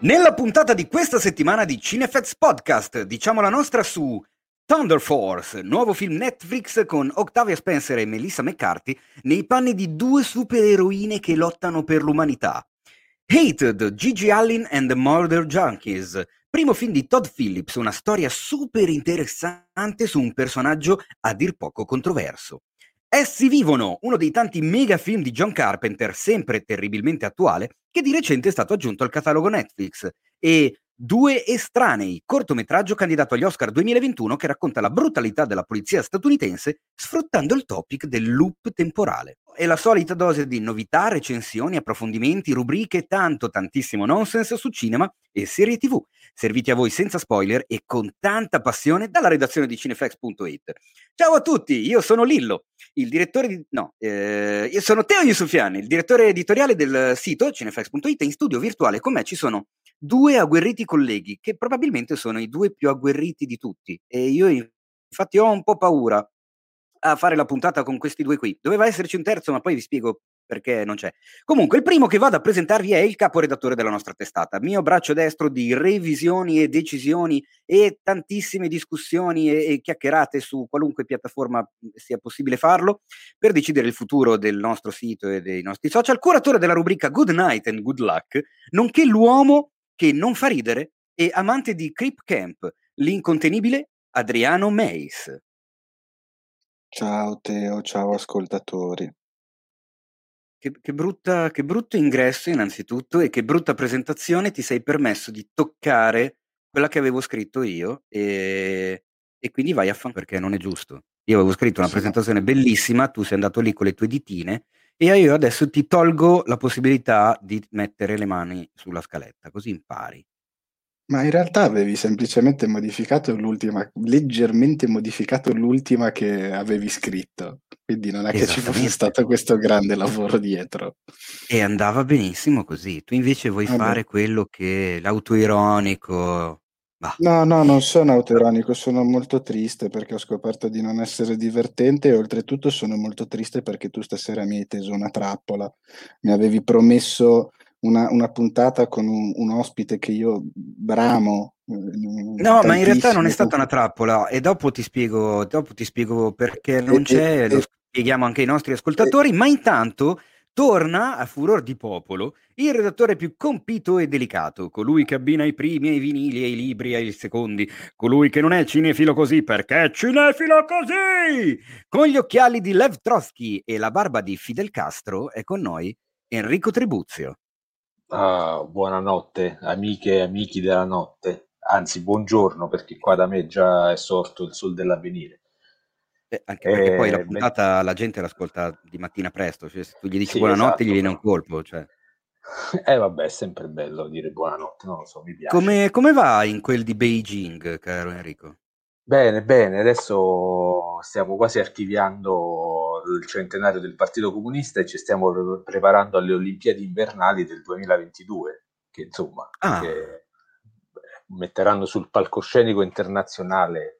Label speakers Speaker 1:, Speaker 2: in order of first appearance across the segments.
Speaker 1: Nella puntata di questa settimana di Cinefx Podcast diciamo la nostra su Thunder Force, nuovo film Netflix con Octavia Spencer e Melissa McCarthy nei panni di due supereroine che lottano per l'umanità. Hated, Gigi Allen and the Murder Junkies, primo film di Todd Phillips, una storia super interessante su un personaggio a dir poco controverso. Essi vivono, uno dei tanti mega film di John Carpenter, sempre terribilmente attuale, che di recente è stato aggiunto al catalogo Netflix, e Due estranei, cortometraggio candidato agli Oscar 2021 che racconta la brutalità della polizia statunitense sfruttando il topic del loop temporale. E la solita dose di novità, recensioni, approfondimenti, rubriche, tantissimo nonsense su cinema e serie TV, serviti a voi senza spoiler e con tanta passione dalla redazione di cineflex.it. Ciao a tutti, io sono Lillo, il direttore di... no, io sono Teo Yusufiani, il direttore editoriale del sito cineflex.it. In studio virtuale con me ci sono due agguerriti colleghi, che probabilmente sono i due più agguerriti di tutti, e io infatti ho un po' paura a fare la puntata con questi due qui. Doveva esserci un terzo, ma poi vi spiego perché non c'è. Comunque, il primo che vado a presentarvi è il caporedattore della nostra testata, mio braccio destro di revisioni e decisioni e tantissime discussioni e chiacchierate su qualunque piattaforma sia possibile farlo, per decidere il futuro del nostro sito e dei nostri social, curatore della rubrica Good Night and Good Luck, nonché l'uomo che non fa ridere e amante di Creep Camp, l'incontenibile Adriano Meis.
Speaker 2: Ciao Teo, ciao ascoltatori.
Speaker 1: Che brutto ingresso innanzitutto, e che brutta presentazione. Ti sei permesso di toccare quella che avevo scritto io e quindi vai a fanculo, perché non è giusto. Io avevo scritto una presentazione bellissima, tu sei andato lì con le tue ditine e io adesso ti tolgo la possibilità di mettere le mani sulla scaletta, così impari.
Speaker 2: Ma in realtà avevi semplicemente leggermente modificato l'ultima che avevi scritto, quindi non è che ci fosse stato questo grande lavoro dietro.
Speaker 1: E andava benissimo così. Tu invece vuoi fare quello che l'autoironico. Bah.
Speaker 2: No, non sono autoironico, sono molto triste perché ho scoperto di non essere divertente e oltretutto sono molto triste perché tu stasera mi hai teso una trappola. Mi avevi promesso una puntata con un ospite che io bramo.
Speaker 1: No, ma in realtà non è stata una trappola, e dopo ti spiego perché non c'è, lo spieghiamo anche ai nostri ascoltatori, ma intanto torna a furor di popolo il redattore più compito e delicato, colui che abbina i primi ai vinili e i libri ai secondi, colui che non è cinefilo così perché è cinefilo così! Con gli occhiali di Lev Trotsky e la barba di Fidel Castro è con noi Enrico Tribuzio.
Speaker 3: Buonanotte, amiche e amici della notte, anzi buongiorno, perché qua da me già è sorto il sol dell'avvenire.
Speaker 1: Anche perché poi la puntata la gente l'ascolta di mattina presto, cioè se tu gli dici buonanotte, esatto, gli viene un colpo, cioè.
Speaker 3: Vabbè, è sempre bello dire buonanotte, non lo so, mi piace.
Speaker 1: Come va in quel di Beijing, caro Enrico?
Speaker 3: Bene, adesso stiamo quasi archiviando il centenario del Partito Comunista e ci stiamo preparando alle Olimpiadi invernali del 2022, che insomma che metteranno sul palcoscenico internazionale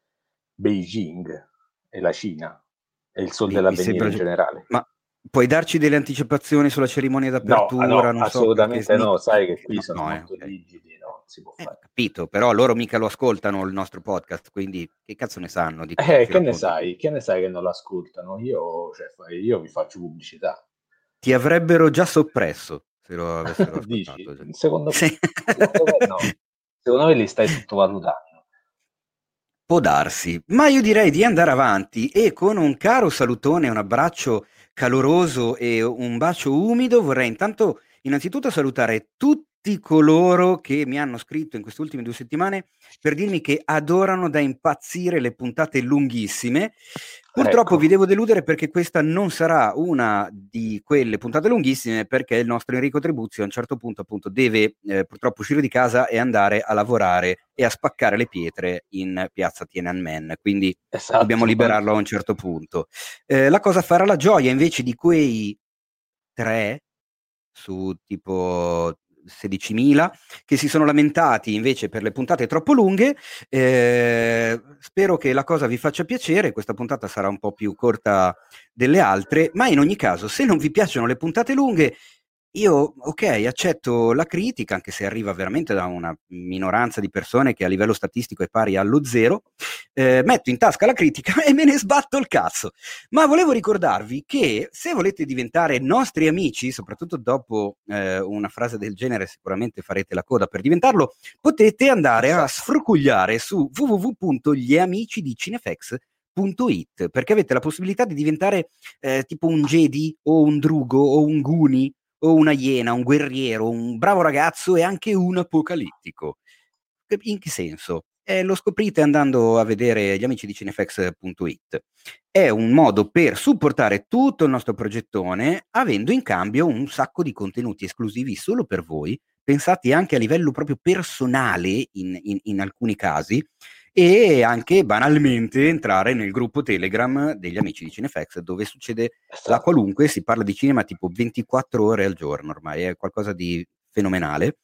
Speaker 3: Beijing e la Cina e il sol dell'avvenire in generale.
Speaker 1: Ma puoi darci delle anticipazioni sulla cerimonia d'apertura?
Speaker 3: No, assolutamente no, sai che qui sono molto rigidi, no, si può fare.
Speaker 1: Capito, però loro mica lo ascoltano il nostro podcast, quindi che cazzo ne sanno di
Speaker 3: che ne sai che non lo ascoltano? Io vi faccio pubblicità.
Speaker 1: Ti avrebbero già soppresso se lo avessero ascoltato.
Speaker 3: Dici? Secondo me no. Secondo me li stai sottovalutando.
Speaker 1: Può darsi, ma io direi di andare avanti e con un caro salutone, un abbraccio caloroso e un bacio umido vorrei intanto innanzitutto salutare tutti coloro che mi hanno scritto in queste ultime 2 settimane per dirmi che adorano da impazzire le puntate lunghissime. Purtroppo vi devo deludere perché questa non sarà una di quelle puntate lunghissime, perché il nostro Enrico Tribuzio a un certo punto appunto deve purtroppo uscire di casa e andare a lavorare e a spaccare le pietre in piazza Tiananmen, quindi dobbiamo liberarlo a un certo punto. La cosa farà la gioia invece di quei 3 su tipo 16.000 che si sono lamentati invece per le puntate troppo lunghe. Spero che la cosa vi faccia piacere. Questa puntata sarà un po' più corta delle altre, ma in ogni caso, se non vi piacciono le puntate lunghe, Io, ok, accetto la critica, anche se arriva veramente da una minoranza di persone che a livello statistico è pari allo zero. Metto in tasca la critica e me ne sbatto il cazzo. Ma volevo ricordarvi che se volete diventare nostri amici, soprattutto dopo una frase del genere, sicuramente farete la coda per diventarlo, potete andare a sfrucugliare su www.gliamicidicinefax.it, perché avete la possibilità di diventare tipo un Jedi o un Drugo o un Guni o una iena, un guerriero, un bravo ragazzo e anche un apocalittico. In che senso? Lo scoprite andando a vedere gli amici di Cinefax.it. È un modo per supportare tutto il nostro progettone, avendo in cambio un sacco di contenuti esclusivi solo per voi, pensati anche a livello proprio personale in alcuni casi, e anche banalmente entrare nel gruppo Telegram degli amici di Cinefax, dove succede la qualunque, si parla di cinema tipo 24 ore al giorno ormai, è qualcosa di fenomenale.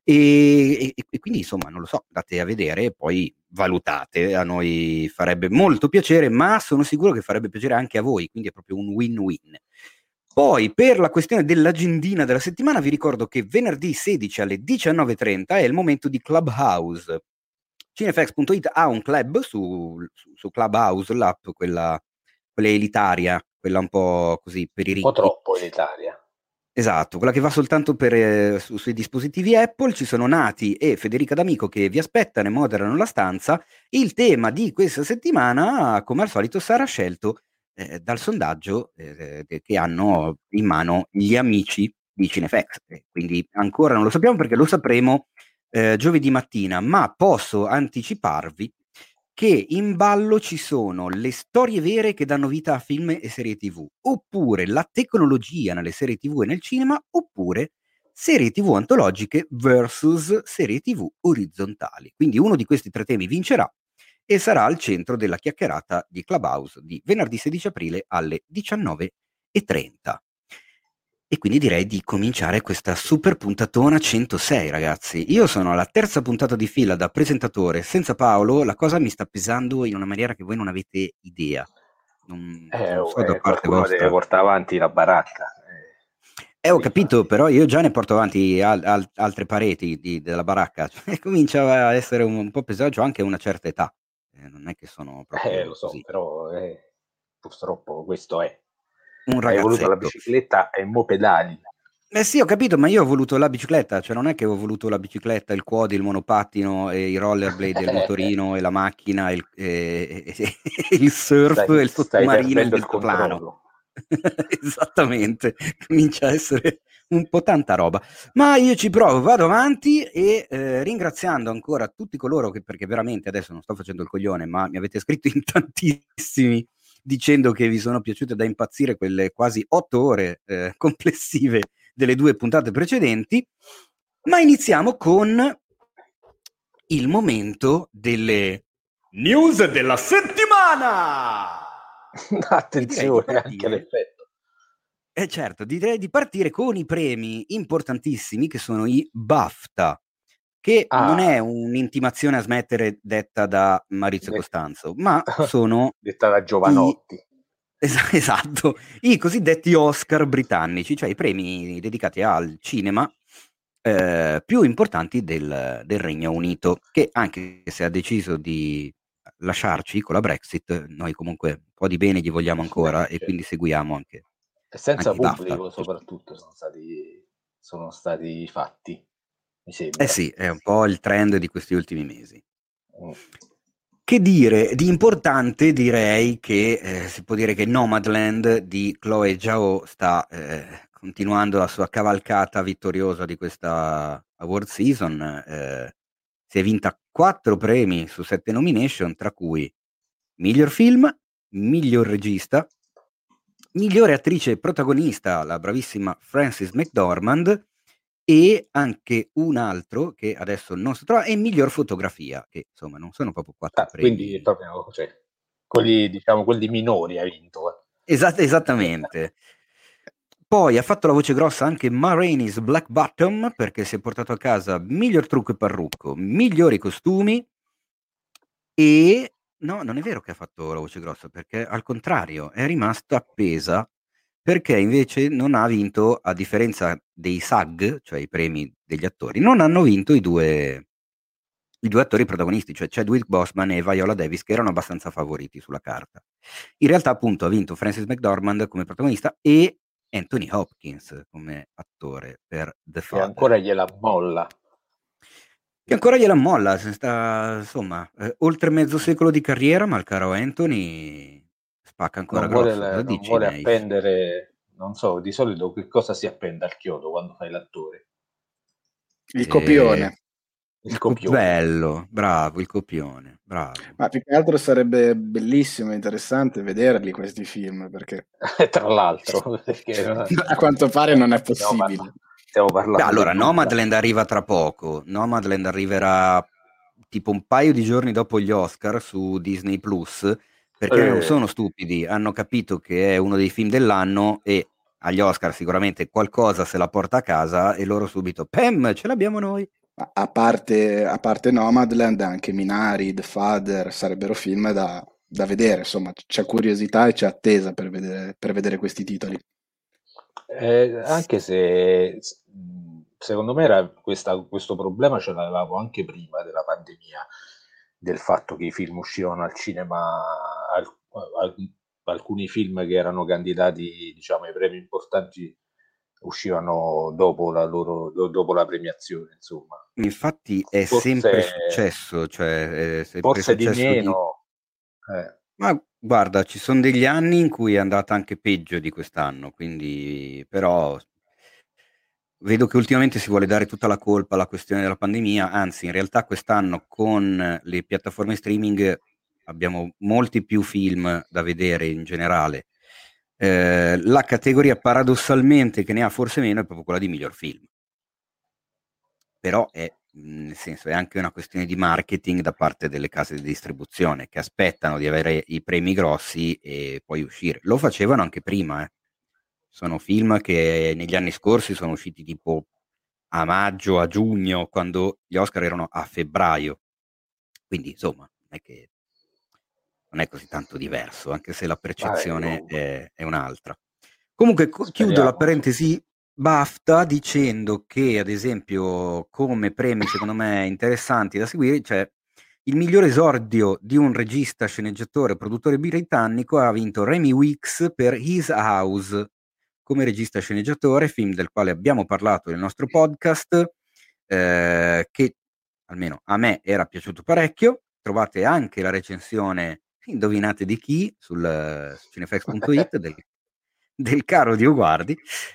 Speaker 1: E quindi insomma non lo so, andate a vedere e poi valutate, a noi farebbe molto piacere, ma sono sicuro che farebbe piacere anche a voi, quindi è proprio un win-win. Poi per la questione dell'agendina della settimana vi ricordo che venerdì 16 alle 19:30 è il momento di Clubhouse. Cinefax.it ha un club su Clubhouse, l'app, quella elitaria, quella un po' così per i
Speaker 3: Un po'
Speaker 1: ricchi.
Speaker 3: troppo elitaria.
Speaker 1: Esatto, quella che va soltanto sui dispositivi Apple. Ci sono Nati e Federica D'Amico che vi aspettano e moderano la stanza. Il tema di questa settimana, come al solito, sarà scelto dal sondaggio che hanno in mano gli amici di Cinefax. Quindi ancora non lo sappiamo perché lo sapremo giovedì mattina, ma posso anticiparvi che in ballo ci sono le storie vere che danno vita a film e serie TV, oppure la tecnologia nelle serie TV e nel cinema, oppure serie TV antologiche versus serie TV orizzontali. Quindi uno di questi tre temi vincerà e sarà al centro della chiacchierata di Clubhouse di venerdì 16 aprile alle 19:30. E quindi direi di cominciare questa super puntatona 106, ragazzi. Io sono alla terza puntata di fila da presentatore. Senza Paolo la cosa mi sta pesando in una maniera che voi non avete idea. Non so da parte
Speaker 3: Qualcuno deve
Speaker 1: vostra.
Speaker 3: portare avanti la baracca.
Speaker 1: Ho capito, però io già ne porto avanti altre pareti della baracca. Cioè, comincia a essere un po' pesante, ho anche una certa età. Non è che sono proprio
Speaker 3: Lo so,
Speaker 1: così.
Speaker 3: però purtroppo questo è.
Speaker 1: Un
Speaker 3: Hai voluto la
Speaker 1: ragazzetto.
Speaker 3: bicicletta e mo pedali.
Speaker 1: Sì, ho capito, ma io ho voluto la bicicletta, cioè non è che ho voluto la bicicletta, il quad, il monopattino, e i rollerblade, il motorino, e la macchina, il surf, e il
Speaker 3: Stai
Speaker 1: sottomarino, e il
Speaker 3: perdendo il
Speaker 1: deltaplano.
Speaker 3: controllo.
Speaker 1: Esattamente, comincia a essere un po' tanta roba. Ma io ci provo, vado avanti e ringraziando ancora tutti coloro che, perché veramente adesso non sto facendo il coglione, ma mi avete scritto in tantissimi dicendo che vi sono piaciute da impazzire quelle quasi 8 ore complessive delle due puntate precedenti, ma iniziamo con il momento delle news della settimana.
Speaker 3: Attenzione anche all'effetto.
Speaker 1: Certo, direi di partire con i premi importantissimi che sono i BAFTA, che non è un'intimazione a smettere detta da Maurizio Costanzo, ma sono
Speaker 3: detta da Giovanotti.
Speaker 1: Esatto, i cosiddetti Oscar britannici, cioè i premi dedicati al cinema più importanti del Regno Unito, che anche se ha deciso di lasciarci con la Brexit, noi comunque un po' di bene gli vogliamo ancora e quindi seguiamo anche
Speaker 3: senza
Speaker 1: i BAFTA.
Speaker 3: pubblico soprattutto sono stati fatti, mi sembra.
Speaker 1: Sì, è un po' il trend di questi ultimi mesi. Che dire di importante? Direi che si può dire che Nomadland di Chloe Zhao sta continuando la sua cavalcata vittoriosa di questa award season. Si è vinta 4 premi su 7 nomination, tra cui miglior film, miglior regista, migliore attrice protagonista, la bravissima Frances McDormand, e anche un altro che adesso non si trova, e miglior fotografia, che insomma non sono proprio 4 premi.
Speaker 3: Quindi proprio, quelli minori ha vinto.
Speaker 1: Esattamente. Poi ha fatto la voce grossa anche Ma Rainey's Black Bottom, perché si è portato a casa miglior trucco e parrucco, migliori costumi, e no, non è vero che ha fatto la voce grossa, perché al contrario è rimasta appesa perché invece non ha vinto, a differenza dei SAG, cioè i premi degli attori, non hanno vinto i due attori protagonisti, cioè Chadwick Boseman e Viola Davis, che erano abbastanza favoriti sulla carta. In realtà, appunto, ha vinto Frances McDormand come protagonista e Anthony Hopkins come attore per The
Speaker 3: E
Speaker 1: Father.
Speaker 3: ancora gliela molla.
Speaker 1: Che ancora gliela molla, insomma, oltre mezzo secolo di carriera, ma il caro Anthony spacca ancora grosso. Cosa
Speaker 3: Non
Speaker 1: dici,
Speaker 3: vuole
Speaker 1: Neif?
Speaker 3: appendere, non so, di solito che cosa si appende al chiodo quando fai l'attore?
Speaker 2: Il
Speaker 1: Eh,
Speaker 2: copione.
Speaker 3: Il copione.
Speaker 1: Bello, bravo, il copione, bravo.
Speaker 2: Ma più che altro sarebbe bellissimo e interessante vederli questi film, perché
Speaker 3: Tra l'altro, perché
Speaker 2: a quanto pare non è
Speaker 3: stiamo,
Speaker 2: possibile.
Speaker 3: stiamo
Speaker 1: Beh,
Speaker 3: parlando
Speaker 1: allora,
Speaker 3: del 2000.
Speaker 1: Nomadland arriva tra poco. Nomadland arriverà tipo un paio di giorni dopo gli Oscar su Disney Plus, perché non
Speaker 3: Eh,
Speaker 1: sono stupidi, hanno capito che è uno dei film dell'anno e agli Oscar sicuramente qualcosa se la porta a casa e loro subito, Pam, ce l'abbiamo noi.
Speaker 2: A parte Nomadland, anche Minari, The Father sarebbero film da vedere, insomma, c'è curiosità e c'è attesa per vedere questi titoli.
Speaker 3: Anche se secondo me questo problema ce l'avevamo anche prima della pandemia, del fatto che i film uscivano al cinema, al- alcuni film che erano candidati, diciamo, ai premi importanti uscivano dopo la premiazione, insomma.
Speaker 1: Infatti è
Speaker 3: Forse,
Speaker 1: sempre successo, cioè è sempre
Speaker 3: forse di
Speaker 1: successo di...
Speaker 3: meno. eh.
Speaker 1: Ma guarda, ci sono degli anni in cui è andata anche peggio di quest'anno, quindi però vedo che ultimamente si vuole dare tutta la colpa alla questione della pandemia, anzi in realtà quest'anno con le piattaforme streaming abbiamo molti più film da vedere in generale. La categoria paradossalmente che ne ha forse meno è proprio quella di miglior film, però è, nel senso, è anche una questione di marketing da parte delle case di distribuzione che aspettano di avere i premi grossi e poi uscire. Lo facevano anche prima, eh. Sono film che negli anni scorsi sono usciti tipo a maggio, a giugno, quando gli Oscar erano a febbraio. Quindi, insomma, non è così tanto diverso, anche se la
Speaker 3: Vabbè,
Speaker 1: percezione è un'altra. Comunque, chiudo la
Speaker 3: speriamo, insomma.
Speaker 1: parentesi BAFTA dicendo che, ad esempio, come premi secondo me interessanti da seguire, c'è il miglior esordio di un regista, sceneggiatore, produttore britannico ha vinto Remy Weeks per His House come regista sceneggiatore, film del quale abbiamo parlato nel nostro podcast, che almeno a me era piaciuto parecchio. Trovate anche la recensione, indovinate di chi, su cinefx.it del caro Dio Guardi.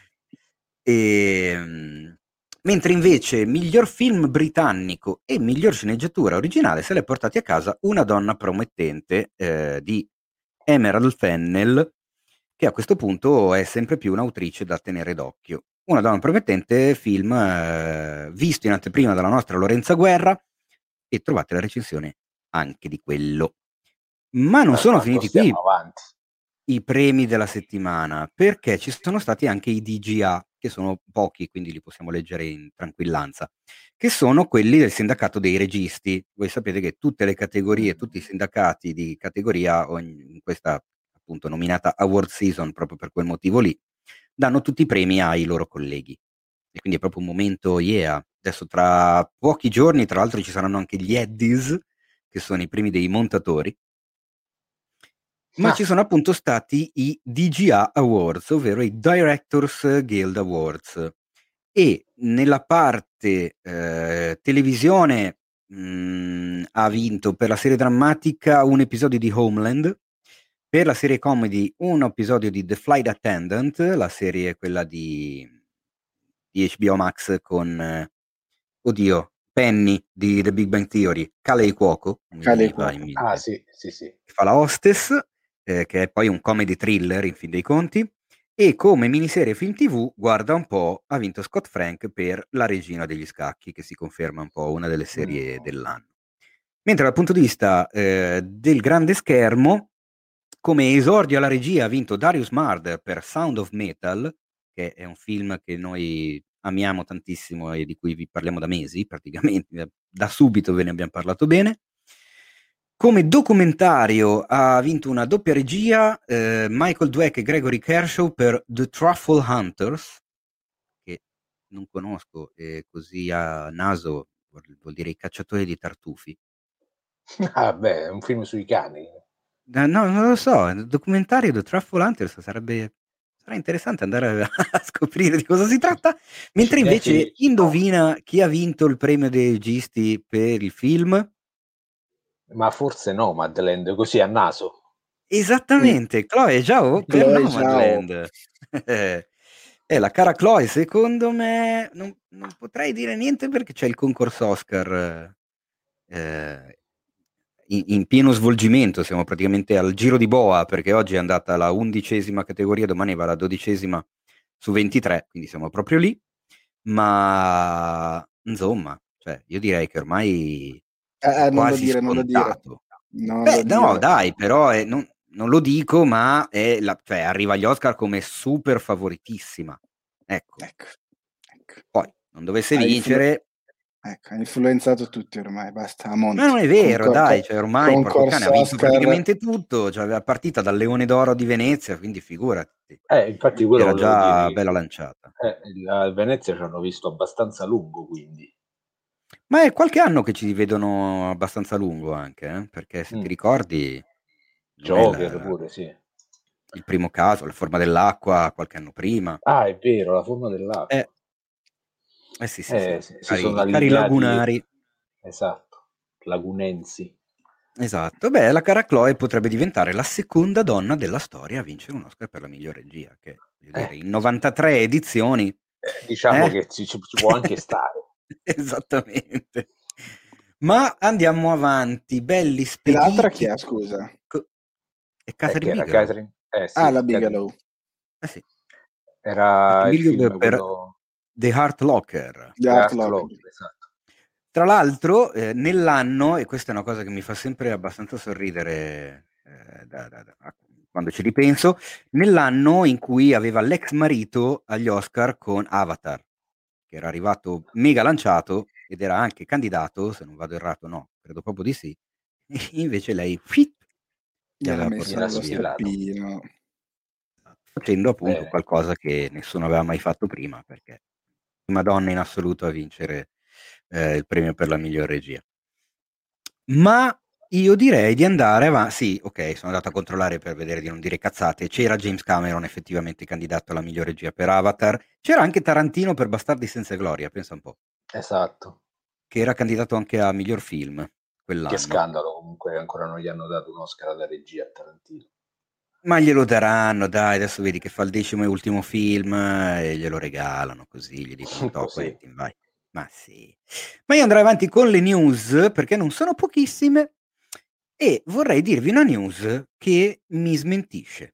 Speaker 1: Mentre invece miglior film britannico e miglior sceneggiatura originale se l'è portati a casa Una donna promettente di Emerald Fennell, che a questo punto è sempre più un'autrice da tenere d'occhio. Una donna promettente, film visto in anteprima dalla nostra Lorenza Guerra, e trovate la recensione anche di quello. Ma non sono
Speaker 3: Quanto
Speaker 1: finiti
Speaker 3: stiamo
Speaker 1: qui
Speaker 3: avanti.
Speaker 1: i premi della settimana, perché ci sono stati anche i DGA, che sono pochi, quindi li possiamo leggere in tranquillanza, che sono quelli del sindacato dei registi. Voi sapete che tutte le categorie, tutti i sindacati di categoria, in questa appunto nominata award season, proprio per quel motivo lì, danno tutti i premi ai loro colleghi. E quindi è proprio un momento, yeah. Adesso tra pochi giorni, tra l'altro, ci saranno anche gli Eddies, che sono i premi dei montatori, ma ci
Speaker 3: Ah,
Speaker 1: sono appunto stati i DGA Awards, ovvero i Directors Guild Awards. E nella parte televisione ha vinto per la serie drammatica un episodio di Homeland, per la serie comedy un episodio di The Flight Attendant, la serie quella di HBO Max con, oddio, Penny di The Big Bang Theory, Kalei Cuoco, mi
Speaker 2: Cale
Speaker 1: veniva in
Speaker 2: Cuoco.
Speaker 3: ah,
Speaker 1: mente,
Speaker 3: sì, sì, sì.
Speaker 1: che fa la hostess, che è poi un comedy thriller in fin dei conti, e come miniserie film TV, guarda un po', ha vinto Scott Frank per La regina degli scacchi, che si conferma un po' una delle serie
Speaker 3: Mm.
Speaker 1: dell'anno. Mentre dal punto di vista del grande schermo, come esordio alla regia ha vinto Darius Marder per Sound of Metal, che è un film che noi amiamo tantissimo e di cui vi parliamo da mesi, praticamente, da subito ve ne abbiamo parlato bene. Come documentario ha vinto una doppia regia Michael Dweck e Gregory Kershaw per The Truffle Hunters, che non conosco, e così a naso vuol dire i cacciatori di tartufi.
Speaker 3: Ah, beh, è un film sui cani.
Speaker 1: No, non lo so, il documentario The Truffle Hunters sarà interessante andare a scoprire di cosa si tratta, mentre invece
Speaker 3: Cinefili,
Speaker 1: indovina chi ha vinto il premio dei registi per il film?
Speaker 3: ma forse no, Madeleine, così a naso.
Speaker 1: Esattamente, Chloe Zhao per
Speaker 2: Chloe Zhao.
Speaker 1: Nomadland. La cara Chloe, secondo me, non potrei dire niente perché c'è il concorso Oscar in pieno svolgimento, siamo praticamente al giro di boa perché oggi è andata la 11ª categoria, domani va la 12ª su 23, quindi siamo proprio lì, ma insomma, cioè, io direi che ormai è
Speaker 2: Non lo
Speaker 1: quasi
Speaker 2: dire, non lo dire.
Speaker 1: scontato.
Speaker 2: Non
Speaker 1: Beh,
Speaker 2: lo
Speaker 1: no,
Speaker 2: dire.
Speaker 1: dai, però non lo dico, ma cioè, arriva agli Oscar come super favoritissima. Ecco,
Speaker 2: Ecco.
Speaker 1: poi non dovesse
Speaker 2: Ha
Speaker 1: vincere.
Speaker 2: Ecco, ha influenzato tutti ormai, basta, a
Speaker 1: Ma
Speaker 2: monte.
Speaker 1: non è vero, dai, cioè ormai porco cane ha
Speaker 2: Concorso
Speaker 1: vinto
Speaker 2: Oscar.
Speaker 1: praticamente tutto, cioè aveva partita dal Leone d'Oro di Venezia, quindi figurati,
Speaker 3: Infatti quello
Speaker 1: era
Speaker 3: volevo
Speaker 1: già
Speaker 3: dire.
Speaker 1: bella lanciata.
Speaker 3: A Venezia ci hanno visto abbastanza a lungo, quindi.
Speaker 1: Ma è qualche anno che ci vedono abbastanza a lungo anche, perché se ti ricordi non è
Speaker 3: Joker pure, sì.
Speaker 1: il primo caso, La forma dell'acqua qualche anno prima.
Speaker 3: Ah, è vero, La forma dell'acqua.
Speaker 1: Sì,
Speaker 3: Si sono
Speaker 1: i cari
Speaker 3: allineati.
Speaker 1: lagunari.
Speaker 3: Esatto, lagunensi.
Speaker 1: Esatto, beh, la cara Chloe potrebbe diventare la seconda donna della storia a vincere un Oscar per la miglior regia, che voglio dire, in 93 edizioni.
Speaker 3: Diciamo che ci può anche stare.
Speaker 1: Esattamente. Ma andiamo avanti, belli
Speaker 2: E
Speaker 1: spediti.
Speaker 2: l'altra chi è, scusa?
Speaker 1: È Catherine
Speaker 3: Che era
Speaker 1: Bigelow.
Speaker 3: Catherine? Sì,
Speaker 2: la Bigelow.
Speaker 1: Sì.
Speaker 3: Era il
Speaker 1: Bigelow
Speaker 3: film
Speaker 1: per
Speaker 3: quello.
Speaker 1: The Hurt Locker.
Speaker 2: The Art Locker.
Speaker 3: Esatto.
Speaker 1: Tra l'altro, nell'anno, e questa è una cosa che mi fa sempre abbastanza sorridere quando ci ripenso, nell'anno in cui aveva l'ex marito agli Oscar con Avatar, che era arrivato mega lanciato ed era anche candidato, se non vado errato, no, credo proprio di sì, e invece lei gli
Speaker 2: Gliel'ha
Speaker 1: aveva
Speaker 2: messo
Speaker 1: portato
Speaker 2: nello
Speaker 1: via,
Speaker 2: steppino.
Speaker 1: facendo appunto
Speaker 3: Bene.
Speaker 1: qualcosa che nessuno aveva mai fatto prima, perché prima donna in assoluto a vincere il premio per la miglior regia. Ma io direi di andare avanti. Sì, ok, sono andato a controllare per vedere di non dire cazzate. C'era James Cameron effettivamente candidato alla miglior regia per Avatar. C'era anche Tarantino per Bastardi senza gloria, pensa un po',
Speaker 3: Esatto.
Speaker 1: che era candidato anche a miglior film quell'anno.
Speaker 3: Che scandalo, comunque ancora non gli hanno dato un Oscar alla regia a Tarantino.
Speaker 1: Ma glielo daranno, dai, adesso vedi che fa il 10º e ultimo film e glielo regalano così, gli dicono to
Speaker 3: Così.
Speaker 1: Quentin, vai. Ma sì. Ma io andrei avanti con le news perché non sono pochissime e vorrei dirvi una news che mi smentisce.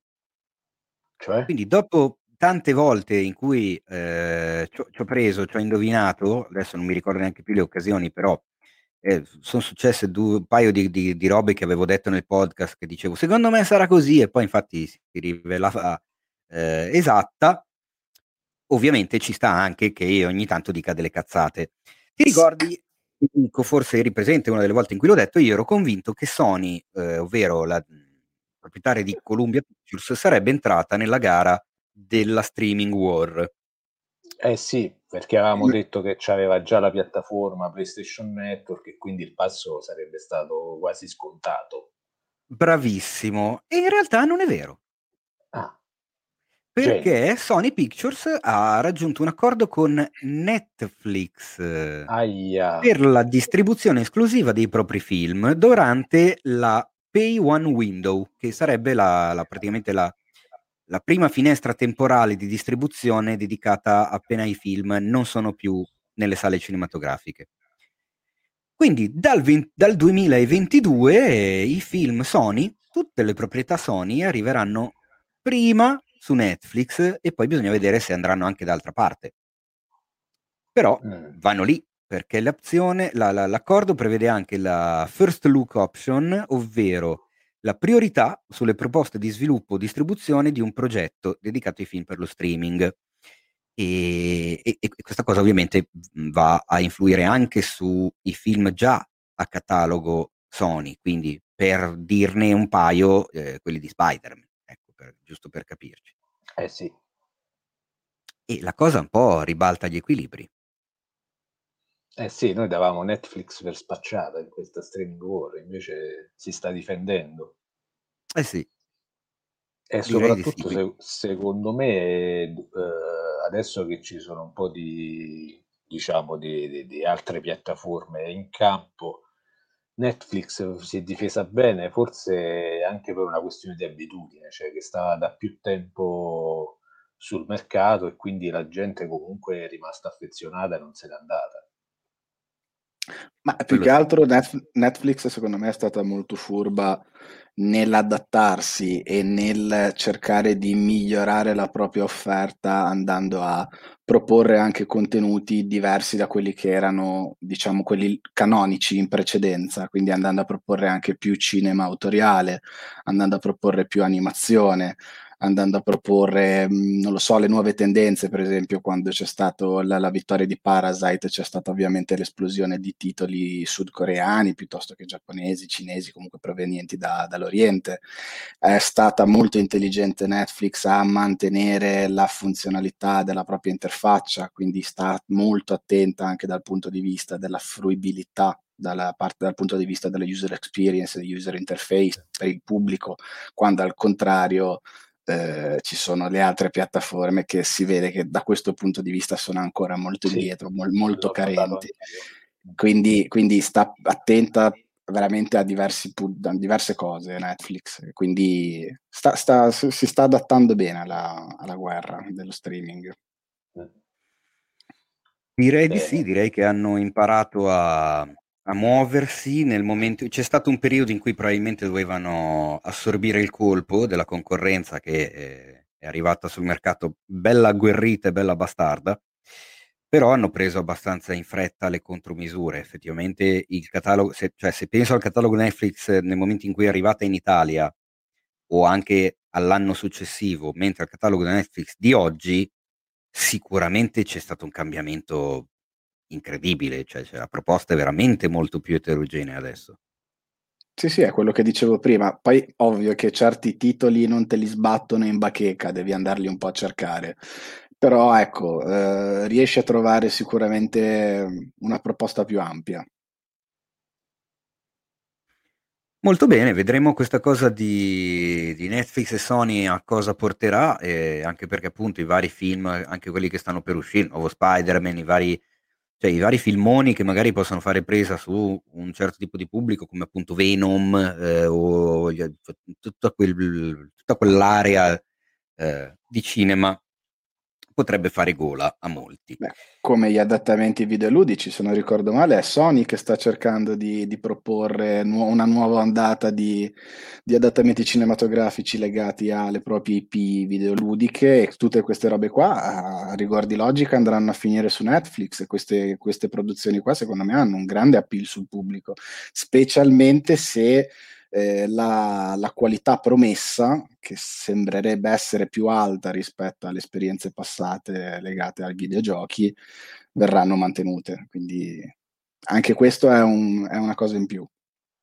Speaker 3: Cioè?
Speaker 1: Quindi dopo tante volte in cui ci ho preso, ci ho indovinato, adesso non mi ricordo neanche più le occasioni, però sono successe un paio di robe che avevo detto nel podcast che dicevo secondo me sarà così e poi infatti si rivelava esatta. Ovviamente ci sta anche che io ogni tanto dica delle cazzate. Ti ricordi, dico, forse eri presente una delle volte in cui l'ho detto, io ero convinto che Sony, ovvero la proprietaria di Columbia Pictures, sarebbe entrata nella gara della streaming war.
Speaker 3: Sì, perché avevamo detto che c'aveva già la piattaforma PlayStation Network e quindi il passo sarebbe stato quasi scontato.
Speaker 1: Bravissimo. E in realtà non è vero.
Speaker 3: Ah,
Speaker 1: Perché Sony Pictures ha raggiunto un accordo con Netflix
Speaker 3: aia.
Speaker 1: per la distribuzione esclusiva dei propri film durante la Pay One Window, che sarebbe praticamente la prima finestra temporale di distribuzione dedicata appena i film non sono più nelle sale cinematografiche. Quindi dal 2022 i film Sony, tutte le proprietà Sony arriveranno prima su Netflix e poi bisogna vedere se andranno anche da altra parte. Però vanno lì perché l'accordo prevede anche la first look option, ovvero la priorità sulle proposte di sviluppo o distribuzione di un progetto dedicato ai film per lo streaming. E questa cosa ovviamente va a influire anche sui film già a catalogo Sony, quindi per dirne un paio, quelli di Spider-Man, ecco, giusto per capirci.
Speaker 3: Sì.
Speaker 1: E la cosa un po' ribalta gli equilibri.
Speaker 3: Sì, noi davamo Netflix per spacciata in questa streaming war, invece si sta difendendo.
Speaker 1: Eh sì,
Speaker 3: E
Speaker 1: direi di sì.
Speaker 3: soprattutto secondo me, adesso che ci sono un po' diciamo, di altre piattaforme in campo, Netflix si è difesa bene, forse anche per una questione di abitudine, cioè che stava da più tempo sul mercato e quindi la gente comunque è rimasta affezionata e non se n'è andata.
Speaker 2: Ma più
Speaker 1: Quello
Speaker 2: che
Speaker 1: sì.
Speaker 2: altro Netflix secondo me è stata molto furba nell'adattarsi e nel cercare di migliorare la propria offerta andando a proporre anche contenuti diversi da quelli che erano, diciamo, quelli canonici in precedenza, quindi andando a proporre anche più cinema autoriale, andando a proporre più animazione, andando a proporre, non lo so, le nuove tendenze, per esempio, quando c'è stato la vittoria di Parasite, c'è stata ovviamente l'esplosione di titoli sudcoreani piuttosto che giapponesi, cinesi, comunque provenienti dall'Oriente. È stata molto intelligente Netflix a mantenere la funzionalità della propria interfaccia, quindi sta molto attenta anche dal punto di vista della fruibilità dal punto di vista della user experience, della user interface per il pubblico, quando al contrario ci sono le altre piattaforme che si vede che da questo punto di vista sono ancora molto
Speaker 3: Sì,
Speaker 2: indietro, molto
Speaker 3: l'ho notato
Speaker 2: carenti.
Speaker 3: anch'io.
Speaker 2: Quindi sta attenta veramente a diverse cose Netflix, quindi si sta adattando bene alla guerra dello streaming.
Speaker 1: Direi di sì,
Speaker 3: Bene.
Speaker 1: direi che hanno imparato a muoversi nel momento. C'è stato un periodo in cui probabilmente dovevano assorbire il colpo della concorrenza che è arrivata sul mercato bella agguerrita e bella bastarda, però hanno preso abbastanza in fretta le contromisure. Effettivamente il catalogo, se penso al catalogo Netflix nel momento in cui è arrivata in Italia o anche all'anno successivo, mentre al catalogo Netflix di oggi sicuramente c'è stato un cambiamento incredibile, cioè la proposta è veramente molto più eterogenea adesso.
Speaker 2: Sì, sì, è quello che dicevo prima. Poi ovvio che certi titoli non te li sbattono in bacheca, devi andarli un po' a cercare. Però ecco, riesci a trovare sicuramente una proposta più ampia.
Speaker 1: Molto bene, vedremo questa cosa di Netflix e Sony a cosa porterà, anche perché appunto i vari film, anche quelli che stanno per uscire, il nuovo Spider-Man, i vari filmoni che magari possono fare presa su un certo tipo di pubblico, come appunto Venom, tutta quell'area di cinema, potrebbe fare gola a molti.
Speaker 2: Beh, come gli adattamenti videoludici, se non ricordo male, è Sony che sta cercando di proporre una nuova ondata di adattamenti cinematografici legati alle proprie IP videoludiche e tutte queste robe qua, a rigor di logica, andranno a finire su Netflix e queste produzioni qua, secondo me, hanno un grande appeal sul pubblico, specialmente se la qualità promessa, che sembrerebbe essere più alta rispetto alle esperienze passate legate ai videogiochi, verranno mantenute. Quindi anche questo è una cosa in più.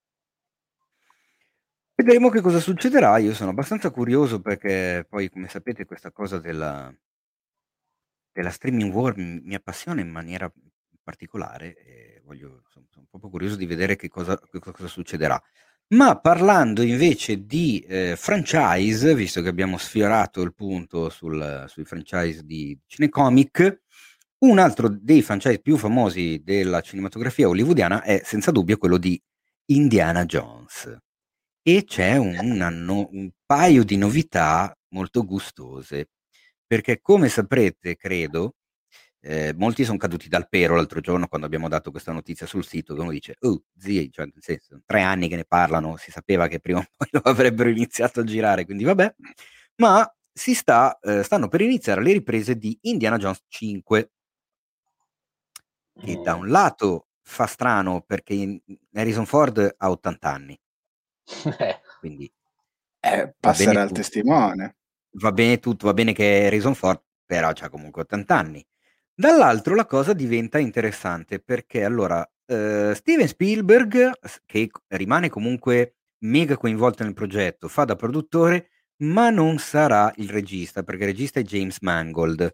Speaker 1: Vedremo che cosa succederà. Io sono abbastanza curioso perché poi, come sapete, questa cosa della streaming war mi appassiona in maniera particolare e sono proprio curioso di vedere che cosa succederà. Ma parlando invece di franchise, visto che abbiamo sfiorato il punto sui franchise di Cinecomic, un altro dei franchise più famosi della cinematografia hollywoodiana è senza dubbio quello di Indiana Jones. E c'è un paio di novità molto gustose, perché come saprete, credo, molti sono caduti dal pero l'altro giorno quando abbiamo dato questa notizia sul sito, che uno dice, oh, zii, cioè, nel senso, sono 3 anni che ne parlano, si sapeva che prima o poi lo avrebbero iniziato a girare, quindi vabbè, ma stanno per iniziare le riprese di Indiana Jones 5, che da un lato fa strano perché Harrison Ford ha 80 anni, quindi va bene
Speaker 2: Passerà al
Speaker 1: tutto.
Speaker 2: testimone.
Speaker 1: Va bene tutto, va bene che è Harrison Ford, però c'ha comunque 80 anni. Dall'altro la cosa diventa interessante perché allora Steven Spielberg, che rimane comunque mega coinvolto nel progetto, fa da produttore, ma non sarà il regista, perché il regista è James Mangold.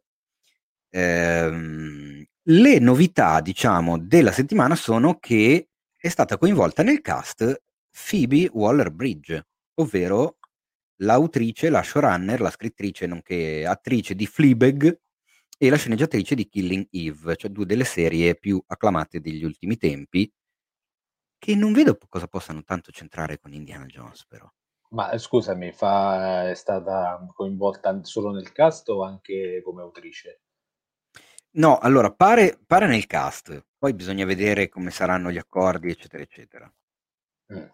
Speaker 1: Le novità, diciamo, della settimana sono che è stata coinvolta nel cast Phoebe Waller-Bridge, ovvero l'autrice, la showrunner, la scrittrice, nonché attrice di Fleabag e la sceneggiatrice di Killing Eve, cioè due delle serie più acclamate degli ultimi tempi, che non vedo cosa possano tanto centrare con Indiana Jones, però.
Speaker 3: Ma scusami, è stata coinvolta solo nel cast o anche come autrice?
Speaker 1: No, allora pare nel cast, poi bisogna vedere come saranno gli accordi, eccetera, eccetera.
Speaker 3: Mm.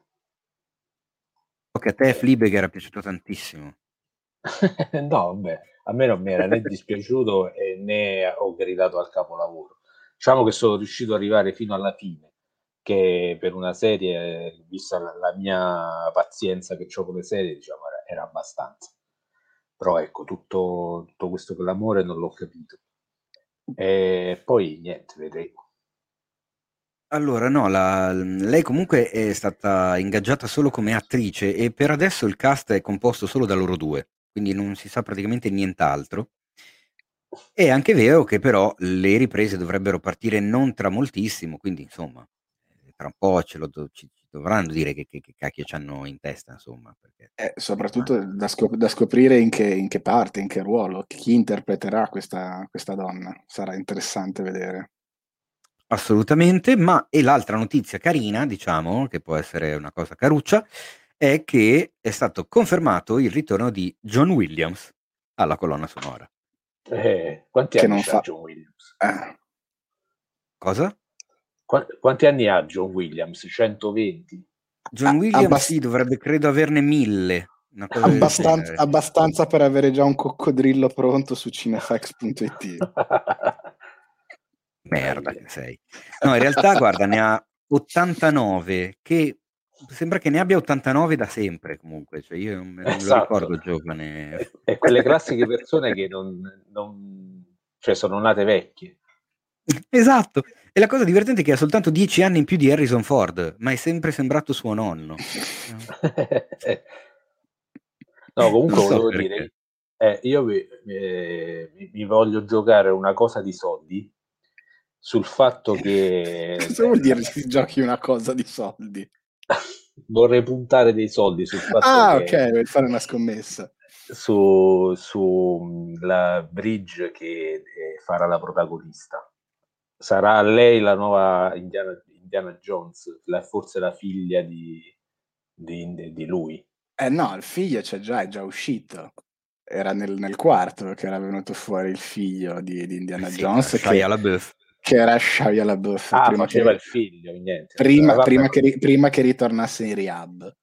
Speaker 1: So che a te Fleabag era piaciuto tantissimo.
Speaker 3: No, vabbè, a me non mi era né dispiaciuto né ho gridato al capolavoro. Diciamo che sono riuscito ad arrivare fino alla fine, che per una serie, vista la mia pazienza che ho con le serie, diciamo, era abbastanza. Però ecco, tutto questo clamore non l'ho capito. E poi niente, vedremo.
Speaker 1: Allora, no, lei comunque è stata ingaggiata solo come attrice e per adesso il cast è composto solo da loro due, quindi non si sa praticamente nient'altro. È anche vero che però le riprese dovrebbero partire non tra moltissimo, quindi insomma, tra un po' ci dovranno dire che cacchio c'hanno in testa, insomma, perché
Speaker 2: Soprattutto da scoprire in che parte, in che ruolo, chi interpreterà questa donna. Sarà interessante vedere.
Speaker 1: assolutamente, ma e l'altra notizia carina, diciamo, che può essere una cosa caruccia, è che è stato confermato il ritorno di John Williams alla colonna sonora.
Speaker 3: Quanti
Speaker 2: Che
Speaker 3: anni
Speaker 2: non
Speaker 3: c'ha
Speaker 2: fa...
Speaker 3: John Williams?
Speaker 1: Cosa?
Speaker 3: Quanti anni ha John Williams? 120?
Speaker 1: John Williams sì,
Speaker 2: abbast-
Speaker 1: dovrebbe credo averne 1000, una cosa del genere.
Speaker 2: abbastanza per avere già un coccodrillo pronto su cinefax.it.
Speaker 1: Merda
Speaker 3: Meraviglia.
Speaker 1: che sei. No, in realtà, guarda, ne ha 89, che sembra che ne abbia 89 da sempre, comunque. Cioè, io non me lo
Speaker 3: Esatto.
Speaker 1: ricordo giovane.
Speaker 3: E quelle classiche persone che cioè sono nate vecchie.
Speaker 1: Esatto. E la cosa divertente è che ha soltanto 10 anni in più di Harrison Ford, ma è sempre sembrato suo nonno.
Speaker 3: No,
Speaker 1: Non
Speaker 3: comunque
Speaker 1: so
Speaker 3: volevo
Speaker 1: perché.
Speaker 3: dire, io mi voglio giocare una cosa di soldi sul fatto che
Speaker 2: Cosa vuol dire si giochi una cosa di soldi?
Speaker 3: vorrei puntare dei soldi sul fatto
Speaker 2: Ah, ok,
Speaker 3: che
Speaker 2: vuoi fare una scommessa.
Speaker 3: su la Bridge che farà la protagonista. Sarà lei la nuova Indiana Jones, forse la figlia di lui.
Speaker 2: No, il figlio c'è già, è già uscito. Era nel quarto che era venuto fuori il figlio di Indiana
Speaker 1: Sì, che era
Speaker 2: Jones
Speaker 1: Shia LaBeouf.
Speaker 2: che era Shia LaBeouf
Speaker 3: Ah, faceva il figlio, niente. Vabbè,
Speaker 2: prima che ritornasse in rehab.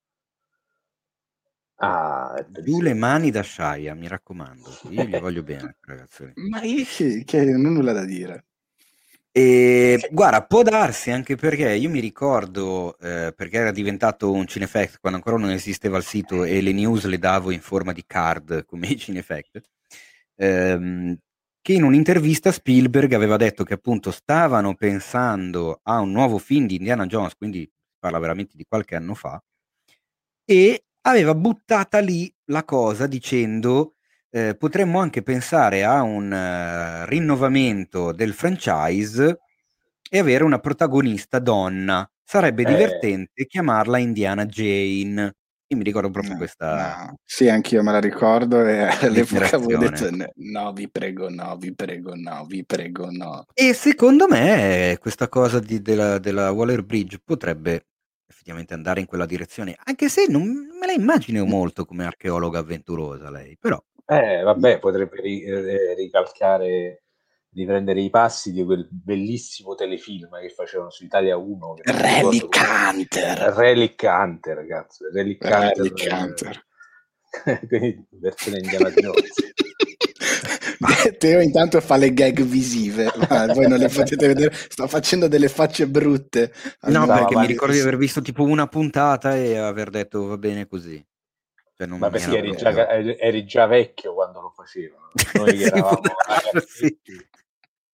Speaker 3: ah,
Speaker 1: Giù le
Speaker 3: attenzione.
Speaker 1: mani da Shia, mi raccomando. Io gli voglio bene, ragazzi.
Speaker 2: Ma io che non ho nulla da dire.
Speaker 1: E guarda, può darsi anche perché io mi ricordo, perché era diventato un Cinefact quando ancora non esisteva il sito e le news le davo in forma di card come i Cinefact, ehm, che in un'intervista Spielberg aveva detto che appunto stavano pensando a un nuovo film di Indiana Jones, quindi si parla veramente di qualche anno fa, e aveva buttata lì la cosa dicendo potremmo anche pensare a un rinnovamento del franchise e avere una protagonista donna. Sarebbe divertente chiamarla Indiana Jane. Io mi ricordo proprio
Speaker 2: No,
Speaker 1: questa
Speaker 2: no. Sì, anch'io me la ricordo e all'epoca avevo detto
Speaker 1: dichiarazione.
Speaker 2: no, vi prego, no, vi prego, no, vi prego, no.
Speaker 1: E secondo me questa cosa della Waller-Bridge potrebbe effettivamente andare in quella direzione, anche se non me la immagino molto come archeologa avventurosa lei, però
Speaker 3: Vabbè, potrebbe ricalcare, riprendere i passi di quel bellissimo telefilm che facevano su Italia 1, che non mi ricordo
Speaker 2: Relic
Speaker 3: come.
Speaker 2: Hunter.
Speaker 3: Relic Hunter, ragazzi. Relic Hunter,
Speaker 2: Relic Hunter.
Speaker 3: quindi versione Indiana Jones.
Speaker 2: Teo intanto fa le gag visive, ma voi non le potete vedere, sto facendo delle facce brutte al
Speaker 1: no,
Speaker 3: Stava
Speaker 1: perché mi
Speaker 2: momento di
Speaker 1: ricordo di
Speaker 3: avanti.
Speaker 1: aver visto tipo una puntata e aver detto va bene così, cioè non
Speaker 3: Ma
Speaker 1: mi
Speaker 3: perché
Speaker 1: era
Speaker 2: vabbè.
Speaker 1: proprio
Speaker 3: eri già vecchio quando lo facevano. Noi che
Speaker 1: sì, può
Speaker 3: eravamo
Speaker 1: darsi.
Speaker 3: ragazzetti.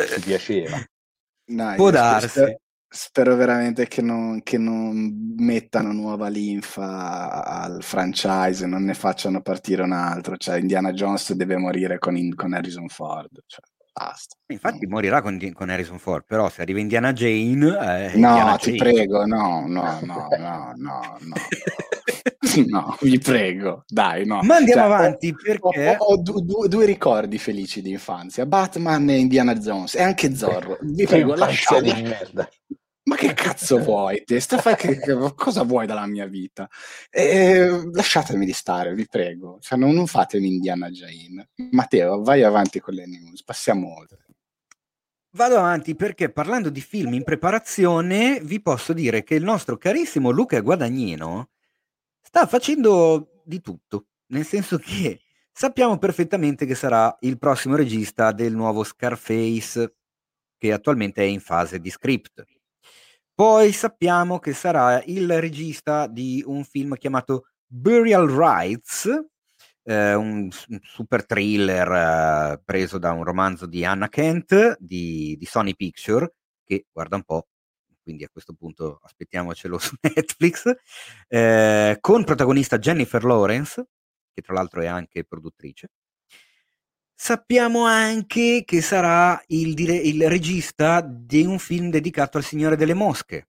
Speaker 3: Ti piaceva?
Speaker 2: No,
Speaker 1: Può
Speaker 2: io
Speaker 1: darsi.
Speaker 2: spero veramente che non mettano nuova linfa al franchise, non ne facciano partire un altro. Cioè, Indiana Jones deve morire con Harrison Ford. Cioè, basta.
Speaker 1: Infatti morirà con Harrison Ford, però se arriva Indiana Jane, è Indiana
Speaker 2: No, ti
Speaker 1: Jane.
Speaker 2: prego, no, no, no, no, no, no. No, vi prego, dai, no.
Speaker 1: Ma andiamo
Speaker 2: Cioè,
Speaker 1: avanti perché
Speaker 2: ho due ricordi felici di infanzia, Batman e Indiana Jones, e anche Zorro. Vi
Speaker 3: Che
Speaker 2: prego,
Speaker 3: infanzia di
Speaker 2: lasciate.
Speaker 3: merda.
Speaker 2: Ma che cazzo vuoi te? Cosa vuoi dalla mia vita? Lasciatemi di stare, vi prego. Cioè, non fatemi Indiana Jane. Matteo, vai avanti con le news, passiamo oltre.
Speaker 1: vado avanti perché parlando di film in preparazione, vi posso dire che il nostro carissimo Luca Guadagnino sta facendo di tutto, nel senso che sappiamo perfettamente che sarà il prossimo regista del nuovo Scarface, che attualmente è in fase di script. Poi sappiamo che sarà il regista di un film chiamato Burial Rights, un super thriller preso da un romanzo di Anna Kent di Sony Picture, che guarda un po', quindi a questo punto aspettiamocelo su Netflix, con protagonista Jennifer Lawrence, che tra l'altro è anche produttrice. Sappiamo anche che sarà il regista di un film dedicato al Signore delle Mosche.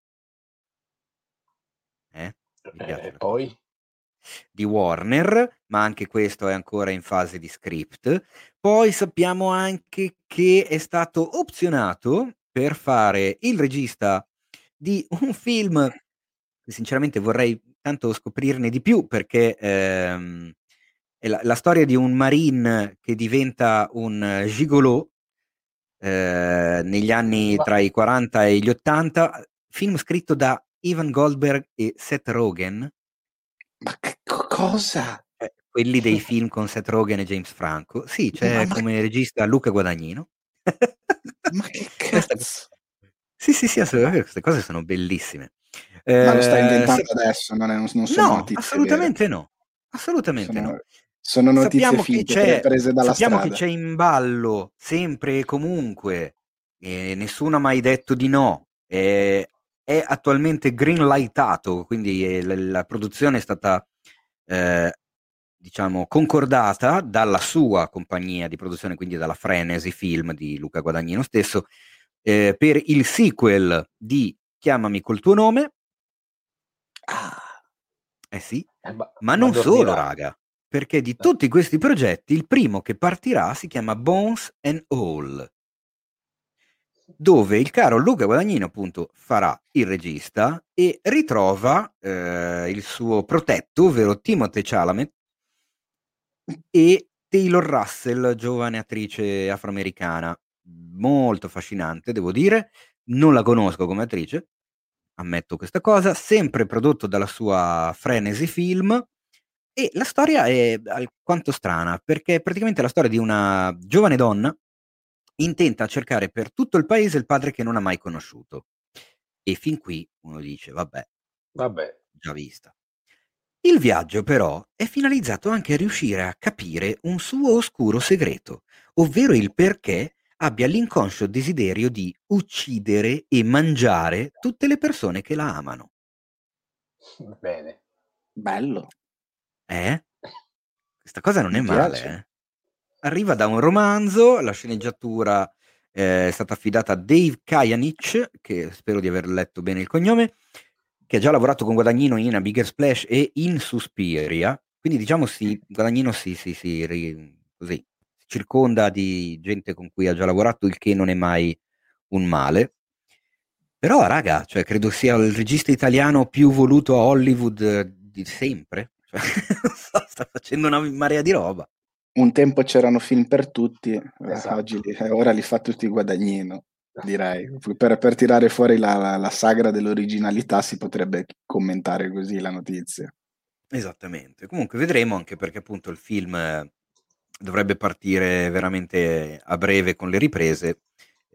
Speaker 1: Vi piace la cosa?
Speaker 3: Poi?
Speaker 1: Di Warner, ma anche questo è ancora in fase di script. Poi sappiamo anche che è stato opzionato per fare il regista di un film che sinceramente vorrei tanto scoprirne di più perché è la storia di un marine che diventa un gigolò negli anni
Speaker 3: Ma
Speaker 1: tra i 40 e gli 80, film scritto da Ivan Goldberg e Seth Rogen,
Speaker 2: Ma che cosa?
Speaker 1: quelli dei film con Seth Rogen e James Franco. Sì,
Speaker 2: Ma,
Speaker 1: c'è
Speaker 2: ma-
Speaker 1: come regista Luca Guadagnino.
Speaker 2: ma che
Speaker 1: Questa-
Speaker 2: cazzo?
Speaker 1: Sì, sì, sì, assolutamente, queste cose sono bellissime.
Speaker 2: Ma lo stai
Speaker 1: Eh,
Speaker 2: inventando
Speaker 1: sa-
Speaker 2: adesso, non sono
Speaker 1: no,
Speaker 2: notizie vere.
Speaker 1: assolutamente no. Assolutamente no.
Speaker 2: Sono notizie
Speaker 1: Sappiamo che
Speaker 2: finte
Speaker 1: c'è,
Speaker 2: prese dalla
Speaker 1: sappiamo che
Speaker 2: strada.
Speaker 1: c'è in ballo sempre e comunque, e nessuno ha mai detto di no. È attualmente greenlightato, quindi la produzione è stata, eh, diciamo, concordata dalla sua compagnia di produzione, quindi dalla Frenesi Film di Luca Guadagnino stesso, per il sequel di Chiamami col tuo nome.
Speaker 2: Ah,
Speaker 1: Eh sì,
Speaker 3: ma,
Speaker 1: ma
Speaker 3: ma
Speaker 1: non solo,
Speaker 3: dormirà.
Speaker 1: raga, perché di tutti questi progetti il primo che partirà si chiama Bones and All, dove il caro Luca Guadagnino appunto farà il regista e ritrova il suo protetto, ovvero Timothée Chalamet e Taylor Russell, giovane attrice afroamericana, molto affascinante, devo dire, non la conosco come attrice, ammetto questa cosa, sempre prodotto dalla sua Frenesi Film. E la storia è alquanto strana, perché è praticamente la storia di una giovane donna intenta cercare per tutto il paese il padre che non ha mai conosciuto. E fin qui uno dice, vabbè,
Speaker 3: Vabbè,
Speaker 1: già vista. Il viaggio però è finalizzato anche a riuscire a capire un suo oscuro segreto, ovvero il perché abbia l'inconscio desiderio di uccidere e mangiare tutte le persone che la amano.
Speaker 3: bene.
Speaker 2: bello,
Speaker 1: Eh? Questa cosa non è
Speaker 2: mi
Speaker 1: male,
Speaker 2: piace.
Speaker 1: Arriva da un romanzo, la sceneggiatura è stata affidata a Dave Kajanich, che spero di aver letto bene il cognome, che ha già lavorato con Guadagnino in A Bigger Splash e in Suspiria, quindi diciamo Guadagnino così, si circonda di gente con cui ha già lavorato, il che non è mai un male. Però, raga, cioè, credo sia il regista italiano più voluto a Hollywood di sempre. Cioè, non so, sta facendo una marea di roba.
Speaker 2: Un tempo c'erano film per tutti,
Speaker 3: Esatto.
Speaker 2: ora li fa tutti Guadagnino, direi. Per tirare fuori la sagra dell'originalità si potrebbe commentare così la notizia.
Speaker 1: Esattamente. Comunque vedremo, anche perché appunto il film dovrebbe partire veramente a breve con le riprese.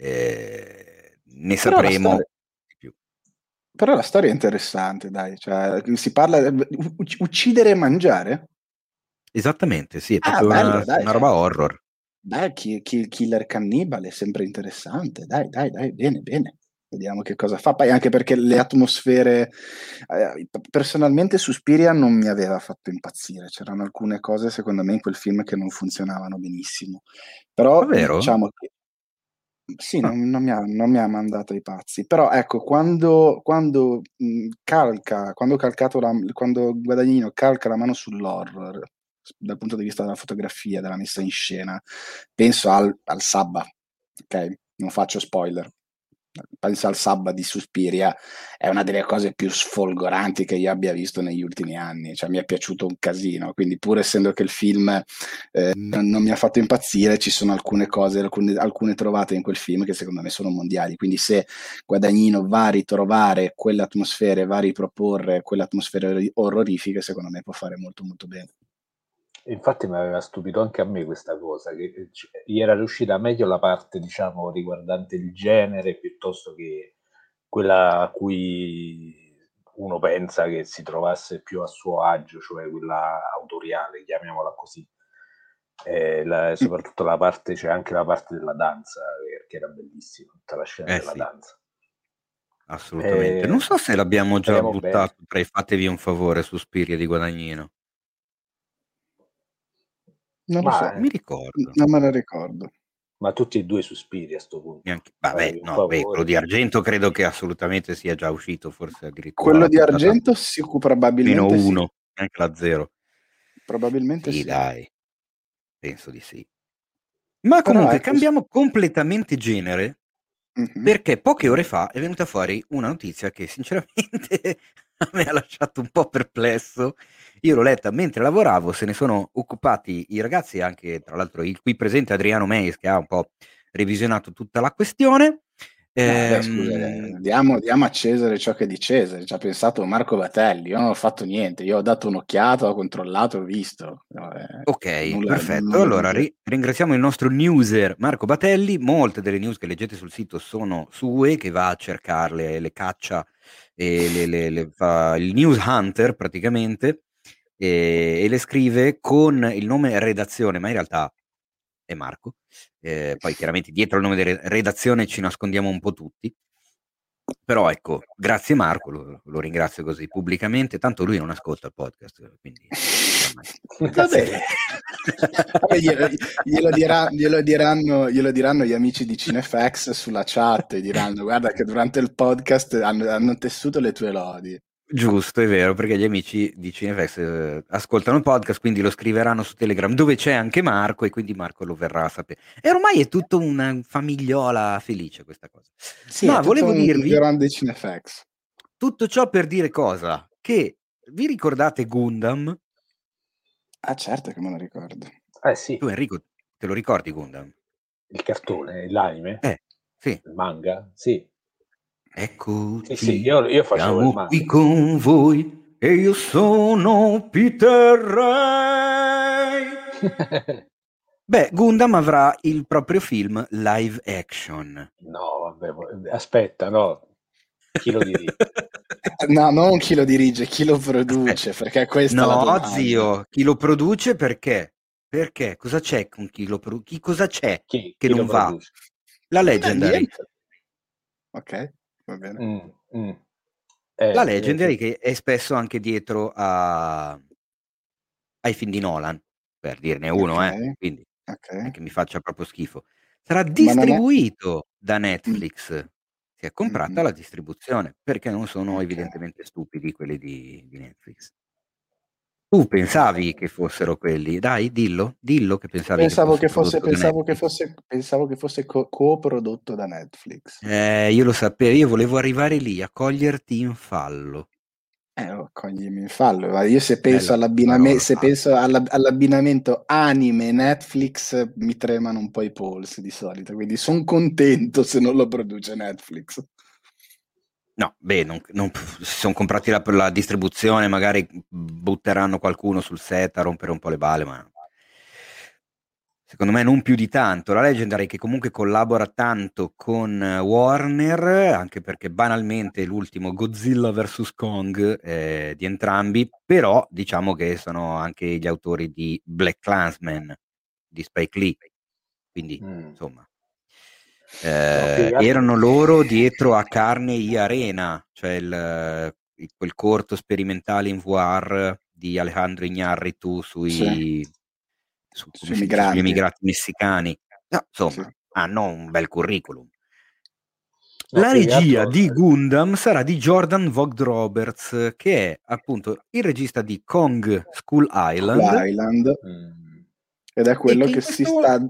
Speaker 1: Ne
Speaker 2: Però la
Speaker 1: sapremo
Speaker 2: storia,
Speaker 1: di più.
Speaker 2: però la storia è interessante, dai. Cioè, si parla di uccidere e mangiare?
Speaker 1: Esattamente, sì, è
Speaker 2: Ah,
Speaker 1: proprio
Speaker 2: bello, dai.
Speaker 1: una roba horror.
Speaker 2: Beh, Killer Cannibale è sempre interessante. Dai, bene, bene. Vediamo che cosa fa. Poi anche perché le atmosfere, personalmente Suspiria non mi aveva fatto impazzire. C'erano alcune cose, secondo me, in quel film che non funzionavano benissimo. Però
Speaker 1: Davvero?
Speaker 2: diciamo che sì,
Speaker 1: Ah,
Speaker 2: non mi ha mandato ai pazzi. Però ecco, quando quando Guadagnino calca la mano sull'horror, dal punto di vista della fotografia, della messa in scena, penso al Sabba, ok? Non faccio spoiler. Penso al Sabba di Suspiria, è una delle cose più sfolgoranti che io abbia visto negli ultimi anni, cioè mi è piaciuto un casino, quindi pur essendo che il film non mi ha fatto impazzire, ci sono alcune cose, alcune trovate in quel film che secondo me sono mondiali, quindi se Guadagnino va a ritrovare quelle atmosfere, va a riproporre quelle atmosfere orrorifiche, secondo me può fare molto molto bene.
Speaker 3: Infatti mi aveva stupito anche a me questa cosa, che gli era riuscita meglio la parte, diciamo, riguardante il genere piuttosto che quella a cui uno pensa che si trovasse più a suo agio, cioè quella autoriale, chiamiamola così. Soprattutto la parte, c'è anche la parte della danza, che era bellissima, tutta la scena della
Speaker 1: sì,
Speaker 3: danza.
Speaker 1: assolutamente. Non so se l'abbiamo già
Speaker 3: Speriamo bene.
Speaker 1: buttato tra i fatevi un favore su Suspiria di Guadagnino.
Speaker 2: Non lo
Speaker 3: Ma,
Speaker 2: so,
Speaker 1: Mi ricordo.
Speaker 2: non me lo ricordo.
Speaker 3: ma tutti e due Suspiri a sto punto.
Speaker 1: Vabbè,
Speaker 3: Fatevi un
Speaker 1: no, quello
Speaker 3: favore.
Speaker 1: di Argento credo che assolutamente sia già uscito, forse addirittura
Speaker 2: Quello
Speaker 1: la
Speaker 2: di
Speaker 1: puntata
Speaker 2: Argento
Speaker 1: meno
Speaker 2: probabilmente sì,
Speaker 1: uno, anche la zero.
Speaker 2: probabilmente
Speaker 1: Sì,
Speaker 2: sì.
Speaker 1: dai, penso di sì. Ma
Speaker 2: Però
Speaker 1: comunque
Speaker 2: ecco,
Speaker 1: cambiamo completamente genere
Speaker 2: mhm.
Speaker 1: perché poche ore fa è venuta fuori una notizia che sinceramente a me ha lasciato un po' perplesso. Io l'ho letta mentre lavoravo, se ne sono occupati i ragazzi, anche tra l'altro il qui presente Adriano Meis che ha un po' revisionato tutta la questione.
Speaker 2: No, beh, scusa,
Speaker 1: Ehm,
Speaker 2: diamo a Cesare ciò che è di Cesare, ci ha pensato Marco Batelli, io non ho fatto niente, io ho dato un'occhiata, ho controllato, ho visto. No,
Speaker 1: Ok, perfetto.
Speaker 2: nulla di
Speaker 1: Allora
Speaker 2: che.
Speaker 1: ringraziamo il nostro newser Marco Batelli. Molte delle news che leggete sul sito sono sue, che va a cercarle, le caccia e fa il news hunter praticamente e le scrive con il nome redazione, ma in realtà è Marco. Poi chiaramente dietro il nome di redazione ci nascondiamo un po' tutti. Però ecco, grazie Marco, lo ringrazio così pubblicamente, tanto lui non ascolta il podcast, quindi oramai
Speaker 2: Vabbè,
Speaker 1: grazie a lui.
Speaker 2: vabbè, glielo diranno gli amici di Cinefax sulla chat, e diranno guarda che durante il podcast hanno tessuto le tue lodi.
Speaker 1: Giusto, è vero, perché gli amici di Cinefx ascoltano il podcast, quindi lo scriveranno su Telegram, dove c'è anche Marco, e quindi Marco lo verrà a sapere. E ormai è tutta una famigliola felice questa cosa.
Speaker 2: Sì, è
Speaker 1: Ma
Speaker 2: tutto
Speaker 1: volevo
Speaker 2: un
Speaker 1: dirvi
Speaker 2: grande Cinefax.
Speaker 1: tutto ciò per dire cosa? Che vi ricordate Gundam?
Speaker 2: Ah, certo che me lo ricordo.
Speaker 3: Sì,
Speaker 1: Tu Enrico, te lo ricordi Gundam?
Speaker 3: il cartone, l'anime,
Speaker 1: Sì.
Speaker 3: il manga, sì. Sì,
Speaker 1: Eccoci,
Speaker 3: io facevo il
Speaker 1: siamo
Speaker 3: manga.
Speaker 1: qui con voi e io sono Peter Ray. Beh, Gundam avrà il proprio film live action.
Speaker 3: No, vabbè, aspetta, no. Chi lo dirige?
Speaker 2: No, non chi lo dirige, chi lo
Speaker 1: Aspetta,
Speaker 2: produce, perché questa è la
Speaker 1: no,
Speaker 2: domanda.
Speaker 1: zio, chi lo produce perché? Perché? Cosa c'è con chi lo produce? Cosa c'è che
Speaker 3: Chi lo
Speaker 1: non va?
Speaker 3: produce?
Speaker 1: La Legendary.
Speaker 2: Niente. Ok, va bene.
Speaker 3: Mm, mm.
Speaker 1: La
Speaker 3: Che...
Speaker 1: Legendary che è spesso anche dietro ai film di Nolan, per dirne
Speaker 2: Ok,
Speaker 1: uno, quindi
Speaker 2: ok.
Speaker 1: non è che mi faccia proprio schifo. Sarà
Speaker 2: Ma non è...
Speaker 1: distribuito da
Speaker 2: Mm,
Speaker 1: Netflix. Si è comprata
Speaker 2: mhm,
Speaker 1: la distribuzione, perché non sono
Speaker 2: ok.
Speaker 1: evidentemente stupidi quelli di Netflix. Tu pensavi che fossero quelli? Dai, dillo che pensavi che fosse prodotto da Netflix.
Speaker 2: Pensavo che fosse co-prodotto da Netflix.
Speaker 1: Io lo sapevo, io volevo arrivare lì a coglierti in fallo.
Speaker 2: Coglimi in fallo. Guarda, io se penso
Speaker 1: Bella parola,
Speaker 2: se
Speaker 1: fallo.
Speaker 2: penso all'abbinamento anime Netflix, mi tremano un po' i polsi di solito, quindi sono contento se non lo produce Netflix.
Speaker 1: No, beh, si sono comprati la distribuzione, magari butteranno qualcuno sul set a rompere un po' le balle, ma secondo me non più di tanto. La Legendary che comunque collabora tanto con Warner, anche perché banalmente l'ultimo Godzilla vs. Kong di entrambi, però diciamo che sono anche gli autori di Black Klansman di Spike Lee. quindi insomma
Speaker 3: No,
Speaker 1: erano loro dietro a Carne y Arena, cioè quel corto sperimentale in VR di Alejandro Iñárritu
Speaker 2: Sì,
Speaker 1: come
Speaker 2: sui
Speaker 1: si dice, sugli
Speaker 2: migranti.
Speaker 1: emigrati messicani. No,
Speaker 2: Sì.
Speaker 1: insomma, hanno un bel curriculum.
Speaker 3: no,
Speaker 1: La
Speaker 3: più che
Speaker 1: regia
Speaker 3: altro
Speaker 1: di Gundam sarà di Jordan Vogt-Roberts, che è appunto il regista di Kong School
Speaker 2: Skull
Speaker 1: Island,
Speaker 2: Island,
Speaker 3: mm,
Speaker 2: ed è
Speaker 1: e
Speaker 2: quello
Speaker 1: che in
Speaker 2: che si
Speaker 1: questo...
Speaker 2: sta.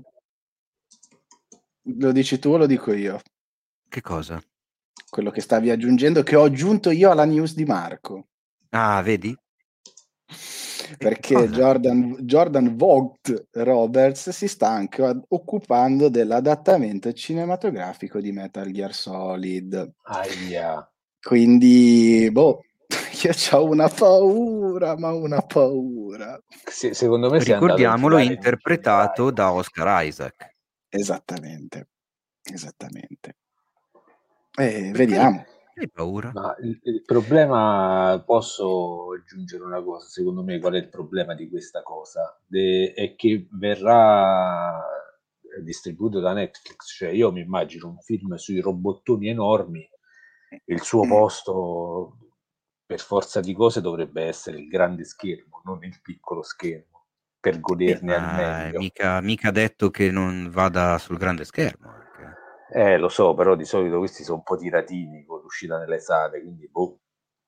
Speaker 2: Lo dici tu o lo dico io?
Speaker 1: Che cosa?
Speaker 2: Quello che stavi aggiungendo, che ho aggiunto io alla news di Marco.
Speaker 1: Ah, vedi?
Speaker 2: Perché
Speaker 1: Cosa?
Speaker 2: Jordan Vogt Roberts si sta anche occupando dell'adattamento cinematografico di Metal Gear Solid.
Speaker 3: ahia.
Speaker 2: Quindi, boh, io ho una paura, ma una paura.
Speaker 3: Secondo me si è andato a
Speaker 1: Ricordiamolo,
Speaker 3: infilare in un
Speaker 1: interpretato
Speaker 3: filieraio.
Speaker 1: da Oscar Isaac.
Speaker 2: Esattamente, esattamente.
Speaker 1: Perché
Speaker 2: Vediamo.
Speaker 1: hai paura?
Speaker 3: Ma il problema, posso aggiungere una cosa, secondo me qual è il problema di questa cosa? È che verrà distribuito da Netflix, cioè io mi immagino un film sui robottoni enormi, il suo posto per forza di cose dovrebbe essere il grande schermo, non il piccolo schermo, per goderne al
Speaker 1: Ma
Speaker 3: meglio.
Speaker 1: mica detto che non vada sul grande schermo anche.
Speaker 3: Lo so, però di solito questi sono un po' tiratini con l'uscita nelle sale, quindi boh.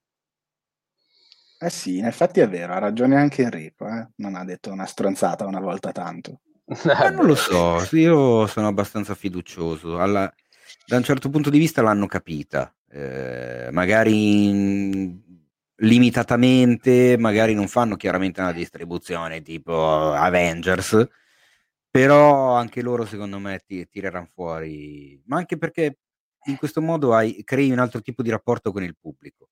Speaker 2: Eh sì, in effetti è vero, ha ragione anche Enrico, non ha detto una stronzata una volta tanto.
Speaker 1: Ma non lo
Speaker 3: Vabbè,
Speaker 1: so, io sono abbastanza fiducioso. Da un certo punto di vista l'hanno capita. Magari limitatamente, magari non fanno chiaramente una distribuzione tipo Avengers, però anche loro secondo me tireranno fuori, ma anche perché in questo modo crei un altro tipo di rapporto con il pubblico,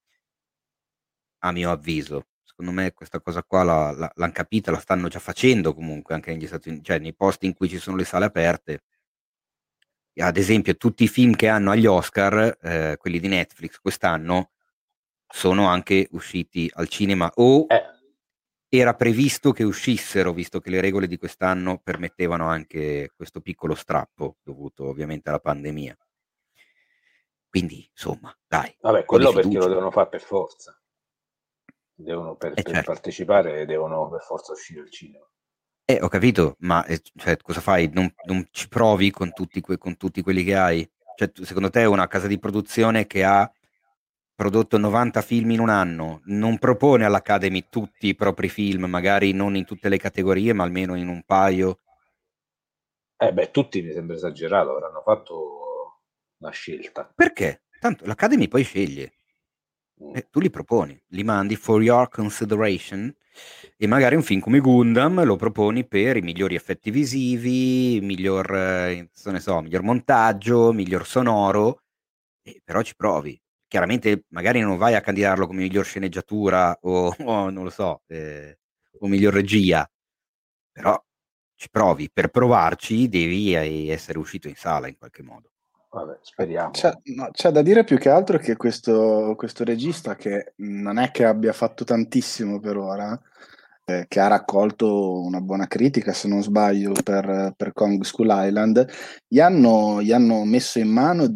Speaker 1: a mio avviso. Secondo me questa cosa qua l'hanno capita, la stanno già facendo comunque anche negli Stati Uniti, cioè nei posti in cui ci sono le sale aperte. Ad esempio, tutti i film che hanno agli Oscar, quelli di Netflix quest'anno, sono anche usciti al cinema o
Speaker 3: eh,
Speaker 1: era previsto che uscissero, visto che le regole di quest'anno permettevano anche questo piccolo strappo, dovuto ovviamente alla pandemia. Quindi, insomma, dai, un
Speaker 3: vabbè,
Speaker 1: po' di
Speaker 3: quello perché lo
Speaker 1: fiducia.
Speaker 3: devono fare per forza. Per
Speaker 1: Certo.
Speaker 3: partecipare devono per forza uscire al cinema.
Speaker 1: Ho capito, ma cioè, cosa fai? Non ci provi con tutti quelli che hai? Cioè, secondo te una casa di produzione che ha prodotto 90 film in un anno non propone all'Academy tutti i propri film, magari non in tutte le categorie, ma almeno in un paio?
Speaker 3: Beh, tutti mi sembra esagerato, avranno fatto una scelta.
Speaker 1: Perché? Tanto l'Academy poi sceglie.
Speaker 3: Mm.
Speaker 1: Tu li proponi, li mandi for your consideration e magari un film come Gundam lo proponi per i migliori effetti visivi, miglior montaggio, miglior sonoro, però ci provi. Chiaramente magari non vai a candidarlo come miglior sceneggiatura o non lo so, o miglior regia, però ci provi. Per provarci devi essere uscito in sala in qualche modo.
Speaker 3: Vabbè, speriamo.
Speaker 2: C'è da dire più che altro che questo regista, che non è che abbia fatto tantissimo per ora, che ha raccolto una buona critica, se non sbaglio, per Kong School Island, gli hanno messo in mano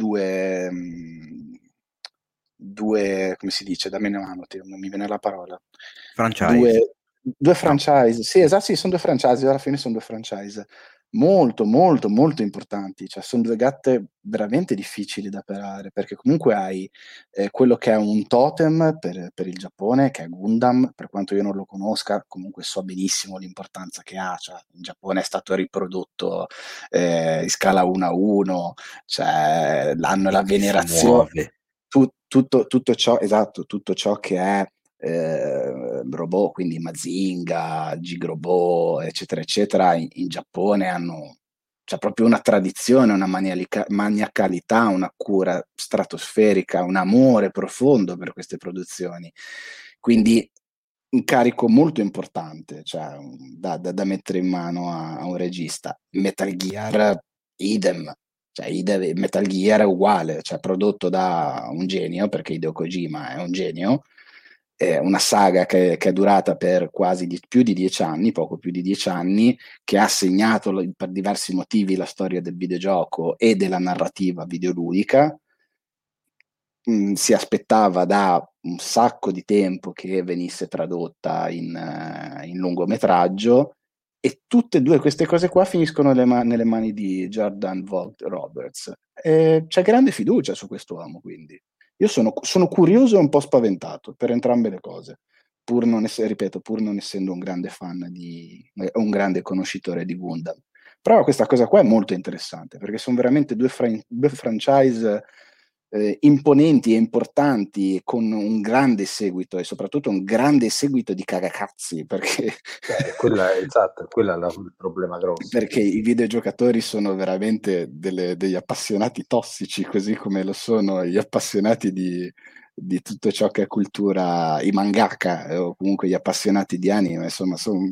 Speaker 2: due, come si dice, dammi una mano, non mi viene la parola.
Speaker 1: Franchise?
Speaker 2: Due
Speaker 1: No.
Speaker 2: franchise, sì, esatto, sì, sono due franchise, alla fine sono due franchise molto, molto, molto importanti, cioè sono due gatte veramente difficili da pelare, perché comunque hai quello che è un totem per il Giappone, che è Gundam, per quanto io non lo conosca, comunque so benissimo l'importanza che ha, cioè in Giappone è stato riprodotto in scala 1 a 1, cioè l'hanno la
Speaker 1: E si
Speaker 2: venerazione,
Speaker 1: muove.
Speaker 2: tutto ciò, esatto, tutto ciò che è robot, quindi Mazinga, Gigrobot, eccetera, eccetera, in Giappone c'è proprio una tradizione, una maniacalità, una cura stratosferica, un amore profondo per queste produzioni. Quindi un carico molto importante, cioè da mettere in mano a un regista. Metal Gear, idem. Cioè, Metal Gear è uguale, cioè prodotto da un genio, perché Hideo Kojima è un genio, una saga che è durata per quasi più di 10 anni, poco più di 10 anni, che ha segnato per diversi motivi la storia del videogioco e della narrativa videoludica. Si aspettava da un sacco di tempo che venisse tradotta in lungometraggio, e tutte e due queste cose qua finiscono nelle mani di Jordan Vogt Roberts. C'è grande fiducia su quest'uomo, quindi. Io sono curioso e un po' spaventato per entrambe le cose, ripeto, pur non essendo un grande fan un grande conoscitore di Gundam. Però questa cosa qua è molto interessante, perché sono veramente due franchise imponenti e importanti, con un grande seguito, e soprattutto un grande seguito di cagacazzi, perché
Speaker 3: Esatto, quello è il problema grosso.
Speaker 2: perché i videogiocatori sono veramente degli appassionati tossici, così come lo sono gli appassionati di tutto ciò che è cultura, i mangaka, o comunque gli appassionati di anime. Insomma,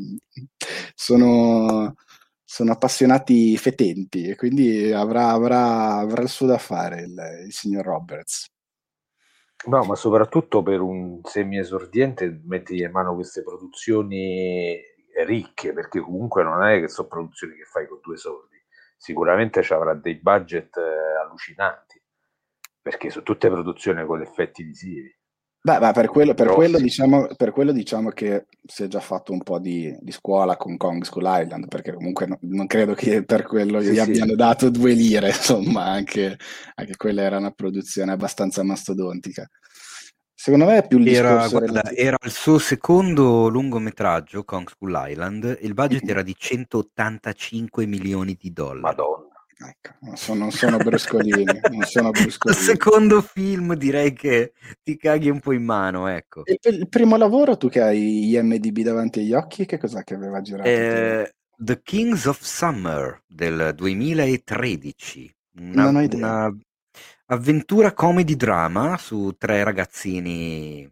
Speaker 2: sono appassionati fetenti, e quindi avrà il suo da fare il signor Roberts.
Speaker 3: No, ma soprattutto per un semi-esordiente mettergli in mano queste produzioni ricche, perché comunque non è che sono produzioni che fai con 2 soldi, sicuramente ci avrà dei budget allucinanti, perché sono tutte produzioni con effetti visivi.
Speaker 2: Beh, per quello
Speaker 3: grossi.
Speaker 2: diciamo che si è già fatto un po' di scuola con Kong Skull Island, perché comunque non credo che per quello
Speaker 3: Sì,
Speaker 2: gli
Speaker 3: sì.
Speaker 2: abbiano dato 2 lire, insomma, anche quella era una produzione abbastanza mastodontica. Secondo me è più il discorso relativo.
Speaker 1: Era il suo secondo lungometraggio, Kong Skull Island, e il budget era di 185 milioni di dollari.
Speaker 3: Madonna.
Speaker 2: Ecco, non sono bruscolini, non sono
Speaker 1: Il
Speaker 2: bruscolini.
Speaker 1: secondo film, direi che ti caghi un po' in mano, ecco.
Speaker 2: E per il primo lavoro, tu che hai IMDb davanti agli occhi, che cos'è che aveva girato?
Speaker 1: The Kings of Summer del 2013,
Speaker 2: Non ho idea.
Speaker 1: una avventura comedy drama su 3 ragazzini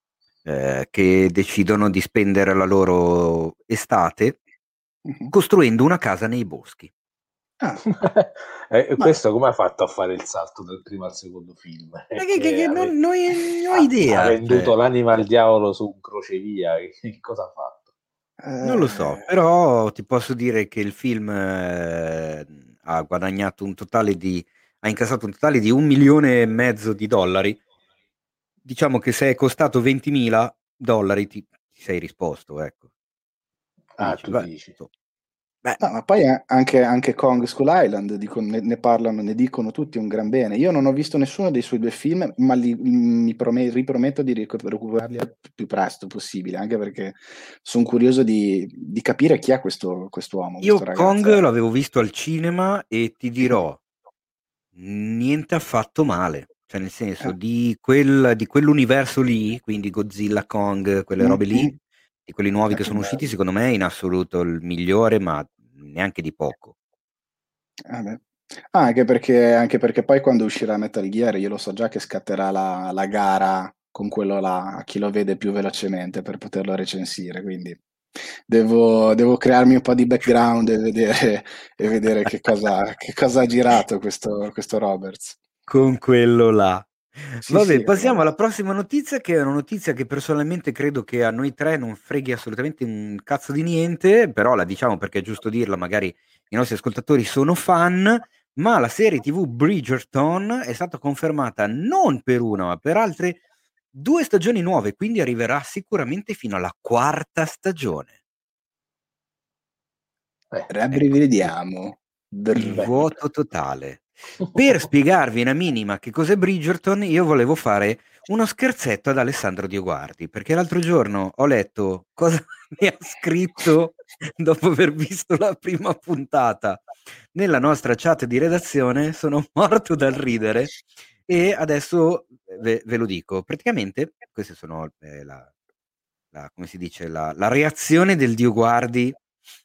Speaker 1: che decidono di spendere la loro estate
Speaker 2: Mhm.
Speaker 1: costruendo una casa nei boschi.
Speaker 2: Ah,
Speaker 3: E
Speaker 2: ma
Speaker 3: questo come ha fatto a fare il salto dal primo al secondo film?
Speaker 1: Che non ho
Speaker 3: Ha
Speaker 1: idea,
Speaker 3: venduto
Speaker 1: cioè,
Speaker 3: l'anima al diavolo su un crocevia, che cosa ha fatto?
Speaker 1: non lo so, però ti posso dire che il film ha guadagnato ha incassato un totale di 1,5 milioni di dollari. Diciamo che se è costato 20.000 dollari ti sei risposto, ecco.
Speaker 3: Tu
Speaker 1: Beh,
Speaker 3: dici.
Speaker 1: beh,
Speaker 2: no, ma poi anche Kong Skull Island, ne parlano, ne dicono tutti un gran bene. Io non ho visto nessuno dei suoi 2 film, ma riprometto di recuperarli al più presto possibile, anche perché sono curioso di capire chi è quest'uomo, questo
Speaker 1: io
Speaker 2: ragazzo.
Speaker 1: Kong l'avevo visto al cinema e ti
Speaker 2: Mhm.
Speaker 1: dirò, niente affatto male. Cioè, nel senso,
Speaker 2: Ah,
Speaker 1: di quell'universo lì, quindi Godzilla, Kong, quelle robe lì,
Speaker 2: mhm.
Speaker 1: di quelli nuovi che
Speaker 2: Che
Speaker 1: sono usciti,
Speaker 2: bello.
Speaker 1: secondo me è in assoluto il migliore, ma neanche di poco.
Speaker 2: Beh. Anche perché poi quando uscirà Metal Gear io lo so già che scatterà la gara con quello là, a chi lo vede più velocemente, per poterlo recensire, quindi devo crearmi un po' di background e vedere che cosa ha girato questo Roberts.
Speaker 1: Con quello là.
Speaker 2: Sì,
Speaker 1: Vabbè,
Speaker 2: sì,
Speaker 1: passiamo alla prossima notizia, che è una notizia che personalmente credo che a noi 3 non freghi assolutamente un cazzo di niente, però la diciamo perché è giusto dirla, magari i nostri ascoltatori sono fan, ma la serie TV Bridgerton è stata confermata non per una, ma per altre 2 stagioni nuove, quindi arriverà sicuramente fino alla 4ª stagione. Ecco,
Speaker 2: rabbrividiamo.
Speaker 1: il
Speaker 3: Beh.
Speaker 1: vuoto totale. Per spiegarvi una minima che cos'è Bridgerton, io volevo fare uno scherzetto ad Alessandro Dioguardi, perché l'altro giorno ho letto cosa mi ha scritto dopo aver visto la prima puntata nella nostra chat di redazione. Sono morto dal ridere e adesso ve lo dico. Praticamente, queste sono come si dice, la reazione del Dioguardi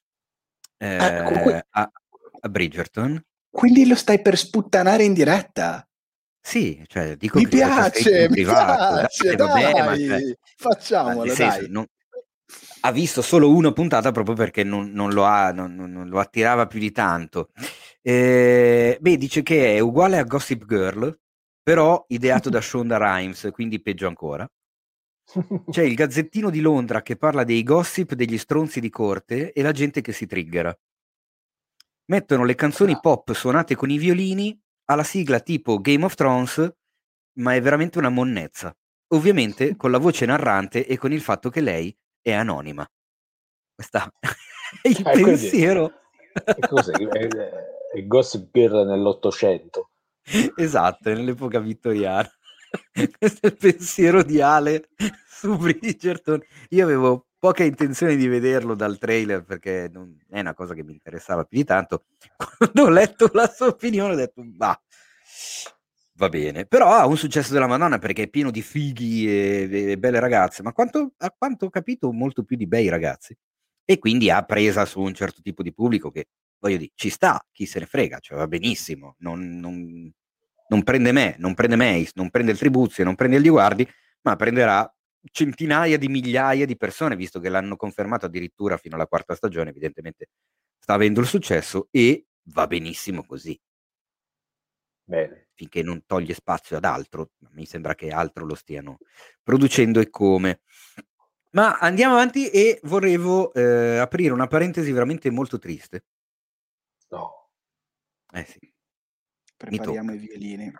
Speaker 1: a Bridgerton.
Speaker 2: Quindi lo stai per sputtanare in diretta?
Speaker 1: Sì, cioè dico
Speaker 2: Mi
Speaker 1: che cosa sei tu in
Speaker 2: piace, mi
Speaker 1: privato.
Speaker 2: piace,
Speaker 1: Dai, vabbè, ma cioè,
Speaker 2: dai,
Speaker 1: nel
Speaker 2: facciamolo,
Speaker 1: senso,
Speaker 2: dai.
Speaker 1: ha visto solo una puntata proprio perché non lo attirava più di tanto. Beh, dice che è uguale a Gossip Girl, però ideato da Shonda Rhimes, quindi peggio ancora. C'è il Gazzettino di Londra che parla dei gossip degli stronzi di corte e la gente che si triggera. Mettono le canzoni
Speaker 2: Ah,
Speaker 1: pop suonate con i violini alla sigla tipo Game of Thrones, ma è veramente una monnezza. Ovviamente con la voce narrante e con il fatto che lei è anonima. Questa è il
Speaker 3: Quindi
Speaker 1: pensiero.
Speaker 3: è cos'è? È Gossip Girl nell'800.
Speaker 1: Esatto, è nell'epoca vittoriana. Questo è il pensiero di Ale su Bridgerton. Io avevo poca intenzione di vederlo dal trailer perché non è una cosa che mi interessava più di tanto. Quando ho letto la sua opinione ho detto, bah, va bene. Però ha un successo della Madonna perché è pieno di fighi e belle ragazze, ma a quanto ho capito molto più di bei ragazzi. E quindi ha presa su un certo tipo di pubblico che, voglio dire, ci sta, chi se ne frega, cioè va benissimo, non prende me, non prende Mace, non prende il Tribuzio, non prende il Diguardi, ma prenderà centinaia di migliaia di persone, visto che l'hanno confermato addirittura fino alla quarta stagione, evidentemente sta avendo il successo e va benissimo così,
Speaker 3: Bene.
Speaker 1: finché non toglie spazio ad altro, mi sembra che altro lo stiano producendo e come. Ma andiamo avanti e volevo aprire una parentesi veramente molto triste.
Speaker 3: No.
Speaker 1: Eh sì, mi
Speaker 2: prepariamo
Speaker 1: tocca.
Speaker 2: i violini.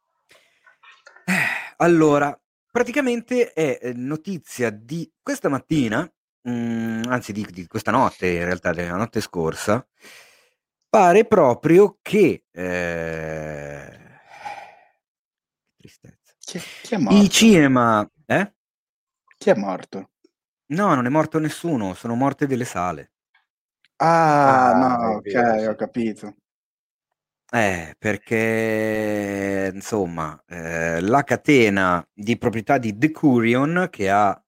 Speaker 1: Allora, praticamente è notizia di questa mattina, anzi di questa notte, in realtà della notte scorsa, pare proprio che tristezza.
Speaker 2: Chi è
Speaker 1: I
Speaker 2: morto?
Speaker 1: cinema, eh?
Speaker 2: Chi è morto?
Speaker 1: No, non è morto nessuno, sono morte delle sale.
Speaker 2: Ah, no,
Speaker 3: Ah, è
Speaker 2: ok,
Speaker 3: vero,
Speaker 2: ho
Speaker 3: sì.
Speaker 2: capito.
Speaker 1: Perché insomma, la catena di proprietà di Decurion, che ha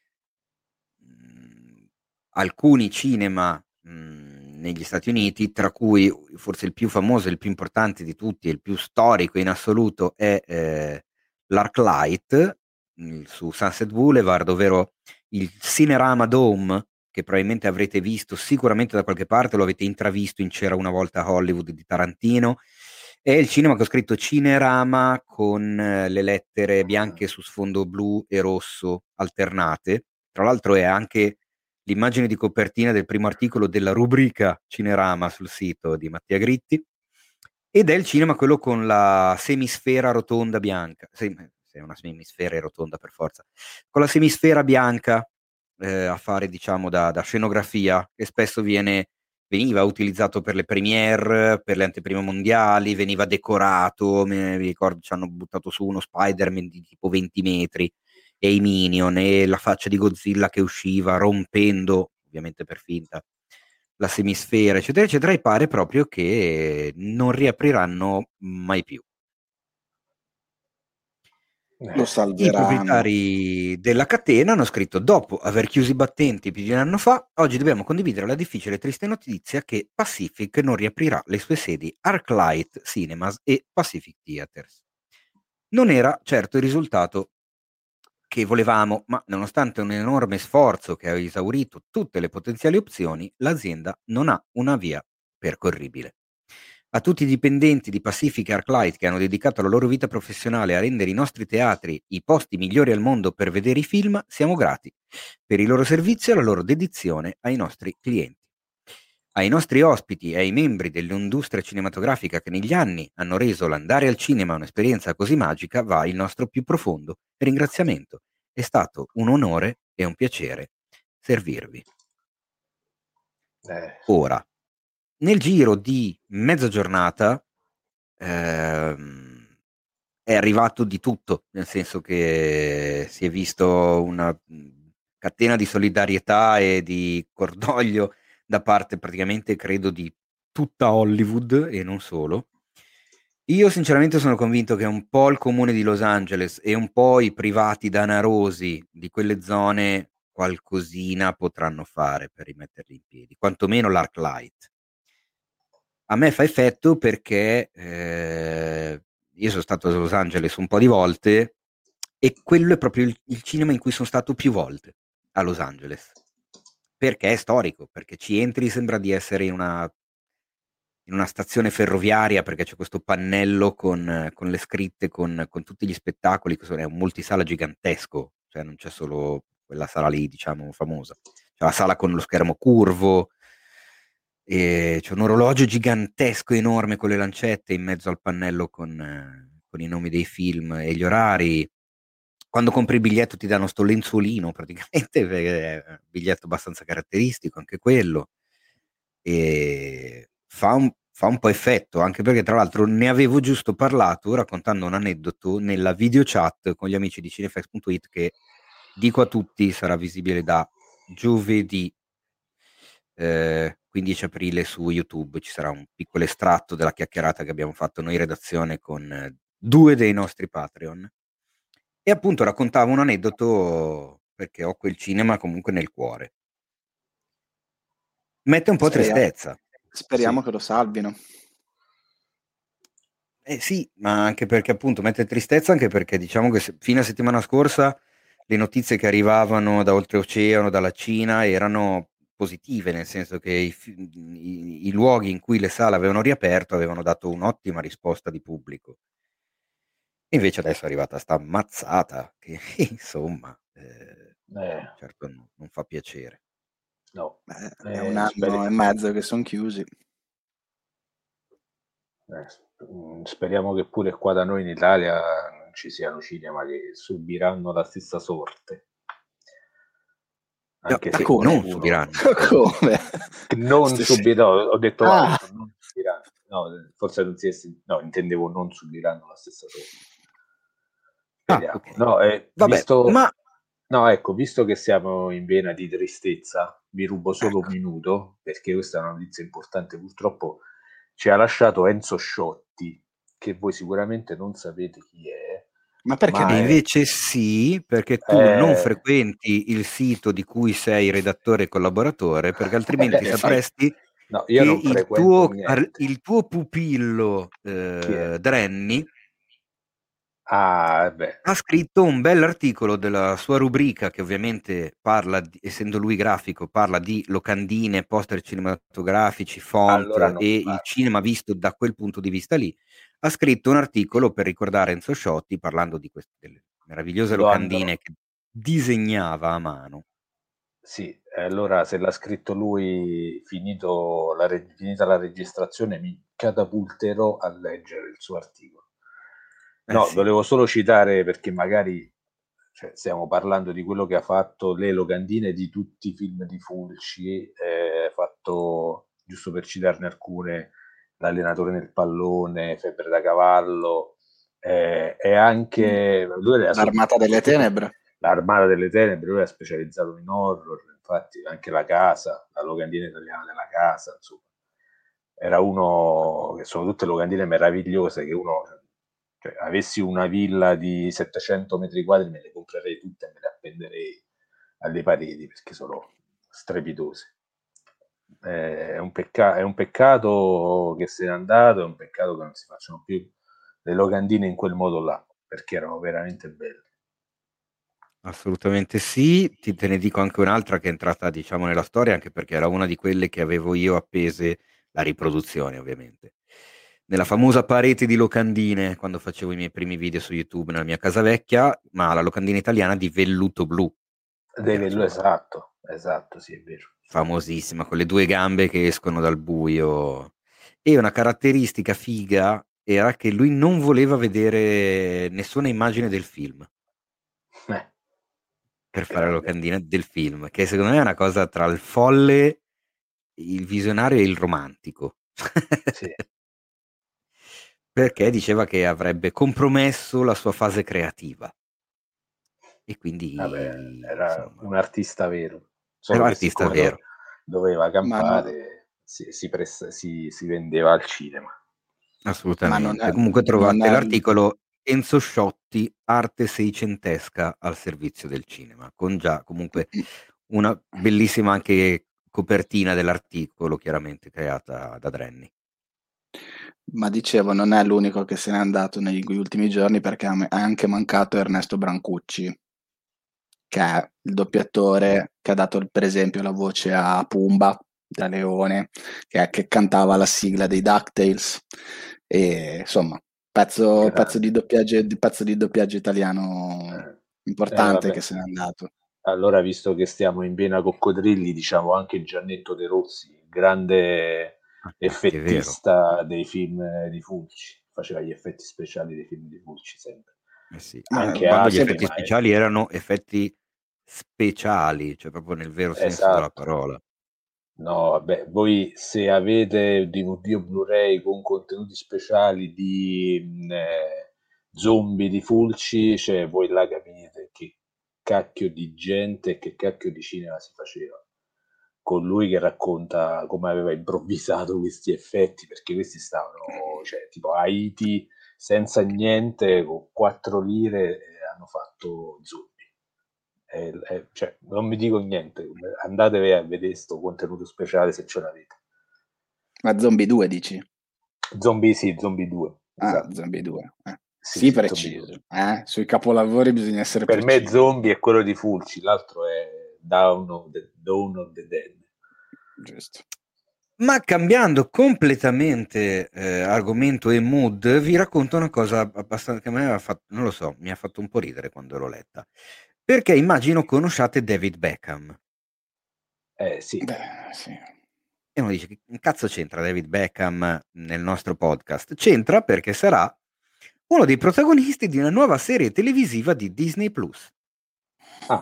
Speaker 1: mh, alcuni cinema negli Stati Uniti, tra cui forse il più famoso, il più importante di tutti, e il più storico in assoluto è l'Arclight su Sunset Boulevard, ovvero il Cinerama Dome, che probabilmente avrete visto sicuramente da qualche parte, lo avete intravisto in C'era una volta a Hollywood di Tarantino. È il cinema che ho scritto Cinerama con le lettere bianche su sfondo blu e rosso alternate. Tra l'altro è anche l'immagine di copertina del primo articolo della rubrica Cinerama sul sito di Mattia Gritti, ed è il cinema quello con la semisfera rotonda bianca, se è una semisfera è rotonda per forza, con la semisfera bianca a fare diciamo da scenografia, che spesso veniva utilizzato per le premiere, per le anteprime mondiali, veniva decorato, mi ricordo ci hanno buttato su uno Spider-Man di tipo 20 metri e i Minion e la faccia di Godzilla che usciva rompendo, ovviamente per finta, la semisfera, eccetera, eccetera, e pare proprio che non riapriranno mai più.
Speaker 2: Lo
Speaker 1: I
Speaker 2: salveranno.
Speaker 1: proprietari della catena hanno scritto: dopo aver chiuso i battenti più di un anno fa, oggi dobbiamo condividere la difficile e triste notizia che Pacific non riaprirà le sue sedi ArcLight Cinemas e Pacific Theatres. Non era certo il risultato che volevamo, ma nonostante un enorme sforzo che ha esaurito tutte le potenziali opzioni, l'azienda non ha una via percorribile. A tutti i dipendenti di Pacific Arclight che hanno dedicato la loro vita professionale a rendere i nostri teatri i posti migliori al mondo per vedere i film, siamo grati per il loro servizio e la loro dedizione ai nostri clienti. Ai nostri ospiti e ai membri dell'industria cinematografica che negli anni hanno reso l'andare al cinema un'esperienza così magica va il nostro più profondo ringraziamento. È stato un onore e un piacere servirvi.
Speaker 3: Sì.
Speaker 1: Ora, nel giro di mezza giornata è arrivato di tutto, nel senso che si è visto una catena di solidarietà e di cordoglio da parte praticamente, credo, di tutta Hollywood e non solo. Io sinceramente sono convinto che un po' il comune di Los Angeles e un po' i privati danarosi di quelle zone qualcosina potranno fare per rimetterli in piedi, quantomeno l'Arclight. A me fa effetto perché io sono stato a Los Angeles un po' di volte e quello è proprio il cinema in cui sono stato più volte a Los Angeles, perché è storico, perché ci entri sembra di essere in una stazione ferroviaria, perché c'è questo pannello con le scritte, con tutti gli spettacoli, è un multisala gigantesco, cioè non c'è solo quella sala lì, diciamo, famosa. C'è la sala con lo schermo curvo, e c'è un orologio gigantesco, enorme, con le lancette in mezzo al pannello con i nomi dei film e gli orari. Quando compri il biglietto ti danno sto lenzuolino praticamente, perché è un biglietto abbastanza caratteristico anche quello, e fa un po' effetto, anche perché tra l'altro ne avevo giusto parlato raccontando un aneddoto nella video chat con gli amici di cinefx.it, che dico a tutti sarà visibile da giovedì 15 aprile su YouTube. Ci sarà un piccolo estratto della chiacchierata che abbiamo fatto noi in redazione con due dei nostri Patreon, e appunto raccontavo un aneddoto perché ho quel cinema comunque nel cuore. Mette un po'
Speaker 2: Speriamo,
Speaker 1: tristezza.
Speaker 2: speriamo
Speaker 3: Sì.
Speaker 2: che lo salvino.
Speaker 1: Sì, ma anche perché appunto mette tristezza, anche perché diciamo che fino a settimana scorsa le notizie che arrivavano da oltreoceano, dalla Cina, erano positive, nel senso che i luoghi in cui le sale avevano riaperto avevano dato un'ottima risposta di pubblico. Invece adesso è arrivata sta mazzata che insomma, certo non fa piacere.
Speaker 3: No.
Speaker 2: È un anno e mezzo che sono chiusi.
Speaker 3: Speriamo che pure qua da noi in Italia non ci siano cinema che subiranno la stessa sorte. Anche se
Speaker 2: come?
Speaker 1: Non subiranno.
Speaker 2: Come?
Speaker 3: Non subiranno, ho detto non subiranno. No, forse non si è no, intendevo non subiranno la stessa sorte. Speriamo.
Speaker 1: Ok.
Speaker 3: No,
Speaker 1: Vabbè,
Speaker 3: visto,
Speaker 1: ma
Speaker 3: no, ecco, visto che siamo in vena di tristezza, vi rubo solo un minuto, perché questa è una notizia importante. Purtroppo ci ha lasciato Enzo Sciotti, che voi sicuramente non sapete chi è.
Speaker 2: Ma perché?
Speaker 1: e invece sì, perché tu non frequenti il sito di cui sei redattore e collaboratore, perché altrimenti sapresti
Speaker 3: No,
Speaker 1: che
Speaker 3: io non frequento niente.
Speaker 1: il tuo pupillo
Speaker 3: Chi è?
Speaker 1: Drenni
Speaker 3: Ah, beh.
Speaker 1: ha scritto un bell'articolo della sua rubrica, che ovviamente parla, essendo lui grafico, parla di locandine, poster cinematografici,
Speaker 3: Allora
Speaker 1: font
Speaker 3: no.
Speaker 1: e il cinema visto da quel punto di vista lì. Ha scritto un articolo per ricordare Enzo Sciotti, parlando di queste delle meravigliose
Speaker 3: Lo andrò.
Speaker 1: locandine che disegnava a mano.
Speaker 3: Sì, allora se l'ha scritto lui, finita la registrazione, mi catapulterò a leggere il suo articolo. No,
Speaker 1: Sì.
Speaker 3: volevo solo citare perché magari stiamo parlando di quello che ha fatto le locandine di tutti i film di Fulci, fatto, giusto per citarne alcune, L'allenatore nel pallone, Febbre da cavallo, e anche lui
Speaker 2: L'Armata delle Tenebre.
Speaker 3: l'Armata delle Tenebre, lui era specializzato in horror, infatti anche La Casa, la locandina italiana della Casa, insomma. Era uno che sono tutte locandine meravigliose che uno, cioè, avessi una villa di 700 metri quadri me le comprerei tutte e me le appenderei alle pareti perché sono strepitose. È un peccato che se n'è andato, è un peccato che non si facciano più le locandine in quel modo là, perché erano veramente belle.
Speaker 1: Assolutamente sì, te ne dico anche un'altra che è entrata, diciamo, nella storia, anche perché era una di quelle che avevo io appese, la riproduzione ovviamente, nella famosa parete di locandine, quando facevo i miei primi video su YouTube nella mia casa vecchia, ma la locandina italiana di velluto blu, che era
Speaker 3: Esatto, sì, è vero.
Speaker 1: famosissima, con le due gambe che escono dal buio. E una caratteristica figa era che lui non voleva vedere nessuna immagine del film
Speaker 3: Che
Speaker 1: per fare la
Speaker 3: grande.
Speaker 1: locandina del film, che secondo me è una cosa tra il folle, il visionario e il romantico.
Speaker 3: Sì.
Speaker 1: Perché diceva che avrebbe compromesso la sua fase creativa. E
Speaker 3: Vabbè,
Speaker 1: quindi,
Speaker 3: era
Speaker 1: insomma,
Speaker 3: un artista vero,
Speaker 1: è
Speaker 3: solo
Speaker 1: un
Speaker 3: che
Speaker 1: artista
Speaker 3: siccome
Speaker 1: vero.
Speaker 3: doveva
Speaker 2: Ma, no,
Speaker 3: campare, si vendeva al cinema.
Speaker 2: ma non
Speaker 1: Assolutamente.
Speaker 2: è,
Speaker 1: Comunque
Speaker 2: non
Speaker 1: trovate
Speaker 2: è
Speaker 1: l'articolo Enzo Sciotti, arte seicentesca al servizio del cinema, con già comunque una bellissima anche copertina dell'articolo, chiaramente creata da Drenni.
Speaker 2: Ma dicevo, non è l'unico che se n'è andato negli ultimi giorni, perché è anche mancato Ernesto Brancucci, che è il doppiatore che ha dato per esempio la voce a Pumba da Leone, che cantava la sigla dei DuckTales, e insomma, pezzo
Speaker 3: Grande.
Speaker 2: di doppiaggio italiano Importante
Speaker 3: vabbè.
Speaker 2: che se n'è andato.
Speaker 3: Allora, visto che stiamo in vena coccodrilli, diciamo anche Giannetto De Rossi, grande
Speaker 1: Anche è vero.
Speaker 3: effettista dei film di Fulci, faceva gli effetti speciali dei film di Fulci sempre.
Speaker 1: Sì.
Speaker 3: Anche
Speaker 1: Quando gli
Speaker 3: altri,
Speaker 1: effetti
Speaker 3: ma
Speaker 1: speciali erano effetti speciali, cioè proprio nel vero senso della
Speaker 3: esatto.
Speaker 1: parola.
Speaker 3: No, vabbè, voi se avete DVD o Blu-ray con contenuti speciali di zombie di Fulci, cioè voi là capite che cacchio di gente e che cacchio di cinema si faceva. Con lui che racconta come aveva improvvisato questi effetti, perché questi stavano, cioè, tipo a Haiti, senza niente, con 4 lire hanno fatto zombie. Cioè, non mi dico niente, andatevi a vedere sto contenuto speciale se ce l'avete.
Speaker 2: Ma Zombie 2 dici?
Speaker 3: Zombie, sì, Zombie 2,
Speaker 2: Ah,
Speaker 3: esatto.
Speaker 2: Zombie 2.
Speaker 3: Sì,
Speaker 2: Sì,
Speaker 3: sì, Zombie 2.
Speaker 2: preciso. Sui capolavori bisogna essere
Speaker 3: Per me
Speaker 2: precisi.
Speaker 3: Zombie è quello di Fulci, l'altro è Dawn of the Dead.
Speaker 2: Giusto.
Speaker 1: Ma cambiando completamente argomento e mood, vi racconto una cosa abbastanza che a me aveva fatto, non lo so, mi ha fatto un po' ridere quando l'ho letta. Perché immagino conosciate David Beckham.
Speaker 3: Sì.
Speaker 2: Beh, sì.
Speaker 1: E uno dice, che cazzo c'entra David Beckham nel nostro podcast? C'entra perché sarà uno dei protagonisti di una nuova serie televisiva di Disney Plus.
Speaker 3: Ah,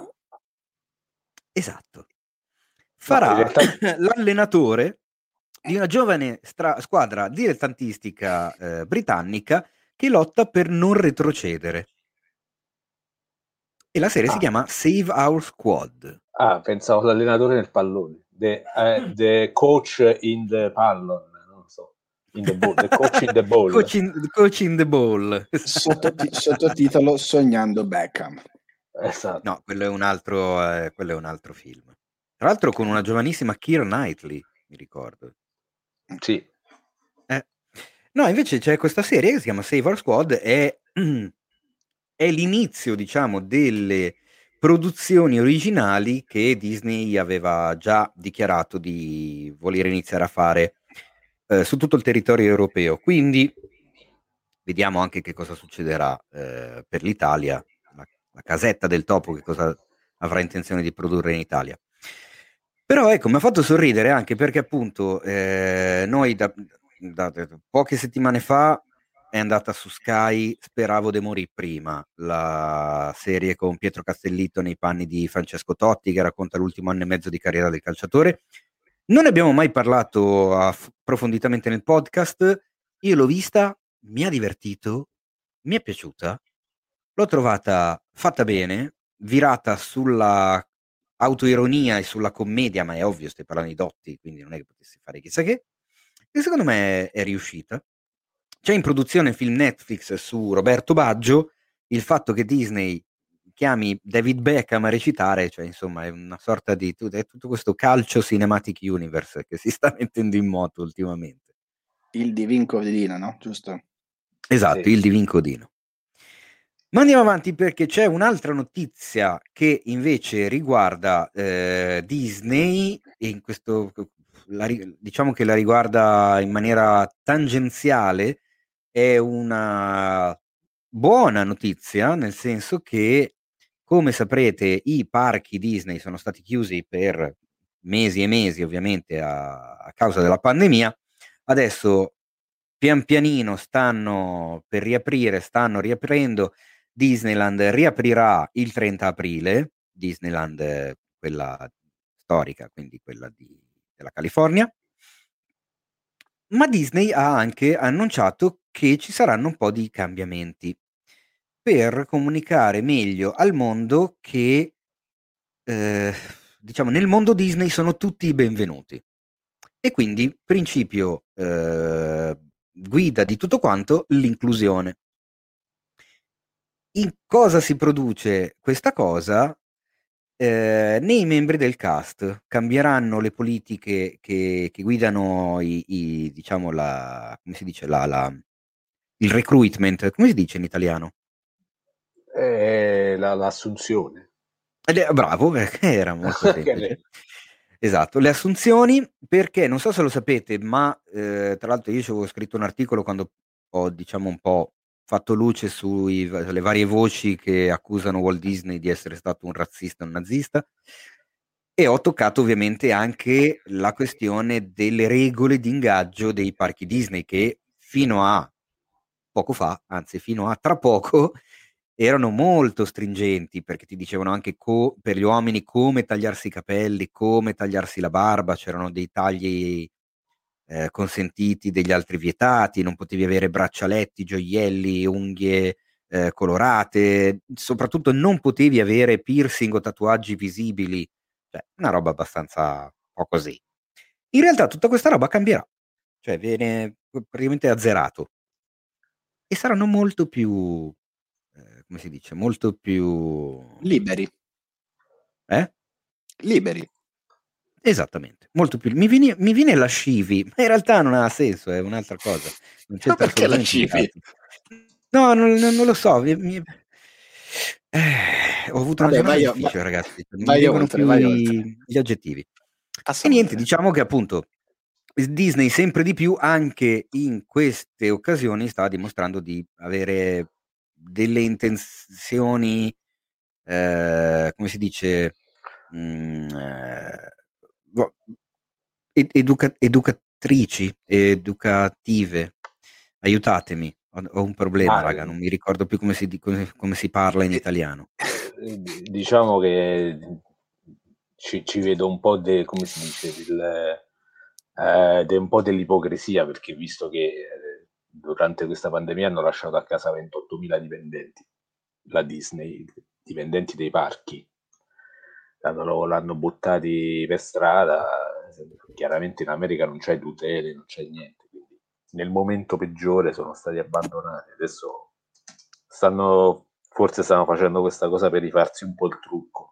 Speaker 1: Esatto.
Speaker 3: no, in
Speaker 1: Farà
Speaker 3: realtà
Speaker 1: l'allenatore di una giovane squadra dilettantistica britannica che lotta per non retrocedere. E la serie si chiama Save Our Squad.
Speaker 3: pensavo l'allenatore nel pallone. The coach in the pallon, non so. In the ball, the coach in the ball.
Speaker 1: Coach in the ball.
Speaker 2: Sottotitolo Sognando Beckham.
Speaker 3: Esatto.
Speaker 1: No, quello è un altro film. Tra l'altro con una giovanissima Keira Knightley, mi ricordo.
Speaker 3: Sì.
Speaker 1: No, invece c'è questa serie che si chiama Save Our Squad, è l'inizio, diciamo, delle produzioni originali che Disney aveva già dichiarato di voler iniziare a fare su tutto il territorio europeo. Quindi vediamo anche che cosa succederà per l'Italia, la casetta del topo, che cosa avrà intenzione di produrre in Italia. Però ecco, mi ha fatto sorridere anche perché appunto noi da poche settimane fa è andata su Sky, speravo de morì prima, la serie con Pietro Castellitto nei panni di Francesco Totti che racconta l'ultimo anno e mezzo di carriera del calciatore. Non ne abbiamo mai parlato approfonditamente nel podcast, io l'ho vista, mi ha divertito, mi è piaciuta, l'ho trovata fatta bene, virata sulla autoironia e sulla commedia, ma è ovvio, stai parlando di Dotti, quindi non è che potessi fare chissà che. E secondo me è riuscita. C'è in produzione film Netflix su Roberto Baggio, il fatto che Disney chiami David Beckham a recitare, cioè insomma è una sorta di è tutto questo calcio cinematic universe che si sta mettendo in moto ultimamente.
Speaker 2: Il divin Codino, no? Giusto?
Speaker 1: Esatto,
Speaker 3: Sì.
Speaker 1: il divin Codino. Ma andiamo avanti perché c'è un'altra notizia che invece riguarda Disney e in questo diciamo che la riguarda in maniera tangenziale, è una buona notizia, nel senso che, come saprete, i parchi Disney sono stati chiusi per mesi e mesi, ovviamente, a causa della pandemia. Adesso pian pianino stanno per riaprire, stanno riaprendo. Disneyland riaprirà il 30 aprile, Disneyland quella storica, quindi quella della California, ma Disney ha anche annunciato che ci saranno un po' di cambiamenti per comunicare meglio al mondo che, diciamo, nel mondo Disney sono tutti i benvenuti. E quindi, principio guida di tutto quanto, l'inclusione. In cosa si produce questa cosa? Nei membri del cast cambieranno le politiche che guidano diciamo come si dice il recruitment, come si dice in italiano?
Speaker 3: L'assunzione.
Speaker 1: Bravo, era molto semplice. Esatto, le assunzioni, perché non so se lo sapete, ma tra l'altro io ci avevo scritto un articolo quando ho, diciamo, un po' fatto luce sulle varie voci che accusano Walt Disney di essere stato un razzista e un nazista, e ho toccato ovviamente anche la questione delle regole di ingaggio dei parchi Disney, che fino a poco fa, anzi fino a tra poco, erano molto stringenti, perché ti dicevano anche per gli uomini come tagliarsi i capelli, come tagliarsi la barba, c'erano dei tagli consentiti, degli altri vietati, non potevi avere braccialetti, gioielli, unghie colorate, soprattutto non potevi avere piercing o tatuaggi visibili, cioè una roba abbastanza un po' così. In realtà tutta questa roba cambierà, cioè viene praticamente azzerato e saranno molto più, come si dice, molto più...
Speaker 2: Liberi. Liberi.
Speaker 1: Esattamente, molto più. Mi viene la scivi, ma in realtà non ha senso, è un'altra cosa. Non c'entra
Speaker 2: Perché la
Speaker 1: assolutamente
Speaker 2: scivi?
Speaker 1: No, non lo so. Ho avuto una
Speaker 2: Vabbè,
Speaker 1: giornata
Speaker 2: vai,
Speaker 1: difficile, ragazzi. Mi
Speaker 2: vai
Speaker 1: vengono
Speaker 2: oltre,
Speaker 1: più
Speaker 2: vai oltre.
Speaker 1: gli aggettivi.
Speaker 2: Passa
Speaker 1: E niente,
Speaker 2: oltre.
Speaker 1: diciamo che appunto Disney sempre di più, anche in queste occasioni, sta dimostrando di avere delle intenzioni, come si dice, educative. Aiutatemi, ho un problema, raga, non mi ricordo più come si parla in italiano.
Speaker 3: Diciamo che ci vedo un po' come si dice, un po' dell'ipocrisia, perché visto che durante questa pandemia hanno lasciato a casa 28.000 dipendenti, la Disney, dipendenti dei parchi, l'hanno buttati per strada, chiaramente in America non c'è tutele, non c'è niente, quindi nel momento peggiore sono stati abbandonati, adesso forse stanno facendo questa cosa per rifarsi un po' il trucco.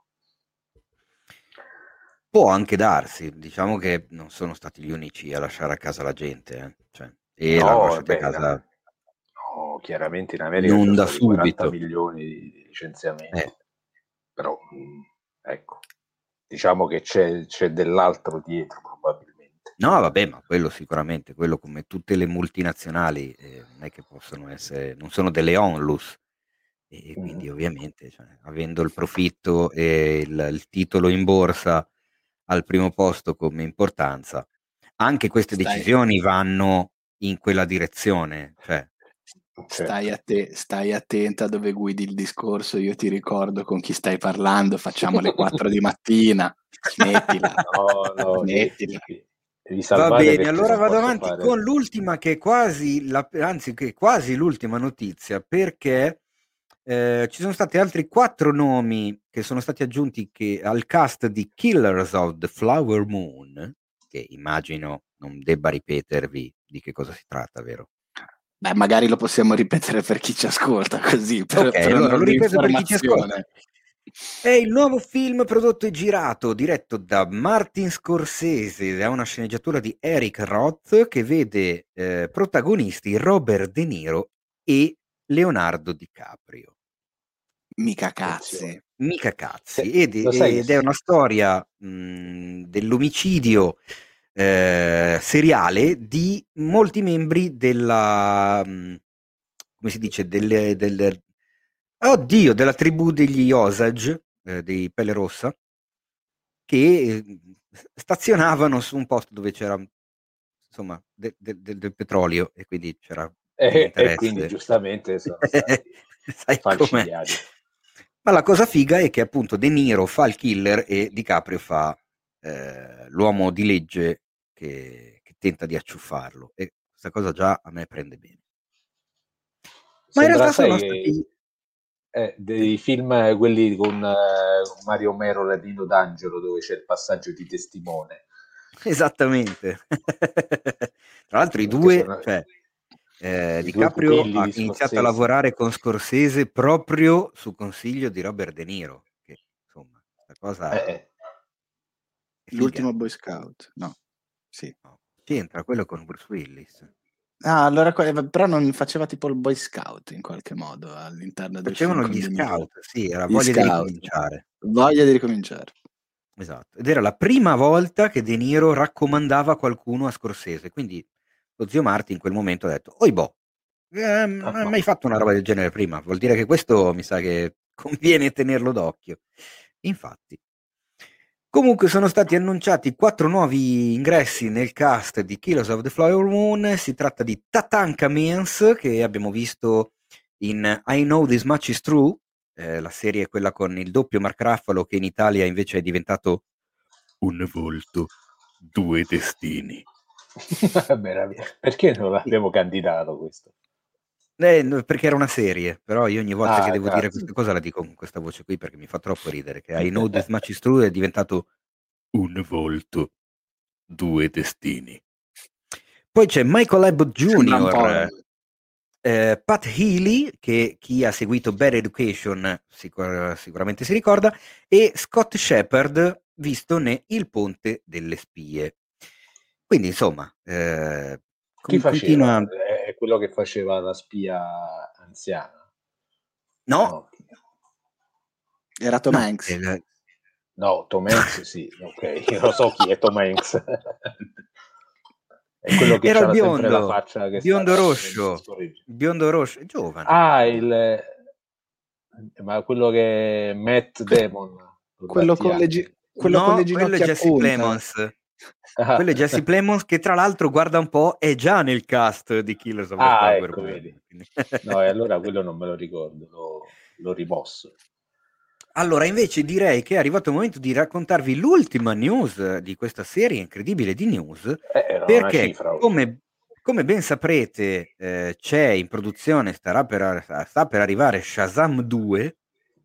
Speaker 1: Può anche darsi, diciamo che non sono stati gli unici a lasciare a casa la gente, cioè, e l'hanno lasciati a casa
Speaker 3: no, chiaramente in America ci
Speaker 1: non
Speaker 3: sono
Speaker 1: da
Speaker 3: stati 40
Speaker 1: subito.
Speaker 3: milioni di licenziamenti, però ecco, diciamo che c'è dell'altro dietro probabilmente.
Speaker 1: No, vabbè, ma quello sicuramente, quello come tutte le multinazionali, non è che possono essere, non sono delle onlus, e quindi ovviamente, cioè, avendo il profitto e il titolo in borsa al primo posto come importanza, anche queste decisioni vanno in quella direzione, cioè.
Speaker 2: Stai attenta dove guidi il discorso, io ti ricordo con chi stai parlando, facciamo le 4 di mattina, smettila.
Speaker 3: No,
Speaker 2: smettila.
Speaker 3: Devi
Speaker 1: Va
Speaker 3: salvare,
Speaker 1: bene,
Speaker 3: perché
Speaker 1: allora
Speaker 3: non
Speaker 1: vado
Speaker 3: posso
Speaker 1: avanti
Speaker 3: fare.
Speaker 1: con l'ultima, che è quasi che è quasi l'ultima notizia, perché ci sono stati altri 4 nomi che sono stati aggiunti al cast di Killers of the Flower Moon, che immagino non debba ripetervi di che cosa si tratta, vero?
Speaker 2: Beh, magari lo possiamo ripetere per chi ci ascolta, così,
Speaker 1: Ok,
Speaker 2: per
Speaker 1: allora
Speaker 2: una
Speaker 1: lo ripeto per chi ci ascolta.
Speaker 2: informazione.
Speaker 1: È il nuovo film prodotto e girato, diretto da Martin Scorsese, è una sceneggiatura di Eric Roth che vede protagonisti Robert De Niro e Leonardo DiCaprio.
Speaker 2: Mica cazzi.
Speaker 1: Ed è una storia dell'omicidio seriale di molti membri della, come si dice, della tribù degli Osage, dei Pelle Rossa, che stazionavano su un posto dove c'era, insomma, del petrolio, e quindi c'era un
Speaker 3: E
Speaker 1: interesse.
Speaker 3: quindi giustamente sono stati
Speaker 1: Sai
Speaker 3: falcidiati.
Speaker 1: Ma la cosa figa è che appunto De Niro fa il killer e DiCaprio fa l'uomo di legge che tenta di acciuffarlo, e questa cosa già a me prende bene. Ma in realtà sono stati
Speaker 3: dei film, quelli con Mario Mero, Ladino D'Angelo, dove c'è il passaggio di testimone.
Speaker 1: Esattamente. Tra l'altro i due, DiCaprio ha iniziato a lavorare con Scorsese proprio su consiglio di Robert De Niro, che insomma, questa cosa
Speaker 2: L'ultimo Boy Scout, no? Sì.
Speaker 1: No, c'entra quello con Bruce Willis.
Speaker 2: Ah, allora però non faceva tipo il Boy Scout in qualche modo all'interno del film.
Speaker 1: Facevano gli scout, sì, era
Speaker 2: Gli
Speaker 1: voglia di
Speaker 2: scout.
Speaker 1: ricominciare.
Speaker 2: Voglia di ricominciare.
Speaker 1: Esatto, ed era la prima volta che De Niro raccomandava qualcuno a Scorsese, quindi lo zio Marty in quel momento ha detto: "Oi boh, Non hai mai fatto una roba del genere prima, vuol dire che questo mi sa che conviene tenerlo d'occhio. Infatti. Comunque sono stati annunciati 4 nuovi ingressi nel cast di Killers of the Flower Moon. Si tratta di Tatanka Means, che abbiamo visto in I Know This Much Is True, la serie quella con il doppio Mark Ruffalo, che in Italia invece è diventato Un volto, due destini.
Speaker 3: Perché non l'abbiamo candidato questo?
Speaker 1: Perché era una serie, però io ogni volta che devo dire
Speaker 3: cazzo.
Speaker 1: questa cosa la dico con questa voce qui perché mi fa troppo ridere, che I Know This Much Is True è diventato Un volto, due destini. Poi c'è Michael Abbott
Speaker 2: Sembra un
Speaker 1: Jr.,
Speaker 2: po'.
Speaker 1: Pat Healy, che chi ha seguito Bad Education sicuramente si ricorda, e Scott Shepard, visto Il Ponte delle Spie. Quindi insomma,
Speaker 3: Chi
Speaker 1: continua...
Speaker 3: faceva? È quello che faceva la spia anziana?
Speaker 1: No,
Speaker 2: Era Tom
Speaker 1: no,
Speaker 2: Hanks.
Speaker 3: No, Tom Hanks sì, ok, io lo so chi è Tom Hanks. È quello che
Speaker 1: era il
Speaker 3: c'ha sempre la
Speaker 1: biondo,
Speaker 3: faccia che sta
Speaker 1: biondo rosso, è giovane.
Speaker 3: ma quello che è Matt Damon,
Speaker 2: Quello con le, quello con le
Speaker 1: No, quello è
Speaker 2: ginocchia a
Speaker 1: Jesse
Speaker 2: punta.
Speaker 1: Plemons. Quello è Jesse Plemons, che tra l'altro, guarda un po', è già nel cast di Killers of the Flower
Speaker 3: ecco,
Speaker 1: Moon.
Speaker 3: vedi. No, e allora quello non me lo ricordo, l'ho rimosso.
Speaker 1: Allora, invece direi che è arrivato il momento di raccontarvi l'ultima news di questa serie incredibile di news,
Speaker 3: Era una
Speaker 1: perché
Speaker 3: cifra.
Speaker 1: come ben saprete c'è in produzione, sta per arrivare Shazam 2,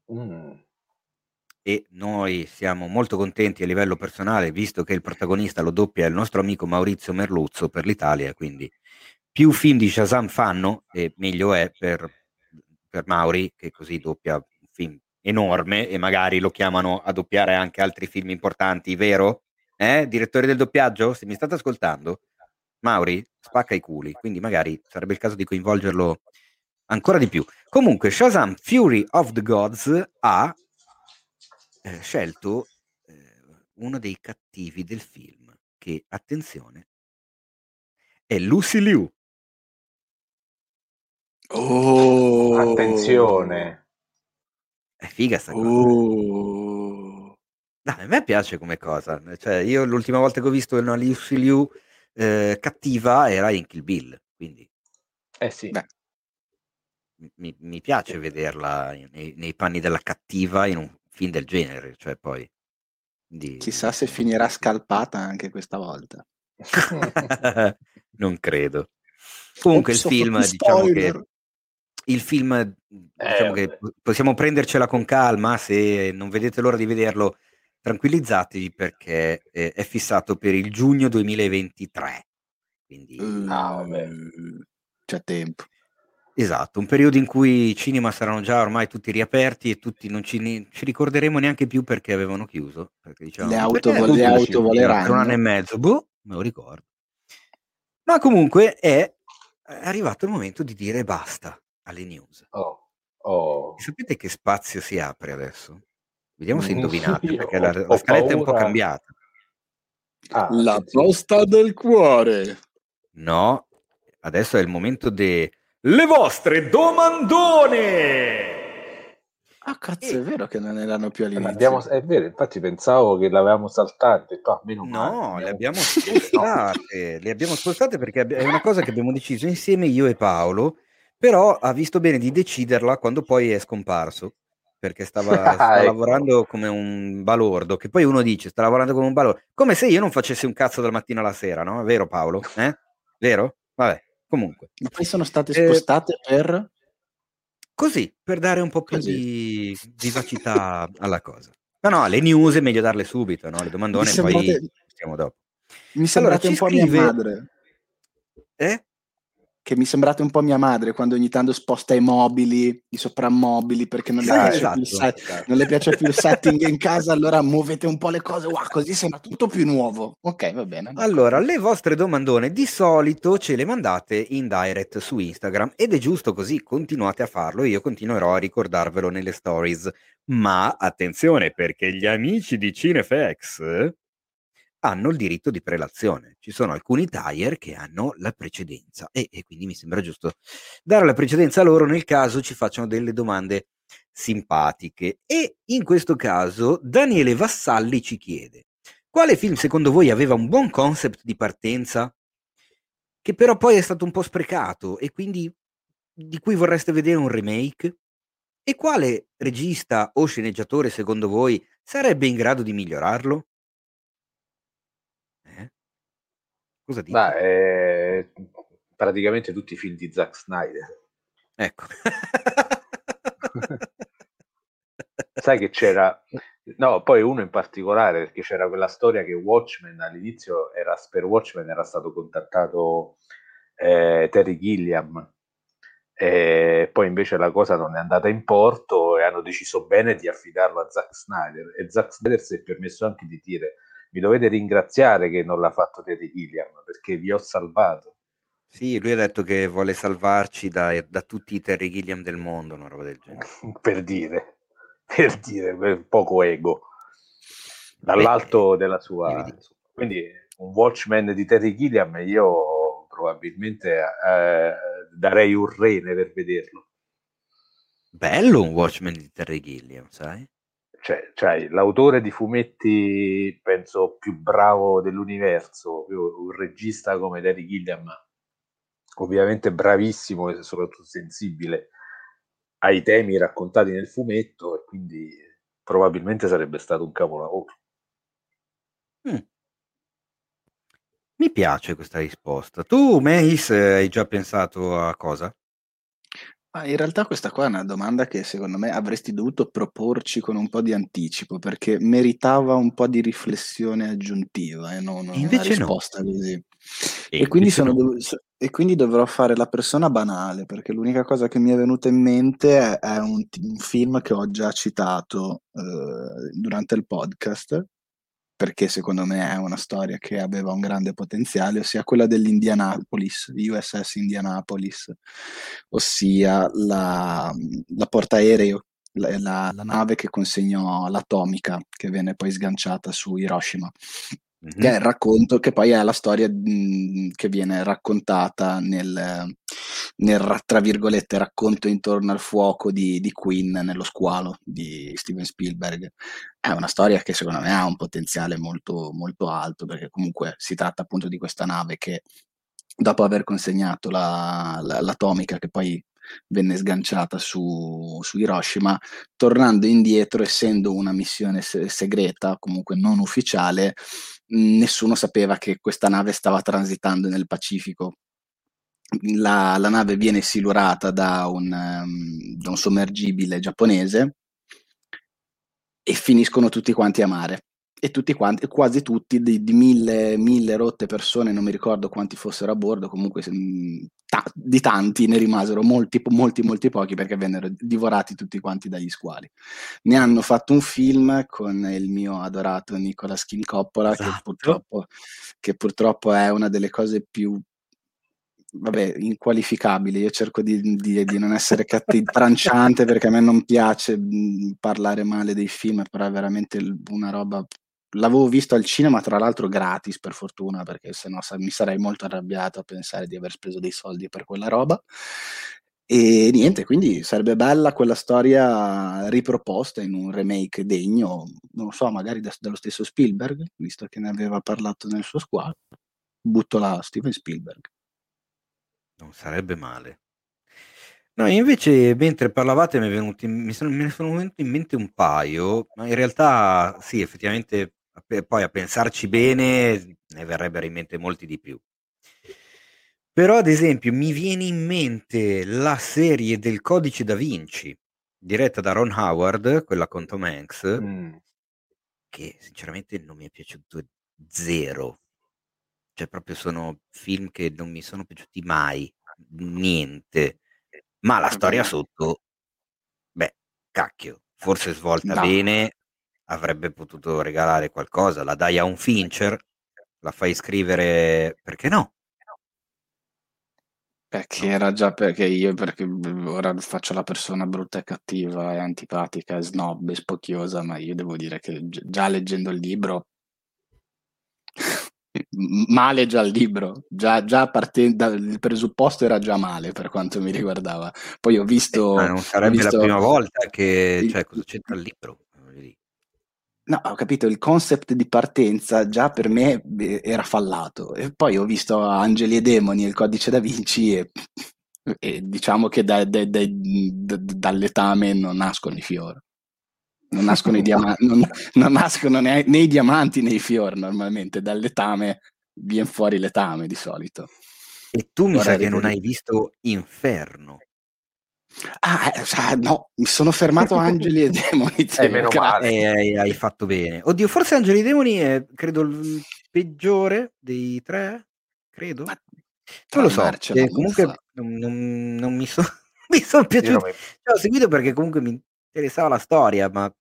Speaker 1: e noi siamo molto contenti a livello personale, visto che il protagonista lo doppia il nostro amico Maurizio Merluzzo per l'Italia, quindi più film di Shazam fanno e meglio è per Mauri, che così doppia un film enorme e magari lo chiamano a doppiare anche altri film importanti, vero? Direttore del doppiaggio, se mi state ascoltando, Mauri spacca i culi, quindi magari sarebbe il caso di coinvolgerlo ancora di più. Comunque Shazam Fury of the Gods ha scelto uno dei cattivi del film, che, attenzione, è Lucy Liu.
Speaker 2: Oh,
Speaker 3: Attenzione.
Speaker 1: È figa sta cosa.
Speaker 2: Oh.
Speaker 1: Dai, a me piace come cosa. Cioè, io l'ultima volta che ho visto una Lucy Liu cattiva era in Kill Bill, quindi
Speaker 3: Sì.
Speaker 2: Beh,
Speaker 1: mi piace vederla nei panni della cattiva in un film del genere, cioè poi
Speaker 2: chissà se finirà scalpata anche questa volta.
Speaker 1: non credo. Comunque
Speaker 2: Ops, ho fatto
Speaker 1: il film, diciamo che
Speaker 3: vabbè.
Speaker 1: possiamo prendercela con calma, se non vedete l'ora di vederlo, tranquillizzatevi perché è fissato per il giugno 2023. Quindi
Speaker 3: vabbè.
Speaker 2: C'è tempo.
Speaker 1: esatto, un periodo in cui i cinema saranno già ormai tutti riaperti e tutti non ci ricorderemo neanche più perché avevano chiuso, perché dicevano,
Speaker 2: Le
Speaker 1: ma
Speaker 2: auto,
Speaker 1: perché
Speaker 2: le
Speaker 1: chiuso il
Speaker 2: auto
Speaker 1: cinema per un anno e
Speaker 2: voleranno.
Speaker 1: mezzo? Boh, me lo ricordo. Ma comunque è arrivato il momento di dire basta alle news. E sapete che spazio si apre adesso? Vediamo se indovinate,
Speaker 3: Io
Speaker 1: perché la
Speaker 3: ho
Speaker 1: scaletta è un po'
Speaker 3: paura.
Speaker 1: cambiata.
Speaker 2: La
Speaker 3: Attenzione.
Speaker 2: posta del cuore.
Speaker 1: No, adesso è il momento le vostre domandone!
Speaker 2: Ah, cazzo, è vero che non erano più
Speaker 3: Ma
Speaker 2: all'inizio.
Speaker 3: è vero, infatti pensavo che l'avevamo saltato. Meno male.
Speaker 1: No, le abbiamo
Speaker 3: finite, no?
Speaker 1: spostate, le abbiamo spostate perché è una cosa che abbiamo deciso insieme io e Paolo, però ha visto bene di deciderla quando poi è scomparso, perché sta
Speaker 3: Ecco.
Speaker 1: lavorando come un balordo, che poi uno dice sta lavorando come un balordo, come se io non facessi un cazzo dal mattino alla sera, no? È vero Paolo? Vero? Vabbè, comunque.
Speaker 2: Ma poi sono state spostate per...
Speaker 1: Così, per dare un po' più
Speaker 2: Così.
Speaker 1: di vivacità alla cosa. No, le news è meglio darle subito, no? Le domandone poi stiamo dopo.
Speaker 2: Mi
Speaker 1: Allora,
Speaker 2: sembrate
Speaker 1: ci
Speaker 2: un po' mia
Speaker 1: scrive...
Speaker 2: madre.
Speaker 1: Eh?
Speaker 2: Che mi sembrate un po' mia madre quando ogni tanto sposta i mobili, i soprammobili, perché non le piace più
Speaker 1: Esatto.
Speaker 2: non le piace più il setting in casa, allora muovete un po' le cose, così sembra tutto più nuovo. Ok, va bene.
Speaker 1: Allora, le vostre domandone di solito ce le mandate in direct su Instagram ed è giusto così, continuate a farlo, io continuerò a ricordarvelo nelle stories. Ma attenzione, perché gli amici di Cinefax hanno il diritto di prelazione. Ci sono alcuni tire che hanno la precedenza e quindi mi sembra giusto dare la precedenza a loro nel caso ci facciano delle domande simpatiche. E in questo caso Daniele Vassalli ci chiede: quale film secondo voi aveva un buon concept di partenza che però poi è stato un po' sprecato e quindi di cui vorreste vedere un remake? E quale regista o sceneggiatore secondo voi sarebbe in grado di migliorarlo? Cosa dite?
Speaker 3: Praticamente tutti i film di Zack Snyder.
Speaker 1: Ecco.
Speaker 3: Sai che c'era, no, poi uno in particolare, perché c'era quella storia che Watchmen all'inizio per Watchmen era stato contattato Terry Gilliam, e poi invece la cosa non è andata in porto e hanno deciso bene di affidarlo a Zack Snyder, e Zack Snyder si è permesso anche di dire: mi dovete ringraziare che non l'ha fatto Terry Gilliam, perché vi ho salvato.
Speaker 1: Sì, lui ha detto che vuole salvarci da tutti i Terry Gilliam del mondo, una roba del genere.
Speaker 3: per dire, poco ego dall'alto della sua. Quindi un Watchmen di Terry Gilliam io probabilmente darei un rene per vederlo.
Speaker 1: Bello un Watchmen di Terry Gilliam, sai?
Speaker 3: Cioè, l'autore di fumetti penso più bravo dell'universo, un regista come Terry Gilliam, ovviamente bravissimo e soprattutto sensibile ai temi raccontati nel fumetto, e quindi probabilmente sarebbe stato un capolavoro.
Speaker 1: Mi piace questa risposta. Tu, Meis, hai già pensato a cosa?
Speaker 2: In realtà questa qua è una domanda che secondo me avresti dovuto proporci con un po' di anticipo, perché meritava un po' di riflessione aggiuntiva e non
Speaker 1: E
Speaker 2: una
Speaker 1: invece no.
Speaker 2: risposta così.
Speaker 1: E
Speaker 2: E quindi,
Speaker 1: invece no.
Speaker 2: e quindi dovrò fare la persona banale, perché l'unica cosa che mi è venuta in mente è un film che ho già citato durante il podcast, perché secondo me è una storia che aveva un grande potenziale, ossia quella dell'Indianapolis, USS Indianapolis, ossia la portaerei, la nave che consegnò l'atomica, che venne poi sganciata su Hiroshima. Che è il racconto, che poi è la storia che viene raccontata nel, tra virgolette, racconto intorno al fuoco di Queen nello squalo di Steven Spielberg. È una storia che secondo me ha un potenziale molto, molto alto, perché comunque si tratta appunto di questa nave che, dopo aver consegnato l'atomica, che poi venne sganciata su Hiroshima, tornando indietro, essendo una missione segreta, comunque non ufficiale, nessuno sapeva che questa nave stava transitando nel Pacifico. La nave viene silurata da un sommergibile giapponese e finiscono tutti quanti a mare. E tutti quanti, quasi tutti, di mille rotte persone, non mi ricordo quanti fossero a bordo, comunque di tanti ne rimasero molti, molti, molti pochi, perché vennero divorati tutti quanti dagli squali. Ne hanno fatto un film con il mio adorato Nicolas Coppola,
Speaker 1: Esatto.
Speaker 2: che purtroppo è una delle cose più, vabbè, inqualificabili. Io cerco di non essere tranciante, perché a me non piace parlare male dei film, però è veramente una roba. L'avevo visto al cinema, tra l'altro gratis, per fortuna, perché sennò mi sarei molto arrabbiato a pensare di aver speso dei soldi per quella roba. E niente, quindi sarebbe bella quella storia riproposta in un remake degno, non lo so, magari dallo stesso Spielberg, visto che ne aveva parlato nel suo squalo. Butto là Steven Spielberg.
Speaker 1: Non sarebbe male. No, invece mentre parlavate me ne sono venuti in mente un paio, ma in realtà sì, effettivamente poi a pensarci bene ne verrebbero in mente molti di più. Però ad esempio mi viene in mente la serie del Codice da Vinci, diretta da Ron Howard, quella con Tom Hanks, che sinceramente non mi è piaciuto zero. Cioè proprio sono film che non mi sono piaciuti mai, niente. Ma la storia
Speaker 2: Vabbè,
Speaker 1: sotto, beh, cacchio, forse svolta
Speaker 2: no,
Speaker 1: bene, avrebbe potuto regalare qualcosa. La dai a un Fincher, la fai scrivere, perché no?
Speaker 2: perché
Speaker 1: No?
Speaker 2: era già perché ora faccio la persona brutta e cattiva, e antipatica, e snob e spocchiosa, ma io devo dire che già leggendo il libro Male già il libro, già il presupposto era già male per quanto mi riguardava. Poi ho
Speaker 1: Ma
Speaker 2: visto,
Speaker 1: non
Speaker 2: ho
Speaker 1: sarebbe la
Speaker 2: visto
Speaker 1: prima volta che,
Speaker 2: il-
Speaker 1: cioè, cosa c'entra il libro? Voglio dire.
Speaker 2: no, ho capito, il concept di partenza già per me era fallato. E poi ho visto Angeli e Demoni e il Codice da Vinci e diciamo che dall'etame non nascono i fiori. Non nascono i diamanti, non nascono né i diamanti né i fiori normalmente, dal letame viene fuori letame di solito.
Speaker 1: E tu mi sa
Speaker 2: Ora
Speaker 1: che non
Speaker 2: rivedi.
Speaker 1: hai visto Inferno.
Speaker 2: No, mi sono fermato a Angeli e Demoni, Teo,
Speaker 3: Meno male.
Speaker 2: grazie.
Speaker 1: Hai fatto bene. Oddio, forse Angeli Demoni è, credo, il peggiore dei tre, credo.
Speaker 2: Ma
Speaker 1: Non lo
Speaker 2: tra
Speaker 1: so,
Speaker 2: Marcia e la
Speaker 1: comunque
Speaker 2: muffa,
Speaker 1: non mi sono mi son
Speaker 3: Io non
Speaker 1: piaciuti.
Speaker 3: mi...
Speaker 1: Cioè, ho seguito perché comunque mi interessava la storia, ma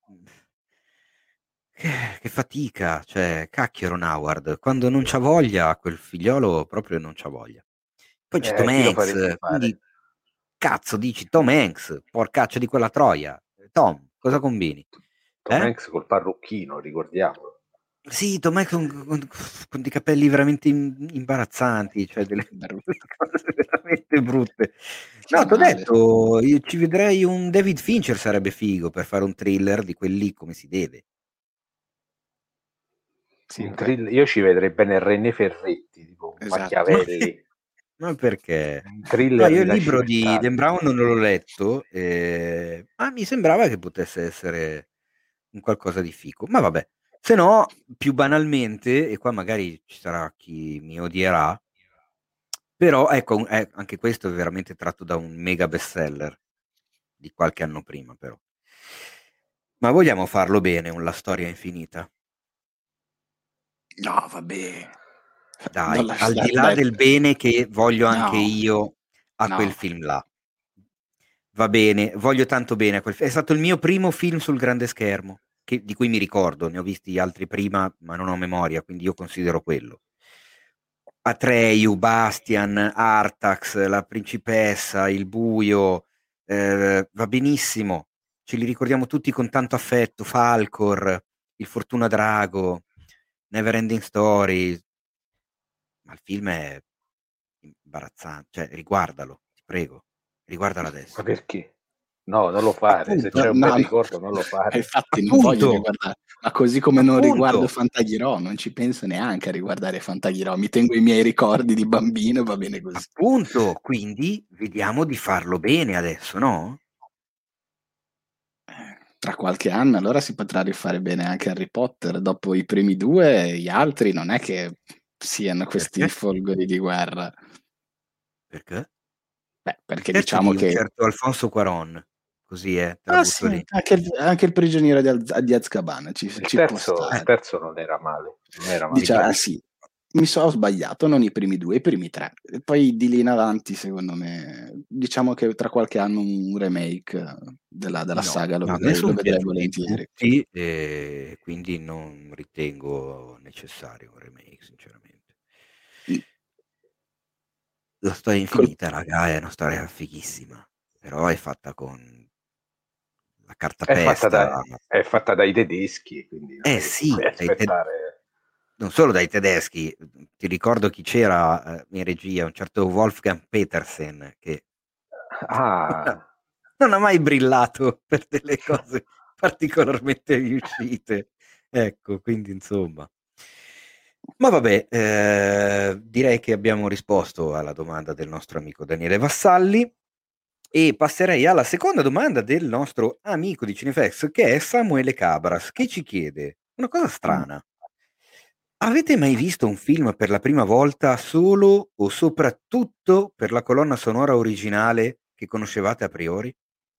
Speaker 1: che fatica, cioè, cacchio Ron Howard, quando non c'ha voglia, quel figliolo proprio non c'ha voglia. Poi c'è Tom
Speaker 3: chi lo farebbe
Speaker 1: Hanks, quindi
Speaker 3: fare?
Speaker 1: cazzo dici Tom Hanks, porcaccia di quella troia. Tom, cosa
Speaker 3: To-
Speaker 1: combini?
Speaker 3: Tom
Speaker 1: Eh?
Speaker 3: Hanks col parrucchino, ricordiamolo.
Speaker 1: Sì, Tom Hanks con dei capelli veramente imbarazzanti, cioè delle
Speaker 2: brutto,
Speaker 1: cose veramente brutte.
Speaker 2: fa
Speaker 1: No, t'ho
Speaker 2: male.
Speaker 1: detto, io ci vedrei un David Fincher, sarebbe figo per fare un thriller di quelli come si deve.
Speaker 2: Sì,
Speaker 3: Io ci vedrei bene René Ferretti, tipo
Speaker 2: esatto.
Speaker 1: Ma,
Speaker 3: Machiavelli,
Speaker 1: ma perché?
Speaker 3: un
Speaker 1: No,
Speaker 3: thriller
Speaker 1: io
Speaker 3: di
Speaker 1: il libro di
Speaker 3: Nascimento.
Speaker 1: Dan Brown non l'ho letto, ma mi sembrava che potesse essere un qualcosa di fico. Ma vabbè, se no, più banalmente, e qua magari ci sarà chi mi odierà, però ecco, anche questo è veramente tratto da un mega bestseller di qualche anno prima, però. Ma vogliamo farlo bene, un La storia infinita?
Speaker 2: No, vabbè. Non
Speaker 1: Dai, al
Speaker 2: dai,
Speaker 1: di là
Speaker 2: dai.
Speaker 1: del bene che voglio anche
Speaker 2: No,
Speaker 1: io a quel
Speaker 2: no.
Speaker 1: film là. Va bene, voglio tanto bene a quel film. È stato il mio primo film sul grande schermo, di cui mi ricordo, ne ho visti altri prima, ma non ho memoria, quindi io considero quello. Atreyu, Bastian, Artax, la principessa, il buio, va benissimo, ce li ricordiamo tutti con tanto affetto, Falcor, il Fortuna Drago, Neverending Story, ma il film è imbarazzante, cioè riguardalo, ti prego, riguardalo
Speaker 3: Ma
Speaker 1: adesso.
Speaker 3: perché? No, non lo fare. Se
Speaker 1: Appunto,
Speaker 3: c'è un bel
Speaker 2: No, no.
Speaker 3: ricordo, non lo fare.
Speaker 2: Infatti non voglio
Speaker 1: appunto,
Speaker 2: riguardare, ma così come non riguardo
Speaker 1: appunto,
Speaker 2: Fantaghirò, non ci penso neanche a riguardare Fantaghirò, mi tengo i miei ricordi di bambino e va bene così.
Speaker 1: appunto, quindi vediamo di farlo bene adesso, no?
Speaker 2: Tra qualche anno allora si potrà rifare bene anche Harry Potter, dopo i primi due, gli altri non è che siano questi
Speaker 1: Perché?
Speaker 2: folgori di guerra.
Speaker 1: Perché?
Speaker 2: Beh,
Speaker 1: Il
Speaker 2: perché
Speaker 1: terzo è
Speaker 2: diciamo
Speaker 1: di un
Speaker 2: che
Speaker 1: certo Alfonso Cuarón, così è, te la
Speaker 2: ah
Speaker 1: butto
Speaker 2: sì,
Speaker 1: lì.
Speaker 2: anche il prigioniero di Azkaban ci può
Speaker 3: Il
Speaker 1: Eh,
Speaker 2: stare.
Speaker 3: terzo non era male. Non era male.
Speaker 2: Dice, ah
Speaker 1: vediamo.
Speaker 2: sì, ho sbagliato, non i primi due, i primi tre. E poi di lì in avanti, secondo me, diciamo che tra qualche anno un remake della
Speaker 1: No,
Speaker 2: saga
Speaker 1: a me
Speaker 2: lo
Speaker 1: sono
Speaker 2: vedrei
Speaker 1: piaciuti
Speaker 2: volentieri.
Speaker 1: tutti e quindi non ritengo necessario un remake, sinceramente.
Speaker 2: Mm,
Speaker 1: La storia
Speaker 2: col-
Speaker 1: infinita, raga, è una storia fighissima, però è fatta con la cartapesta.
Speaker 3: È fatta dai tedeschi, quindi non
Speaker 1: Eh
Speaker 3: è che ti puoi
Speaker 1: sì,
Speaker 3: aspettare.
Speaker 1: non solo dai tedeschi, ti ricordo chi c'era in regia, un certo Wolfgang Petersen, che
Speaker 3: Ah,
Speaker 1: non ha mai brillato per delle cose particolarmente riuscite. Ecco, quindi insomma. Ma vabbè, direi che abbiamo risposto alla domanda del nostro amico Daniele Vassalli e passerei alla seconda domanda del nostro amico di Cinefx, che è Samuele Cabras, che ci chiede una cosa
Speaker 2: mm.
Speaker 1: strana. Avete mai visto un film per la prima volta solo o soprattutto per la colonna sonora originale che conoscevate a priori?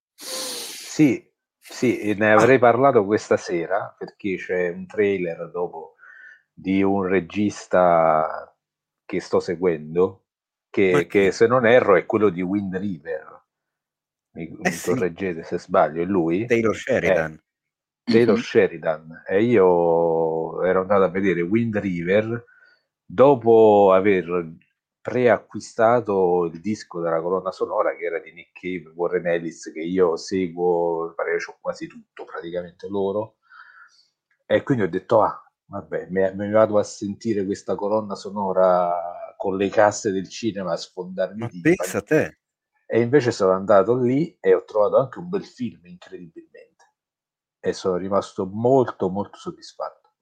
Speaker 3: sì, sì, e ne
Speaker 1: Ah,
Speaker 3: avrei parlato questa sera perché c'è un trailer dopo di un regista che sto seguendo,
Speaker 1: ma
Speaker 3: che
Speaker 1: che?
Speaker 3: se non erro è quello di Wind River.
Speaker 1: Eh
Speaker 3: Mi
Speaker 1: sì,
Speaker 3: correggete se sbaglio, è lui?
Speaker 1: Taylor
Speaker 3: È
Speaker 1: Sheridan.
Speaker 3: Taylor
Speaker 2: Mhm.
Speaker 3: Sheridan. E io ero andato a vedere Wind River dopo aver preacquistato il disco della colonna sonora che era di Nick Cave e Warren Ellis, che io seguo, pare che c'ho quasi tutto praticamente loro. E quindi ho detto, ah, Vabbè, mi vado a sentire questa colonna sonora con le casse del cinema a sfondarmi i
Speaker 1: Ma pensa
Speaker 3: timpani.
Speaker 1: a te.
Speaker 3: E invece sono andato lì e ho trovato anche un bel film, incredibilmente. E sono rimasto molto, molto soddisfatto.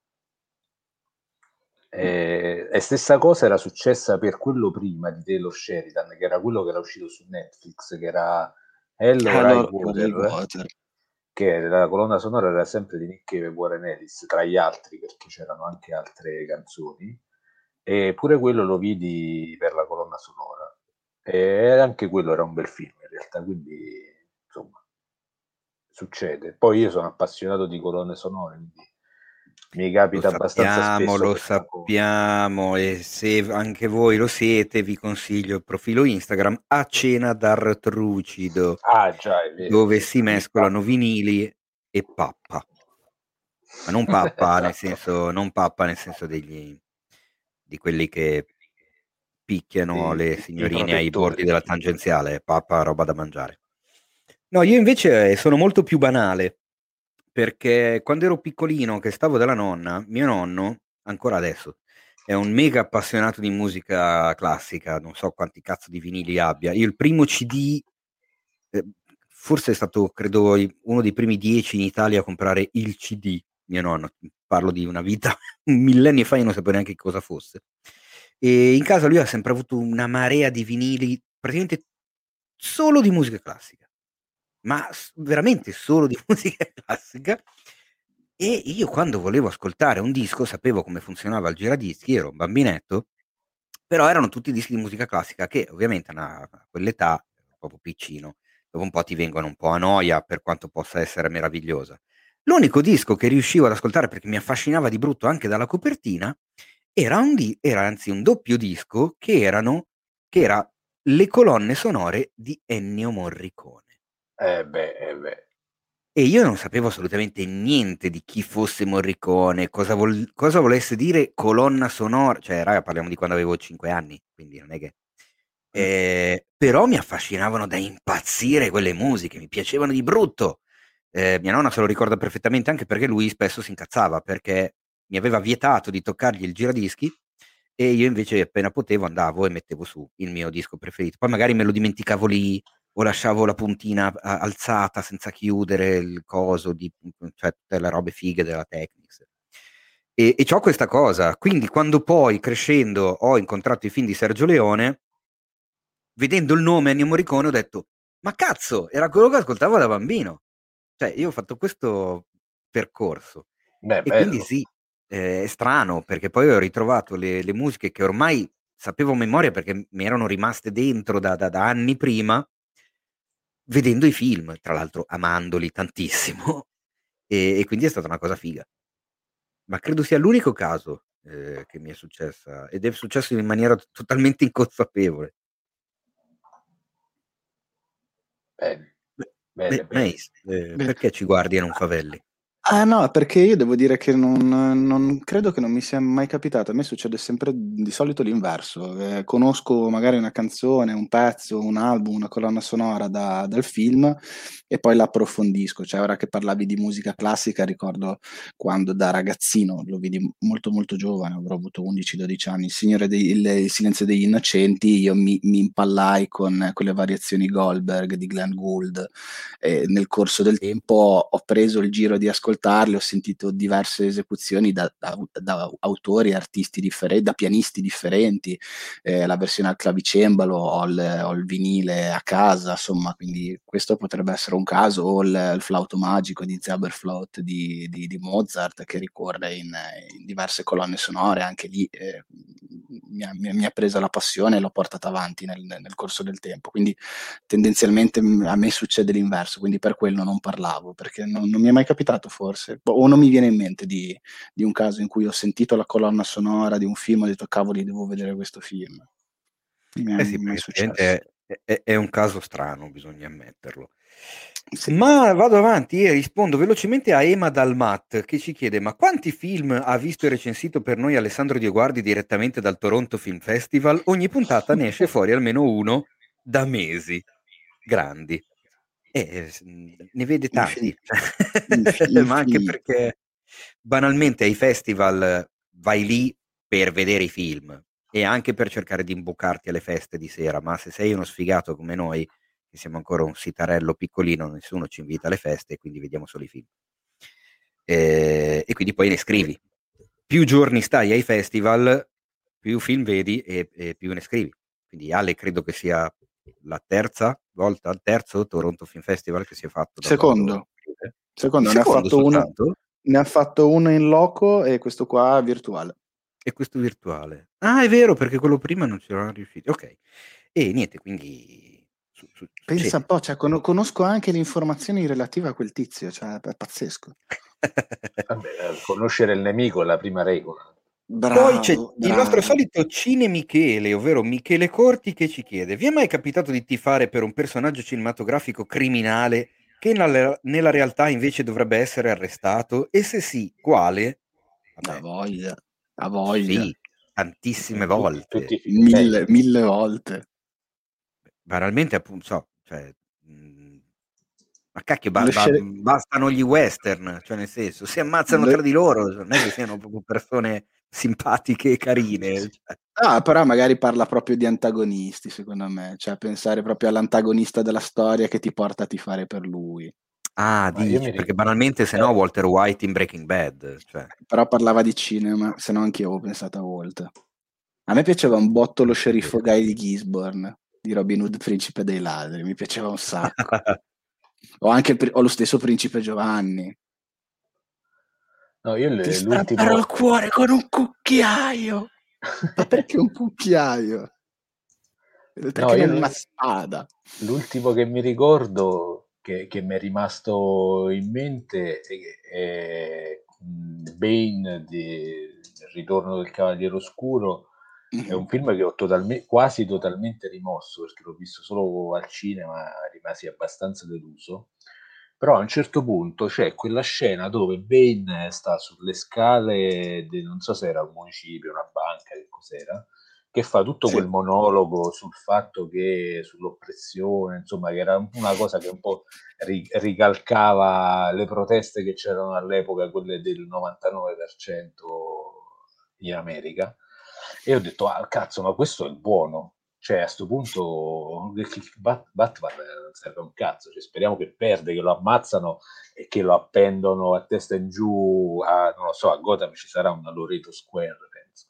Speaker 3: E stessa cosa era successa per quello prima di Taylor Sheridan, che era quello che era uscito su Netflix, che era Hello Right
Speaker 2: Hello,
Speaker 3: Water,
Speaker 2: Water.
Speaker 3: che la colonna sonora era sempre di Nick Cave e Warren Ellis, tra gli altri, perché c'erano anche altre canzoni. E pure quello lo vidi per la colonna sonora. E anche quello era un bel film, in realtà, quindi, insomma, succede. Poi io sono appassionato di colonne sonore, quindi mi capita abbastanza spesso
Speaker 1: Lo
Speaker 3: questa cosa.
Speaker 1: sappiamo, e se anche voi lo siete, vi consiglio il profilo Instagram A Cena d'Artrucido,
Speaker 3: Ah, già, è vero,
Speaker 1: dove si
Speaker 3: il
Speaker 1: mescolano
Speaker 3: pub.
Speaker 1: vinili e pappa. Ma non pappa nel senso, non pappa nel senso di quelli che picchiano le
Speaker 3: I
Speaker 1: signorine ai bordi
Speaker 3: protettori.
Speaker 1: della tangenziale, pappa, roba da mangiare. No, io invece sono molto più banale, perché quando ero piccolino che stavo dalla nonna, mio nonno, ancora adesso, è un mega appassionato di musica classica, non so quanti cazzo di vinili abbia. Io il primo CD, forse è stato, credo, uno dei primi 10 in Italia a comprare il CD, mio nonno, parlo di una vita, un millennio fa, io non sapevo neanche cosa fosse. E in casa lui ha sempre avuto una marea di vinili, praticamente solo di musica classica, ma veramente solo di musica classica. E io quando volevo ascoltare un disco sapevo come funzionava il giradischi, ero un bambinetto, però erano tutti dischi di musica classica che ovviamente a quell'età, proprio piccino, dopo un po' ti vengono un po' a noia per quanto possa essere meravigliosa. L'unico disco che riuscivo ad ascoltare perché mi affascinava di brutto anche dalla copertina era anzi un doppio disco che era le colonne sonore di Ennio Morricone.
Speaker 3: Beh, beh.
Speaker 1: E io non sapevo assolutamente niente di chi fosse Morricone, cosa volesse dire colonna sonora, cioè, raga, parliamo di quando avevo 5 anni, quindi non è che... però mi affascinavano da impazzire quelle musiche, mi piacevano di brutto. Mia nonna se lo ricorda perfettamente anche perché lui spesso si incazzava, perché mi aveva vietato di toccargli il giradischi e io invece appena potevo andavo e mettevo su il mio disco preferito. Poi magari me lo dimenticavo lì o lasciavo la puntina alzata senza chiudere il coso, cioè tutte le robe fighe della Technics. E c'ho questa cosa, quindi quando poi crescendo ho incontrato i film di Sergio Leone, vedendo il nome Ennio Morricone ho detto, ma cazzo, era quello che ascoltavo da bambino. Cioè io ho fatto questo percorso
Speaker 3: Beh,
Speaker 1: e quindi
Speaker 3: bello.
Speaker 1: sì, è strano perché poi ho ritrovato le musiche che ormai sapevo a memoria perché mi erano rimaste dentro da anni prima, vedendo i film, tra l'altro amandoli tantissimo, e quindi è stata una cosa figa. Ma credo sia l'unico caso che mi è successa, ed è successo in maniera totalmente inconsapevole.
Speaker 3: Bene,
Speaker 1: Beh,
Speaker 3: bene, bene.
Speaker 1: Mace,
Speaker 2: Beh,
Speaker 1: perché ci guardi e non favelli?
Speaker 2: ah no, perché io devo dire che non credo che non mi sia mai capitato. A me succede sempre di solito l'inverso. Conosco magari una canzone, un pezzo, un album, una colonna sonora dal film e poi la approfondisco. Cioè, ora che parlavi di musica classica, ricordo quando da ragazzino, lo vidi molto molto giovane, avrò avuto 11-12 anni, il Silenzio degli Innocenti, io mi impallai con le variazioni Goldberg di Glenn Gould. Nel corso del tempo ho preso il giro di ascoltarli, ho sentito diverse esecuzioni da autori, artisti differenti, da pianisti differenti, la versione al clavicembalo, ho il vinile a casa, insomma, quindi questo potrebbe essere un caso, o il flauto magico di Zauberflaut di Mozart che ricorre in diverse colonne sonore, anche lì mi ha presa la passione e l'ho portata avanti nel corso del tempo, quindi tendenzialmente a me succede l'inverso, quindi per quello non parlavo, perché non mi è mai capitato forse, o non mi viene in mente di un caso in cui ho sentito la colonna sonora di un film e ho detto cavoli, devo vedere questo film. Non mi è
Speaker 1: Eh sì,
Speaker 2: mai
Speaker 1: perché
Speaker 2: successo.
Speaker 1: effettivamente è un caso strano, bisogna ammetterlo.
Speaker 2: Sì.
Speaker 1: Ma vado avanti e rispondo velocemente a Ema Dalmat che ci chiede: ma quanti film ha visto e recensito per noi Alessandro Dioguardi direttamente dal Toronto Film Festival? Ogni puntata ne esce fuori almeno uno da mesi. Grandi. Ne vede tanti,
Speaker 2: Infiniti.
Speaker 1: ma anche
Speaker 2: Infiniti.
Speaker 1: perché banalmente ai festival vai lì per vedere i film e anche per cercare di imboccarti alle feste di sera, ma se sei uno sfigato come noi, che siamo ancora un sitarello piccolino, nessuno ci invita alle feste e quindi vediamo solo i film. E quindi poi ne scrivi. Più giorni stai ai festival, più film vedi e più ne scrivi. Quindi Ale credo che sia la terza volta, il terzo Toronto Film Festival che si è fatto da quando... Il
Speaker 2: Secondo,
Speaker 1: secondo soltanto?
Speaker 2: ne ha fatto uno in loco e questo qua virtuale.
Speaker 1: E questo virtuale. Ah, è vero, perché quello prima non ci eravamo riusciti. Ok. E niente, quindi
Speaker 2: Pensa un
Speaker 1: succede.
Speaker 2: po', cioè, conosco anche le informazioni relative a quel tizio, cioè è pazzesco.
Speaker 3: Vabbè, conoscere il nemico è la prima regola.
Speaker 1: Poi c'è
Speaker 2: Bravo,
Speaker 1: il nostro
Speaker 2: bravo.
Speaker 1: solito Cine Michele, ovvero Michele Corti, che ci chiede: vi è mai capitato di tifare per un personaggio cinematografico criminale che nella realtà invece dovrebbe essere arrestato? E se sì, quale?
Speaker 2: Ha
Speaker 1: Vabbè,
Speaker 2: voglia, ha voglia.
Speaker 1: sì, tantissime
Speaker 3: In tutti
Speaker 1: volte.
Speaker 3: i film belli.
Speaker 2: Mille volte.
Speaker 1: Banalmente, appunto, so, cioè, ma cacchio,
Speaker 2: Lo scel-
Speaker 1: bastano gli western, cioè nel senso, si ammazzano
Speaker 2: lo-
Speaker 1: tra di loro, non è che siano proprio persone simpatiche e carine. Cioè.
Speaker 2: Ah, però magari parla proprio di antagonisti, secondo me, cioè pensare proprio all'antagonista della storia che ti porta a tifare per lui.
Speaker 1: Ah,
Speaker 3: Ma io mi
Speaker 1: dici, perché
Speaker 3: ricordo...
Speaker 1: banalmente se no Walter White in Breaking Bad, cioè.
Speaker 2: Però parlava di cinema, se no anche io avevo pensato a Walt. A me piaceva un botto lo sceriffo Guy di Gisborne, di Robin Hood, Principe dei ladri, mi piaceva un sacco. O anche o lo stesso Principe Giovanni.
Speaker 3: No, io
Speaker 2: Ti strapperò il
Speaker 3: l'ultimo...
Speaker 2: cuore con un cucchiaio. Ma perché un cucchiaio?
Speaker 3: No,
Speaker 2: Perché non una spada?
Speaker 3: l'ultimo che mi ricordo che mi è rimasto in mente è Bane di Il ritorno del Cavaliere Oscuro. È un film che ho quasi totalmente rimosso perché l'ho visto solo al cinema, rimasi abbastanza deluso. Però a un certo punto c'è quella scena dove Bane sta sulle scale non so se era un municipio, una banca, che cos'era, che fa tutto
Speaker 2: Sì.
Speaker 3: quel monologo sul fatto che sull'oppressione, insomma, che era una cosa che un po' ricalcava le proteste che c'erano all'epoca, quelle del 99% in America. E ho detto, ah, cazzo, ma questo è il buono. Cioè, a sto punto Batman non serve un cazzo. Cioè, speriamo che perde, che lo ammazzano e che lo appendono a testa in giù non lo so, a Gotham ci sarà una Loreto Square, penso.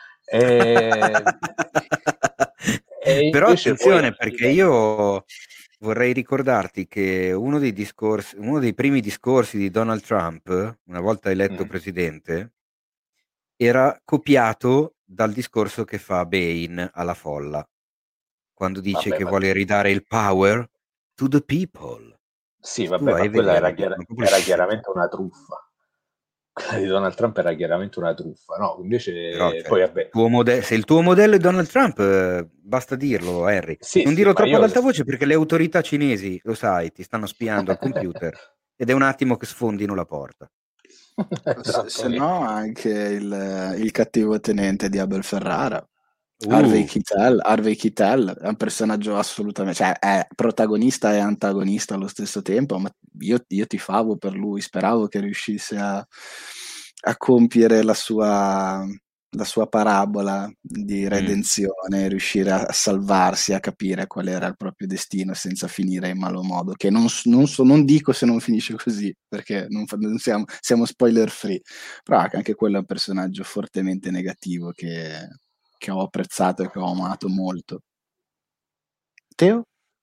Speaker 3: E
Speaker 1: Però
Speaker 3: invece poi
Speaker 1: attenzione,
Speaker 3: alla
Speaker 1: perché
Speaker 3: fine...
Speaker 1: io vorrei ricordarti che uno dei primi discorsi di Donald Trump, una volta eletto
Speaker 3: Mm.
Speaker 1: presidente, era copiato dal discorso che fa Bane alla folla, quando dice
Speaker 3: Vabbè,
Speaker 1: che
Speaker 3: ma
Speaker 1: vuole ridare il power to the people.
Speaker 3: sì,
Speaker 1: Tu
Speaker 3: vabbè,
Speaker 1: vai
Speaker 3: ma
Speaker 1: a
Speaker 3: quella
Speaker 1: vederli, sono proprio le
Speaker 3: era
Speaker 1: stesse
Speaker 3: chiaramente
Speaker 1: cose.
Speaker 3: una truffa. Quella di Donald Trump era chiaramente una truffa, no?
Speaker 1: Però,
Speaker 3: Invece,
Speaker 1: cioè,
Speaker 3: poi vabbè,
Speaker 1: se il tuo modello è Donald Trump, basta dirlo, Harry.
Speaker 3: sì,
Speaker 1: Non
Speaker 3: sì,
Speaker 1: dirlo
Speaker 3: ma
Speaker 1: troppo ad
Speaker 3: io...
Speaker 1: alta voce perché le autorità cinesi, lo sai, ti stanno spiando al computer ed è un attimo che sfondino la porta.
Speaker 2: Se no,
Speaker 3: Esattamente.
Speaker 2: anche il cattivo tenente di Abel Ferrara.
Speaker 1: Uh,
Speaker 2: Harvey Keitel è un personaggio assolutamente, cioè è protagonista e antagonista allo stesso tempo, ma io tifavo per lui, speravo che riuscisse a compiere la sua parabola di
Speaker 1: mm.
Speaker 2: redenzione, riuscire a salvarsi, a capire qual era il proprio destino senza finire in malo modo, che non dico se non finisce così, perché non siamo spoiler free, però anche quello è un personaggio fortemente negativo che ho apprezzato e che ho amato molto. Teo?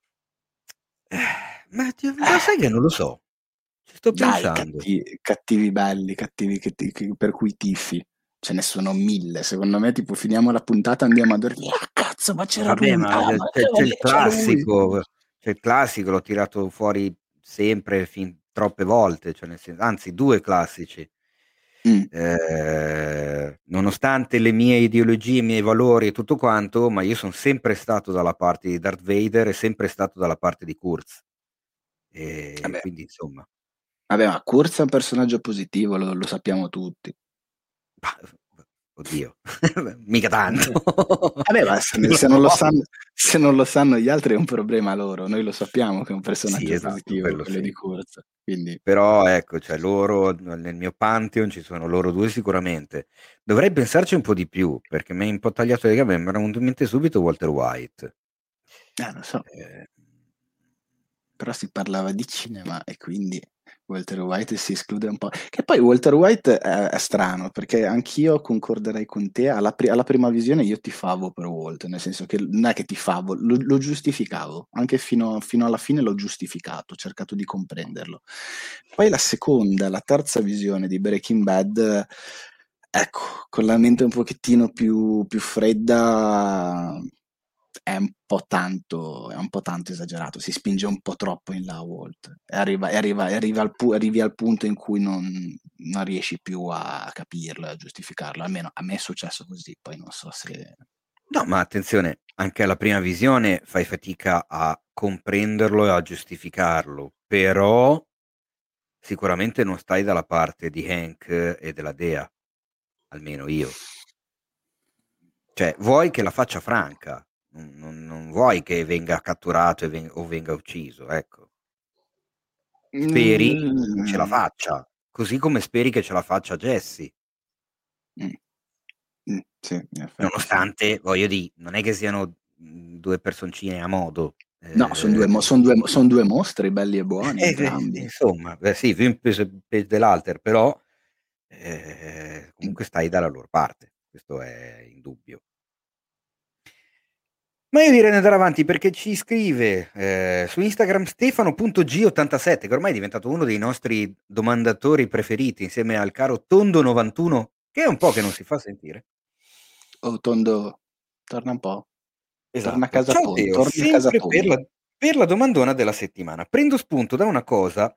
Speaker 1: Ma sai che non lo so, ci sto
Speaker 2: Dai,
Speaker 1: pensando.
Speaker 2: cattivi belli, cattivi per cui tifi. Ce ne sono mille. Secondo me, tipo, finiamo la puntata, andiamo a dormire. Ah, cazzo, ma c'era
Speaker 1: Vabbè,
Speaker 2: lui.
Speaker 1: ma
Speaker 2: Ah, ma
Speaker 1: c'è il classico, l'ho tirato fuori sempre, fin troppe volte, cioè anzi due classici.
Speaker 2: Mm,
Speaker 1: Nonostante le mie ideologie, i miei valori e tutto quanto, ma io sono sempre stato dalla parte di Darth Vader e sempre stato dalla parte di Kurz. E
Speaker 2: vabbè,
Speaker 1: quindi insomma,
Speaker 2: ma Kurz è un personaggio positivo, lo sappiamo tutti.
Speaker 1: Oddio, mica tanto.
Speaker 2: Vabbè, ma se non lo sanno gli altri è un problema loro, noi lo sappiamo che è un personaggio
Speaker 1: Sì, esatto,
Speaker 2: positivo
Speaker 1: quello
Speaker 2: quello
Speaker 1: sì.
Speaker 2: di Kurz, quindi
Speaker 1: Però ecco, cioè loro nel mio Pantheon ci sono loro due sicuramente. Dovrei pensarci un po' di più, perché mi hai un po' tagliato le gambe, mi era venuto in mente subito Walter White.
Speaker 2: non so,
Speaker 1: Eh,
Speaker 2: però si parlava di cinema e quindi Walter White si esclude un po'. Che poi Walter White è strano, perché anch'io concorderei con te, alla prima visione io tifavo per Walter, nel senso che non è che tifavo, lo giustificavo, anche fino alla fine l'ho giustificato, ho cercato di comprenderlo. Poi la seconda, la terza visione di Breaking Bad, ecco, con la mente un pochettino più fredda, è un po' tanto esagerato, si spinge un po' troppo in là Walt, e arrivi al punto in cui non riesci più a capirlo e a giustificarlo, almeno a me è successo così, poi non so se...
Speaker 1: no, ma attenzione, anche alla prima visione fai fatica a comprenderlo e a giustificarlo, però sicuramente non stai dalla parte di Hank e della Dea, almeno io. Cioè, vuoi che la faccia franca, non vuoi che venga catturato o venga ucciso, ecco. Speri ce la
Speaker 2: Mm,
Speaker 1: faccia, così come speri che ce la faccia Jesse.
Speaker 2: mm, sì, in effetti sì.
Speaker 1: Nonostante, voglio dire, non è che siano due personcine a modo.
Speaker 2: No, son due mostri belli e buoni entrambi.
Speaker 1: Insomma, sì, più un peso dell'alter, però
Speaker 2: Mm.
Speaker 1: comunque stai dalla loro parte, questo è indubbio. Ma io direi di andare avanti perché ci scrive su Instagram Stefano.g87, che ormai è diventato uno dei nostri domandatori preferiti, insieme al caro Tondo91, che è un po' che non si fa sentire.
Speaker 2: Oh, Tondo, torna un po'. Torna a
Speaker 1: Esatto.
Speaker 2: casa
Speaker 1: Ciao
Speaker 2: Tondo,
Speaker 1: Teo,
Speaker 2: torni a casa
Speaker 1: sempre
Speaker 2: Tondo.
Speaker 1: per la domandona della settimana. Prendo spunto da una cosa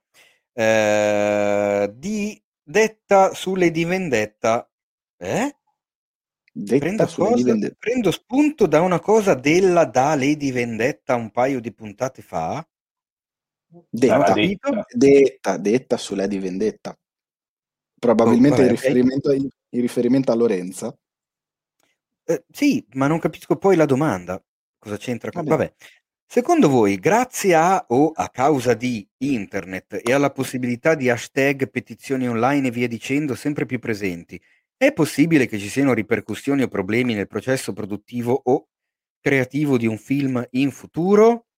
Speaker 1: di detta su Lady Vendetta.
Speaker 2: Detta sulle divende...
Speaker 1: Prendo spunto da una cosa da Lady Vendetta un paio di puntate fa. Non ho
Speaker 3: Sarà
Speaker 2: Detta,
Speaker 1: capito.
Speaker 3: detta.
Speaker 2: detta su Lady Vendetta.
Speaker 1: Oh,
Speaker 2: Probabilmente
Speaker 1: vabbè, ok.
Speaker 2: in riferimento a Lorenza.
Speaker 1: Sì, ma non capisco poi la domanda. Cosa c'entra?
Speaker 2: Vabbè.
Speaker 1: Vabbè. Secondo voi, grazie a o a causa di internet e alla possibilità di hashtag, petizioni online e via dicendo sempre più presenti, è possibile che ci siano ripercussioni o problemi nel processo produttivo o creativo di un film in futuro?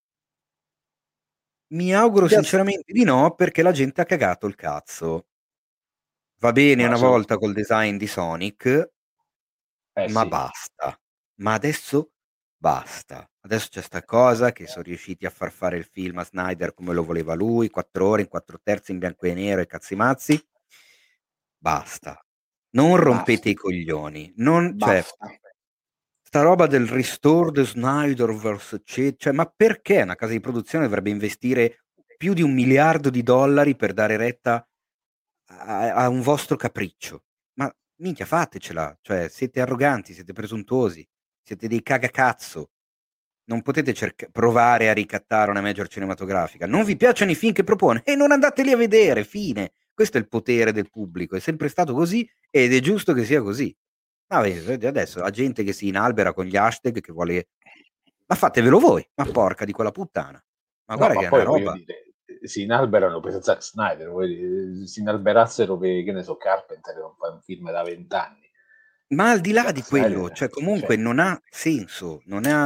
Speaker 1: Mi auguro
Speaker 2: Piaz-
Speaker 1: sinceramente di no, perché la gente ha cagato il cazzo. Va bene
Speaker 3: Ma
Speaker 1: una volta col design di Sonic, ma
Speaker 3: sì.
Speaker 1: basta. Ma adesso basta. Adesso c'è sta cosa che sono riusciti a far fare il film a Snyder come lo voleva lui, 4 ore in 4 terzi in bianco e nero e cazzi mazzi. Basta. Non rompete
Speaker 2: Basta.
Speaker 1: i coglioni. Non, cioè,
Speaker 2: Basta.
Speaker 1: sta roba del restore the Snyderverse, cioè, ma perché una casa di produzione dovrebbe investire più di $1 miliardo per dare retta a un vostro capriccio? Ma minchia, fatecela, cioè siete arroganti, siete presuntuosi, siete dei cagacazzo. Non potete provare a ricattare una major cinematografica. Non vi piacciono i film che propone e non andateli a vedere, fine. Questo è il potere del pubblico, è sempre stato così ed è giusto che sia così. Ma vedi, adesso la gente che si inalbera con gli hashtag che vuole... Ma fatevelo voi, ma porca di quella puttana. Ma
Speaker 3: No,
Speaker 1: guarda
Speaker 3: ma
Speaker 1: che è una
Speaker 3: poi voglio
Speaker 1: roba...
Speaker 3: dire, si inalberano per Zack Snyder, si inalberassero per, che ne so, Carpenter, che non fa un film da 20 anni.
Speaker 1: Ma al di là
Speaker 3: Zack
Speaker 1: di quello,
Speaker 3: Snyder,
Speaker 1: cioè comunque
Speaker 3: cioè,
Speaker 1: non ha senso,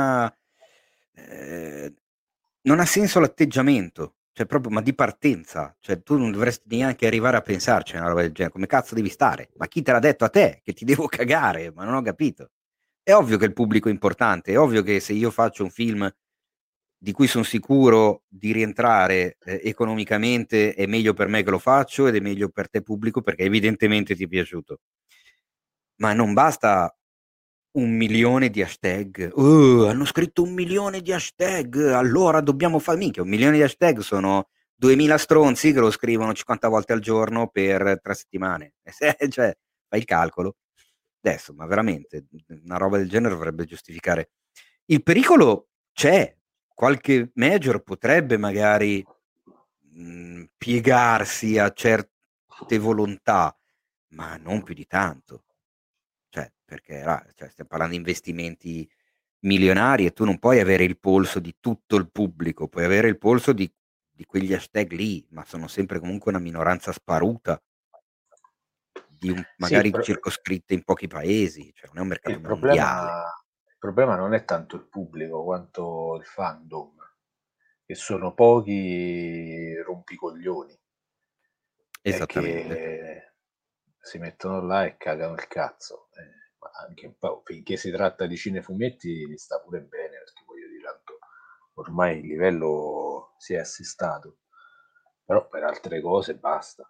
Speaker 1: eh, non ha senso l'atteggiamento, cioè proprio, ma di partenza, cioè tu non dovresti neanche arrivare a pensarci a una roba del genere, come cazzo devi stare? Ma chi te l'ha detto a te che ti devo cagare? Ma non ho capito. È ovvio che il pubblico è importante, è ovvio che se io faccio un film di cui sono sicuro di rientrare economicamente, è meglio per me che lo faccio ed è meglio per te pubblico perché evidentemente ti è piaciuto. Ma non basta 1 milione di hashtag. Hanno scritto 1 milione di hashtag, allora dobbiamo fare... Minchia, 1 milione di hashtag sono 2000 stronzi che lo scrivono 50 volte al giorno per 3 settimane. Cioè, fai il calcolo. Adesso, ma veramente, una roba del genere dovrebbe giustificare. Il pericolo c'è. Qualche major potrebbe magari piegarsi a certe volontà, ma non più di tanto. perché cioè, stiamo parlando di investimenti milionari e tu non puoi avere il polso di tutto il pubblico, puoi avere il polso di quegli hashtag lì, ma sono sempre comunque una minoranza sparuta,
Speaker 3: Sì,
Speaker 1: magari circoscritta in pochi paesi, cioè non è un mercato mondiale.
Speaker 3: il problema non è tanto il pubblico quanto il fandom, che sono pochi rompicoglioni e
Speaker 1: Esattamente.
Speaker 3: che si mettono là e cagano il cazzo. Ma anche un po', finché si tratta di cinefumetti sta pure bene, perché voglio dire, tanto ormai il livello si è assestato, però per altre cose basta.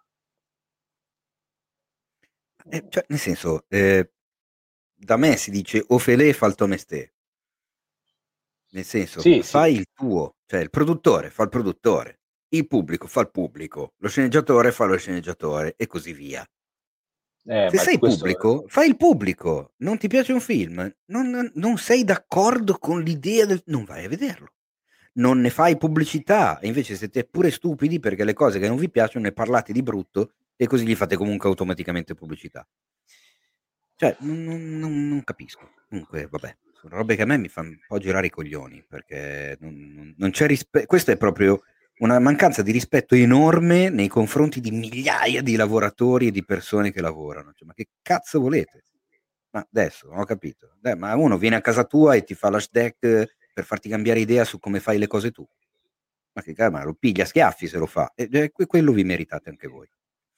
Speaker 1: Cioè, nel senso, da me si dice o fele fa il tuo mestiere, nel senso,
Speaker 3: Sì, sì,
Speaker 1: fai il tuo, cioè il produttore fa il produttore, il pubblico fa il pubblico, lo sceneggiatore fa lo sceneggiatore e così via. Se
Speaker 3: ma
Speaker 1: sei
Speaker 3: questo
Speaker 1: pubblico, fai il pubblico. Non ti piace un film? Non sei d'accordo con l'idea non vai a vederlo. Non ne fai pubblicità. E invece siete pure stupidi perché le cose che non vi piacciono ne parlate di brutto e così gli fate comunque automaticamente pubblicità. Cioè, non capisco. Comunque, vabbè, sono robe che a me mi fanno un po' girare i coglioni perché non c'è rispetto. Questo è proprio una mancanza di rispetto enorme nei confronti di migliaia di lavoratori e di persone che lavorano. Cioè, ma che cazzo volete? Ma adesso non ho capito. Ma uno viene a casa tua e ti fa l'hashtag per farti cambiare idea su come fai le cose tu. Ma che cazzo, ma lo piglia a schiaffi se lo fa. E quello vi meritate anche voi.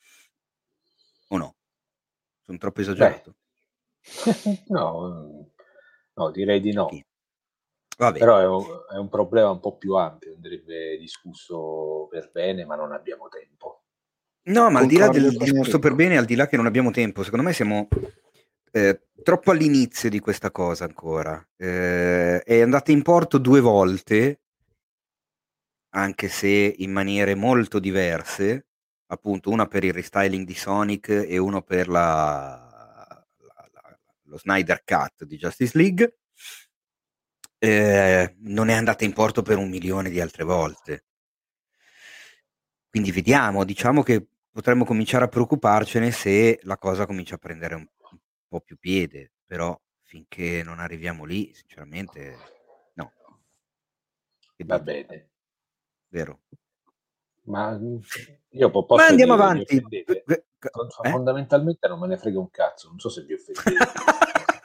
Speaker 1: O no? Sono troppo
Speaker 3: beh,
Speaker 1: esagerato?
Speaker 3: no, no, direi di no.
Speaker 1: Va bene.
Speaker 3: Però è un problema un po' più ampio, andrebbe discusso per bene, ma non abbiamo tempo.
Speaker 1: No, ma al di là
Speaker 2: Concordo
Speaker 1: del
Speaker 2: con
Speaker 1: discorso per
Speaker 2: Enrico.
Speaker 1: bene, al di là che non abbiamo tempo, secondo me siamo troppo all'inizio di questa cosa ancora. È andata in porto 2 volte, anche se in maniere molto diverse, appunto una per il restyling di Sonic e uno per lo Snyder Cut di Justice League. Non è andata in porto per 1 milione di altre volte. Quindi vediamo, diciamo che potremmo cominciare a preoccuparcene se la cosa comincia a prendere un po' più piede, però finché non arriviamo lì, sinceramente, no. Che
Speaker 3: Va
Speaker 1: dite?
Speaker 3: bene,
Speaker 1: Vero?
Speaker 3: ma io
Speaker 1: Ma
Speaker 3: posso
Speaker 1: andiamo
Speaker 3: dire, vi
Speaker 1: avanti.
Speaker 3: offendete?
Speaker 1: Eh?
Speaker 3: Fondamentalmente non me ne frega un cazzo, non so se vi offendete di questa cosa.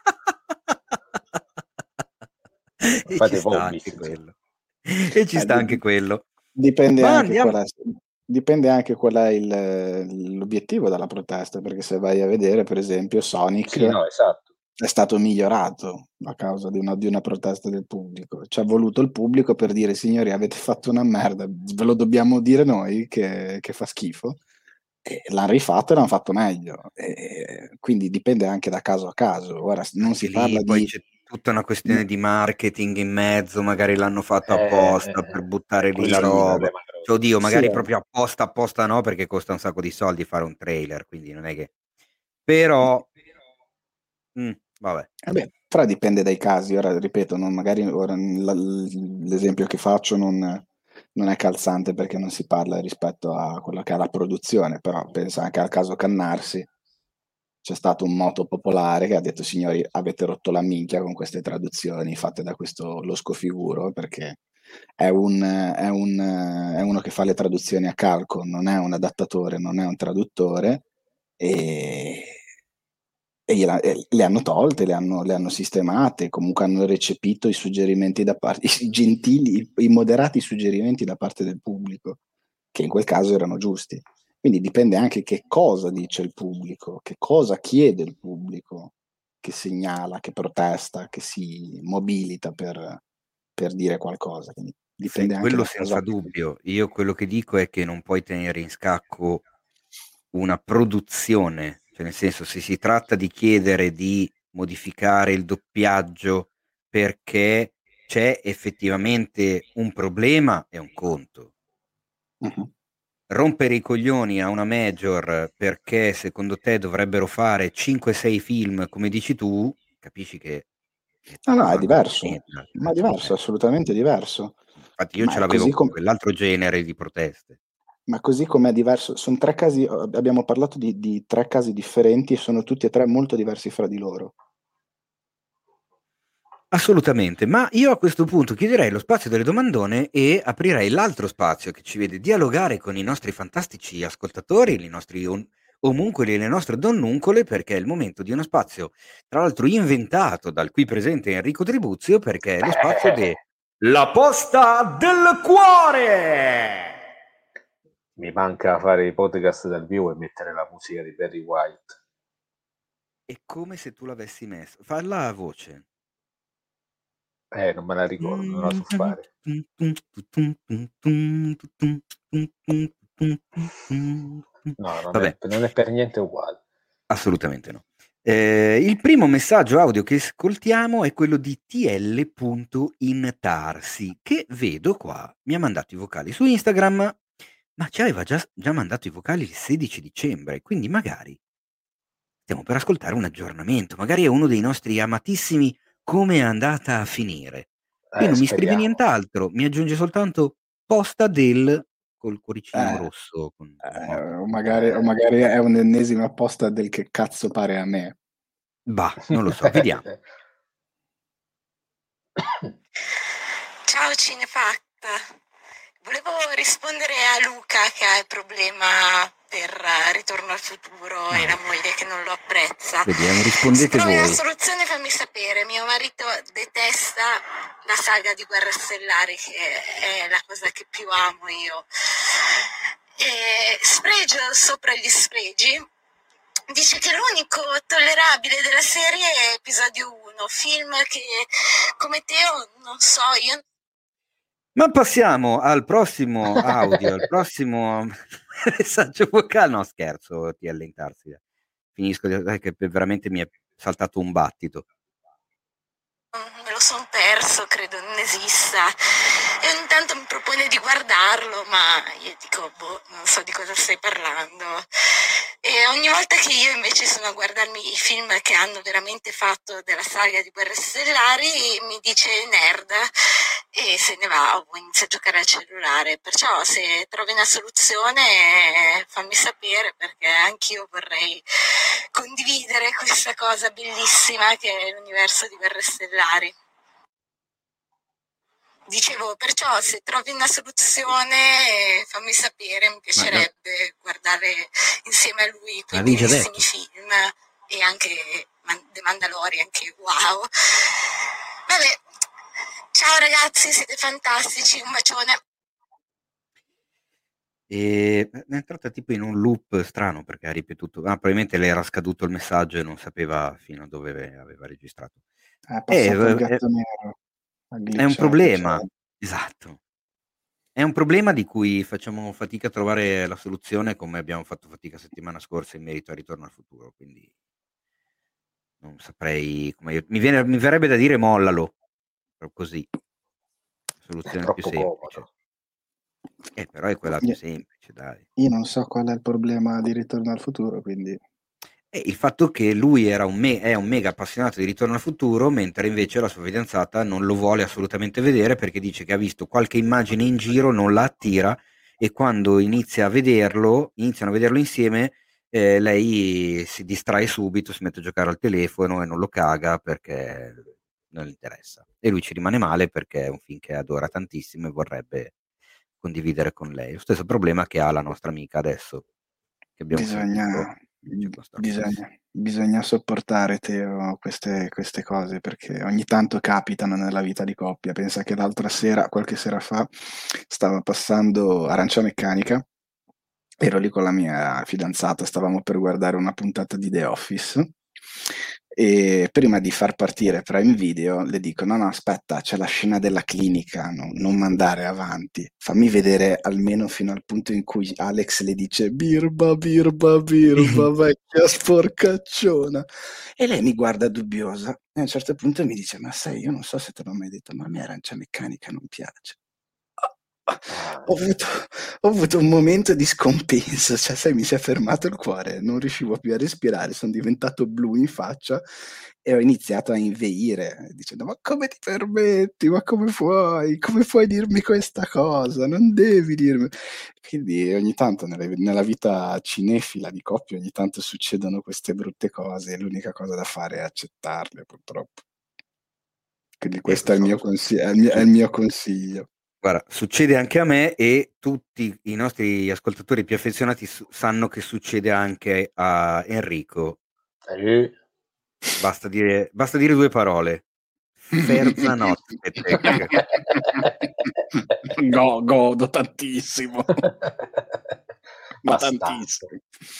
Speaker 1: E ci
Speaker 3: Fate
Speaker 1: sta
Speaker 3: vomit,
Speaker 1: anche
Speaker 3: insomma.
Speaker 1: quello. E ci sta anche quello.
Speaker 2: Dipende
Speaker 1: Ma
Speaker 2: anche
Speaker 1: andiamo.
Speaker 2: qual è l'obiettivo della protesta, perché se vai a vedere, per esempio, Sonic
Speaker 3: Sì, no, esatto.
Speaker 2: è stato migliorato a causa di una protesta del pubblico. Ci ha voluto il pubblico per dire, signori, avete fatto una merda, ve lo dobbiamo dire noi che fa schifo. E l'hanno rifatto e l'hanno fatto meglio. Quindi dipende anche da caso a caso. Ora non
Speaker 1: Anche
Speaker 2: si parla
Speaker 1: lì poi
Speaker 2: di...
Speaker 1: c'è tutta una questione di marketing in mezzo, magari l'hanno fatto apposta per buttare lì la
Speaker 3: Quello lì è un
Speaker 1: roba.
Speaker 3: problema
Speaker 1: Cioè, oddio,
Speaker 2: Sì,
Speaker 1: magari proprio apposta no, perché costa un sacco di soldi fare un trailer, quindi non è che... Però, vabbè.
Speaker 2: Beh, però dipende dai casi. Ora, ripeto, magari ora l'esempio che faccio non è calzante perché non si parla rispetto a quello che è la produzione, però penso anche al caso Cannarsi. C'è stato un moto popolare che ha detto: signori, avete rotto la minchia con queste traduzioni fatte da questo losco figuro, perché è uno che fa le traduzioni a calco, non è un adattatore, non è un traduttore, e, le hanno tolte, le hanno sistemate, comunque hanno recepito i suggerimenti da parte, i gentili, i moderati suggerimenti da parte del pubblico, che in quel caso erano giusti. Quindi dipende anche che cosa dice il pubblico, che cosa chiede il pubblico, che segnala, che protesta, che si mobilita per dire qualcosa. Quindi
Speaker 1: Sì,
Speaker 2: dipende anche
Speaker 1: quello
Speaker 2: da cosa.
Speaker 1: senza dubbio. Io quello che dico è che non puoi tenere in scacco una produzione, cioè nel senso se si tratta di chiedere di modificare il doppiaggio perché c'è effettivamente un problema è un conto.
Speaker 2: Mhm.
Speaker 1: Rompere i coglioni a una major perché secondo te dovrebbero fare 5-6 film come dici tu, capisci che è
Speaker 2: No, no, è
Speaker 1: un'altra
Speaker 2: diverso,
Speaker 1: pianeta.
Speaker 2: ma è
Speaker 1: Cioè,
Speaker 2: diverso, assolutamente diverso.
Speaker 1: infatti io
Speaker 2: Ma
Speaker 1: ce
Speaker 2: è
Speaker 1: l'avevo
Speaker 2: così
Speaker 1: con
Speaker 2: come...
Speaker 1: quell'altro genere di proteste.
Speaker 2: Ma così com'è diverso, sono tre casi, abbiamo parlato di tre casi differenti e sono tutti e tre molto diversi fra di loro.
Speaker 1: Assolutamente, ma io a questo punto chiuderei lo spazio delle domandone e aprirei l'altro spazio che ci vede dialogare con i nostri fantastici ascoltatori, i nostri omuncoli e le nostre donnuncole, perché è il momento di uno spazio, tra l'altro inventato dal qui presente Enrico Tribuzio, perché è lo spazio La posta del cuore!
Speaker 3: Mi manca fare i podcast dal vivo e mettere la musica di Barry White.
Speaker 1: È come se tu l'avessi messo. Falla a voce.
Speaker 3: Non me la ricordo, non la so fare. No,
Speaker 1: Vabbè,
Speaker 3: non è per niente uguale.
Speaker 1: assolutamente no. Il primo messaggio audio che ascoltiamo è quello di TL.intarsi, che vedo qua. Mi ha mandato i vocali su Instagram, ma ci aveva già mandato i vocali il 16 dicembre, quindi magari stiamo per ascoltare un aggiornamento. Magari è uno dei nostri amatissimi come è andata a finire. Qui non mi scrive
Speaker 3: Speriamo.
Speaker 1: nient'altro, mi aggiunge soltanto posta del col cuoricino
Speaker 2: Eh,
Speaker 1: rosso con
Speaker 2: o magari è un'ennesima posta del che cazzo pare a me.
Speaker 1: bah, non lo so, vediamo.
Speaker 4: Ciao Cinefact, volevo rispondere a Luca che ha il problema per Ritorno al futuro e la moglie che non lo apprezza.
Speaker 1: Vediamo,
Speaker 4: Se
Speaker 1: rispondete
Speaker 4: trovi una
Speaker 1: voi.
Speaker 4: soluzione fammi sapere, mio marito detesta la saga di Guerre Stellari che è la cosa che più amo io. E spregio sopra gli spregi, dice che l'unico tollerabile della serie è episodio 1, film che come te non so, io
Speaker 1: Ma passiamo al prossimo audio, al prossimo messaggio vocale. No, scherzo, ti allentarsi. Finisco, dai, che veramente mi è saltato un battito.
Speaker 4: me lo son perso, credo non esista. E ogni tanto mi propone di guardarlo, ma io dico, boh, non so di cosa stai parlando. E ogni volta che io invece sono a guardarmi i film che hanno veramente fatto della saga di Guerre Stellari, mi dice nerd e se ne va o inizia a giocare al cellulare. Perciò se trovi una soluzione fammi sapere, perché anch'io vorrei condividere questa cosa bellissima che è l'universo di Guerre Stellari. Dicevo, perciò se trovi una soluzione fammi sapere, mi piacerebbe guardare insieme a lui quei
Speaker 1: L'avevi già
Speaker 4: bellissimi
Speaker 1: detto.
Speaker 4: film e anche The Mandalorian, che wow. Vabbè, ciao ragazzi, siete fantastici, un bacione.
Speaker 1: E è entrata tipo in un loop strano perché ha ripetuto. Probabilmente le era scaduto il messaggio e non sapeva fino a dove aveva registrato.
Speaker 2: È passato il
Speaker 1: È
Speaker 2: gatto nero, ha
Speaker 1: è un
Speaker 2: glitchato, cioè.
Speaker 1: problema, esatto. È un problema di cui facciamo fatica a trovare la soluzione, come abbiamo fatto fatica settimana scorsa in merito a Ritorno al futuro, quindi non saprei come mi verrebbe da dire mollalo, così,
Speaker 3: È
Speaker 1: soluzione più
Speaker 3: troppo
Speaker 1: semplice.
Speaker 3: comodo.
Speaker 1: Però è quella più semplice, dai.
Speaker 2: Io non so qual è il problema di Ritorno al futuro, quindi
Speaker 1: Il fatto che lui è un mega appassionato di Ritorno al futuro, mentre invece la sua fidanzata non lo vuole assolutamente vedere perché dice che ha visto qualche immagine in giro, non la attira e quando iniziano a vederlo insieme, lei si distrae subito, si mette a giocare al telefono e non lo caga perché non gli interessa. E lui ci rimane male perché è un film che adora tantissimo e vorrebbe condividere con lei. Lo stesso problema che ha la nostra amica adesso, che abbiamo saputo in circostanze.
Speaker 2: bisogna sopportare, Teo, queste cose perché ogni tanto capitano nella vita di coppia. Pensa che l'altra sera, qualche sera fa, stava passando Arancia Meccanica, ero lì con la mia fidanzata, stavamo per guardare una puntata di The Office e prima di far partire Prime Video le dico no aspetta, c'è la scena della clinica, non mandare avanti, fammi vedere almeno fino al punto in cui Alex le dice birba birba birba vecchia sporcacciona e lei mi guarda dubbiosa e a un certo punto mi dice ma sai, io non so se te l'ho mai detto ma a me Arancia Meccanica non piace. Ho avuto un momento di scompenso, cioè sai, mi si è fermato il cuore, non riuscivo più a respirare, sono diventato blu in faccia e ho iniziato a inveire, dicendo: ma come ti permetti, ma come puoi dirmi questa cosa, non devi dirmi. Quindi ogni tanto nella vita cinefila di coppia ogni tanto succedono queste brutte cose e l'unica cosa da fare è accettarle, purtroppo. Quindi questo è il mio è il mio consiglio.
Speaker 1: Guarda, succede anche a me e tutti i nostri ascoltatori più affezionati sanno che succede anche a Enrico. Basta dire 2 parole. Ferzanottetek.
Speaker 2: Godo tantissimo. Ma tantissimo.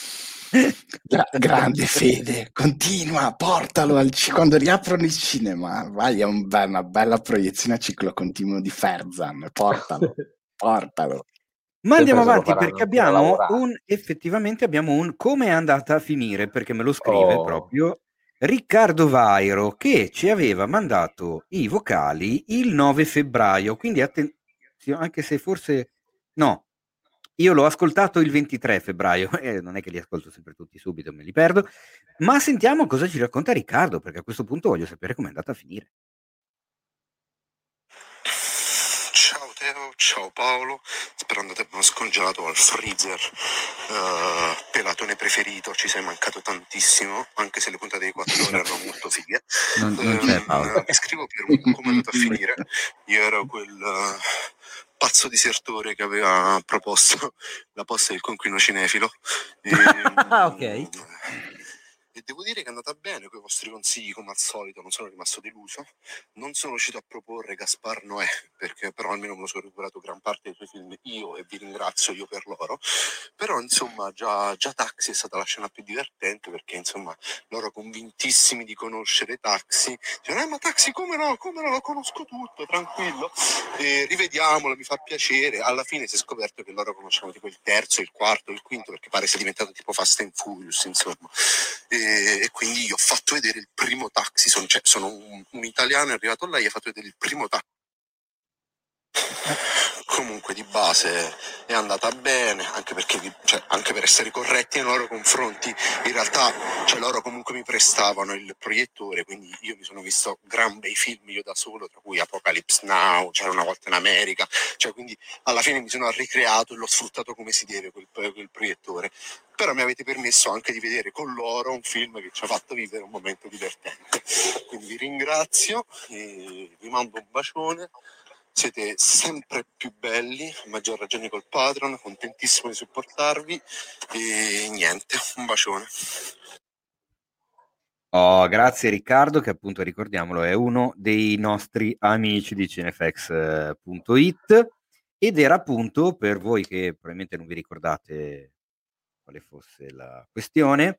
Speaker 2: Grande Fede, continua, portalo quando riaprono il cinema, vai a una bella proiezione a ciclo continuo di Ferzan, portalo.
Speaker 1: Ma andiamo avanti perché effettivamente abbiamo un come è andata a finire, perché me lo scrive proprio Riccardo Vairo, che ci aveva mandato i vocali il 9 febbraio, quindi attenzione, anche se forse no, io l'ho ascoltato il 23 febbraio, non è che li ascolto sempre tutti subito, me li perdo, ma sentiamo cosa ci racconta Riccardo, perché a questo punto voglio sapere come è andata a finire.
Speaker 5: Ciao Teo, ciao Paolo, sperando ti abbiamo scongelato al freezer, pelatone preferito, ci sei mancato tantissimo, anche se le puntate di 4 ore erano molto fighe.
Speaker 1: Non c'è Paolo.
Speaker 5: Vi scrivo per un come è andato a finire. Io ero quel pazzo disertore che aveva proposto la posta del Conquilino Cinefilo.
Speaker 1: Ok.
Speaker 5: E devo dire che è andata bene con i vostri consigli, come al solito, non sono rimasto deluso. Non sono riuscito a proporre Gaspar Noè, perché però almeno me lo sono recuperato gran parte dei suoi film io, e vi ringrazio io per loro. Però insomma già Taxi è stata la scena più divertente, perché insomma loro convintissimi di conoscere Taxi dicono: ma Taxi come no, lo conosco tutto, tranquillo, e rivediamolo, mi fa piacere. Alla fine si è scoperto che loro conoscevano tipo il terzo, il quarto, il quinto, perché pare sia diventato tipo Fast and Furious, insomma. E quindi io ho fatto vedere il primo Taxi, sono un italiano, è arrivato là e ha fatto vedere il primo Taxi. Comunque di base è andata bene, anche perché anche per essere corretti nei loro confronti, in realtà loro comunque mi prestavano il proiettore, quindi io mi sono visto gran bei film io da solo, tra cui Apocalypse Now, C'era una volta in America, quindi alla fine mi sono ricreato e l'ho sfruttato come si deve quel proiettore. Però mi avete permesso anche di vedere con loro un film che ci ha fatto vivere un momento divertente. Quindi vi ringrazio e vi mando un bacione. Siete sempre più belli, a maggior ragione col Patreon, contentissimo di supportarvi e niente, un bacione.
Speaker 1: Oh, grazie Riccardo, che appunto ricordiamolo è uno dei nostri amici di cinefx.it ed era appunto, per voi che probabilmente non vi ricordate quale fosse la questione,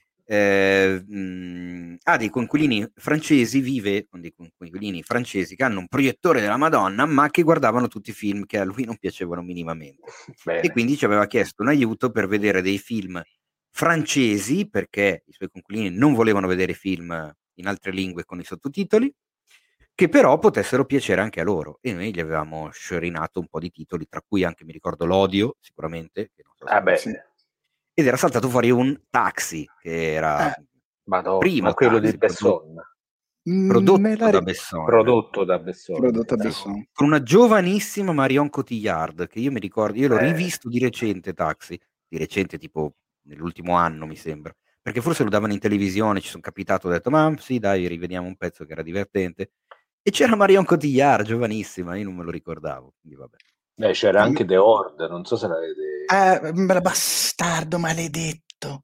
Speaker 1: dei coinquilini francesi, vive con dei coinquilini francesi che hanno un proiettore della Madonna, ma che guardavano tutti i film che a lui non piacevano minimamente.
Speaker 3: Bene.
Speaker 1: E quindi ci aveva chiesto un aiuto per vedere dei film francesi, perché i suoi coinquilini non volevano vedere film in altre lingue con i sottotitoli, che però potessero piacere anche a loro, e noi gli avevamo sciorinato un po' di titoli, tra cui anche, mi ricordo, L'Odio, sicuramente, che non so se
Speaker 2: sì.
Speaker 1: ed era saltato fuori un Taxi, che era primo
Speaker 3: ma quello
Speaker 1: Taxi,
Speaker 3: di Besson,
Speaker 1: prodotto da Besson.
Speaker 3: Prodotto da Besson.
Speaker 1: Con una giovanissima Marion Cotillard, che io mi ricordo, io l'ho rivisto di recente Taxi, tipo nell'ultimo anno mi sembra, perché forse lo davano in televisione, ci sono capitato, ho detto ma sì dai, rivediamo un pezzo che era divertente, e c'era Marion Cotillard, giovanissima, io non me lo ricordavo, quindi vabbè.
Speaker 3: Beh, c'era anche The Horde, non so se l'avete...
Speaker 2: Bastardo maledetto.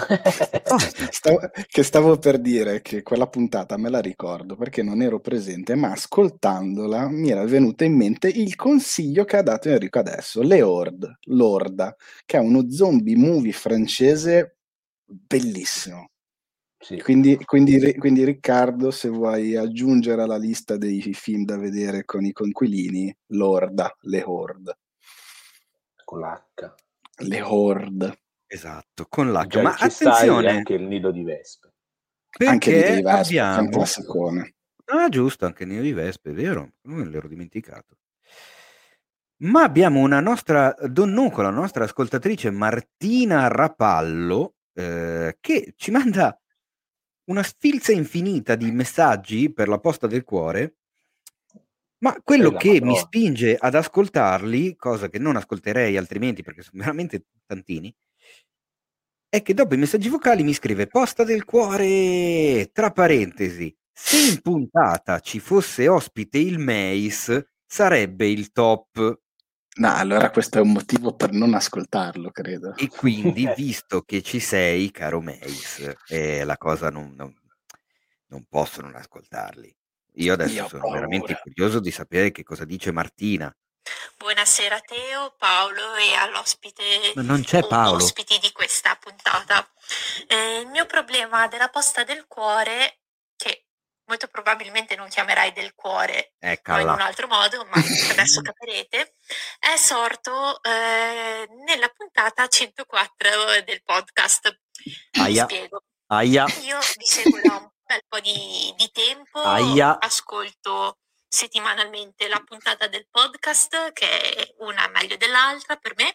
Speaker 2: Stavo per dire che quella puntata me la ricordo perché non ero presente, ma ascoltandola mi era venuto in mente il consiglio che ha dato Enrico adesso, Lorda, che è uno zombie movie francese bellissimo.
Speaker 3: Sì.
Speaker 2: Quindi Riccardo, se vuoi aggiungere alla lista dei film da vedere con i coinquilini, Lorda, Le Horde.
Speaker 3: Con l'H.
Speaker 2: Le Horde.
Speaker 1: Esatto, con l'H.
Speaker 3: Già,
Speaker 1: ma
Speaker 3: ci
Speaker 1: attenzione,
Speaker 3: stai anche il Nido di Vespe.
Speaker 2: Anche
Speaker 1: perché
Speaker 2: di Vespe, che è un
Speaker 1: abbiamo...
Speaker 2: classicone.
Speaker 1: Ah, giusto, anche il Nido di Vespe, è vero, non me l'ero dimenticato. Ma abbiamo una nostra donnucola, una nostra ascoltatrice Martina Rapallo, che ci manda una sfilza infinita di messaggi per la posta del cuore, ma quello
Speaker 3: La
Speaker 1: che mi
Speaker 3: Madonna.
Speaker 1: spinge ad ascoltarli, cosa che non ascolterei altrimenti perché sono veramente tantini, è che dopo i messaggi vocali mi scrive posta del cuore, tra parentesi, se in puntata ci fosse ospite il Mace, sarebbe il top.
Speaker 2: No, allora questo è un motivo per non ascoltarlo, credo.
Speaker 1: E quindi, visto che ci sei, caro Mace, la cosa non posso non ascoltarli. Io adesso
Speaker 2: Io ho
Speaker 1: sono veramente
Speaker 2: paura.
Speaker 1: curioso di sapere che cosa dice Martina.
Speaker 4: Buonasera Teo, Paolo e all'ospite
Speaker 1: Ma non c'è
Speaker 4: o
Speaker 1: Paolo.
Speaker 4: ospiti di questa puntata. Il mio problema della posta del cuore, che molto probabilmente non chiamerai del cuore, ma in un
Speaker 1: Eccola.
Speaker 4: altro modo, ma adesso capirete, è sorto nella puntata 104 del podcast. Mi
Speaker 1: Aia,
Speaker 4: spiego.
Speaker 1: aia,
Speaker 4: Io vi seguo da un bel po' di tempo,
Speaker 1: aia.
Speaker 4: ascolto settimanalmente la puntata del podcast, che è una meglio dell'altra per me,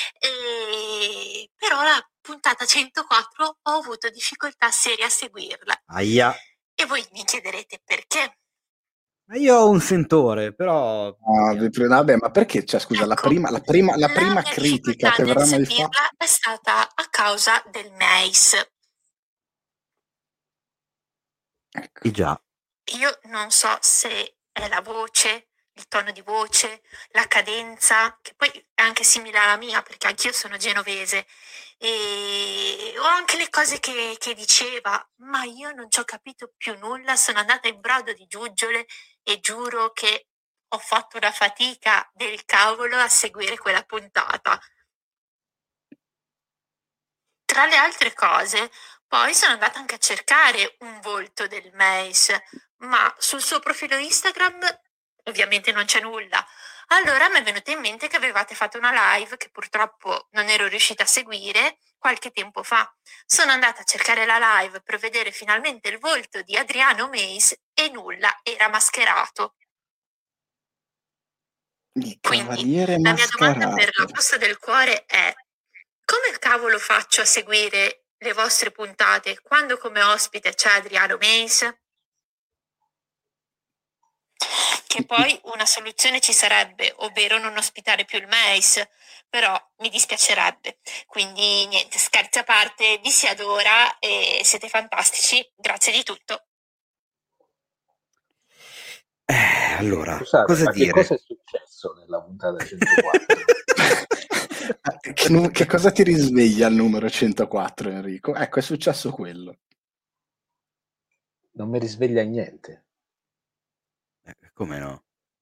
Speaker 4: però la puntata 104 ho avuto difficoltà serie a seguirla.
Speaker 1: Aia.
Speaker 4: E voi mi chiederete perché.
Speaker 1: Ma io ho un sentore, però...
Speaker 2: No, vabbè, ma perché? Cioè, scusa, la
Speaker 4: Ecco,
Speaker 2: prima
Speaker 4: la mia
Speaker 2: critica
Speaker 4: difficoltà
Speaker 2: che
Speaker 4: nel
Speaker 2: avrà mai fatto.
Speaker 4: seguirla è stata a causa del Mace.
Speaker 2: Ecco.
Speaker 1: E già.
Speaker 4: Io non so se è la voce, il tono di voce, la cadenza, che poi è anche simile alla mia, perché anch'io sono genovese, o anche le cose che diceva, ma io non ci ho capito più nulla, sono andata in brodo di giuggiole e giuro che ho fatto una fatica del cavolo a seguire quella puntata. Tra le altre cose, poi sono andata anche a cercare un volto del Mace, ma sul suo profilo Instagram ovviamente non c'è nulla. Allora mi è venuto in mente che avevate fatto una live che purtroppo non ero riuscita a seguire qualche tempo fa. Sono andata a cercare la live per vedere finalmente il volto di Adriano Mace e nulla, era mascherato.
Speaker 2: Il
Speaker 4: Quindi
Speaker 2: cavaliere
Speaker 4: la mia domanda per la
Speaker 2: mascherato.
Speaker 4: posta del cuore è: come cavolo faccio a seguire le vostre puntate quando come ospite c'è Adriano Mace? Che poi una soluzione ci sarebbe, ovvero non ospitare più il Mace, però mi dispiacerebbe. Quindi niente, scherzi a parte, vi si adora e siete fantastici, grazie di tutto.
Speaker 1: Allora,
Speaker 3: Scusate,
Speaker 1: cosa
Speaker 3: ma
Speaker 1: dire?
Speaker 3: che cosa è successo nella puntata 104?
Speaker 2: Che cosa ti risveglia al numero 104, Enrico? Ecco, è successo quello.
Speaker 3: Non mi risveglia niente.
Speaker 1: Come no?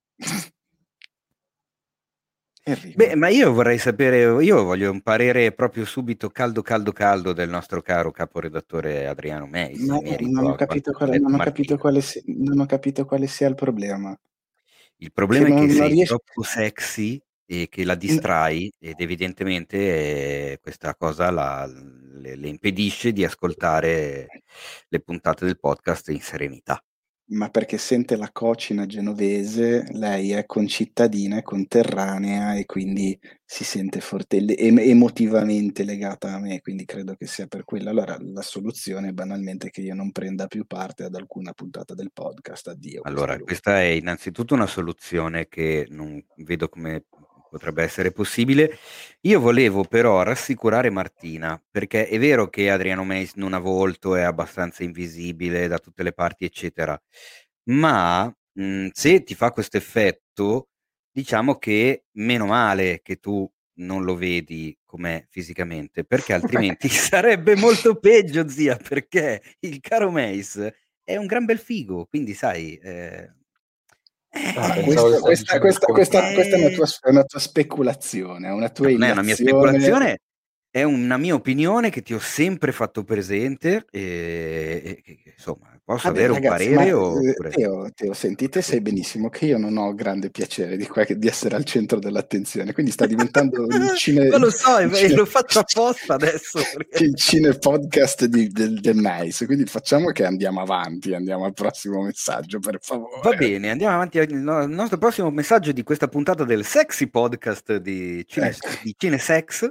Speaker 2: Enrico.
Speaker 1: Beh, ma io vorrei sapere, io voglio un parere proprio subito caldo del nostro caro caporedattore Adriano Meis
Speaker 2: Ma
Speaker 1: in merito
Speaker 2: non ho
Speaker 1: a quanto
Speaker 2: capito
Speaker 1: ha detto
Speaker 2: non ho capito
Speaker 1: Martina.
Speaker 2: non ho capito quale sia il problema.
Speaker 1: Il problema
Speaker 2: Che
Speaker 1: è che
Speaker 2: non
Speaker 1: sei
Speaker 2: riesco...
Speaker 1: troppo sexy e che la distrai ed evidentemente questa cosa le impedisce di ascoltare le puntate del podcast in serenità.
Speaker 2: Ma perché sente la cocina genovese, lei è concittadina, è conterranea e quindi si sente forte, emotivamente legata a me, quindi credo che sia per quello. Allora la soluzione è banalmente che io non prenda più parte ad alcuna puntata del podcast, addio, questo è
Speaker 1: Allora,
Speaker 2: l'unico.
Speaker 1: questa è innanzitutto una soluzione che non vedo come potrebbe essere possibile. Io volevo però rassicurare Martina, perché è vero che Adriano Meis non ha volto, è abbastanza invisibile da tutte le parti, eccetera, ma se ti fa questo effetto, diciamo che meno male che tu non lo vedi com'è fisicamente, perché altrimenti sarebbe molto peggio, zia, perché il caro Meis è un gran bel figo, quindi sai...
Speaker 3: Pensavo che stavi dicendo il
Speaker 2: Questa è
Speaker 3: contrario.
Speaker 2: una tua speculazione, è una tua
Speaker 1: non è una mia
Speaker 2: illazione.
Speaker 1: speculazione, è una mia opinione che ti ho sempre fatto presente insomma, posso
Speaker 2: Vabbè,
Speaker 1: avere un
Speaker 2: ragazzi, ma
Speaker 1: parere oppure...
Speaker 2: Teo, sentite, sai benissimo che io non ho grande piacere di essere al centro dell'attenzione, quindi sta diventando
Speaker 1: Ma lo so, lo faccio apposta adesso. Perché...
Speaker 2: il cine podcast del Nice, quindi facciamo che andiamo avanti, andiamo al prossimo messaggio, per favore.
Speaker 1: Va bene, andiamo avanti. Il nostro prossimo messaggio di questa puntata del Sexy Podcast di Cinesex.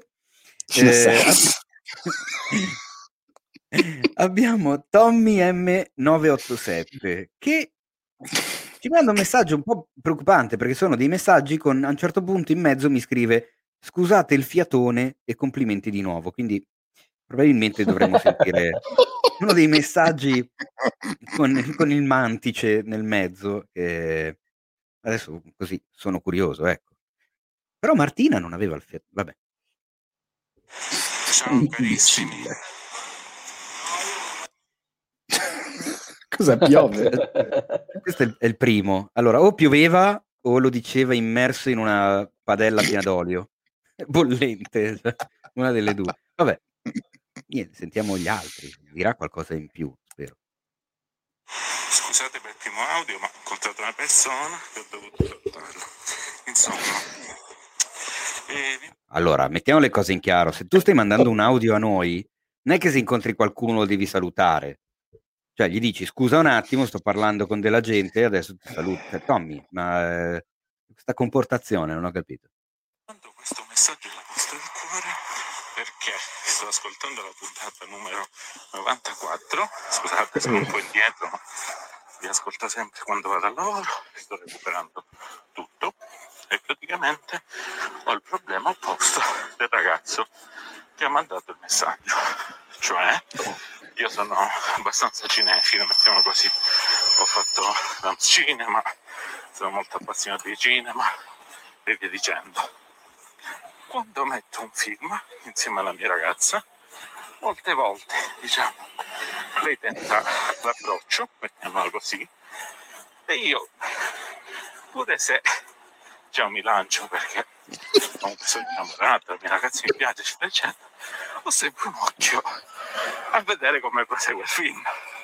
Speaker 1: Abbiamo Tommy M987 che ci manda un messaggio un po' preoccupante, perché sono dei messaggi con, a un certo punto in mezzo mi scrive scusate il fiatone e complimenti di nuovo, quindi probabilmente dovremmo sentire uno dei messaggi con il mantice nel mezzo, che adesso così sono curioso, ecco. Però Martina non aveva il fiatone, vabbè.
Speaker 6: Ciao carissimi.
Speaker 2: Cosa piove?
Speaker 1: Questo è il primo. Allora, o pioveva o lo diceva immerso in una padella piena d'olio bollente, una delle due. Vabbè, niente, sentiamo gli altri. Dirà qualcosa in più, spero.
Speaker 6: Scusate per il primo audio, ma ho incontrato una persona che ho dovuto salutarlo. Insomma.
Speaker 1: Allora, mettiamo le cose in chiaro. Se tu stai mandando un audio a noi, non è che se incontri qualcuno lo devi salutare. Cioè, gli dici, scusa un attimo, sto parlando con della gente e adesso ti saluto. Cioè, Tommy, ma questa comportazione, non ho capito.
Speaker 6: Mando questo messaggio alla posta del cuore perché sto ascoltando la puntata numero 94. Scusate, sono un po' indietro, ma vi ascolto sempre quando vado al lavoro. Sto recuperando tutto e praticamente ho il problema opposto del ragazzo che ha mandato il messaggio. Cioè, io sono abbastanza cinefilo, mettiamo così. Ho fatto Rams Cinema, sono molto appassionato di cinema e via dicendo. Quando metto un film insieme alla mia ragazza, molte volte, diciamo, lei tenta l'approccio, mettiamolo così, e io, pure se diciamo, mi lancio perché comunque sono innamorato, la mia ragazza mi piace, eccetera, eccetera, ho sempre un occhio a vedere come prosegue il film.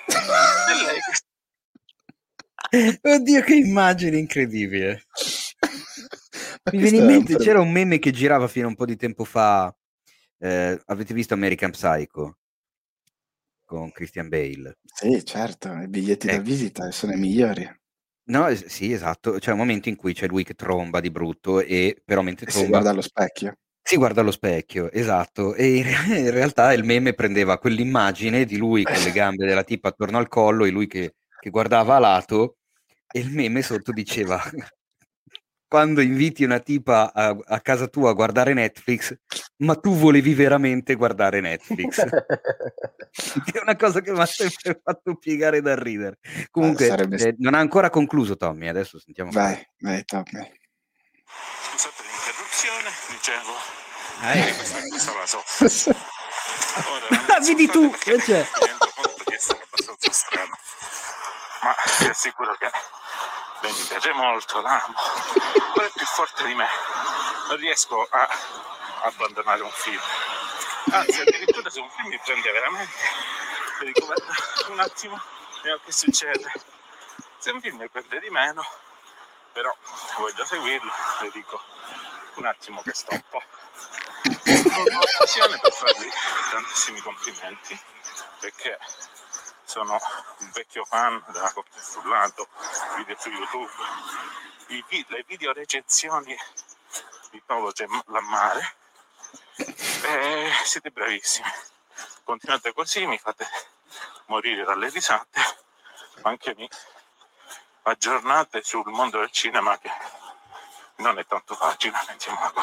Speaker 6: E lei...
Speaker 1: Oddio, che immagine incredibile. Mi viene in mente, c'era un meme che girava fino a un po' di tempo fa. Avete visto American Psycho? Con Christian Bale?
Speaker 2: Sì, certo, i biglietti da visita sono i migliori.
Speaker 1: No, sì, esatto. C'è un momento in cui c'è lui che tromba di brutto e però mentre tromba...
Speaker 2: Si guarda allo specchio.
Speaker 1: Si guarda allo specchio, esatto. E in realtà il meme prendeva quell'immagine di lui con le gambe della tipa attorno al collo e lui che guardava a lato, e il meme sotto diceva quando inviti una tipa a casa tua a guardare Netflix, ma tu volevi veramente guardare Netflix. È una cosa che mi ha sempre fatto piegare dal ridere. Comunque non ha ancora concluso Tommy, adesso sentiamo.
Speaker 2: Vai Tommy.
Speaker 6: Scusate l'interruzione, dicevo questa la so. Ora,
Speaker 1: vedi tu, che c'è?
Speaker 6: Mi rendo conto di essere abbastanza strano, ma ti assicuro che lei mi piace molto, l'amo, però è più forte di me, non riesco a abbandonare un film, anzi addirittura se un film mi prende veramente, mi dico guarda un attimo, vediamo che succede, se un film mi prende di meno, però voglio seguirlo, le dico un attimo che stoppo. Ho l'occasione per farvi tantissimi complimenti perché sono un vecchio fan della Coppia e Frullato, video su YouTube, le video recensioni di Paolo Lammare, e siete bravissimi, continuate così, mi fate morire dalle risate, anche mi aggiornate sul mondo del cinema che non è tanto facile, mettiamo una cosa.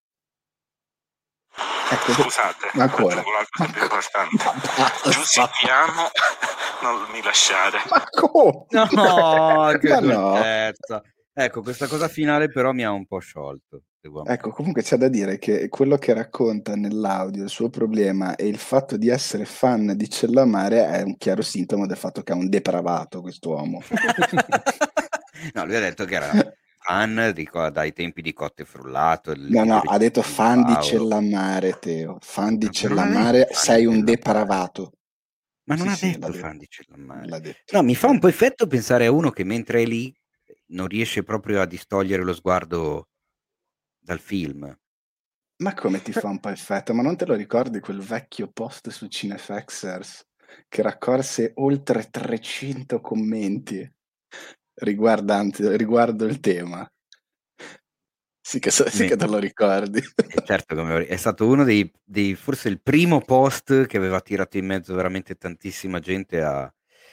Speaker 6: Scusate,
Speaker 2: ancora
Speaker 6: una cosa più importante. Giustifichiamo, non mi lasciare.
Speaker 2: Ma come?
Speaker 1: No, che dolcezza. Ecco, questa cosa finale però mi ha un po' sciolto.
Speaker 2: Ecco, comunque c'è da dire che quello che racconta nell'audio, il suo problema e il fatto di essere fan di Cellamare è un chiaro sintomo del fatto che è un depravato quest'uomo.
Speaker 1: No, lui ha detto che era fan dai tempi di Cotte e Frullato.
Speaker 2: No, ha detto fan di Cellamare, Teo. Fan di Cellamare, sei un depravato.
Speaker 1: Ma non
Speaker 2: Sì,
Speaker 1: ha
Speaker 2: l'ha
Speaker 1: detto
Speaker 2: detto.
Speaker 1: fan di Cellamare.
Speaker 2: L'ha detto.
Speaker 1: No, mi fa un po' effetto pensare a uno che mentre è lì non riesce proprio a distogliere lo sguardo dal film.
Speaker 2: Ma come ti fa un po' effetto? Ma non te lo ricordi quel vecchio post su Cinefxers che raccolse oltre 300 commenti riguardo il tema? Sì che te lo ricordi.
Speaker 1: Certo, è stato uno dei forse il primo post che aveva tirato in mezzo veramente tantissima gente a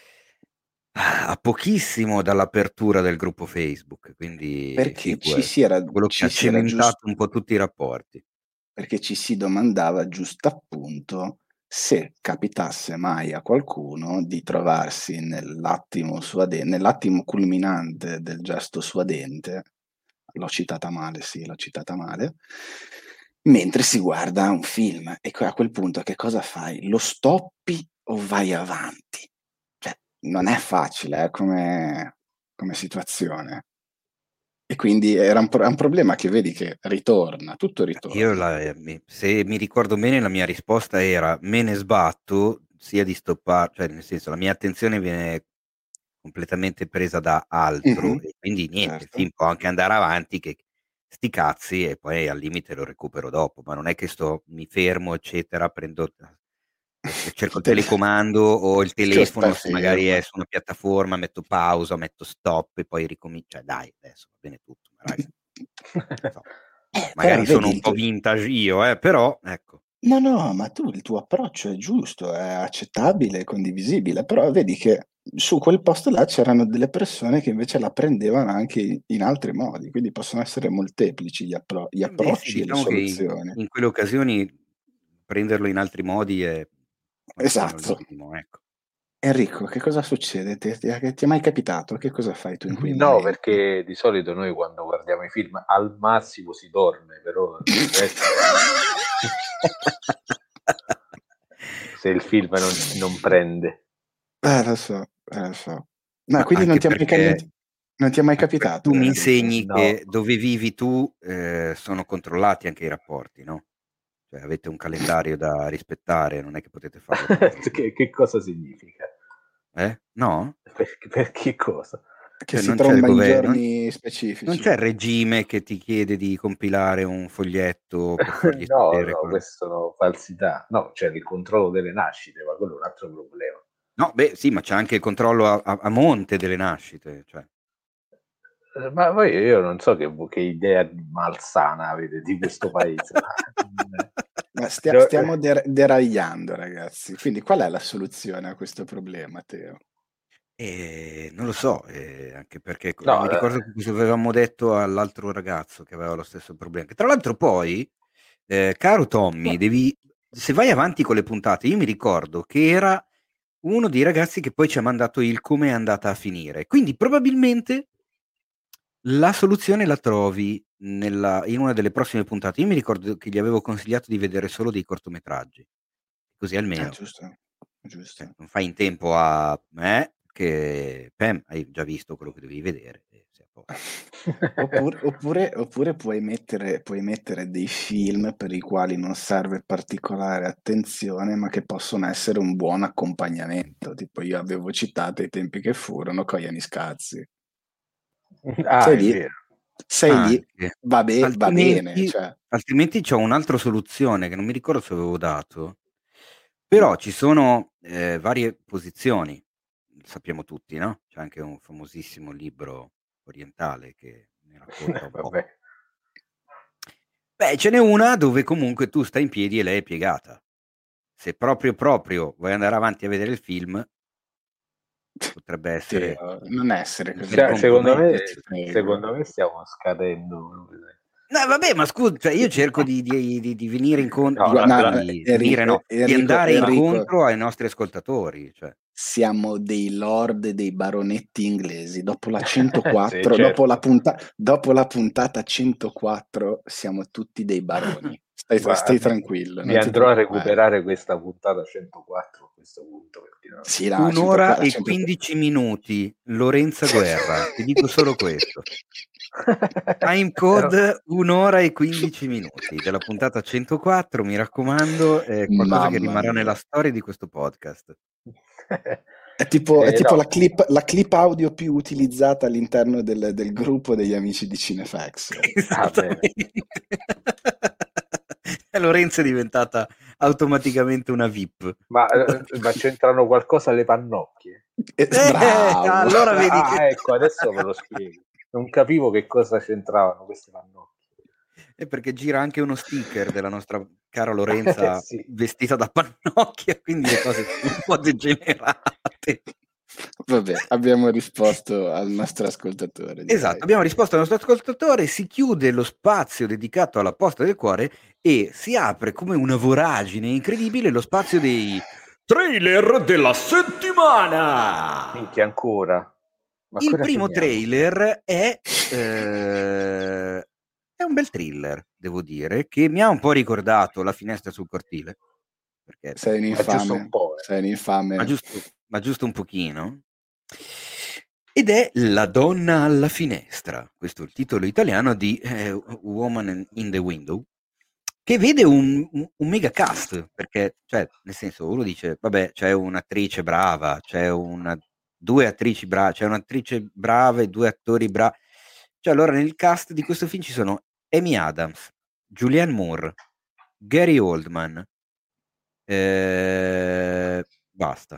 Speaker 1: pochissimo dall'apertura del gruppo Facebook, quindi
Speaker 2: Perché
Speaker 1: quello che ha
Speaker 2: ci si era
Speaker 1: cementato un po' tutti i rapporti.
Speaker 2: perché ci si domandava giusto appunto se capitasse mai a qualcuno di trovarsi nell'attimo culminante del gesto suadente, l'ho citata male, mentre si guarda un film e a quel punto che cosa fai? Lo stoppi o vai avanti? Cioè, non è facile come situazione. E quindi era un problema che vedi che ritorna, tutto ritorna.
Speaker 1: Se mi ricordo bene, la mia risposta era: me ne sbatto sia di stoppare, cioè nel senso la mia attenzione viene completamente presa da altro e quindi niente, il
Speaker 2: Certo.
Speaker 1: film può anche andare avanti, che sti cazzi, e poi al limite lo recupero dopo, ma non è che mi fermo, eccetera, prendo cerco il telecomando o il telefono, se magari è su una piattaforma, metto pausa, metto stop e poi ricomincio. Dai, adesso va bene tutto, ma raga. So. Magari sono un po' vintage io, però ecco.
Speaker 2: No, ma il tuo approccio è giusto, è accettabile, è condivisibile, però vedi che su quel posto là c'erano delle persone che invece la prendevano anche in altri modi, quindi possono essere molteplici gli approcci
Speaker 1: Sì,
Speaker 2: e le
Speaker 1: diciamo che
Speaker 2: soluzioni.
Speaker 1: in quelle occasioni prenderlo in altri modi è quantomeno
Speaker 2: Esatto.
Speaker 1: legittimo, ecco.
Speaker 2: Enrico, che cosa succede? Ti è mai capitato? Che cosa fai tu in quei
Speaker 3: No,
Speaker 2: momenti?
Speaker 3: perché di solito noi quando guardiamo i film al massimo si dorme, però se il film non prende.
Speaker 2: Lo so. No, quindi non ti è mai capitato,
Speaker 1: Tu mi
Speaker 2: Enrico?
Speaker 1: insegni
Speaker 3: No.
Speaker 1: che dove vivi tu sono controllati anche i rapporti, no? Cioè avete un calendario da rispettare, non è che potete farlo come
Speaker 3: che cosa significa?
Speaker 1: No?
Speaker 3: Per che cosa?
Speaker 2: Che si
Speaker 1: non
Speaker 2: tromba in
Speaker 1: c'è
Speaker 2: giorni specifici.
Speaker 1: Non c'è il regime che ti chiede di compilare un foglietto per fargli sapere
Speaker 3: No, queste sono falsità. No, c'è il controllo delle nascite, ma quello è un altro problema.
Speaker 1: No, sì, ma c'è anche il controllo a monte delle nascite, cioè.
Speaker 3: Ma poi io non so che idea malsana avete di questo paese.
Speaker 2: Ma stiamo deragliando, ragazzi. Quindi qual è la soluzione a questo problema, Teo?
Speaker 1: Non lo so, anche perché
Speaker 3: No,
Speaker 1: mi ricordo che cosa avevamo detto all'altro ragazzo che aveva lo stesso problema. Che tra l'altro poi, caro Tommy, se vai avanti con le puntate, io mi ricordo che era uno dei ragazzi che poi ci ha mandato il come è andata a finire. Quindi probabilmente la soluzione la trovi in una delle prossime puntate. Io mi ricordo che gli avevo consigliato di vedere solo dei cortometraggi, così almeno
Speaker 2: Giusto.
Speaker 1: non fai in tempo che hai già visto quello che dovevi vedere e sei a posto.
Speaker 2: Oppure puoi mettere dei film per i quali non serve particolare attenzione, ma che possono essere un buon accompagnamento. Tipo io avevo citato i tempi che furono con Iani Scazzi. Sei lì, va bene. Cioè.
Speaker 1: Altrimenti c'ho un'altra soluzione che non mi ricordo se avevo dato, però ci sono varie posizioni, sappiamo tutti, no? C'è anche un famosissimo libro orientale che ne racconta un po'. Beh, ce n'è una dove comunque tu stai in piedi e lei è piegata. Se proprio vuoi andare avanti a vedere il film, potrebbe essere
Speaker 2: non essere così.
Speaker 3: Secondo me stiamo scadendo.
Speaker 1: No, vabbè, ma scusa, cioè io cerco di venire incontro, di andare incontro ai nostri ascoltatori. Cioè.
Speaker 2: Siamo dei lord e dei baronetti inglesi. Dopo la 104,
Speaker 3: sì, certo.
Speaker 2: dopo la puntata 104, siamo tutti dei baroni. Stai tranquillo.
Speaker 3: Mi andrò a recuperare questa puntata 104 a questo punto.
Speaker 2: Sì,
Speaker 1: 1 ora e 15 minuti, Lorenza Guerra, ti dico solo questo. Time code 1 ora e 15 minuti della puntata 104, mi raccomando, è qualcosa che
Speaker 2: Mamma
Speaker 1: rimarrà
Speaker 2: mia.
Speaker 1: nella storia di questo podcast.
Speaker 2: È tipo
Speaker 3: no.
Speaker 2: la clip audio più utilizzata all'interno del gruppo degli amici di Cinefax.
Speaker 1: Esattamente. Lorenzo è diventata automaticamente una VIP.
Speaker 3: Ma c'entrano qualcosa le pannocchie?
Speaker 2: Bravo.
Speaker 1: Allora vedi che...
Speaker 3: ecco, adesso ve lo spiego. Non capivo che cosa c'entravano queste pannocchie.
Speaker 1: È perché gira anche uno sticker della nostra cara Lorenza
Speaker 3: Sì.
Speaker 1: vestita da pannocchia, quindi le cose sono un po' degenerate.
Speaker 2: Vabbè, abbiamo risposto al nostro ascoltatore. Direi.
Speaker 1: Esatto, abbiamo risposto al nostro ascoltatore, si chiude lo spazio dedicato alla posta del cuore e si apre come una voragine incredibile lo spazio dei trailer della settimana.
Speaker 3: Minchia, ancora. Ma
Speaker 1: Il
Speaker 3: ancora
Speaker 1: primo
Speaker 3: finiamo?
Speaker 1: trailer è un bel thriller, devo dire, che mi ha un po' ricordato La finestra sul cortile. Perché
Speaker 2: Sei un
Speaker 3: Ma giusto un
Speaker 2: infame.
Speaker 3: po'.
Speaker 2: Sei un infame.
Speaker 1: ma giusto un pochino. Ed è La donna alla finestra, questo è il titolo italiano di Woman in the Window, che vede un mega cast, perché, cioè, nel senso, uno dice, vabbè, c'è un'attrice brava, c'è due attrici brave, c'è un'attrice brava e due attori bravi. Cioè, allora nel cast di questo film ci sono Amy Adams, Julianne Moore, Gary Oldman, basta.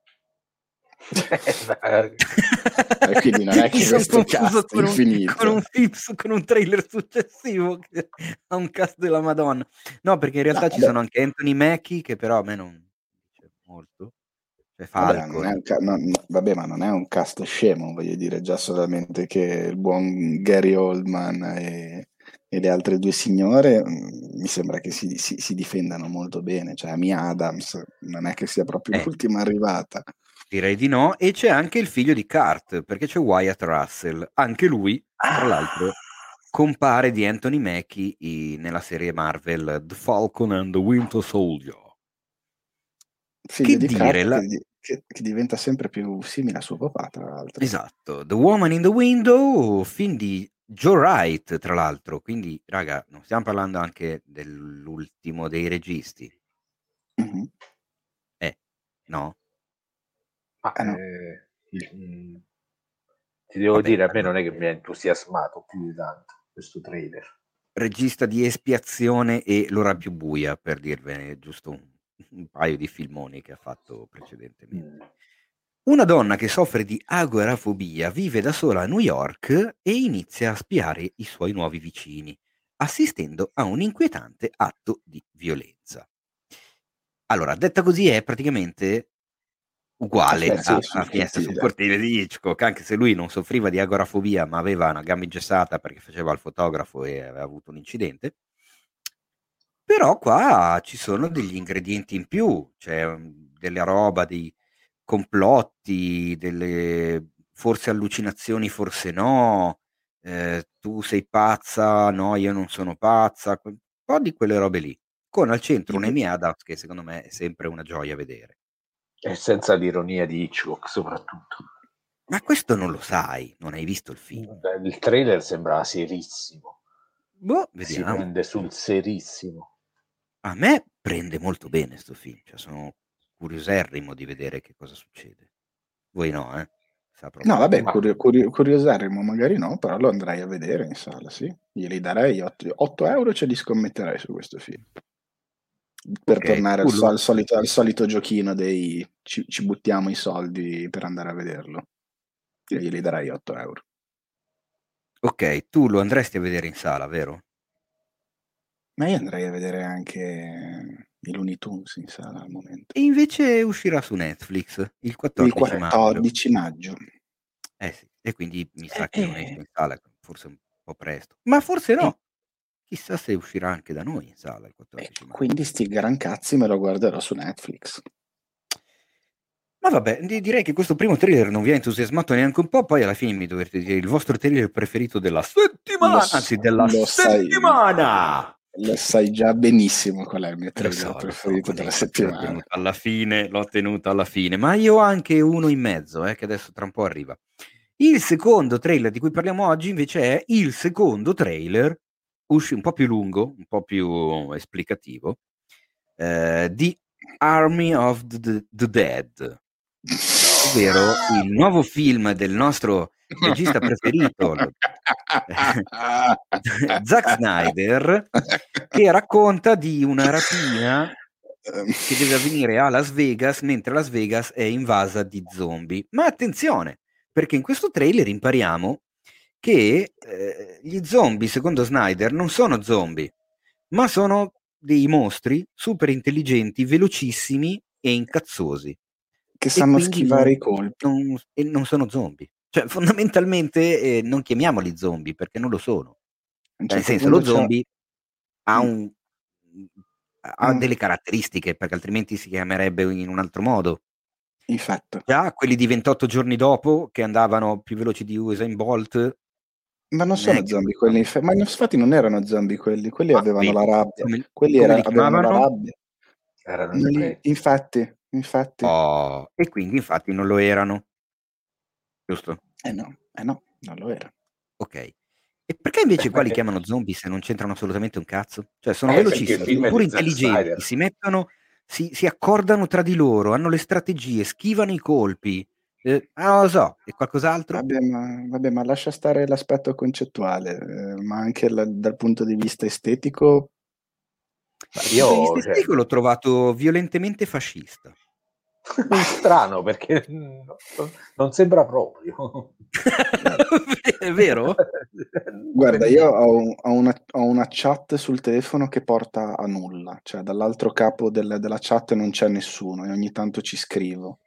Speaker 2: Quindi non è che questo cast è infinito.
Speaker 1: Con un trailer successivo che ha un cast della Madonna. No, perché in realtà ci sono anche Anthony Mackie, che però a me non dice molto. Cioè Falcon.
Speaker 2: Vabbè, ma non è un cast scemo, voglio dire, già solamente che il buon Gary Oldman e le altre due signore mi sembra che si difendano molto bene. Cioè Amy Adams non è che sia proprio l'ultima arrivata.
Speaker 1: Direi di no, e c'è anche il figlio di Kurt, perché c'è Wyatt Russell, anche lui, tra l'altro, compare di Anthony Mackie nella serie Marvel The Falcon and the Winter Soldier.
Speaker 2: Figlio di Kurt che diventa sempre più simile a suo papà, tra l'altro.
Speaker 1: Esatto, The Woman in the Window, film di Joe Wright, tra l'altro, quindi, raga, non stiamo parlando anche dell'ultimo dei registi?
Speaker 2: Mm-hmm.
Speaker 1: No?
Speaker 2: No.
Speaker 3: Ti devo dire, a me non è che mi ha entusiasmato più di tanto questo trailer.
Speaker 1: Regista di Espiazione e L'ora più buia, per dirvene giusto un paio di filmoni che ha fatto precedentemente. Una donna che soffre di agorafobia vive da sola a New York e inizia a spiare i suoi nuovi vicini, assistendo a un inquietante atto di violenza. Allora, detta così è praticamente uguale a Finestra sul cortile di Hitchcock, anche se lui non soffriva di agorafobia ma aveva una gamba ingessata perché faceva il fotografo e aveva avuto un incidente. Però qua ci sono degli ingredienti in più, c'è della roba, dei complotti, delle forse allucinazioni, forse no, tu sei pazza, no, io non sono pazza, un po' di quelle robe lì, con al centro un Amy Adams che secondo me è sempre una gioia vedere.
Speaker 3: E senza l'ironia di Hitchcock soprattutto.
Speaker 1: Ma questo non lo sai, non hai visto il film.
Speaker 3: Il trailer sembrava serissimo.
Speaker 1: Vediamo.
Speaker 3: Si prende sul serissimo.
Speaker 1: A me prende molto bene sto film, cioè sono curioserrimo di vedere che cosa succede. Voi no, eh?
Speaker 2: No, vabbè, curioserrimo magari no, però lo andrei a vedere in sala, sì. Glieli darei 8 euro, ce li scommetterei su questo film. Per tornare al solito giochino dei ci buttiamo i soldi per andare a vederlo. Io glieli darei 8 euro.
Speaker 1: Ok, tu lo andresti a vedere in sala, vero?
Speaker 2: Ma io andrei a vedere anche i Looney Tunes in sala al momento.
Speaker 1: E invece uscirà su Netflix il 14
Speaker 2: maggio.
Speaker 1: Sì, e quindi mi sa che non esce in sala, forse un po' presto. Ma forse no. Chissà se uscirà anche da noi in sala il 14 maggio.
Speaker 2: Quindi sti gran cazzi me lo guarderò su Netflix.
Speaker 1: Ma vabbè, direi che questo primo trailer non vi ha entusiasmato neanche un po', poi alla fine mi dovete dire il vostro trailer preferito della settimana, settimana!
Speaker 2: Lo sai già benissimo qual è il mio trailer preferito della settimana.
Speaker 1: L'ho tenuto alla fine, ma io ho anche uno in mezzo, che adesso tra un po' arriva. Il secondo trailer di cui parliamo oggi invece è il secondo trailer, un po' più lungo, un po' più esplicativo, di Army of the Dead, ovvero il nuovo film del nostro regista preferito, Zack Snyder, che racconta di una rapina che deve avvenire a Las Vegas mentre Las Vegas è invasa di zombie. Ma attenzione, perché in questo trailer impariamo che gli zombie, secondo Snyder, non sono zombie, ma sono dei mostri super intelligenti, velocissimi e incazzosi.
Speaker 2: Che sanno
Speaker 1: quindi
Speaker 2: schivare i colpi.
Speaker 1: non sono zombie. Cioè, fondamentalmente non chiamiamoli zombie, perché non lo sono.
Speaker 2: A un
Speaker 1: Nel
Speaker 2: certo
Speaker 1: senso,
Speaker 2: punto
Speaker 1: lo zombie ha
Speaker 2: Mm.
Speaker 1: ha delle caratteristiche, perché altrimenti si chiamerebbe in un altro modo.
Speaker 2: Infatti.
Speaker 1: Già quelli di 28 giorni dopo, che andavano più veloci di Usain Bolt,
Speaker 2: Ma non sono zombie quelli, ma infatti non erano zombie quelli avevano la rabbia. Quelli
Speaker 1: come li
Speaker 2: avevano la
Speaker 1: chiamavano?
Speaker 2: rabbia.
Speaker 3: Erano
Speaker 2: Infatti.
Speaker 1: Oh, e quindi infatti non lo erano, giusto?
Speaker 2: No, non lo era.
Speaker 1: Ok. E perché invece qua li chiamano zombie se non c'entrano assolutamente un cazzo? Cioè sono velocissimi, pure intelligenti, si mettono, si accordano tra di loro, hanno le strategie, schivano i colpi. Non lo so, e qualcos'altro?
Speaker 2: Vabbè, ma lascia stare l'aspetto concettuale, ma anche dal punto di vista estetico.
Speaker 1: Io l'ho trovato violentemente fascista.
Speaker 3: Strano, perché non sembra proprio.
Speaker 1: È vero?
Speaker 2: Guarda, io ho una chat sul telefono che porta a nulla, cioè dall'altro capo della chat non c'è nessuno e ogni tanto ci scrivo,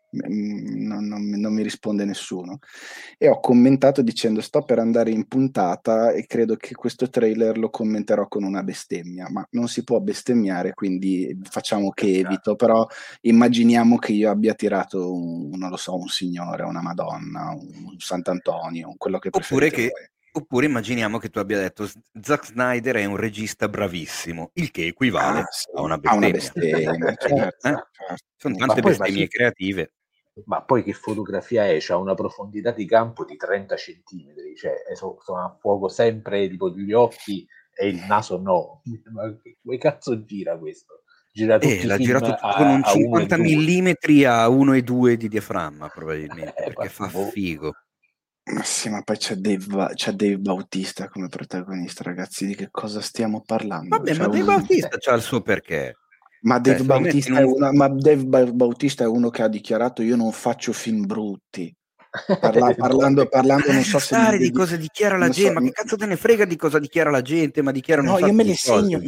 Speaker 2: non mi risponde nessuno. E ho commentato dicendo sto per andare in puntata e credo che questo trailer lo commenterò con una bestemmia, ma non si può bestemmiare, quindi facciamo che evito, però immaginiamo che io abbia tirato non lo so, un signore, una Madonna, un Sant'Antonio, quello che preferite voi.
Speaker 1: Oppure immaginiamo che tu abbia detto Zack Snyder è un regista bravissimo, il che equivale a una bestemmia.
Speaker 2: Certo.
Speaker 1: Sono tante bestemmie creative.
Speaker 3: Ma poi che fotografia è? C'ha una profondità di campo di 30 centimetri, cioè sono a fuoco sempre tipo gli occhi e il naso no. Ma come cazzo gira questo? Gira tutti
Speaker 1: l'ha
Speaker 3: i film
Speaker 1: girato con un 50 mm a 1,2 di diaframma probabilmente, perché fa figo.
Speaker 2: Ma sì, ma poi c'è Dave Bautista come protagonista, ragazzi, di che cosa stiamo parlando?
Speaker 1: Vabbè, ma Dave Bautista c'ha il suo perché.
Speaker 2: Ma Dave Bautista è uno che ha dichiarato io non faccio film brutti. Parlando non so se
Speaker 1: di cosa dichiara la gente, ma che cazzo te ne frega di cosa dichiara la gente, ma dichiarano
Speaker 2: no, io me le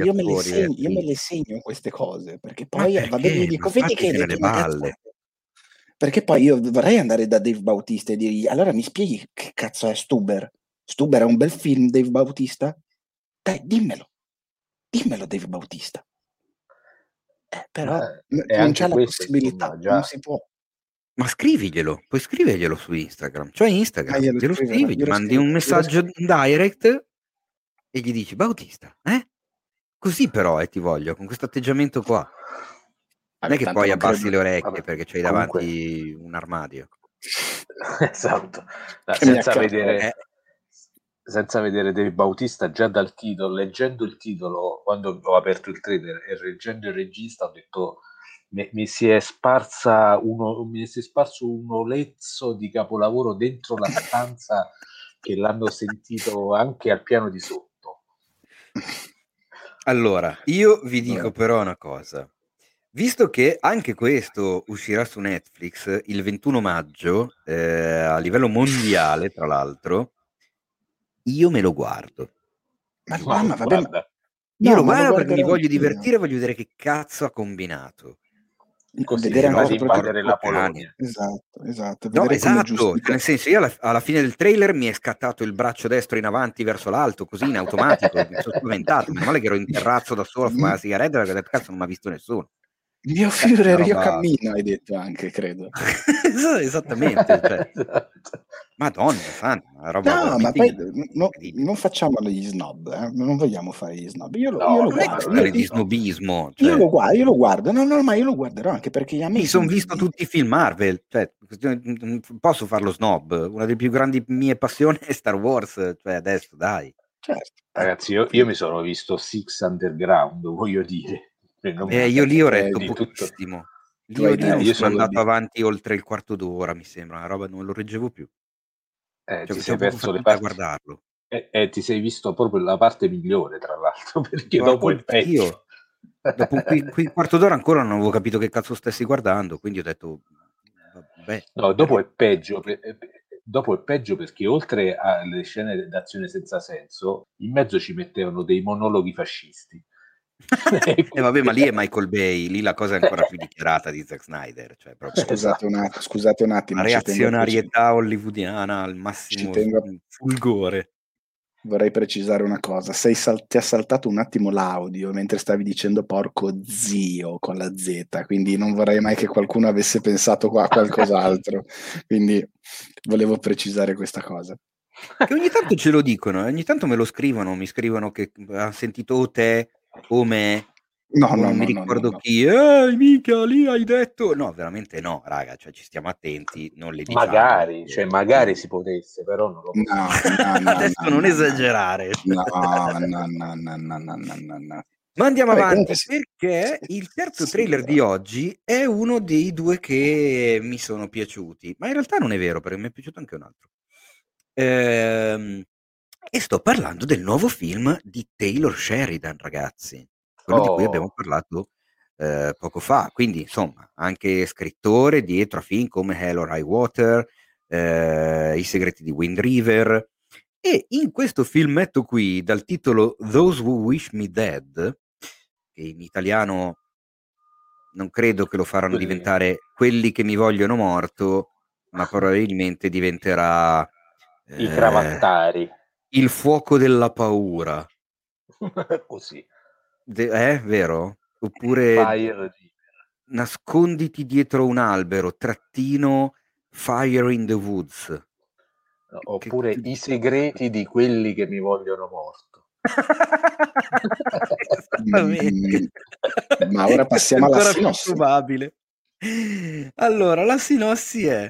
Speaker 2: segno queste cose, perché poi va bene, io dico, vedi che hai detto una cazzata. Perché poi io vorrei andare da Dave Bautista e dirgli, allora mi spieghi che cazzo è Stuber? Stuber è un bel film, Dave Bautista? Dai, dimmelo Dave Bautista. Però non c'è la possibilità, insomma, non si può.
Speaker 1: Ma scriviglielo, puoi scriverglielo su Instagram, cioè Instagram, glielo scrivi, gli mandi un messaggio direct e gli dici Bautista, così però ti voglio, con questo atteggiamento qua. Non è che poi abbassi le orecchie perché c'hai davanti un armadio.
Speaker 3: Esatto, senza vedere Dave Bautista già dal titolo, leggendo il titolo, quando ho aperto il trailer e leggendo il regista ho detto mi si è sparso un olezzo di capolavoro dentro la stanza che l'hanno sentito anche al piano di sotto.
Speaker 1: Allora, io vi dico però una cosa. Visto che anche questo uscirà su Netflix il 21 maggio, a livello mondiale, tra l'altro, io me lo guardo. Io lo guardo perché mi voglio divertire, voglio vedere che cazzo ha combinato.
Speaker 3: Così prima di invadere la Polonia.
Speaker 2: Esatto.
Speaker 1: No, esatto, nel senso io alla fine del trailer mi è scattato il braccio destro in avanti verso l'alto, così in automatico, mi sono spaventato, meno male che ero in terrazzo da solo a fumare la sigaretta perché ho detto cazzo non mi ha visto nessuno.
Speaker 2: Mio Führer, io
Speaker 1: roba...
Speaker 2: cammino, hai detto anche, credo.
Speaker 1: Esattamente, cioè, Madonna santa, una roba
Speaker 2: No, ma
Speaker 1: veramente
Speaker 2: poi
Speaker 1: incredibile.
Speaker 2: non facciamo gli snob, non vogliamo fare gli snob. Io
Speaker 3: No,
Speaker 2: lo
Speaker 1: Non è
Speaker 3: no,
Speaker 2: guardo,
Speaker 3: non è
Speaker 1: questione di
Speaker 3: no.
Speaker 1: snobismo,
Speaker 2: io
Speaker 1: cioè,
Speaker 2: lo guardo, no, ma io lo guarderò anche perché a me
Speaker 1: mi
Speaker 2: i
Speaker 1: sono
Speaker 2: film
Speaker 1: visto tutti i film Marvel, cioè, posso farlo snob, una delle più grandi mie passioni è Star Wars, cioè adesso dai.
Speaker 2: certo,
Speaker 3: Ragazzi, io mi sono visto Six Underground, voglio dire.
Speaker 1: Io lì ho retto
Speaker 3: di tutto.
Speaker 1: pochissimo,
Speaker 2: Tu hai
Speaker 1: lì non
Speaker 3: io
Speaker 1: sono
Speaker 3: sono
Speaker 1: andato avanti oltre il quarto d'ora, mi sembra, una roba non lo reggevo più, cioè
Speaker 3: ti sei
Speaker 1: facevo proprio
Speaker 3: perso le
Speaker 1: fatica a
Speaker 3: parti
Speaker 1: guardarlo.
Speaker 3: ti sei visto proprio la parte migliore, tra l'altro, perché dopo
Speaker 1: Porco
Speaker 3: è peggio.
Speaker 1: Dio, dopo un quarto d'ora ancora non avevo capito che cazzo stessi guardando, quindi ho detto, vabbè,
Speaker 3: No, dopo
Speaker 1: perché...
Speaker 3: è peggio, dopo è peggio perché oltre alle scene d'azione senza senso, in mezzo ci mettevano dei monologhi fascisti.
Speaker 1: E vabbè, ma lì è Michael Bay, lì la cosa è ancora più dichiarata di Zack Snyder, cioè proprio
Speaker 2: Scusate
Speaker 3: Esatto.
Speaker 2: scusate un
Speaker 1: la
Speaker 2: attimo,
Speaker 1: reazionarietà hollywoodiana al
Speaker 2: ci
Speaker 1: massimo
Speaker 2: tengo
Speaker 1: fulgore.
Speaker 2: vorrei precisare una cosa, ti ha saltato un attimo l'audio mentre stavi dicendo porco zio con la Z, quindi non vorrei mai che qualcuno avesse pensato a qualcos'altro, quindi volevo precisare questa cosa.
Speaker 1: Che ogni tanto ce lo dicono, ogni tanto me lo scrivono, mi scrivono che ha sentito o te o me,
Speaker 2: No,
Speaker 1: o
Speaker 2: no,
Speaker 1: non mi
Speaker 2: no, no, no,
Speaker 1: ricordo
Speaker 2: no.
Speaker 1: chi, mica lì hai detto, no, veramente no, raga, cioè ci stiamo attenti, non le diciamo.
Speaker 3: magari si potesse, però non lo
Speaker 2: No,
Speaker 3: possiamo.
Speaker 2: no, no,
Speaker 1: Adesso
Speaker 2: no,
Speaker 1: non
Speaker 2: no, no.
Speaker 1: esagerare.
Speaker 2: No, no, no, no, no, no, no, no, no.
Speaker 1: Ma andiamo
Speaker 2: Vabbè, comunque
Speaker 1: avanti perché il terzo
Speaker 2: sì,
Speaker 1: trailer di oggi è uno dei due che mi sono piaciuti, ma in realtà non è vero perché mi è piaciuto anche un altro. E sto parlando del nuovo film di Taylor Sheridan, ragazzi, quello di cui abbiamo
Speaker 3: Oh,
Speaker 1: parlato poco fa. Quindi, insomma, anche scrittore dietro a film come Hell or High Water, I segreti di Wind River. E in questo filmetto qui, dal titolo Those Who Wish Me Dead, che in italiano non credo che lo faranno
Speaker 3: quelli-
Speaker 1: diventare Quelli che mi vogliono morto, ma probabilmente diventerà
Speaker 3: i
Speaker 1: eh,
Speaker 3: cravattari.
Speaker 1: Il fuoco della paura.
Speaker 3: Così.
Speaker 1: Vero? Oppure
Speaker 3: Fire
Speaker 1: Nasconditi dietro un albero, trattino Fire in the Woods. Che...
Speaker 3: oppure i segreti di quelli che mi vogliono morto.
Speaker 1: Esattamente.
Speaker 2: Ma ora
Speaker 1: Questo è
Speaker 2: passiamo alla
Speaker 1: ancora più
Speaker 2: sinossi.
Speaker 1: probabile. Allora, la sinossi è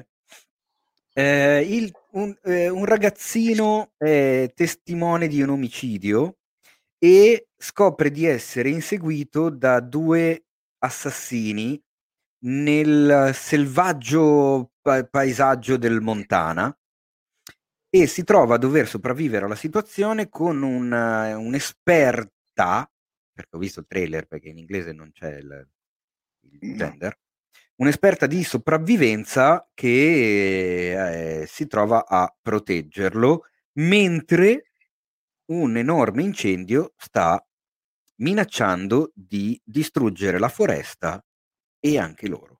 Speaker 1: un ragazzino è testimone di un omicidio e scopre di essere inseguito da due assassini nel selvaggio paesaggio del Montana e si trova a dover sopravvivere alla situazione con un'esperta, perché ho visto il trailer perché in inglese non c'è il
Speaker 2: No.
Speaker 1: gender, un'esperta di sopravvivenza che si trova a proteggerlo mentre un enorme incendio sta minacciando di distruggere la foresta e anche loro.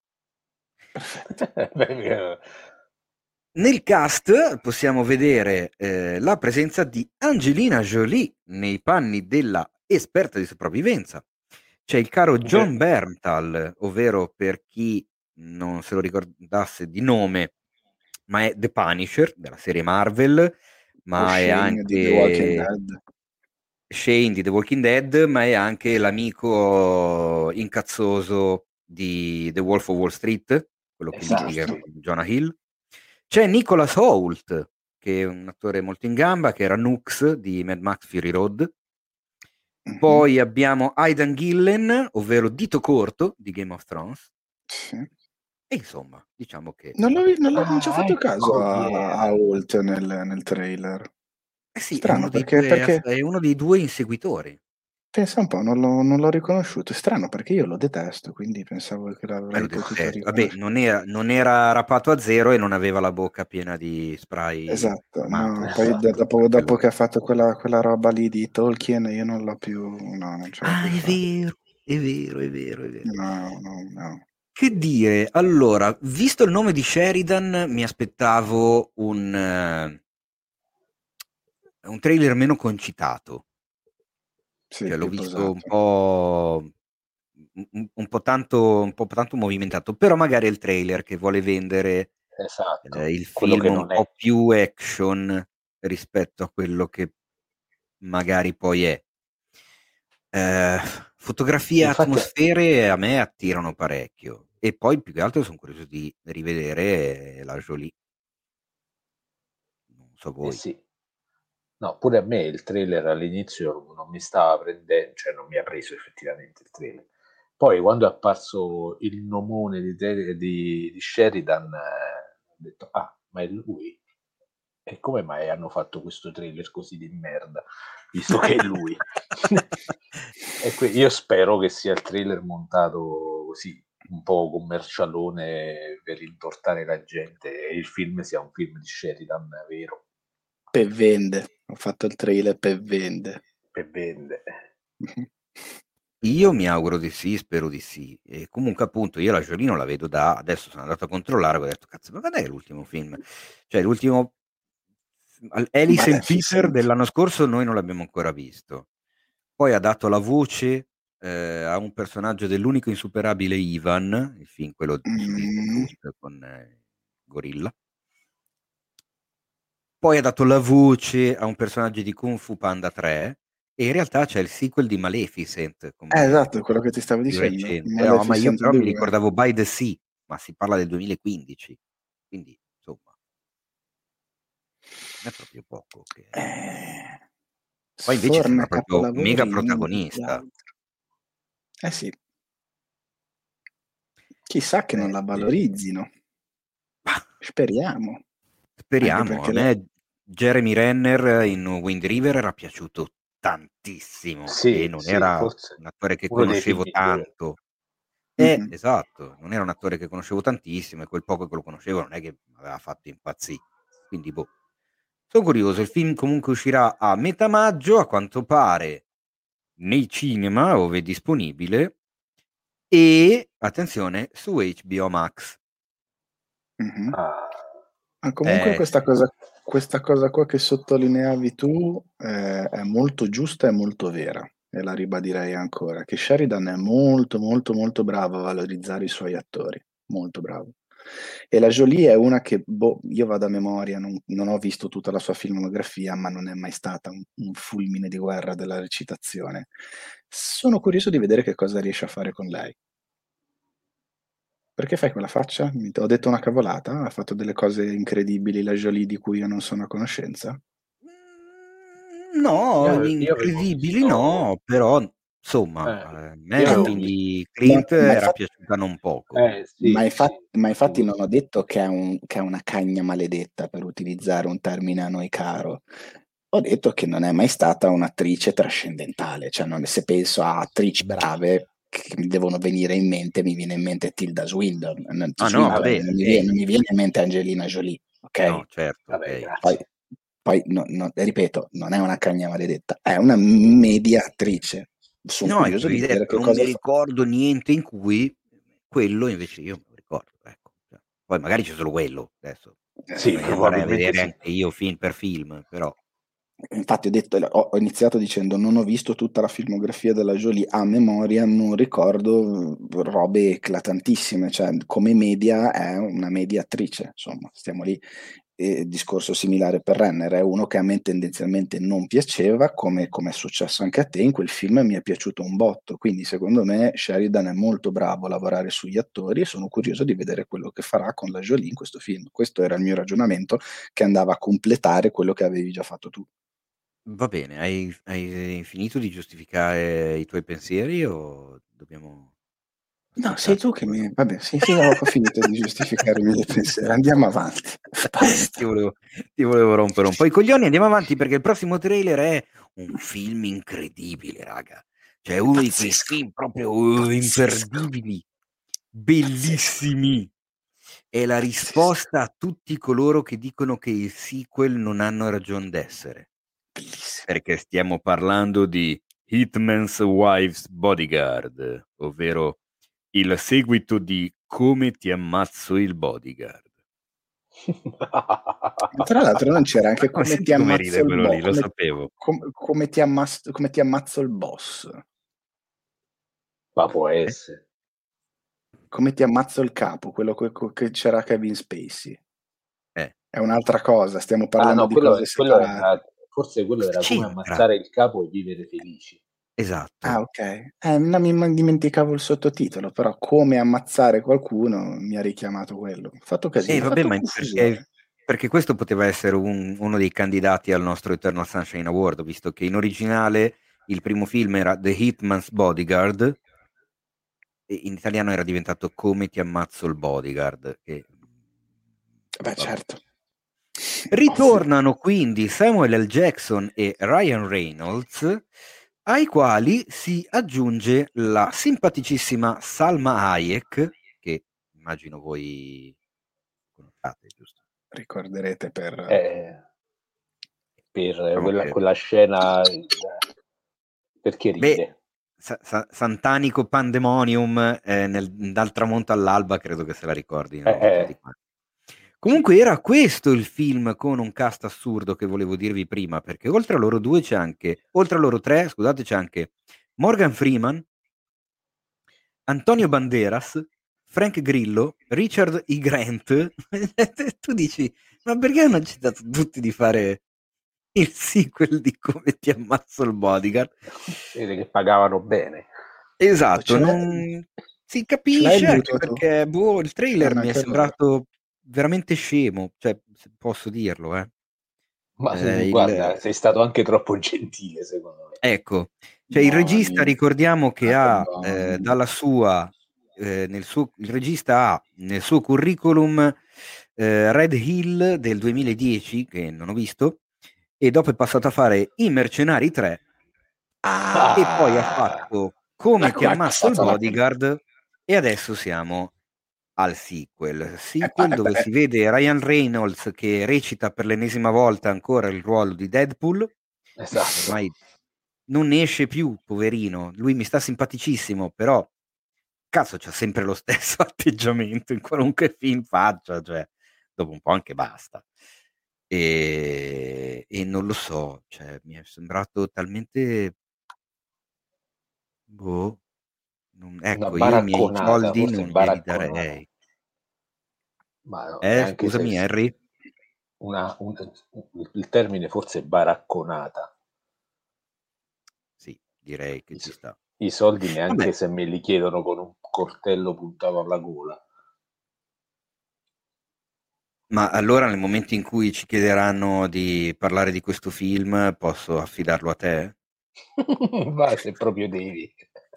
Speaker 1: Nel cast possiamo vedere la presenza di Angelina Jolie nei panni della esperta di sopravvivenza. C'è il caro John Berntal, ovvero per chi non se lo ricordasse di nome, ma è The Punisher della serie Marvel, ma è
Speaker 2: Shane di The Walking
Speaker 1: anche
Speaker 2: Dead.
Speaker 1: Shane di The Walking Dead, ma è anche l'amico incazzoso di The Wolf of Wall Street, quello che litiga
Speaker 3: Esatto.
Speaker 1: con Jonah Hill. C'è Nicholas Hoult, che è un attore molto in gamba, che era Nux di Mad Max Fury Road. Poi abbiamo Aidan Gillen, ovvero Dito Corto di Game of Thrones.
Speaker 2: Sì.
Speaker 1: E insomma, diciamo che...
Speaker 2: Non ci ho fatto caso
Speaker 3: ecco chi
Speaker 2: a
Speaker 3: era.
Speaker 2: Holt nel trailer.
Speaker 1: sì,
Speaker 2: Strano, perché
Speaker 1: è uno dei due inseguitori.
Speaker 2: pensa un po', non l'ho riconosciuto. È strano perché io lo detesto, quindi pensavo che
Speaker 1: Lo
Speaker 2: l'avrei potuto
Speaker 1: detesto. Vabbè,
Speaker 2: riconoscere.
Speaker 1: non era rapato a zero e non aveva la bocca piena di spray
Speaker 2: Esatto,
Speaker 1: fumato.
Speaker 2: no, poi dopo che ha fatto quella roba lì di Tolkien, io non l'ho più, no, non ce l'ho
Speaker 1: Ah,
Speaker 2: più
Speaker 1: è
Speaker 2: fatta.
Speaker 1: vero, è vero, è vero, è vero.
Speaker 2: No.
Speaker 1: Che dire, allora, visto il nome di Sheridan, mi aspettavo un trailer meno concitato.
Speaker 2: Sì,
Speaker 1: Cioè, l'ho
Speaker 2: più
Speaker 1: visto un
Speaker 2: posato.
Speaker 1: po', un po' tanto movimentato, però magari è il trailer che vuole vendere
Speaker 3: Esatto,
Speaker 1: il
Speaker 3: quello che
Speaker 1: film un
Speaker 3: non è.
Speaker 1: po' più action rispetto a quello che magari poi è. Fotografia,
Speaker 3: Infatti,
Speaker 1: atmosfere a me attirano parecchio, e poi più che altro sono curioso di rivedere la Jolie. Non so voi.
Speaker 3: sì. No, pure a me il trailer all'inizio non mi stava prendendo, cioè non mi ha preso effettivamente il trailer. Poi quando è apparso il nomone di Sheridan, ho detto, ah, ma è lui? E come mai hanno fatto questo trailer così di merda, visto che è lui? Io spero che sia il trailer montato così, un po' commercialone per importare la gente, e il film sia un film di Sheridan vero.
Speaker 2: Per vende. Ho fatto il trailer per vende.
Speaker 3: E vende.
Speaker 1: Io mi auguro di sì, spero di sì. E comunque, appunto, io la Jolie non la vedo da adesso. Sono andato a controllare, ho detto, cazzo, ma quando è l'ultimo film? Cioè, l'ultimo Alice and Peter dell'anno scorso noi non l'abbiamo ancora visto. Poi ha dato la voce a un personaggio dell'unico insuperabile Ivan, il film quello su Disney Plus con Gorilla. Poi ha dato la voce a un personaggio di Kung Fu Panda 3, e in realtà c'è il sequel di Maleficent come
Speaker 2: Esatto, quello che ti stavo
Speaker 1: più
Speaker 2: dicendo.
Speaker 1: recente. No, ma io
Speaker 2: Maleficent
Speaker 1: però mi
Speaker 2: 2.
Speaker 1: ricordavo By the Sea, ma si parla del 2015, quindi insomma non è proprio poco che... Poi invece
Speaker 2: Sforna
Speaker 1: sembra proprio mega
Speaker 2: capolavori
Speaker 1: protagonista.
Speaker 2: Eh sì. Chissà che non la valorizzino. Speriamo. Anche
Speaker 1: Speriamo.
Speaker 2: perché
Speaker 1: A me Jeremy Renner in Wind River era piaciuto tantissimo,
Speaker 3: Sì,
Speaker 1: e non
Speaker 3: sì,
Speaker 1: era
Speaker 3: forse
Speaker 1: un attore che
Speaker 3: uno dei
Speaker 1: conoscevo
Speaker 3: film migliori.
Speaker 1: tanto.
Speaker 2: Mhm.
Speaker 1: Esatto, non era un attore che conoscevo tantissimo, e quel poco che lo conoscevo non è che mi aveva fatto impazzire. Quindi, boh. Sono curioso. Il film comunque uscirà a metà maggio, a quanto pare, nei cinema, ove è disponibile, e, attenzione, su HBO Max.
Speaker 2: Mhm.
Speaker 3: Ah,
Speaker 2: Ma comunque questa
Speaker 1: Sì.
Speaker 2: cosa qua che sottolineavi tu è molto giusta e molto vera, e la ribadirei ancora, che Sheridan è molto molto molto bravo a valorizzare i suoi attori, molto bravo. E la Jolie è una che, io vado a memoria, non ho visto tutta la sua filmografia, ma non è mai stata un fulmine di guerra della recitazione. Sono curioso di vedere che cosa riesce a fare con lei. Perché fai quella faccia? Ho detto una cavolata? Ha fatto delle cose incredibili la Jolie di cui io non sono a conoscenza?
Speaker 1: No,
Speaker 3: io avevo
Speaker 1: incredibili
Speaker 3: visto,
Speaker 1: no, però insomma, a me
Speaker 3: io
Speaker 1: la
Speaker 3: avevo
Speaker 1: film
Speaker 3: visto,
Speaker 1: di
Speaker 2: Ma,
Speaker 1: Clint
Speaker 2: ma
Speaker 1: era
Speaker 2: infatti,
Speaker 1: piaciuta non poco.
Speaker 2: ma
Speaker 3: sì,
Speaker 2: infatti- ma infatti non ho
Speaker 3: sì.
Speaker 2: detto che che è una cagna maledetta, per utilizzare un termine a noi caro. Ho detto che non è mai stata un'attrice trascendentale, cioè se penso a attrici brave che mi devono venire in mente, mi viene in mente Tilda Swinton,
Speaker 1: Ah no, vabbè,
Speaker 2: non
Speaker 1: lei.
Speaker 2: non mi viene in mente Angelina Jolie, ok?
Speaker 1: No, certo,
Speaker 3: Vabbè,
Speaker 1: ok.
Speaker 2: Poi,
Speaker 3: grazie.
Speaker 2: ripeto, non è una cagna maledetta, è una media attrice. Sono
Speaker 1: No,
Speaker 2: curioso
Speaker 1: come
Speaker 2: di
Speaker 1: vi
Speaker 2: vedere
Speaker 1: detto,
Speaker 2: che
Speaker 1: non mi
Speaker 2: cosa fa.
Speaker 1: ricordo niente in cui quello invece io me lo ricordo, ecco. Cioè, poi magari c'è solo quello, adesso
Speaker 3: Sì,
Speaker 1: andrei a
Speaker 3: probabilmente
Speaker 1: vedere
Speaker 3: sì.
Speaker 1: anche io film per film, però
Speaker 2: Infatti ho iniziato dicendo non ho visto tutta la filmografia della Jolie a memoria, non ricordo robe eclatantissime, cioè come media è una media attrice, insomma, stiamo lì. Discorso similare per Renner, è uno che a me tendenzialmente non piaceva, come è successo anche a te, in quel film mi è piaciuto un botto, quindi secondo me Sheridan è molto bravo a lavorare sugli attori, e sono curioso di vedere quello che farà con la Jolie in questo film. Questo era il mio ragionamento, che andava a completare quello che avevi già fatto tu.
Speaker 1: va bene. Hai finito di giustificare i tuoi pensieri o dobbiamo
Speaker 2: No, sei
Speaker 1: aspettare
Speaker 2: tu che
Speaker 1: ancora?
Speaker 2: mi... Vabbè, sì, ho finito di giustificare i miei pensieri. Andiamo avanti.
Speaker 1: Ti
Speaker 2: Basta.
Speaker 1: volevo, ti volevo rompere un po' i coglioni. Andiamo avanti, perché il prossimo trailer è un film incredibile, raga. Cioè, uno di quei
Speaker 2: Pazzesco.
Speaker 1: film proprio
Speaker 2: Pazzesco.
Speaker 1: imperdibili,
Speaker 2: Pazzesco.
Speaker 1: bellissimi. È la
Speaker 2: Pazzesco.
Speaker 1: risposta a tutti coloro che dicono che i sequel non hanno ragion d'essere.
Speaker 2: Bellissimo.
Speaker 1: Perché stiamo parlando di Hitman's Wife's Bodyguard, ovvero il seguito di Come ti ammazzo il bodyguard.
Speaker 2: Ma tra l'altro non c'era anche
Speaker 1: Ma
Speaker 2: come ti
Speaker 1: senti come
Speaker 2: ammazzo
Speaker 1: ride
Speaker 2: il
Speaker 1: quello lì, lo sapevo.
Speaker 2: come ti ammazzo il boss.
Speaker 3: Ma può essere.
Speaker 2: Come ti ammazzo il capo, quello che c'era Kevin Spacey.
Speaker 1: Eh.
Speaker 2: È un'altra cosa, stiamo parlando di
Speaker 3: quello
Speaker 2: cose separate.
Speaker 3: forse quello era come
Speaker 1: C'entra.
Speaker 3: ammazzare il capo e vivere felici.
Speaker 1: Esatto.
Speaker 2: Ah, ok. Non mi dimenticavo il sottotitolo, però come ammazzare qualcuno mi ha richiamato quello. Ho fatto casino, ho
Speaker 1: Vabbè,
Speaker 2: fatto
Speaker 1: ma
Speaker 2: confusione.
Speaker 1: perché questo poteva essere uno dei candidati al nostro Eternal Sunshine Award, visto che in originale il primo film era The Hitman's Bodyguard e in italiano era diventato Come ti ammazzo il bodyguard. Che...
Speaker 2: Beh,
Speaker 1: vabbè.
Speaker 2: certo.
Speaker 1: Ritornano quindi Samuel L. Jackson e Ryan Reynolds, ai quali si aggiunge la simpaticissima Salma Hayek, che immagino voi conosciate, giusto?
Speaker 2: Ricorderete per
Speaker 1: Diciamo che-
Speaker 3: quella scena, perché ride?
Speaker 1: Beh, Santanico Pandemonium dal tramonto all'alba, credo che se la ricordino tutti quanti. Comunque era questo il film con un cast assurdo che volevo dirvi prima, perché oltre a loro due c'è anche, oltre a loro tre, scusate, c'è anche Morgan Freeman, Antonio Banderas, Frank Grillo, Richard E. Grant. Tu dici, ma perché hanno accettato tutti di fare il sequel di Come ti ammazzo il bodyguard?
Speaker 3: Vede che pagavano bene.
Speaker 1: Esatto,
Speaker 2: Ce l'hai-
Speaker 1: non si
Speaker 2: ce
Speaker 1: capisce
Speaker 2: l'hai il
Speaker 1: anche
Speaker 2: muto tu?
Speaker 1: perché il trailer
Speaker 2: No,
Speaker 1: mi è
Speaker 2: quello-
Speaker 1: sembrato veramente scemo, cioè se posso dirlo,
Speaker 3: Ma
Speaker 1: il-
Speaker 3: sei stato anche troppo gentile, secondo me.
Speaker 1: Ecco, cioè il regista ricordiamo che ha dalla sua il regista ha nel suo curriculum Red Hill del 2010 che non ho visto e dopo è passato a fare I Mercenari 3 e poi ha fatto Come ti ammazzo il bodyguard e adesso siamo al sequel dove si vede Ryan Reynolds che recita per l'ennesima volta ancora il ruolo di Deadpool.
Speaker 3: Esatto.
Speaker 1: Ormai non ne esce più, poverino. Lui mi sta simpaticissimo, però cazzo c'ha sempre lo stesso atteggiamento in qualunque film faccia, cioè dopo un po' anche basta. E non lo so, cioè mi è sembrato talmente ecco, io i miei
Speaker 3: baracconata,
Speaker 1: soldi
Speaker 3: forse
Speaker 1: non glieli
Speaker 3: baracconata.
Speaker 1: darei.
Speaker 3: Ma no, neanche
Speaker 1: Scusami,
Speaker 3: se
Speaker 1: Harry?
Speaker 3: il termine forse è baracconata.
Speaker 1: Sì, direi che ci sta.
Speaker 3: I soldi neanche
Speaker 1: Vabbè.
Speaker 3: se me li chiedono con un coltello puntato alla gola.
Speaker 1: Ma allora nel momento in cui ci chiederanno di parlare di questo film, posso affidarlo a te?
Speaker 3: Ma se proprio devi.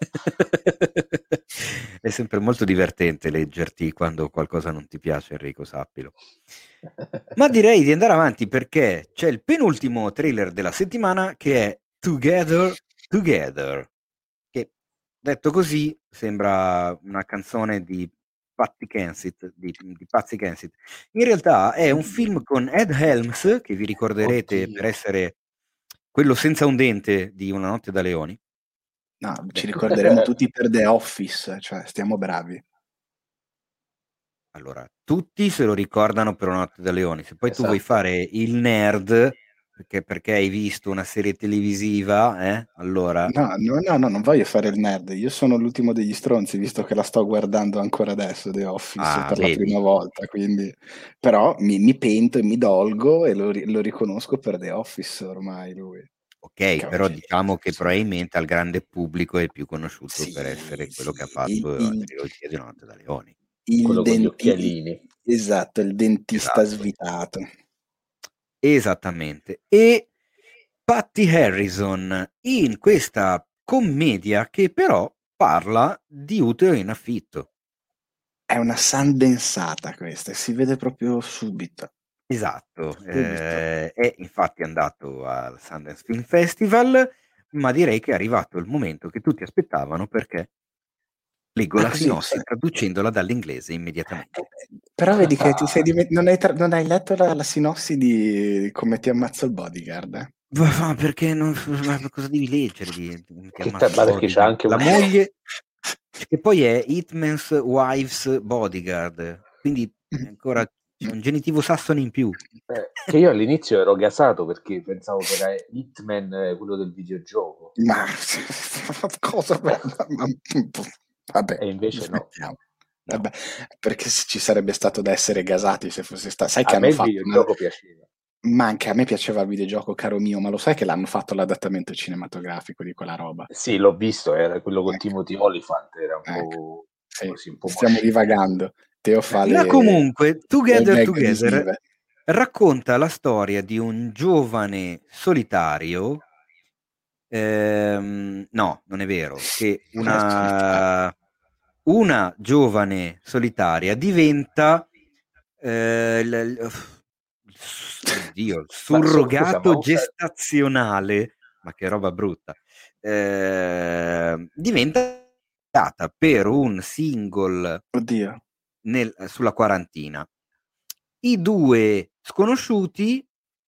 Speaker 1: È sempre molto divertente leggerti quando qualcosa non ti piace, Enrico, sappilo. Ma direi di andare avanti perché c'è il penultimo trailer della settimana che è Together, che detto così sembra una canzone di Patti Kensit, di Patsy Kensit. In realtà è un film con Ed Helms, che vi ricorderete per essere quello senza un dente di Una notte da leoni.
Speaker 2: No, ci ricorderemo tutti per The Office, cioè stiamo bravi.
Speaker 1: Allora, tutti se lo ricordano per Una notte da leoni. Se poi tu vuoi
Speaker 3: Esatto.
Speaker 1: fare il nerd, perché hai visto una serie televisiva, allora...
Speaker 2: No, non voglio fare il nerd. Io sono l'ultimo degli stronzi, visto che la sto guardando ancora adesso, The Office, per la prima volta. Quindi... Però mi pento e mi dolgo e lo riconosco per The Office ormai lui.
Speaker 1: Ok, però diciamo che probabilmente al grande pubblico è più conosciuto per essere quello che ha fatto la trilogia di Una notte da leoni.
Speaker 3: Quello con gli occhialini.
Speaker 2: Esatto, il dentista svitato.
Speaker 1: Esattamente. E Patty Harrison in questa commedia che però parla di utero in affitto.
Speaker 2: È una sundensata questa, si vede proprio subito.
Speaker 1: Esatto, è infatti andato al Sundance Film Festival, ma direi che è arrivato il momento che tutti aspettavano perché leggo la sinossi traducendola dall'inglese immediatamente.
Speaker 2: Però vedi che non hai letto la sinossi di Come ti ammazzo il bodyguard?
Speaker 1: Ma perché cosa devi leggere
Speaker 3: Perché c'è anche
Speaker 1: la moglie che poi è Hitman's Wife's Bodyguard, quindi ancora c'è un genitivo sassone in più.
Speaker 3: Che io all'inizio ero gasato perché pensavo che era Hitman, quello del videogioco.
Speaker 2: Ma Cosa? Vabbè,
Speaker 3: E invece no.
Speaker 2: smettiamo.
Speaker 3: No.
Speaker 2: Vabbè, perché ci sarebbe stato da essere gasati se fosse stato. Sai che
Speaker 3: A me
Speaker 2: hanno
Speaker 3: il
Speaker 2: fatto
Speaker 3: videogioco piaceva.
Speaker 2: Ma anche a me piaceva il videogioco, caro mio, ma lo sai che l'hanno fatto l'adattamento cinematografico di quella roba?
Speaker 3: Sì, l'ho visto, era quello con
Speaker 2: Ecco,
Speaker 3: Timothy Olyphant, era un
Speaker 2: ecco.
Speaker 3: po'
Speaker 2: Sì,
Speaker 3: così, un po'
Speaker 2: stiamo
Speaker 3: moscino.
Speaker 2: divagando. Teo fa
Speaker 1: Ma
Speaker 2: le
Speaker 1: comunque, Together
Speaker 2: gag
Speaker 1: Together
Speaker 2: visive.
Speaker 1: racconta la storia di un giovane solitario. No, non è vero, che una giovane solitaria diventa oddio, il
Speaker 3: Ma scusa, ma
Speaker 1: surrogato gestazionale, ma che roba brutta, diventa data per un single
Speaker 2: Oddio.
Speaker 1: sulla quarantina. I due sconosciuti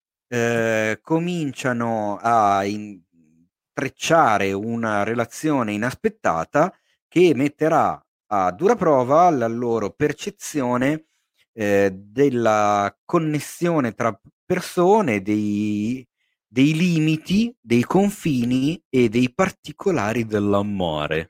Speaker 1: cominciano a intrecciare una relazione inaspettata che metterà a dura prova la loro percezione della connessione tra persone, dei limiti, dei confini e dei particolari dell'amore.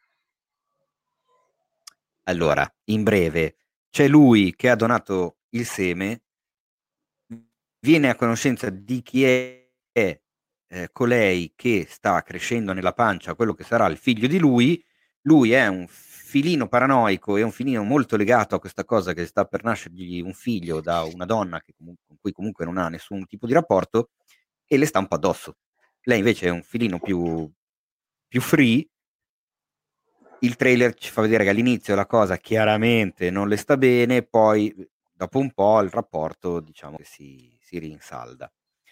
Speaker 1: Allora, in breve, c'è lui che ha donato il seme, viene a conoscenza di chi è colei che sta crescendo nella pancia quello che sarà il figlio di lui. Lui è un filino paranoico e un filino molto legato a questa cosa che sta per nascergli un figlio da una donna con cui comunque non ha nessun tipo di rapporto e le sta un po' addosso. Lei invece è un filino più free. Il trailer ci fa vedere che all'inizio la cosa chiaramente non le sta bene, poi dopo un po' il rapporto diciamo che si rinsalda.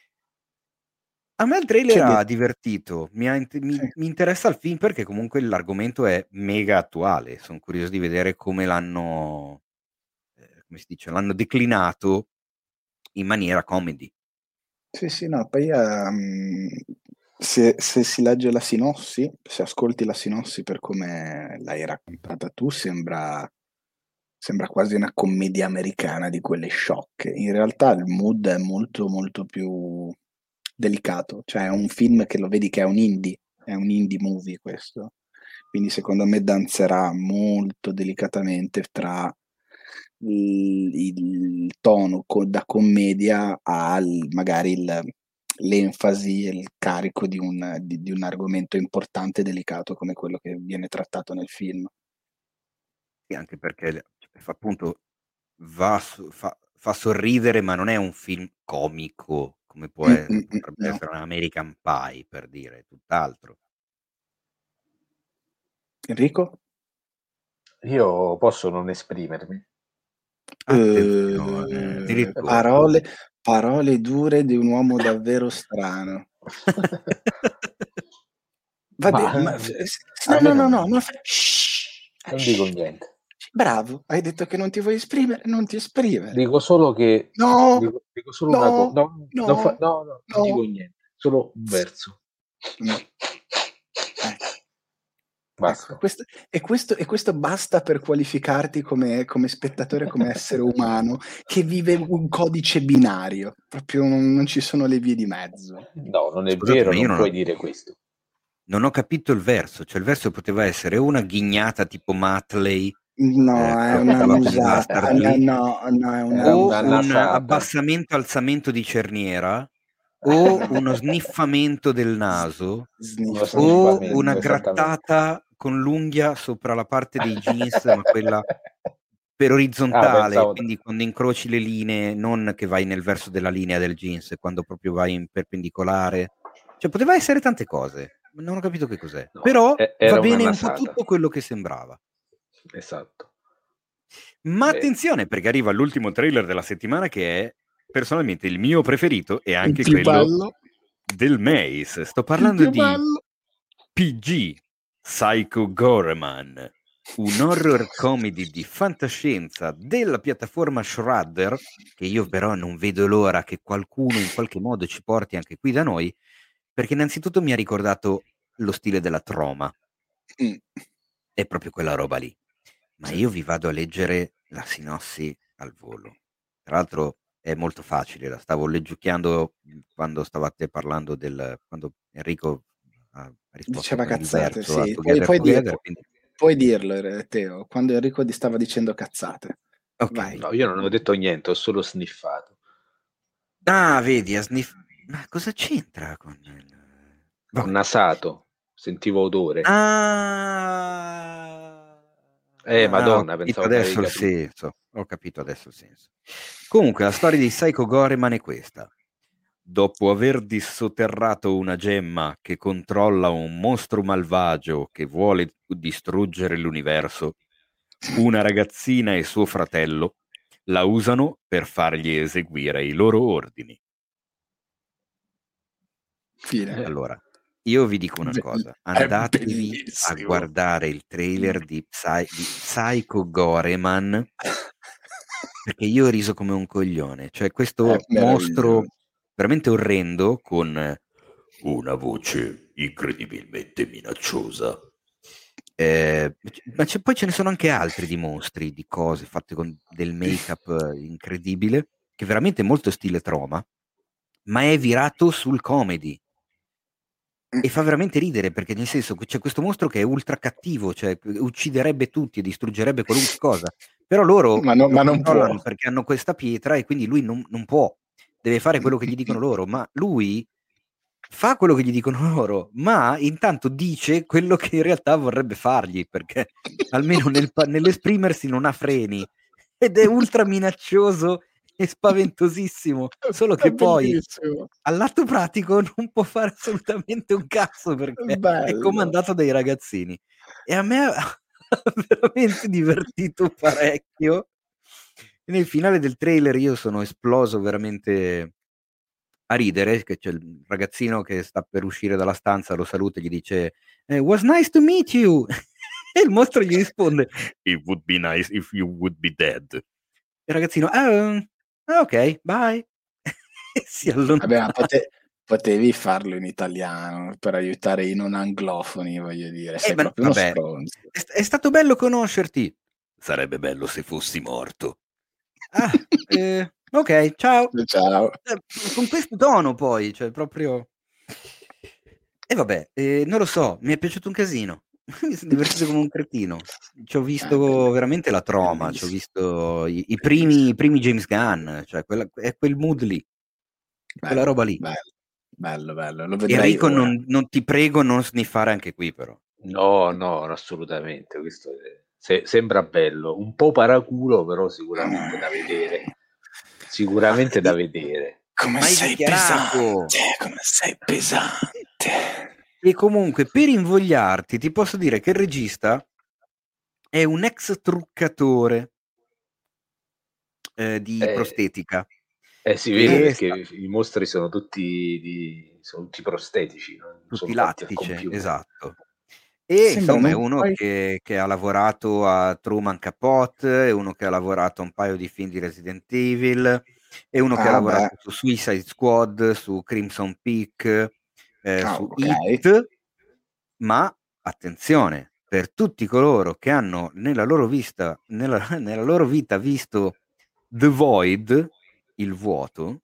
Speaker 1: A me il trailer
Speaker 2: C'è
Speaker 1: ha divertito, mi
Speaker 2: sì.
Speaker 1: interessa il film perché comunque l'argomento è mega attuale, sono curioso di vedere come l'hanno, come si dice, l'hanno declinato in maniera comedy.
Speaker 2: Sì, no, poi se si legge la sinossi, se ascolti la sinossi per come l'hai raccontata tu, sembra quasi una commedia americana di quelle sciocche. In realtà il mood è molto, molto più delicato, cioè è un film che lo vedi che è un indie movie questo. Quindi secondo me danzerà molto delicatamente tra il tono da commedia magari l'enfasi e il carico di un argomento importante e delicato come quello che viene trattato nel film.
Speaker 1: E anche perché appunto fa sorridere, ma non è un film comico come potrebbe
Speaker 2: No.
Speaker 1: essere un American Pie, per dire, tutt'altro.
Speaker 2: Enrico?
Speaker 3: Io posso non esprimermi.
Speaker 1: Attenzione, addirittura.
Speaker 2: Parole dure di un uomo davvero strano. Vabbè,
Speaker 3: Ma
Speaker 2: no,
Speaker 3: a me
Speaker 2: no,
Speaker 3: non,
Speaker 2: shh,
Speaker 3: non dico niente.
Speaker 2: bravo, hai detto che non ti vuoi esprimere, non ti esprimere.
Speaker 3: Dico solo che
Speaker 2: No,
Speaker 3: dico solo una cosa. No,
Speaker 2: no,
Speaker 3: non dico niente, solo un verso. Basta.
Speaker 2: Ecco, questo basta per qualificarti come spettatore, come essere umano che vive un codice binario, proprio non ci sono le vie di mezzo.
Speaker 3: No, non è
Speaker 1: Scusate,
Speaker 3: vero,
Speaker 1: ma io
Speaker 3: non puoi dire questo.
Speaker 1: non ho capito il verso, cioè il verso poteva essere una ghignata tipo Matley,
Speaker 2: No, è
Speaker 1: quello che
Speaker 2: una
Speaker 1: stava con
Speaker 2: musata,
Speaker 1: Dastardly,
Speaker 2: no, è una
Speaker 3: Era
Speaker 1: o
Speaker 3: una
Speaker 1: un
Speaker 2: musata.
Speaker 3: nasata.
Speaker 1: abbassamento-alzamento di cerniera, o uno sniffamento del naso,
Speaker 3: Uno
Speaker 1: o
Speaker 3: sniffamento,
Speaker 1: una
Speaker 3: esattamente.
Speaker 1: grattata con l'unghia sopra la parte dei jeans, ma quella per
Speaker 3: Ah,
Speaker 1: orizzontale,
Speaker 3: pensavo.
Speaker 1: quindi quando incroci le linee, non che vai nel verso della linea del jeans, quando proprio vai in perpendicolare. Cioè, poteva essere tante cose, non ho capito che cos'è.
Speaker 3: No,
Speaker 1: Però va
Speaker 3: era una
Speaker 1: bene un po'
Speaker 3: nasata.
Speaker 1: tutto quello che sembrava.
Speaker 3: Esatto.
Speaker 1: Ma
Speaker 3: Beh,
Speaker 1: attenzione, perché arriva l'ultimo trailer della settimana che è personalmente il mio preferito e
Speaker 2: Il
Speaker 1: anche
Speaker 2: più
Speaker 1: quello
Speaker 2: bello,
Speaker 1: del Mace. Sto
Speaker 2: il
Speaker 1: parlando
Speaker 2: più
Speaker 1: di
Speaker 2: bello.
Speaker 1: PG, Psycho Goreman, un horror comedy di fantascienza della piattaforma Shudder, che io però non vedo l'ora che qualcuno in qualche modo ci porti anche qui da noi, perché innanzitutto mi ha ricordato lo stile della Troma,
Speaker 2: Mm,
Speaker 1: è proprio quella roba lì. Ma
Speaker 2: sì.
Speaker 1: io vi vado a leggere la sinossi al volo. Tra l'altro è molto facile, la stavo leggiucchiando quando stavate parlando quando Enrico ha risposto
Speaker 2: Diceva
Speaker 1: con il
Speaker 2: cazzate,
Speaker 1: verso a
Speaker 2: sì.
Speaker 1: Together Together, quindi
Speaker 2: Puoi dirlo, Teo, quando Enrico ti stava dicendo cazzate. Vai.
Speaker 1: ok.
Speaker 3: No, io non ho detto niente, ho solo sniffato.
Speaker 1: Ah, vedi, ma cosa c'entra con il...
Speaker 3: Ho
Speaker 1: Vabbè.
Speaker 3: nasato, sentivo odore. Madonna,
Speaker 1: Ho capito
Speaker 3: pensavo che avevi
Speaker 1: adesso il
Speaker 3: capito.
Speaker 1: senso. Ho capito adesso il senso. Comunque, la storia di Psycho Goreman è questa. Dopo aver dissotterrato una gemma che controlla un mostro malvagio che vuole distruggere l'universo, una ragazzina e suo fratello la usano per fargli eseguire i loro ordini.
Speaker 2: Fine.
Speaker 1: Allora, io vi dico una cosa, andatevi a
Speaker 2: bellissimo.
Speaker 1: guardare il trailer di Psycho Goreman, perché io ho riso come un coglione, cioè questo mostro veramente orrendo con una voce incredibilmente minacciosa. Ma poi ce ne sono anche altri di mostri, di cose fatte con del make-up incredibile, che è veramente molto stile Troma, ma è virato sul comedy. E fa veramente ridere perché nel senso c'è questo mostro che è ultra cattivo, cioè ucciderebbe tutti e distruggerebbe qualunque cosa, però loro
Speaker 2: ma
Speaker 1: lo
Speaker 2: non può.
Speaker 1: controllano perché hanno questa pietra e quindi lui non può, deve fare quello che gli dicono loro, ma lui fa quello che gli dicono loro, ma intanto dice quello che in realtà vorrebbe fargli, perché almeno nell'esprimersi non ha freni ed è ultra minaccioso e spaventosissimo, solo
Speaker 2: È
Speaker 1: che poi
Speaker 2: bellissimo.
Speaker 1: all'atto pratico non può fare assolutamente un cazzo perché è comandato dai ragazzini. E a me ha veramente divertito parecchio. E nel finale del trailer io sono esploso veramente a ridere, che c'è il ragazzino che sta per uscire dalla stanza, lo saluta e gli dice "Was nice to meet you". E il mostro gli risponde "It would be nice if you would be dead". E il ragazzino ok, bye. E si
Speaker 2: Vabbè, ma
Speaker 1: allontana.
Speaker 2: potevi farlo in italiano per aiutare i non anglofoni, voglio dire. Sei
Speaker 1: Ma
Speaker 2: proprio uno
Speaker 1: vabbè,
Speaker 2: stronzo.
Speaker 1: è stato bello conoscerti. Sarebbe bello se fossi morto. Ok, ciao.
Speaker 2: Ciao.
Speaker 1: Con questo tono poi, cioè proprio... E vabbè, non lo so, mi è piaciuto un casino. Mi sono divertito come un cretino. Ci ho visto veramente la troma, ci ho visto i primi James Gunn, cioè è quel mood lì, quella roba lì.
Speaker 2: Bello, lo vedrei
Speaker 1: Enrico,
Speaker 2: ora.
Speaker 1: non ti prego non sniffare anche qui però.
Speaker 3: No, assolutamente. Questo sembra bello, un po' paraculo, però sicuramente da vedere. Sicuramente da vedere.
Speaker 2: Come sei pesante.
Speaker 1: E comunque, per invogliarti, ti posso dire che il regista è un ex truccatore di prostetica.
Speaker 3: Si vede perché i mostri sono tutti prostetici, non
Speaker 1: tutti
Speaker 3: sono fatti al
Speaker 1: lattice,
Speaker 3: computer.
Speaker 1: esatto. E insomma è uno che ha lavorato a Truman Capote, è uno che ha lavorato a un paio di film di Resident Evil, è uno che ha lavorato su Suicide Squad, su Crimson Peak, su It, ma attenzione, per tutti coloro che hanno nella loro vita visto The Void, il vuoto,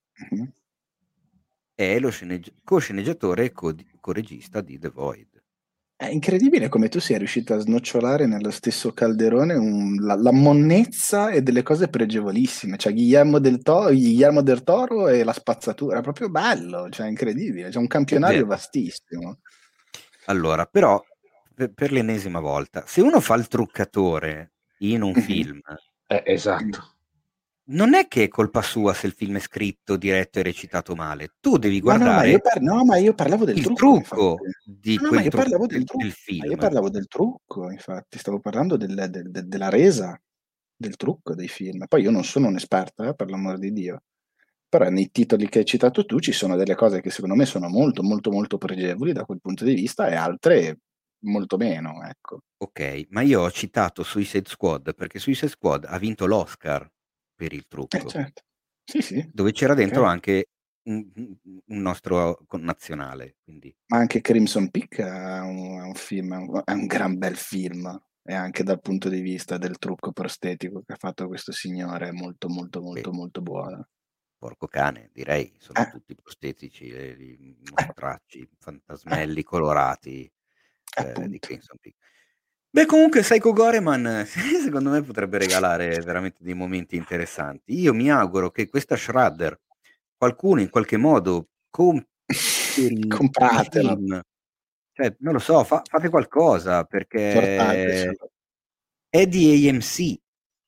Speaker 1: è lo co-sceneggiatore e co-regista di The Void.
Speaker 2: È incredibile come tu sia riuscito a snocciolare nello stesso calderone la monnezza e delle cose pregevolissime, cioè Guillermo del Toro e la spazzatura, è proprio bello, cioè incredibile, c'è un campionario vastissimo.
Speaker 1: Allora, però, per l'ennesima volta, se uno fa il truccatore in un film,
Speaker 3: esatto,
Speaker 1: non è che è colpa sua se il film è scritto, diretto e recitato male. Tu devi
Speaker 2: Ma
Speaker 1: guardare
Speaker 2: ma io parlavo del
Speaker 1: il
Speaker 2: trucco
Speaker 1: di
Speaker 2: ma
Speaker 1: quel
Speaker 2: io parlavo del
Speaker 1: del film.
Speaker 2: Ma io parlavo del trucco, infatti, stavo parlando della resa del trucco dei film. Poi io non sono un esperto, per l'amor di Dio. Però nei titoli che hai citato tu ci sono delle cose che secondo me sono molto, molto, molto pregevoli da quel punto di vista e altre molto meno, ecco.
Speaker 1: Ok, ma io ho citato Suicide Squad perché Suicide Squad ha vinto l'Oscar per il trucco.
Speaker 2: Certo. Sì.
Speaker 1: Dove c'era dentro anche un nostro connazionale. Quindi.
Speaker 2: Ma anche Crimson Peak è un film, è un gran bel film. E anche dal punto di vista del trucco prostetico che ha fatto questo signore è molto, molto, molto, molto buono.
Speaker 1: porco cane, direi, sono tutti prostetici, i mostracci, fantasmelli colorati di
Speaker 2: appunto.
Speaker 1: Crimson Peak. Beh, comunque Psycho Goreman secondo me potrebbe regalare veramente dei momenti interessanti. Io mi auguro che questa Shredder qualcuno in qualche modo compri il
Speaker 2: Compratelo,
Speaker 1: film, cioè non lo so, fate qualcosa perché
Speaker 2: portatecelo.
Speaker 1: è di AMC,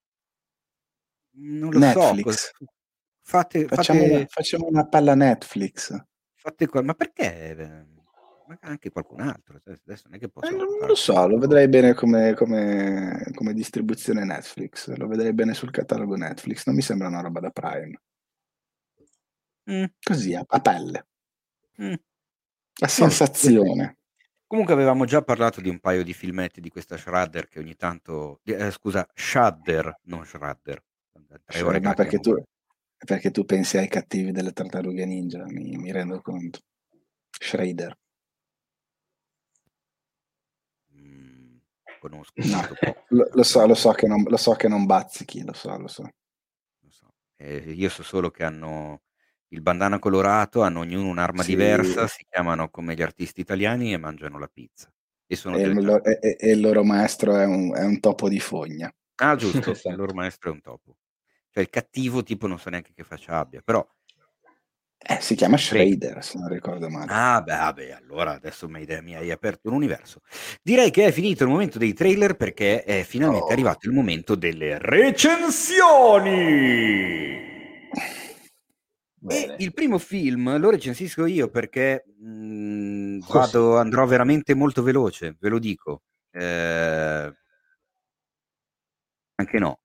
Speaker 1: non lo so,
Speaker 2: Netflix,
Speaker 1: fate,
Speaker 2: facciamo una palla Netflix.
Speaker 1: ma perché? Ma anche qualcun altro, cioè, adesso non è che possono
Speaker 2: Non
Speaker 1: comprare
Speaker 2: lo
Speaker 1: solo
Speaker 2: so, lo
Speaker 1: loro.
Speaker 2: vedrei bene come distribuzione Netflix, lo vedrei bene sul catalogo Netflix, non mi sembra una roba da Prime.
Speaker 1: Mm,
Speaker 2: Così, a pelle,
Speaker 1: mm.
Speaker 2: a
Speaker 1: Vabbè.
Speaker 2: sensazione.
Speaker 1: Comunque avevamo già parlato di un paio di filmetti di questa Shredder che ogni tanto, scusa, Shudder, non Shredder, 3 ore che
Speaker 2: Ma
Speaker 1: la chiamo così.
Speaker 2: perché tu pensi ai cattivi delle tartarughe ninja, mi rendo conto. Shredder.
Speaker 1: Conosco
Speaker 2: No,
Speaker 1: molto poco.
Speaker 2: lo so che non bazzichi, lo so.
Speaker 1: Lo so. Io so solo che hanno il bandana colorato, hanno ognuno un'arma
Speaker 2: Sì,
Speaker 1: diversa, si chiamano come gli artisti italiani e mangiano la pizza. E sono
Speaker 2: e
Speaker 1: delle
Speaker 2: e il loro maestro è un topo di fogna.
Speaker 1: Ah, giusto, il
Speaker 3: Esatto.
Speaker 1: loro maestro è un topo. Cioè il cattivo tipo non so neanche che faccia abbia, però
Speaker 2: Si chiama
Speaker 1: bene.
Speaker 2: Shredder, se non ricordo male.
Speaker 1: Ah, beh, vabbè, allora adesso mi hai aperto un universo. Direi che è finito il momento dei trailer perché è finalmente arrivato il momento delle recensioni. E
Speaker 3: Bene.
Speaker 1: il primo film lo recensisco io perché
Speaker 3: Così.
Speaker 1: andrò veramente molto veloce, ve lo dico. Anche no.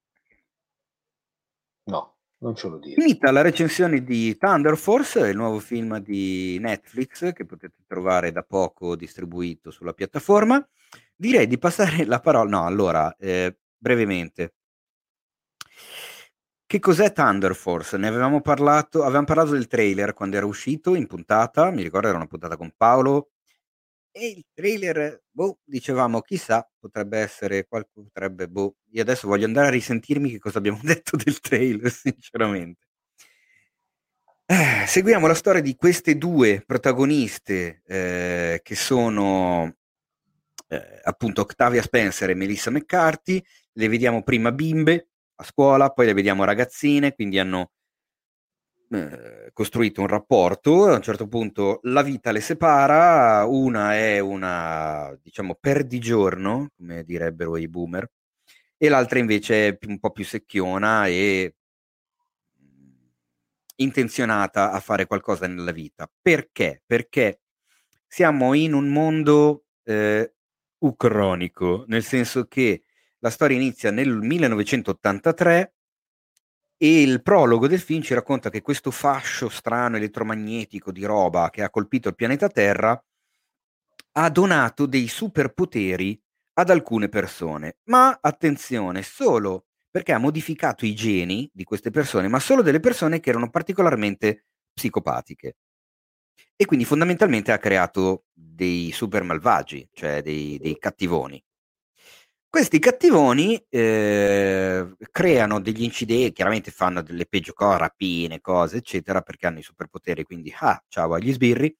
Speaker 3: No, non ce lo dire.
Speaker 1: Finita la recensione di Thunder Force, il nuovo film di Netflix che potete trovare da poco distribuito sulla piattaforma, direi di passare la parola. No, allora, brevemente. Che cos'è Thunder Force? Ne avevamo parlato del trailer quando era uscito in puntata, mi ricordo era una puntata con Paolo, e il trailer, dicevamo, chissà, potrebbe essere potrebbe, io adesso voglio andare a risentirmi che cosa abbiamo detto del trailer, sinceramente. Seguiamo la storia di queste due protagoniste che sono appunto Octavia Spencer e Melissa McCarthy. Le vediamo prima bimbe a scuola, poi le vediamo ragazzine, quindi hanno costruito un rapporto. A un certo punto la vita le separa, una è una, diciamo, perdigiorno, come direbbero i boomer, e l'altra invece è un po' più secchiona e intenzionata a fare qualcosa nella vita. Perché? Perché siamo in un mondo ucronico, nel senso che la storia inizia nel 1983 e il prologo del film ci racconta che questo fascio strano elettromagnetico di roba che ha colpito il pianeta Terra ha donato dei superpoteri ad alcune persone. Ma attenzione, solo perché ha modificato i geni di queste persone, ma solo delle persone che erano particolarmente psicopatiche. E quindi fondamentalmente ha creato dei super malvagi, cioè dei cattivoni. Questi cattivoni creano degli incidenti, chiaramente fanno delle peggio cose, rapine, cose, eccetera, perché hanno i superpoteri, quindi ciao agli sbirri.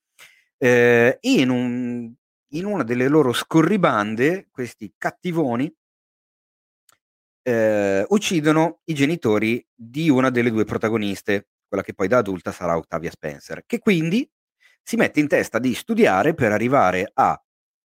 Speaker 1: In una delle loro scorribande, questi cattivoni uccidono i genitori di una delle due protagoniste, quella che poi da adulta sarà Octavia Spencer, che quindi si mette in testa di studiare per arrivare a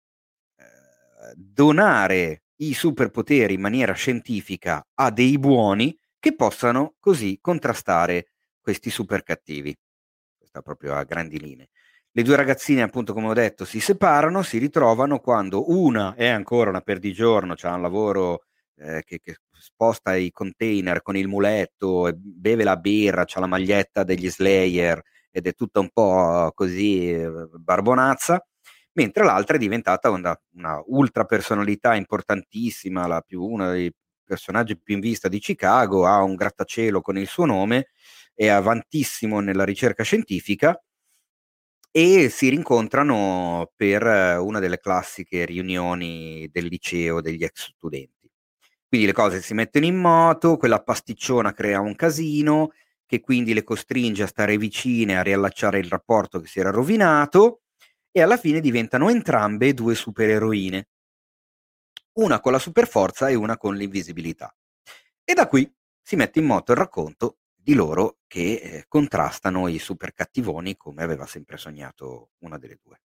Speaker 1: donare i superpoteri in maniera scientifica a dei buoni che possano così contrastare questi super cattivi. Questa proprio a grandi linee. Le due ragazzine, appunto, come ho detto, si separano, si ritrovano quando una è ancora una perdigiorno, c'ha un lavoro che sposta i container con il muletto, e beve la birra, c'ha la maglietta degli Slayer ed è tutta un po' così barbonazza, mentre l'altra è diventata una ultra personalità importantissima, uno dei personaggi più in vista di Chicago, ha un grattacielo con il suo nome, è avantissimo nella ricerca scientifica e si rincontrano per una delle classiche riunioni del liceo degli ex studenti. Quindi le cose si mettono in moto, quella pasticciona crea un casino che quindi le costringe a stare vicine, a riallacciare il rapporto che si era rovinato, e alla fine diventano entrambe due supereroine, una con la superforza e una con l'invisibilità. E da qui si mette in moto il racconto di loro che contrastano i super cattivoni come aveva sempre sognato una delle due.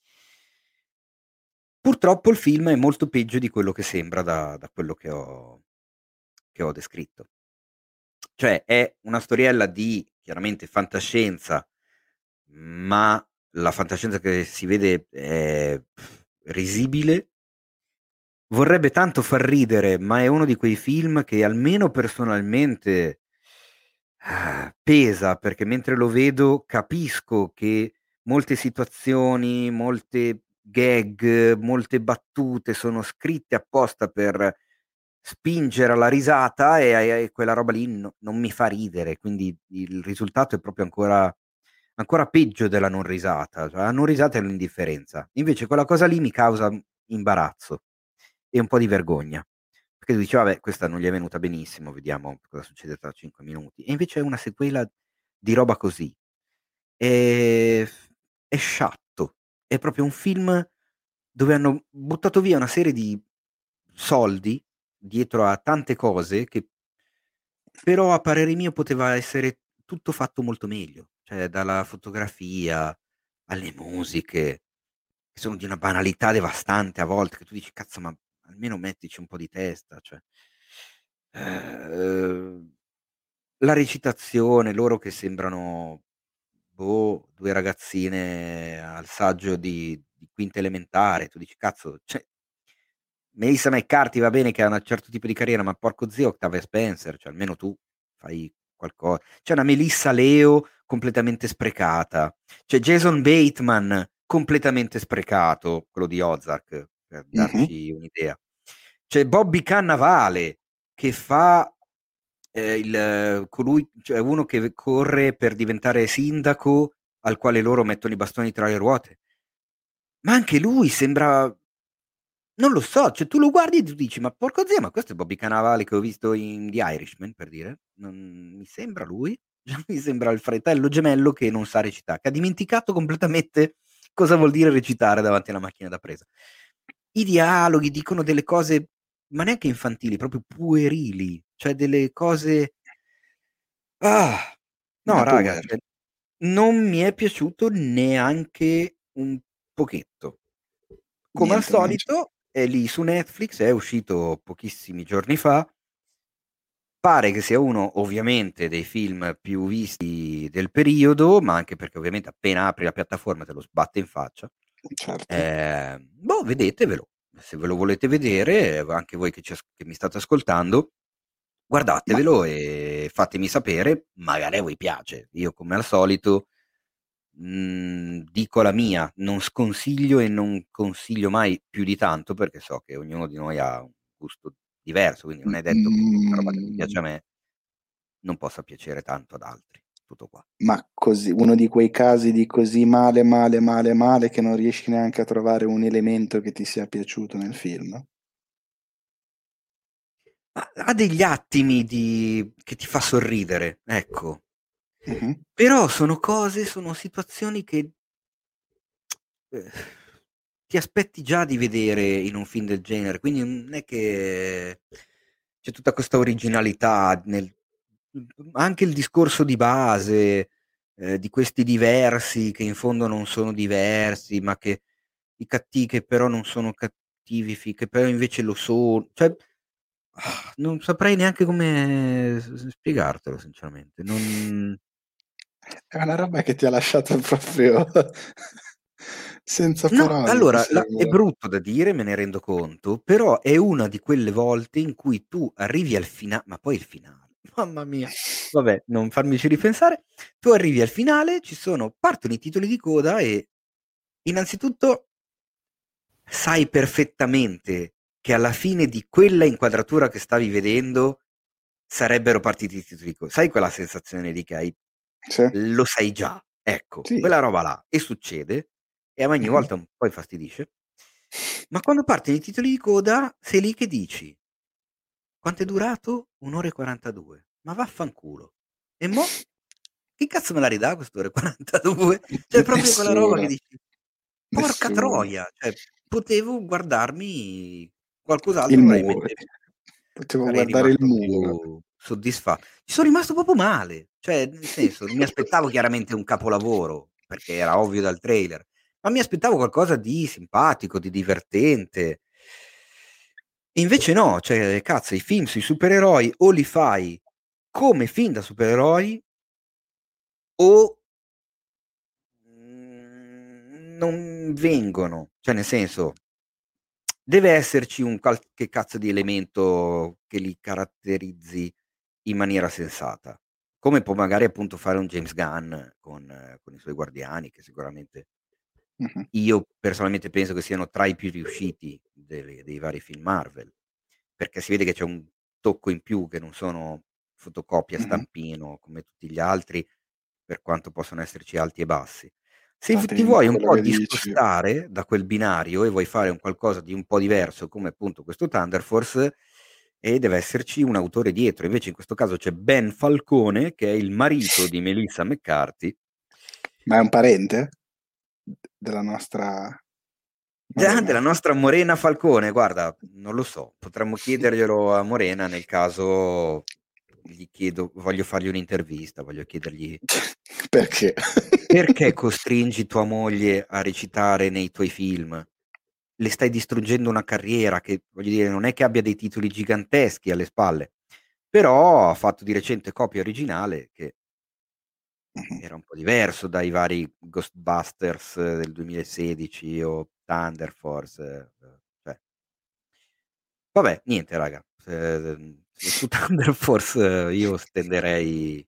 Speaker 1: Purtroppo il film è molto peggio di quello che sembra da quello che ho descritto. Cioè è una storiella di chiaramente fantascienza, ma la fantascienza che si vede è risibile. Vorrebbe tanto far ridere, ma è uno di quei film che almeno personalmente pesa, perché mentre lo vedo capisco che molte situazioni, molte gag, molte battute sono scritte apposta per spingere alla risata e quella roba lì non mi fa ridere, quindi il risultato è proprio ancora peggio della non risata. Cioè, la non risata è l'indifferenza. Invece quella cosa lì mi causa imbarazzo e un po' di vergogna. Perché tu dici, vabbè, questa non gli è venuta benissimo, vediamo cosa succede tra 5 minuti. E invece è una sequela di roba così. E è sciatto. È proprio un film dove hanno buttato via una serie di soldi dietro a tante cose che però a parere mio poteva essere tutto fatto molto meglio. Cioè, dalla fotografia alle musiche, che sono di una banalità devastante a volte, che tu dici, cazzo, ma almeno mettici un po' di testa, cioè. La recitazione, loro che sembrano, boh, due ragazzine al saggio di quinta elementare, tu dici, cazzo, cioè, Melissa McCarthy va bene che ha un certo tipo di carriera, ma porco zio, Octavia Spencer, cioè almeno tu fai qualcosa. C'è una Melissa Leo completamente sprecata, c'è Jason Bateman completamente sprecato, quello di Ozark, per darci un'idea. C'è Bobby Cannavale che fa colui, cioè uno che corre per diventare sindaco, al quale loro mettono i bastoni tra le ruote. Ma anche lui sembra, non lo so, cioè tu lo guardi e tu dici, ma porco zio, ma questo è Bobby Cannavale che ho visto in The Irishman, per dire. Non mi sembra lui. Mi sembra il fratello gemello che non sa recitare, che ha dimenticato completamente cosa vuol dire recitare davanti alla macchina da presa. I dialoghi dicono delle cose, ma neanche infantili, proprio puerili, cioè delle cose. No, raga,
Speaker 2: Puer.
Speaker 1: cioè, non mi è piaciuto neanche un pochetto. Come al
Speaker 2: Niente, non c'è.
Speaker 1: solito, è lì su Netflix, è uscito pochissimi giorni fa. Pare che sia uno, ovviamente, dei film più visti del periodo, ma anche perché ovviamente appena apri la piattaforma te lo sbatte in faccia.
Speaker 2: Certo.
Speaker 1: Boh, vedetevelo. Se ve lo volete vedere, anche voi che mi state ascoltando,
Speaker 2: Ma
Speaker 1: guardatevelo e fatemi sapere, magari a voi piace. Io, come al solito, dico la mia, non sconsiglio e non consiglio mai più di tanto perché so che ognuno di noi ha un gusto diverso, quindi non è detto che una roba che mi piace a me non possa piacere tanto ad altri. Tutto qua.
Speaker 2: ma così, uno di quei casi di così male, male, male, male che non riesci neanche a trovare un elemento che ti sia piaciuto nel film?
Speaker 1: Ha degli attimi che ti fa sorridere, ecco.
Speaker 2: Mhm.
Speaker 1: Però sono cose, sono situazioni che eh, ti aspetti già di vedere in un film del genere, quindi non è che c'è tutta questa originalità anche il discorso di base di questi diversi che in fondo non sono diversi, ma che i cattivi che però non sono cattivi, che però invece lo sono, cioè non saprei neanche come spiegartelo, sinceramente.
Speaker 2: È una roba che ti ha lasciato proprio senza
Speaker 1: No,
Speaker 2: parole, mi
Speaker 1: allora, è
Speaker 2: sembra.
Speaker 1: brutto da dire, me ne rendo conto, però è una di quelle volte in cui tu arrivi al finale, ma poi il finale, mamma mia, vabbè, non farmici ripensare, tu arrivi al finale, partono i titoli di coda e innanzitutto sai perfettamente che alla fine di quella inquadratura che stavi vedendo sarebbero partiti i titoli di coda. Sai quella sensazione lì che hai?
Speaker 2: Sì,
Speaker 1: Lo sai già, ecco,
Speaker 2: sì.
Speaker 1: quella roba là, e succede, e a me ogni
Speaker 2: Mhm.
Speaker 1: volta un po' infastidisce. Ma quando partono i titoli di coda, sei lì che dici: quanto è durato? 1 ora e 42. Ma vaffanculo. E mo'? chi cazzo me la ridà quest'ora e 42? Cioè, proprio quella roba che dici, porca
Speaker 2: Nessuno.
Speaker 1: troia, cioè, potevo guardarmi
Speaker 2: Il
Speaker 1: qualcos'altro,
Speaker 2: muro.
Speaker 1: probabilmente
Speaker 2: Potevo
Speaker 1: sarei
Speaker 2: guardare il
Speaker 1: rimasto
Speaker 2: muro.
Speaker 1: più soddisfatto. Ci sono rimasto proprio male, cioè, nel senso, mi aspettavo chiaramente un capolavoro, perché era ovvio dal trailer, ma mi aspettavo qualcosa di simpatico, di divertente. E invece no, cioè, cazzo, i film sui supereroi o li fai come film da supereroi o non vengono. Cioè, nel senso, deve esserci un qualche cazzo di elemento che li caratterizzi in maniera sensata. Come può magari appunto fare un James Gunn con i suoi Guardiani, che sicuramente
Speaker 2: Mhm.
Speaker 1: io personalmente penso che siano tra i più riusciti dei vari film Marvel, perché si vede che c'è un tocco in più, che non sono fotocopia
Speaker 2: Mhm.
Speaker 1: stampino come tutti gli altri, per quanto possono esserci alti e bassi. Se ti
Speaker 2: Attento
Speaker 1: vuoi
Speaker 2: a
Speaker 1: un
Speaker 2: quello
Speaker 1: po'
Speaker 2: che dici.
Speaker 1: discostare da quel binario e vuoi fare un qualcosa di un po' diverso, come appunto questo Thunder Force, e deve esserci un autore dietro. Invece in questo caso c'è Ben Falcone, che è il marito di Melissa McCarthy,
Speaker 2: Ma è un parente della nostra
Speaker 1: della
Speaker 2: Morena?
Speaker 1: nostra Morena Falcone. Guarda, non lo so, potremmo chiederglielo a Morena nel caso gli chiedo, voglio fargli un'intervista, voglio chiedergli
Speaker 2: Perché?
Speaker 1: perché costringi tua moglie a recitare nei tuoi film? Le stai distruggendo una carriera che, voglio dire, non è che abbia dei titoli giganteschi alle spalle, però ha fatto di recente copia originale che
Speaker 2: Mhm.
Speaker 1: era un po' diverso dai vari Ghostbusters del 2016 o Thunder Force. Cioè. Vabbè, niente, raga. Su Thunder Force io stenderei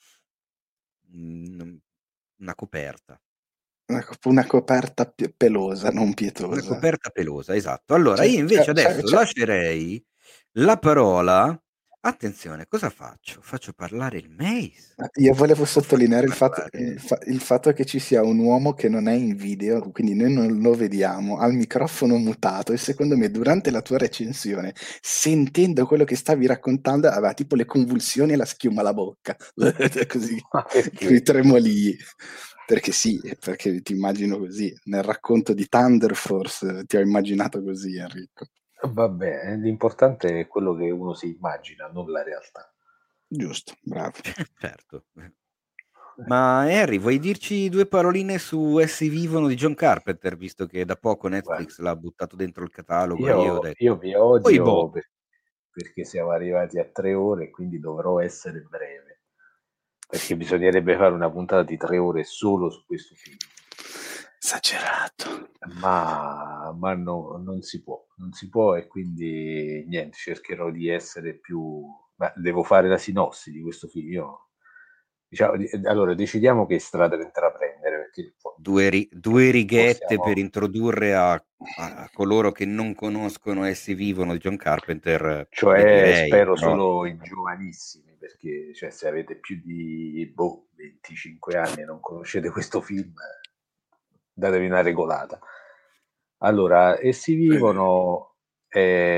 Speaker 1: mm, una coperta.
Speaker 2: Una coperta pelosa, non
Speaker 1: Una
Speaker 2: pietosa.
Speaker 1: coperta pelosa, esatto. Allora, io invece adesso lascerei la parola. Attenzione, cosa faccio? Faccio parlare il Mace
Speaker 2: Io volevo
Speaker 1: o faccio
Speaker 2: sottolineare
Speaker 1: parlare.
Speaker 2: il fatto che ci sia un uomo che non è in video, quindi noi non lo vediamo, al microfono mutato e secondo me durante la tua recensione, sentendo quello che stavi raccontando, aveva tipo le convulsioni e la schiuma alla bocca, così,
Speaker 3: Ma
Speaker 2: quei
Speaker 3: perché?
Speaker 2: tremoli. Perché sì, perché ti immagino così. Nel racconto di Thunder Force ti ho immaginato così, Enrico.
Speaker 3: Vabbè, l'importante è quello che uno si immagina, non la realtà.
Speaker 2: Giusto, bravo.
Speaker 1: Certo. Ma Harry, vuoi dirci due paroline su Essi vivono di John Carpenter, visto che da poco Netflix
Speaker 3: Guarda,
Speaker 1: l'ha buttato dentro il catalogo e io ho
Speaker 3: io
Speaker 1: detto,
Speaker 3: vi
Speaker 1: oi boh,
Speaker 3: odio perché siamo arrivati a 3 ore e quindi dovrò essere breve, perché bisognerebbe fare una puntata di 3 ore solo su questo film.
Speaker 2: Esagerato.
Speaker 3: Ma non si può e quindi niente, cercherò di essere più. Ma devo fare la sinossi di questo film. Io, diciamo, allora decidiamo che strada intraprendere perché
Speaker 1: due righette per
Speaker 3: possiamo.
Speaker 1: introdurre a coloro che non conoscono Essi vivono di John Carpenter, le
Speaker 3: Cioè,
Speaker 1: direi,
Speaker 3: spero
Speaker 1: però
Speaker 3: solo i giovanissimi, perché cioè, se avete più di 25 anni e non conoscete questo film, datevi una regolata. Allora, Essi vivono è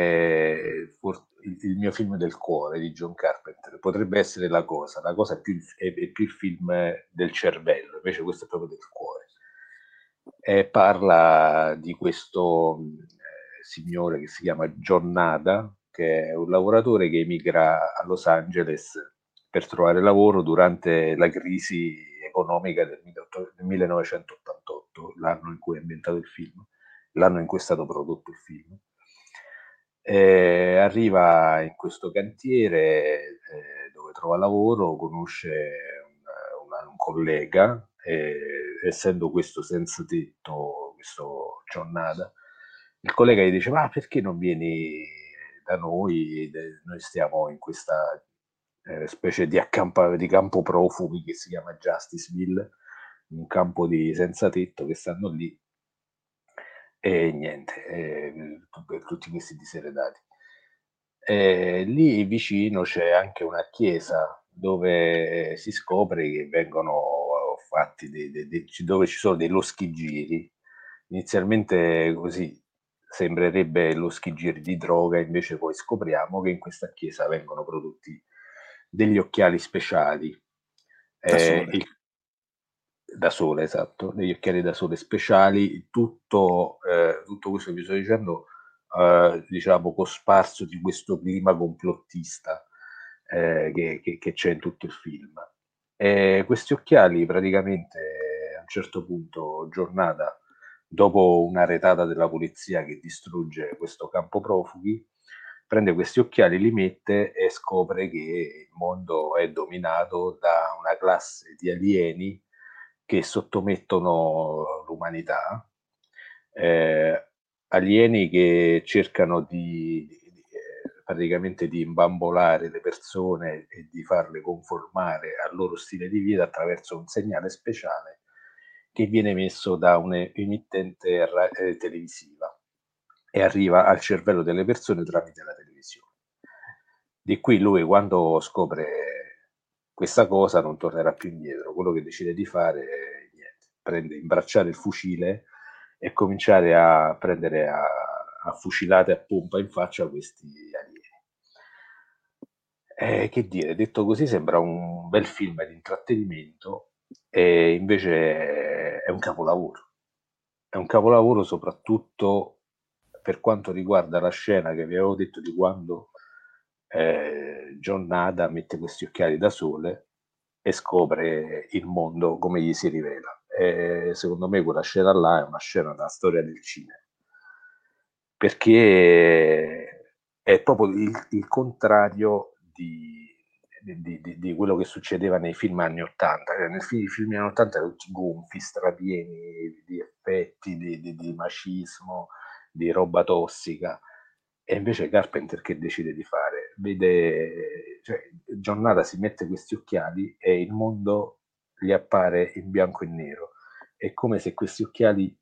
Speaker 3: il mio film del cuore di John Carpenter. Potrebbe essere la cosa è più il film del cervello, invece questo è proprio del cuore. Parla di questo signore che si chiama John Nada, che è un lavoratore che emigra a Los Angeles per trovare lavoro durante la crisi economica del 1988, l'anno in cui è ambientato il film, l'anno in cui è stato prodotto il film. Arriva in questo cantiere dove trova lavoro, conosce un collega, essendo questo senza tetto, questo John Nada, il collega gli dice: ma perché non vieni da noi? Noi stiamo in questa specie di campo profughi che si chiama Justiceville, un campo di senza tetto che stanno lì e niente, per tutti questi diseredati. Lì vicino c'è anche una chiesa dove si scopre che vengono fatti dove ci sono dei loschigiri. Inizialmente così sembrerebbe loschigiri di droga, invece poi scopriamo che in questa chiesa vengono prodotti degli occhiali speciali
Speaker 2: Da sole.
Speaker 3: Da sole, esatto, degli occhiali da sole speciali, tutto questo che vi sto dicendo, diciamo, cosparso di questo clima complottista che c'è in tutto il film. Questi occhiali praticamente a un certo punto, Giornata, dopo una retata della polizia che distrugge questo campo profughi, prende questi occhiali, li mette e scopre che il mondo è dominato da una classe di alieni che sottomettono l'umanità, alieni che cercano praticamente di imbambolare le persone e di farle conformare al loro stile di vita attraverso un segnale speciale che viene emesso da un'emittente televisiva e arriva al cervello delle persone tramite la televisione. Di qui lui, quando scopre questa cosa, non tornerà più indietro. Quello che decide di fare è imbracciare il fucile e cominciare a prendere a fucilate a pompa in faccia questi alieni. Che dire, detto così sembra un bel film di intrattenimento e invece è un capolavoro. È un capolavoro soprattutto per quanto riguarda la scena che vi avevo detto di quando Giornata mette questi occhiali da sole e scopre il mondo come gli si rivela. Secondo me quella scena là è una scena della storia del cinema, perché è proprio il contrario di quello che succedeva nei film anni 80. Nei film anni 80 erano tutti gonfi, strapieni di effetti, di macismo, di roba tossica. E invece Carpenter che decide di fare? Vede, cioè, Giornata si mette questi occhiali e il mondo gli appare in bianco e nero. È come se questi occhiali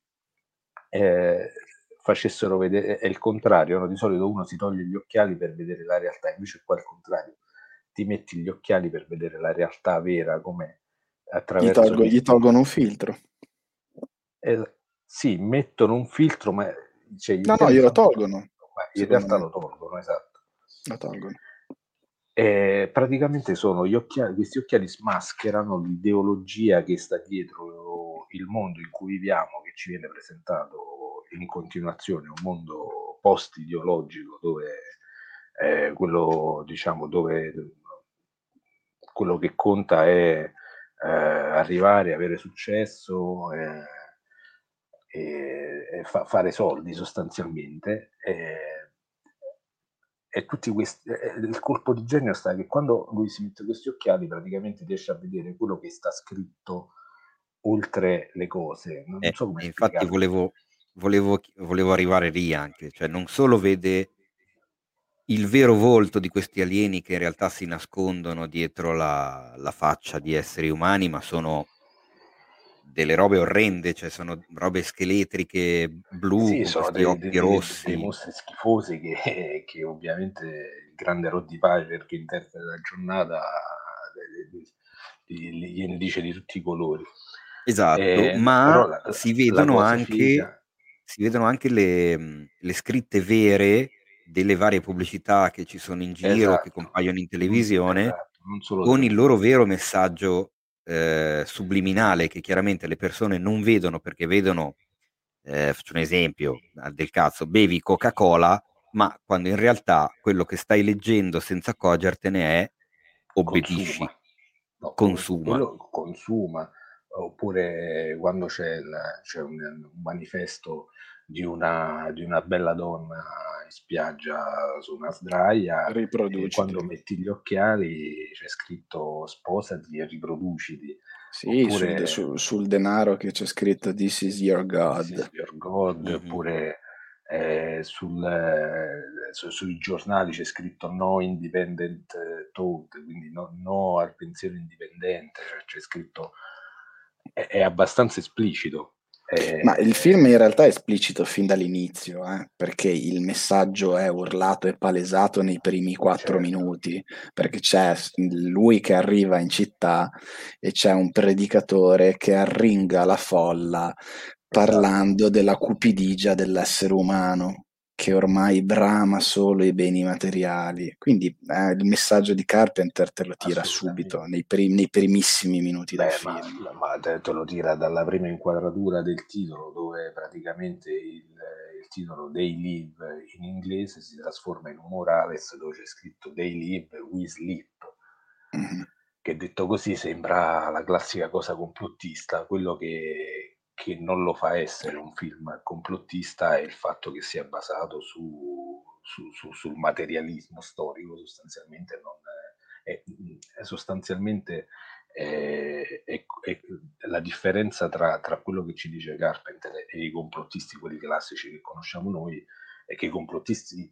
Speaker 3: facessero vedere, è il contrario, no? Di solito uno si toglie gli occhiali per vedere la realtà, invece qua è il contrario, ti metti gli occhiali per vedere la realtà vera come attraverso
Speaker 2: Gli tolgono un filtro.
Speaker 3: Sì, mettono un filtro, ma cioè,
Speaker 2: No, glielo tolgono.
Speaker 3: Ma in realtà lo tolgono, esatto.
Speaker 2: Lo tolgono.
Speaker 3: Praticamente sono questi occhiali smascherano l'ideologia che sta dietro il mondo in cui viviamo, che ci viene presentato in continuazione, un mondo post-ideologico dove quello, diciamo, dove quello che conta è arrivare, avere successo e fare soldi sostanzialmente. E tutti questi, il colpo di genio sta che quando lui si mette questi occhiali praticamente riesce a vedere quello che sta scritto oltre le cose. Non so come
Speaker 1: infatti
Speaker 3: spiegarlo.
Speaker 1: volevo arrivare lì anche, cioè non solo vede il vero volto di questi alieni che in realtà si nascondono dietro la faccia di esseri umani, ma sono delle robe orrende, cioè sono robe scheletriche blu
Speaker 3: Sì,
Speaker 1: con
Speaker 3: sono
Speaker 1: questi occhi
Speaker 3: dei
Speaker 1: rossi.
Speaker 3: mostri schifosi che ovviamente il grande Roddy Piper che interpreta la Giornata gliene dice di tutti i colori.
Speaker 1: Esatto,
Speaker 3: No,
Speaker 1: ma
Speaker 3: però
Speaker 1: si
Speaker 3: la
Speaker 1: vedono
Speaker 3: cosa figa,
Speaker 1: anche le scritte vere delle varie pubblicità che ci sono in giro, che
Speaker 3: esatto,
Speaker 1: compaiono in televisione,
Speaker 3: non solo
Speaker 1: con il loro
Speaker 3: tradizionale.
Speaker 1: vero messaggio subliminale che chiaramente le persone non vedono perché vedono, faccio un esempio del cazzo, bevi Coca-Cola, ma quando in realtà quello che stai leggendo senza accorgertene è obbedisci,
Speaker 3: Consuma. No,
Speaker 1: consuma.
Speaker 3: quello consuma, oppure quando c'è un manifesto di una bella donna in spiaggia su una sdraia e
Speaker 2: Riproduciti.
Speaker 3: quando metti gli occhiali c'è scritto sposati e riproduciti.
Speaker 2: Sì,
Speaker 3: Oppure
Speaker 2: sul denaro che c'è scritto This is your God.
Speaker 3: This is your God,
Speaker 1: Mhm.
Speaker 3: oppure sui giornali c'è scritto no independent thought, quindi no al pensiero indipendente, cioè c'è scritto, è abbastanza esplicito.
Speaker 2: Ma il film in realtà è esplicito fin dall'inizio, perché il messaggio è urlato e palesato nei primi 4
Speaker 3: Certo.
Speaker 2: minuti, perché c'è lui che arriva in città e c'è un predicatore che arringa la folla parlando della cupidigia dell'essere umano. che ormai brama solo i beni materiali. Quindi il messaggio di Carpenter te lo tira subito, nei primissimi minuti del film.
Speaker 3: Ma te lo tira dalla prima inquadratura del titolo, dove praticamente il titolo They Live in inglese si trasforma in un Morales, dove c'è scritto They Live, We Sleep. Che detto così sembra la classica cosa complottista. Quello che non lo fa essere un film complottista è il fatto che sia basato sul materialismo storico. Sostanzialmente è la differenza tra quello che ci dice Carpenter e i complottisti, quelli classici che conosciamo noi, è che i complottisti,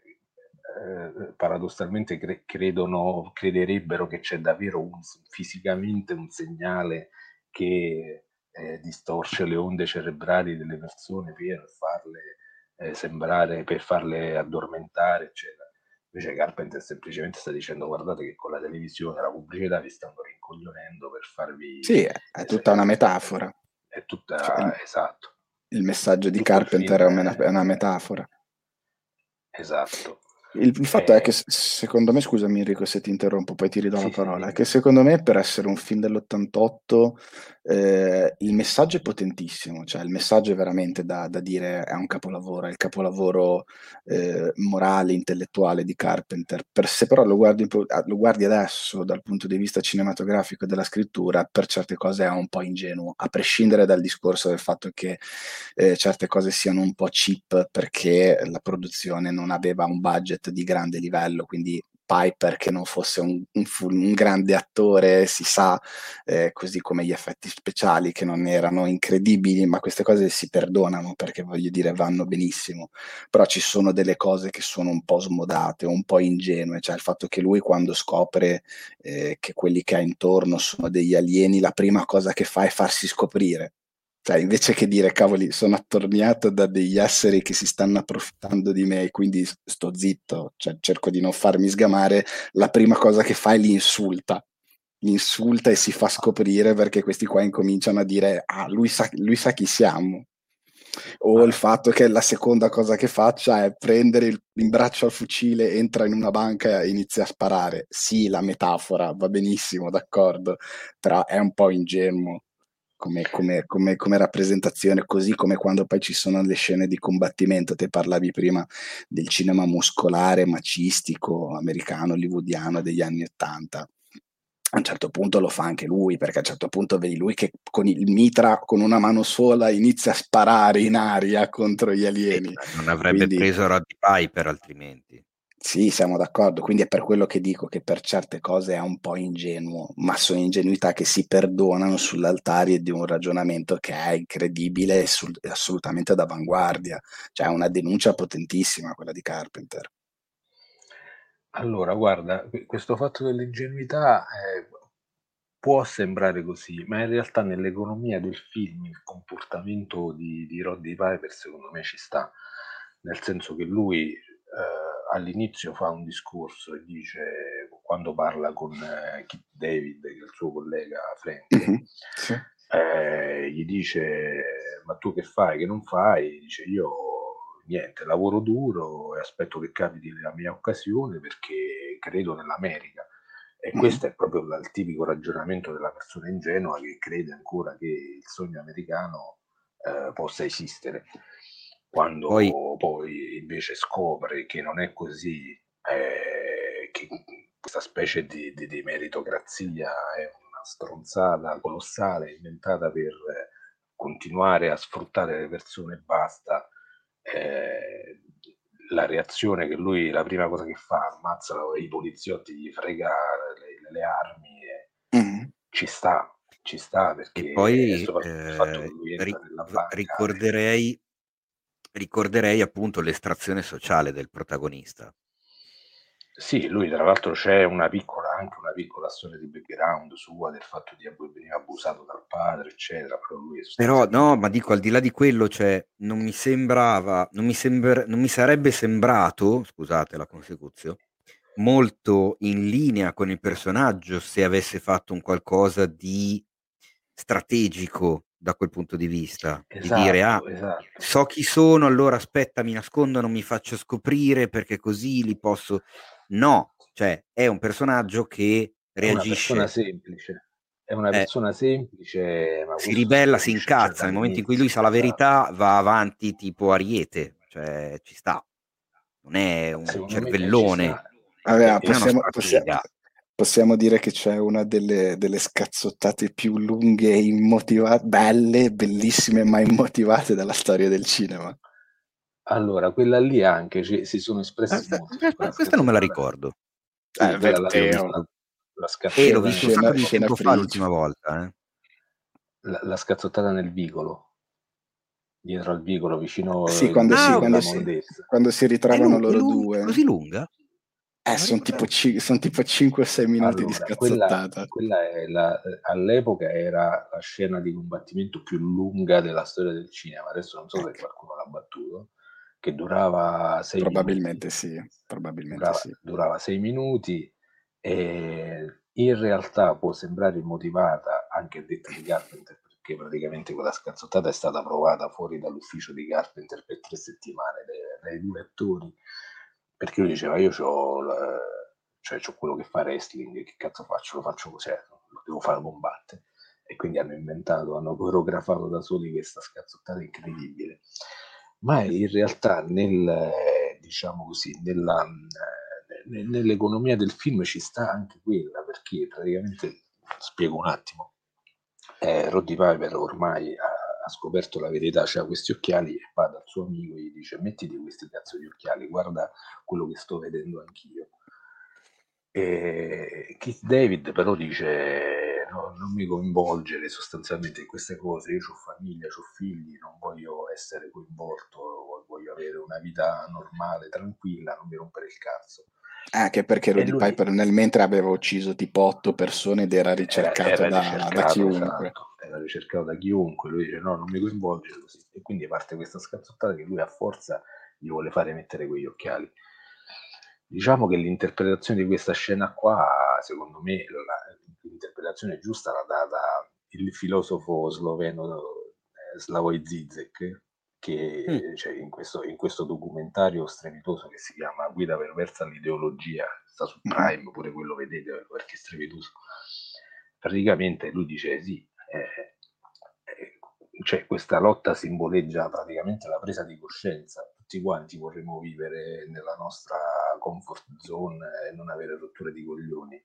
Speaker 3: paradossalmente crederebbero che c'è davvero fisicamente un segnale che distorce le onde cerebrali delle persone per farle sembrare, per farle addormentare, eccetera. Invece Carpenter semplicemente sta dicendo: guardate che con la televisione, la pubblicità vi stanno rincoglionendo per farvi...
Speaker 2: Sì, è tutta una metafora.
Speaker 3: È tutta... esatto.
Speaker 2: Il messaggio di Carpenter è una metafora.
Speaker 3: Esatto.
Speaker 2: Il fatto è che secondo me, scusami Enrico se ti interrompo, poi ti ridò la parola, è che secondo me per essere un film dell'88 il messaggio è potentissimo, cioè il messaggio è veramente da dire è un capolavoro, è il capolavoro morale, intellettuale di Carpenter. Se però lo guardi adesso dal punto di vista cinematografico e della scrittura, per certe cose è un po' ingenuo, a prescindere dal discorso del fatto che certe cose siano un po' cheap perché la produzione non aveva un budget di grande livello, quindi Piper che non fosse un grande attore, si sa, così come gli effetti speciali che non erano incredibili, ma queste cose si perdonano perché voglio dire vanno benissimo, però ci sono delle cose che sono un po' smodate, un po' ingenue, cioè il fatto che lui quando scopre che quelli che ha intorno sono degli alieni, la prima cosa che fa è farsi scoprire. Cioè, invece che dire, cavoli, sono attorniato da degli esseri che si stanno approfittando di me, quindi sto zitto, cioè cerco di non farmi sgamare, la prima cosa che fa è li insulta e si fa scoprire perché questi qua incominciano a dire, lui sa chi siamo. O il fatto che la seconda cosa che faccia è prendere in braccio al fucile, entra in una banca e inizia a sparare. Sì, la metafora, va benissimo, d'accordo, però è un po' ingenuo. Come rappresentazione, così come quando poi ci sono le scene di combattimento. Te parlavi prima del cinema muscolare, macistico, americano, hollywoodiano degli anni '80. A un certo punto lo fa anche lui, perché a un certo punto vedi lui che con il mitra, con una mano sola, inizia a sparare in aria contro gli alieni.
Speaker 1: Non avrebbe preso Roddy Piper altrimenti.
Speaker 2: Sì, siamo d'accordo, quindi è per quello che dico che per certe cose è un po' ingenuo, ma sono ingenuità che si perdonano sull'altare di un ragionamento che è incredibile e assolutamente d'avanguardia, cioè è una denuncia potentissima quella di Carpenter.
Speaker 3: Allora, guarda, questo fatto dell'ingenuità può sembrare così, ma in realtà nell'economia del film il comportamento di Roddy Piper secondo me ci sta, nel senso che lui all'inizio fa un discorso e dice, quando parla con Kit David, che è il suo collega Frank,
Speaker 2: sì.
Speaker 3: Gli dice: ma tu che fai, che non fai? Dice: io niente, lavoro duro e aspetto che capiti la mia occasione perché credo nell'America. E questo è proprio il tipico ragionamento della persona ingenua che crede ancora che il sogno americano possa esistere. Quando poi invece scopre che non è così, che questa specie di meritocrazia è una stronzata colossale inventata per continuare a sfruttare le persone e basta, la reazione che lui, la prima cosa che fa, ammazza i poliziotti, gli frega le armi, ci sta perché
Speaker 1: e poi
Speaker 3: soprattutto il fatto che lui entra nella banca
Speaker 1: ricorderei appunto l'estrazione sociale del protagonista.
Speaker 3: Sì, lui tra l'altro c'è anche una piccola storia di background sua, del fatto di venire abusato dal padre, eccetera.
Speaker 1: Però no, ma dico, al di là di quello, cioè, non mi sarebbe sembrato, scusate la consecuzione, molto in linea con il personaggio se avesse fatto un qualcosa di strategico da quel punto di vista, di dire
Speaker 3: Esatto.
Speaker 1: so chi sono, allora aspetta, mi nascondo, non mi faccio scoprire perché così li posso... No, cioè è un personaggio che
Speaker 3: È una persona
Speaker 1: reagisce,
Speaker 3: semplice, ma
Speaker 1: si
Speaker 3: questo si
Speaker 1: ribella, si
Speaker 3: capisce già
Speaker 1: incazza, nel momento in cui lui
Speaker 3: dall'inizio.
Speaker 1: sa la
Speaker 3: Esatto.
Speaker 1: verità va avanti tipo Ariete, cioè ci sta, non è un
Speaker 3: Secondo me ci
Speaker 1: cervellone,
Speaker 3: sta.
Speaker 2: Vabbè,
Speaker 1: non è uno stratega.
Speaker 2: possiamo dire che c'è una delle scazzottate più lunghe e immotivate, belle, bellissime, ma immotivate della storia del cinema.
Speaker 3: Allora, quella lì anche si sono espressi molto su quella
Speaker 1: Questa non me la
Speaker 3: scazzottata.
Speaker 1: ricordo.
Speaker 3: Sì, quella l'ho
Speaker 2: Teo.
Speaker 3: vista, la
Speaker 1: E
Speaker 3: scazzottata
Speaker 1: l'ho visto un
Speaker 2: Scena-
Speaker 1: sacco di
Speaker 2: scena
Speaker 1: tempo fa
Speaker 2: frigida.
Speaker 1: l'ultima volta.
Speaker 3: la scazzottata nel vicolo, dietro al vicolo, vicino
Speaker 2: Sì,
Speaker 3: il
Speaker 2: quando
Speaker 3: vicolo
Speaker 2: si,
Speaker 1: Ah,
Speaker 3: della
Speaker 1: ok.
Speaker 3: mondezza.
Speaker 2: quando si ritrovano loro due.
Speaker 1: Così lunga? Non
Speaker 2: Sono
Speaker 1: ricordavo.
Speaker 2: tipo 5 o 6 minuti di
Speaker 3: Allora,
Speaker 2: scazzottata.
Speaker 3: quella è all'epoca era la scena di combattimento più lunga della storia del cinema. Adesso non so se
Speaker 2: Ecco.
Speaker 3: qualcuno l'ha battuto, che durava 6
Speaker 2: Probabilmente
Speaker 3: minuti.
Speaker 2: sì,
Speaker 3: Durava 6 minuti e in realtà può sembrare immotivata anche a detta di Carpenter, perché praticamente quella scazzottata è stata provata fuori dall'ufficio di Carpenter per 3 settimane dai due attori, perché lui diceva io c'ho quello che fa wrestling, che cazzo faccio? Lo faccio così, lo devo fare combattere. E quindi hanno coreografato da soli questa scazzottata incredibile. Ma in realtà diciamo così, nell'economia del film ci sta anche quella, perché praticamente, spiego un attimo, Roddy Piper ormai ha scoperto la verità, c'ha questi occhiali e va dal suo amico e gli dice mettiti questi cazzo di occhiali, guarda quello che sto vedendo anch'io. E Keith David però dice no, non mi coinvolgere sostanzialmente in queste cose, io ho famiglia, ho figli, non voglio essere coinvolto, voglio avere una vita normale, tranquilla, non mi rompere il cazzo.
Speaker 2: Anche perché Roddy Piper nel mentre aveva ucciso tipo 8 persone ed era ricercato, da chiunque.
Speaker 3: Esatto, era ricercato da chiunque, lui dice no, non mi coinvolgere così, e quindi parte questa scazzottata che lui a forza gli vuole fare mettere quegli occhiali. Diciamo che l'interpretazione di questa scena qua, secondo me, l'interpretazione giusta l'ha data il filosofo sloveno Slavoj Zizek, che cioè, in questo documentario strepitoso che si chiama Guida perversa all'ideologia, sta su Prime, pure quello vedete perché è strepitoso. Praticamente lui dice sì, cioè questa lotta simboleggia praticamente la presa di coscienza. Tutti quanti vorremmo vivere nella nostra comfort zone e non avere rotture di coglioni,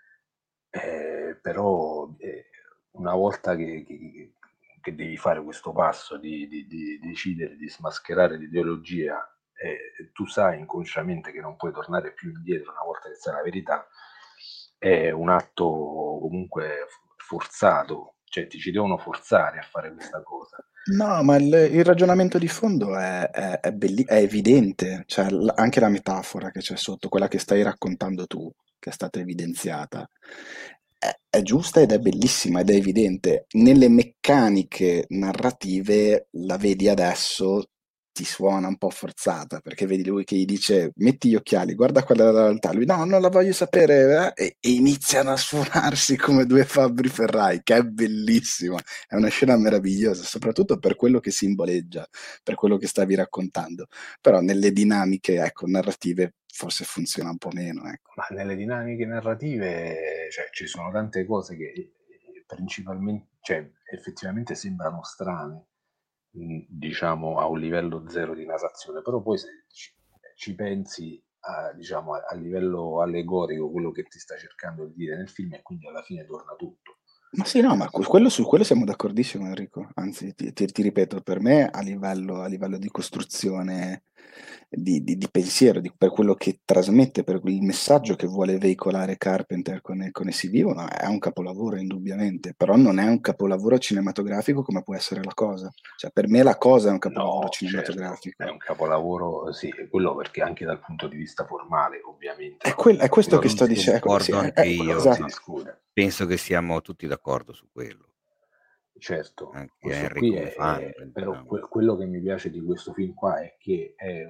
Speaker 3: però una volta che devi fare questo passo di decidere di smascherare l'ideologia, tu sai inconsciamente che non puoi tornare più indietro una volta che sai la verità, è un atto comunque forzato, cioè ti ci devono forzare a fare questa cosa.
Speaker 2: No, ma il ragionamento di fondo è evidente, cioè anche la metafora che c'è sotto, quella che stai raccontando tu, che è stata evidenziata, è giusta ed è bellissima ed è evidente. Nelle meccaniche narrative la vedi adesso, ti suona un po' forzata, perché vedi lui che gli dice metti gli occhiali, guarda quella è la realtà, lui no, non la voglio sapere, e iniziano a suonarsi come due fabbri ferrai, che è bellissima. È una scena meravigliosa, soprattutto per quello che simboleggia, per quello che stavi raccontando. Però nelle dinamiche, ecco, narrative forse funziona un po' meno, ecco.
Speaker 3: Ma nelle dinamiche narrative, cioè, ci sono tante cose che principalmente, cioè, effettivamente sembrano strane, diciamo, a un livello zero di narrazione, però poi se ci pensi diciamo, a livello allegorico quello che ti sta cercando di dire nel film, e quindi alla fine torna tutto.
Speaker 2: Ma sì, no, ma su quello siamo d'accordissimo, Enrico. Anzi, ti ripeto, per me a livello di costruzione di pensiero, per quello che trasmette, per il messaggio che vuole veicolare Carpenter con Essi Vivono, è un capolavoro indubbiamente, però non è un capolavoro cinematografico come può essere La Cosa. Cioè, per me La Cosa è un capolavoro cinematografico.
Speaker 3: Certo, è un capolavoro, sì, quello perché anche dal punto di vista formale, ovviamente.
Speaker 2: È questo che sto dicendo.
Speaker 1: Concordo anche io.
Speaker 2: Esatto.
Speaker 1: Penso che siamo tutti d'accordo su quello.
Speaker 3: Certo,
Speaker 1: anche
Speaker 3: questo
Speaker 1: Henry
Speaker 3: qui
Speaker 1: come fan,
Speaker 3: però quello che mi piace di questo film qua è che è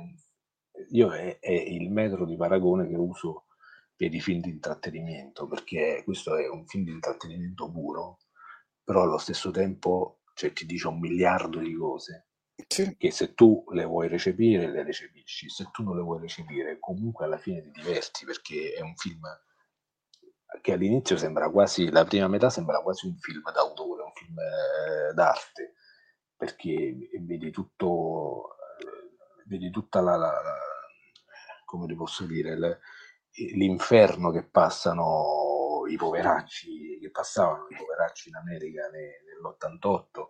Speaker 3: il metro di paragone che uso per i film di intrattenimento, perché questo è un film di intrattenimento puro, però allo stesso tempo cioè ti dice 1 miliardo di cose
Speaker 2: Sì.
Speaker 3: che se tu le vuoi recepire le recepisci, se tu non le vuoi recepire comunque alla fine ti diverti, perché è un film che all'inizio sembra quasi, la prima metà sembra quasi un film d'autore, un film d'arte, perché vedi tutto, vedi tutta come ti posso dire, l'inferno che passano i poveracci, che passavano i poveracci in America nell'88.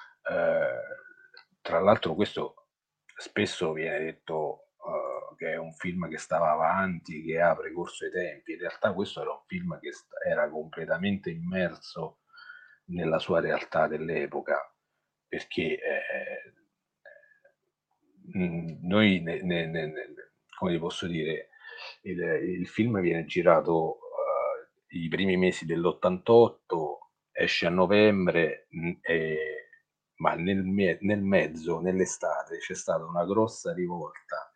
Speaker 3: Tra l'altro questo spesso viene detto che è un film che stava avanti, che ha precorso i tempi. In realtà questo era un film che era completamente immerso nella sua realtà dell'epoca, perché noi, come ti posso dire, il film viene girato i primi mesi dell'88, esce a novembre, ma nel mezzo, nell'estate, c'è stata una grossa rivolta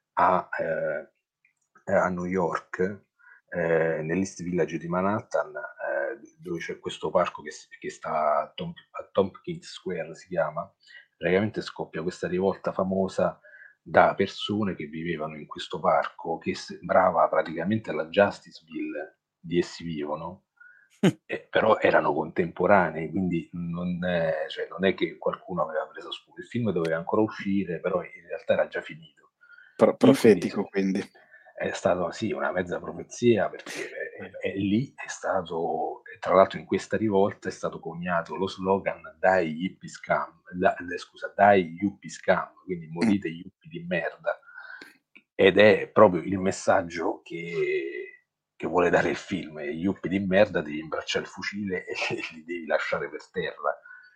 Speaker 3: a New York, nell'East Village di Manhattan, dove c'è questo parco che sta a Tompkins Square, si chiama. Praticamente scoppia questa rivolta famosa da persone che vivevano in questo parco, che sembrava praticamente la Justiceville di Essi Vivono, però erano contemporanei, quindi cioè, non è che qualcuno aveva preso spunto. Il film doveva ancora uscire, però in realtà era già finito.
Speaker 2: Profetico, quindi.
Speaker 3: È stato sì una mezza profezia, perché lì è stato, tra l'altro in questa rivolta è stato coniato lo slogan "Dai hippie scam", dai yuppie scam, quindi morite yuppie di merda, ed è proprio il messaggio che vuole dare il film: gli yuppie di merda devi imbracciare il fucile e li devi lasciare per terra.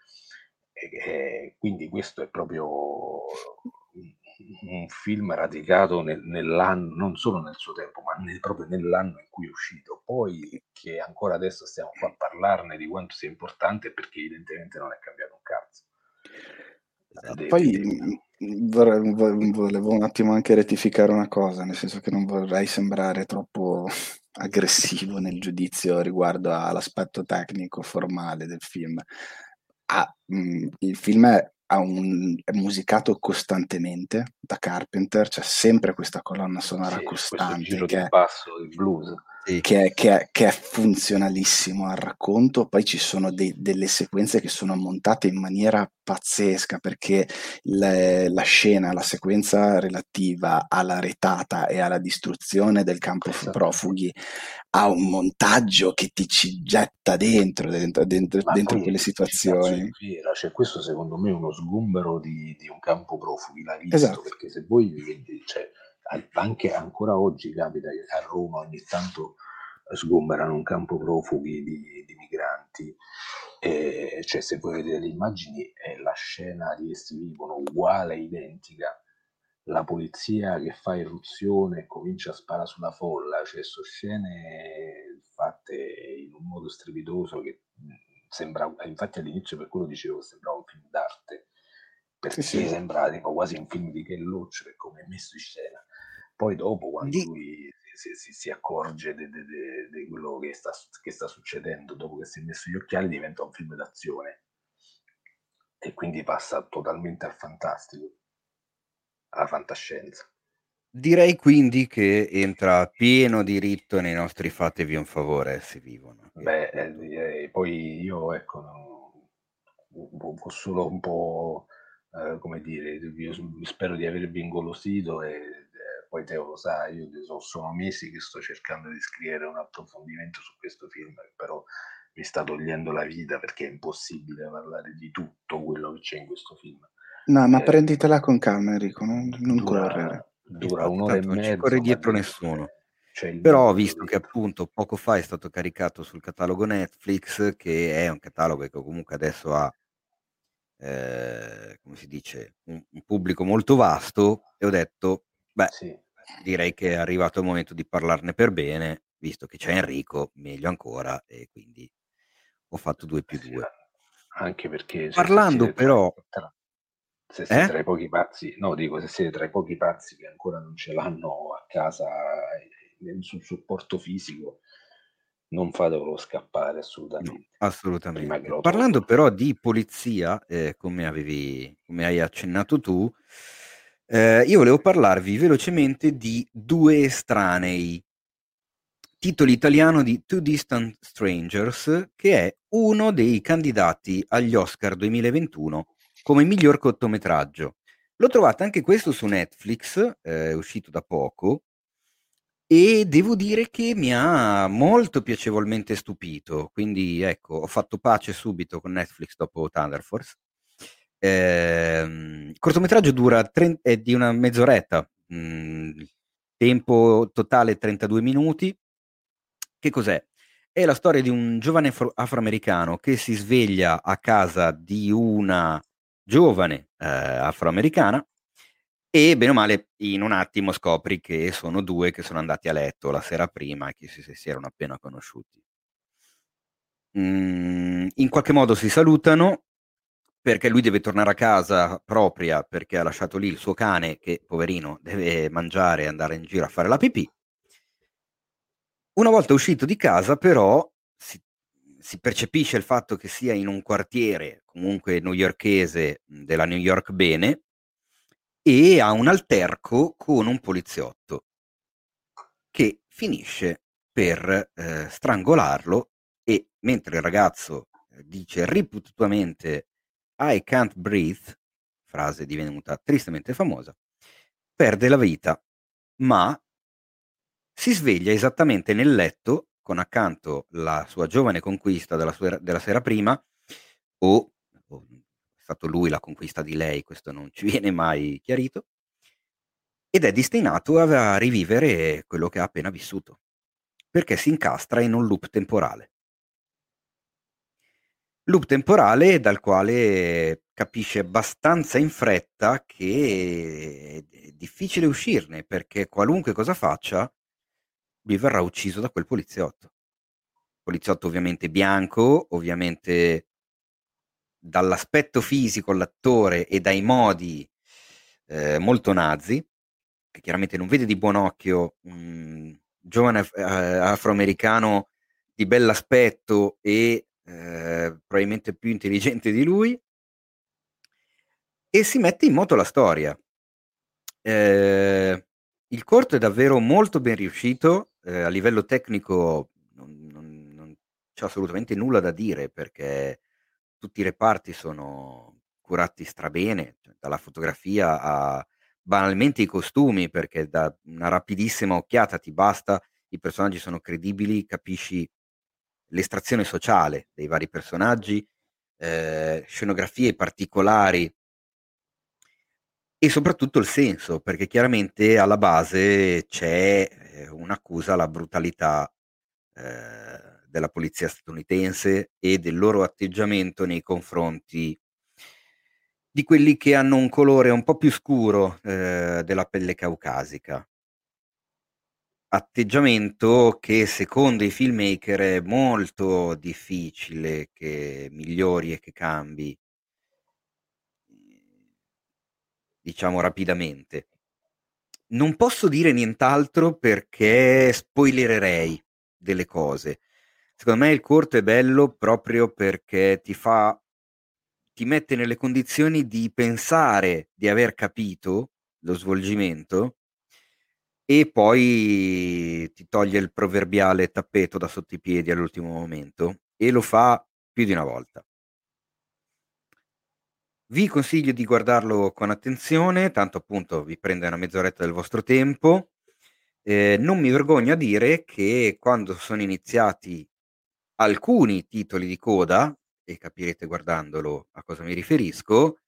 Speaker 3: Quindi questo è proprio un film radicato nell'anno, non solo nel suo tempo, ma proprio nell'anno in cui è uscito. Poi che ancora adesso stiamo qua a parlarne di quanto sia importante, perché evidentemente non è cambiato un cazzo.
Speaker 2: Poi volevo un attimo anche rettificare una cosa, nel senso che non vorrei sembrare troppo aggressivo nel giudizio riguardo all'aspetto tecnico formale del film. Il film è musicato costantemente da Carpenter, c'è sempre questa colonna sonora
Speaker 3: sì, questo
Speaker 2: costante
Speaker 3: giro di basso, il blues.
Speaker 1: Sì.
Speaker 2: che è funzionalissimo al racconto. Poi ci sono delle sequenze che sono montate in maniera pazzesca, perché la scena, la sequenza relativa alla retata e alla distruzione del campo profughi ha un montaggio che ti ci getta dentro quelle situazioni.
Speaker 3: Cioè, questo secondo me è uno sgombero di un campo profughi, l'ha visto,
Speaker 2: Esatto.
Speaker 3: perché se voi vedi, cioè, anche ancora oggi capita che a Roma ogni tanto sgomberano un campo profughi di migranti, cioè, se voi vedete le immagini è la scena di Essi Vivono uguale, identica, la polizia che fa irruzione e comincia a sparare sulla folla, cioè sono scene fatte in un modo strepitoso che sembra, infatti all'inizio per quello dicevo che sembrava un film d'arte, perché
Speaker 2: Sì.
Speaker 3: sembra tipo quasi un film di Ken Loach per come è messo in scena. Poi dopo, quando lui si accorge di quello che sta succedendo, dopo che si è messo gli occhiali, diventa un film d'azione e quindi passa totalmente al fantastico, alla fantascienza.
Speaker 1: Direi quindi che entra a pieno diritto nei nostri Fatevi un favore, Essi Vivono.
Speaker 3: Poi io, ecco, solo un po', come dire, io spero di avervi ingolosito e poi Teo lo sa, io sono mesi che sto cercando di scrivere un approfondimento su questo film, però mi sta togliendo la vita, perché è impossibile parlare di tutto quello che c'è in questo film.
Speaker 2: No, ma prenditela con calma, Enrico, non correre.
Speaker 3: Dura
Speaker 1: Infatti,
Speaker 3: un'ora e
Speaker 1: tanto non ci
Speaker 3: mezzo,
Speaker 1: corre
Speaker 3: ma
Speaker 1: dietro
Speaker 3: dentro
Speaker 1: nessuno.
Speaker 3: c'è il
Speaker 1: Però,
Speaker 3: mondo
Speaker 1: visto che
Speaker 3: dentro.
Speaker 1: appunto poco fa è stato caricato sul catalogo Netflix, che è un catalogo che comunque adesso ha, come si dice, un pubblico molto vasto, e ho detto, beh,
Speaker 3: Sì.
Speaker 1: direi che è arrivato il momento di parlarne per bene, visto che c'è Enrico, meglio ancora, e quindi ho fatto 2 più 2.
Speaker 3: Anche perché
Speaker 1: Parlando però...
Speaker 3: se siete tra i pochi pazzi, no, dico, se siete tra i pochi pazzi che ancora non ce l'hanno a casa sul supporto fisico, Non fatelo scappare
Speaker 1: No,
Speaker 3: assolutamente. Prima che
Speaker 1: assolutamente.
Speaker 3: lo
Speaker 1: Parlando
Speaker 3: trovano.
Speaker 1: però di polizia, come hai accennato tu, io volevo parlarvi velocemente di Due estranei, titolo italiano di Two Distant Strangers, che è uno dei candidati agli Oscar 2021 come miglior cortometraggio. L'ho trovato anche questo su Netflix, è uscito da poco, e devo dire che mi ha molto piacevolmente stupito, quindi ecco, ho fatto pace subito con Netflix dopo Thunder Force. Il cortometraggio è di una mezz'oretta, tempo totale 32 minuti. Che cos'è? È la storia di un giovane afroamericano che si sveglia a casa di una giovane afroamericana e bene o male in un attimo scopri che sono due che sono andati a letto la sera prima e che si erano appena conosciuti. In qualche modo si salutano perché lui deve tornare a casa propria perché ha lasciato lì il suo cane che, poverino, deve mangiare e andare in giro a fare la pipì. Una volta uscito di casa, però, si percepisce il fatto che sia in un quartiere comunque newyorkese della New York bene e ha un alterco con un poliziotto che finisce per strangolarlo e mentre il ragazzo dice ripetutamente I can't breathe, frase divenuta tristemente famosa, perde la vita, ma si sveglia esattamente nel letto con accanto la sua giovane conquista della sera prima, o è stato lui la conquista di lei, questo non ci viene mai chiarito, ed è destinato a rivivere quello che ha appena vissuto, perché si incastra in un loop temporale. Loop temporale dal quale capisce abbastanza in fretta che è difficile uscirne, perché qualunque cosa faccia, lui verrà ucciso da quel poliziotto. Poliziotto ovviamente bianco, ovviamente dall'aspetto fisico, l'attore e dai modi molto nazi, che chiaramente non vede di buon occhio un giovane afroamericano di bell'aspetto e probabilmente più intelligente di lui, e si mette in moto la storia. Il corto è davvero molto ben riuscito, a livello tecnico non c'è assolutamente nulla da dire perché tutti i reparti sono curati strabene, cioè dalla fotografia a banalmente i costumi, perché da una rapidissima occhiata ti basta, i personaggi sono credibili, capisci l'estrazione sociale dei vari personaggi, scenografie particolari e soprattutto il senso, perché chiaramente alla base c'è un'accusa alla brutalità della polizia statunitense e del loro atteggiamento nei confronti di quelli che hanno un colore un po' più scuro della pelle caucasica. Atteggiamento che secondo i filmmaker è molto difficile che migliori e che cambi, diciamo rapidamente. Non posso dire nient'altro perché spoilererei delle cose. Secondo me il corto è bello proprio perché ti mette nelle condizioni di pensare di aver capito lo svolgimento e poi ti toglie il proverbiale tappeto da sotto i piedi all'ultimo momento e lo fa più di una volta. Vi consiglio di guardarlo con attenzione, tanto appunto vi prende una mezz'oretta del vostro tempo. Non mi vergogno a dire che quando sono iniziati alcuni titoli di coda, e capirete guardandolo a cosa mi riferisco,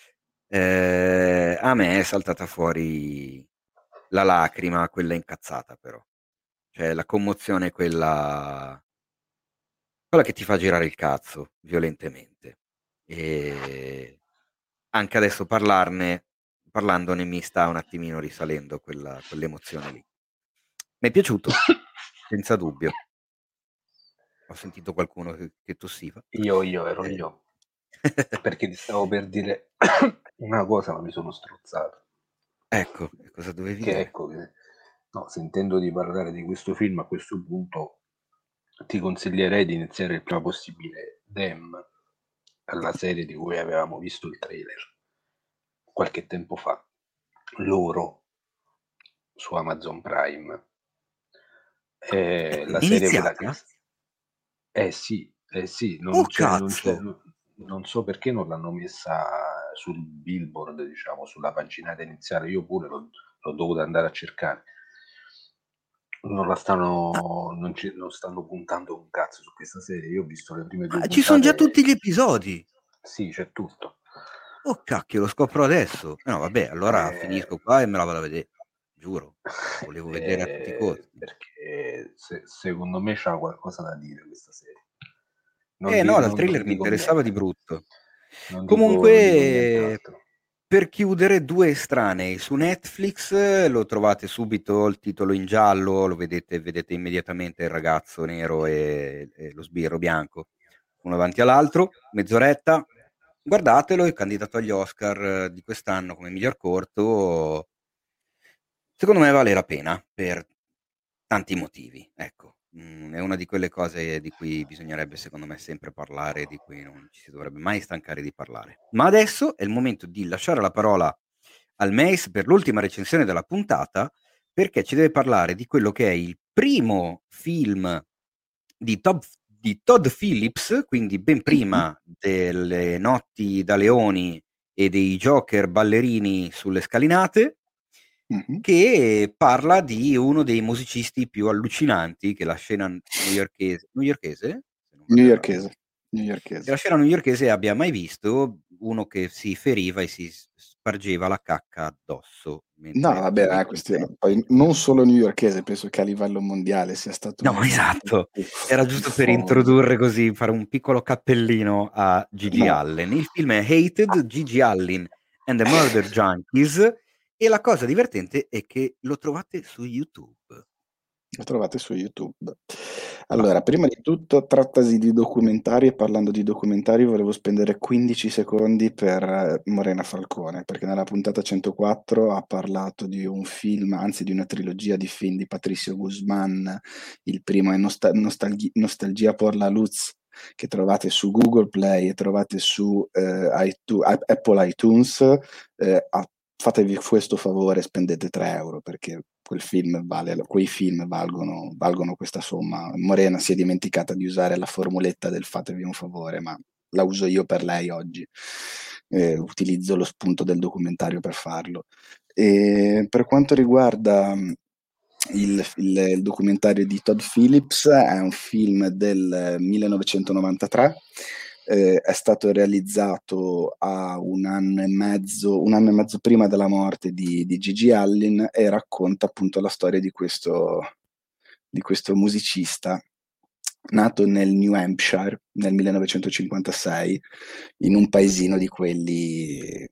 Speaker 1: a me è saltata fuori la lacrima, quella incazzata però. Cioè la commozione quella che ti fa girare il cazzo violentemente. E anche adesso parlandone mi sta un attimino risalendo quell'emozione lì. Mi è piaciuto, senza dubbio. Ho sentito qualcuno che tossiva.
Speaker 3: Ero
Speaker 1: Eh,
Speaker 3: io, perché ti stavo per dire una cosa ma mi sono strozzato.
Speaker 1: ecco, e cosa dovevi
Speaker 3: Che
Speaker 1: dire?
Speaker 3: ecco, no, sentendo di parlare di questo film a questo punto ti consiglierei di iniziare il prima possibile Them, la serie di cui avevamo visto il trailer qualche tempo fa, loro, su Amazon Prime. La serie quella che...
Speaker 1: Iniziata?
Speaker 3: sì,
Speaker 1: Oh cazzo!
Speaker 3: non so perché non l'hanno messa sul billboard, diciamo, sulla paginata iniziale. Io pure l'ho dovuto andare a cercare. Non stanno puntando un cazzo su questa serie. Io ho visto le prime 2
Speaker 1: Ci sono già
Speaker 3: puntate.
Speaker 1: tutti gli episodi.
Speaker 3: Sì, c'è tutto.
Speaker 1: Oh cacchio, lo scopro adesso. No, vabbè, allora finisco qua e me la vado a vedere. Giuro, volevo vedere a tutti i costi.
Speaker 3: Perché secondo me c'ha qualcosa da dire questa serie.
Speaker 1: No, dal
Speaker 3: Non
Speaker 1: trailer mi
Speaker 3: dico
Speaker 1: interessava
Speaker 3: niente.
Speaker 1: di brutto.
Speaker 3: Non dico
Speaker 1: Comunque,
Speaker 3: nient'altro.
Speaker 1: per chiudere, 2 estranei su Netflix, lo trovate subito il titolo in giallo, lo vedete immediatamente il ragazzo nero e lo sbirro bianco, uno davanti all'altro, mezz'oretta, guardatelo, è candidato agli Oscar di quest'anno come miglior corto. Secondo me vale la pena per tanti motivi, ecco. È una di quelle cose di cui bisognerebbe secondo me sempre parlare, di cui non ci si dovrebbe mai stancare di parlare. Ma adesso è il momento di lasciare la parola al Meis per l'ultima recensione della puntata, perché ci deve parlare di quello che è il primo film di Todd Phillips, quindi ben prima delle Notti da Leoni e dei Joker ballerini sulle scalinate, che parla di uno dei musicisti più allucinanti che la scena newyorkese, se non vado errato, che la scena newyorkese abbia mai visto, uno che si feriva e si spargeva la cacca addosso
Speaker 2: No,
Speaker 1: mentre
Speaker 2: vabbè, è
Speaker 1: faceva i
Speaker 2: una questione.
Speaker 1: concerti.
Speaker 2: Poi non solo newyorkese, penso che a livello mondiale sia stato uno
Speaker 1: No,
Speaker 2: dei
Speaker 1: esatto, era giusto per
Speaker 2: tifosi.
Speaker 1: introdurre così, fare un piccolo cappellino a Gigi
Speaker 2: No,
Speaker 1: Allen. Il film è Hated, Gigi Allen and the Murder Junkies, e la cosa divertente è che lo trovate su YouTube.
Speaker 2: lo trovate su YouTube.
Speaker 1: Vai.
Speaker 2: Allora, prima di tutto, trattasi di documentari, e parlando di documentari volevo spendere 15 secondi per Morena Falcone, perché nella puntata 104 ha parlato di un film, anzi di una trilogia di film di Patricio Guzman. Il primo è Nostalgia por la Luz, che trovate su Google Play e trovate su Apple iTunes. Fatevi questo favore, spendete 3 euro, perché quei film valgono questa somma. Morena si è dimenticata di usare la formuletta del fatevi un favore, ma la uso io per lei oggi. Utilizzo lo spunto del documentario per farlo. E per quanto riguarda il documentario di Todd Phillips, è un film del 1993. È stato realizzato a un anno e mezzo prima della morte di Gigi Allen, e racconta appunto la storia di questo musicista nato nel New Hampshire nel 1956, in un paesino di quelli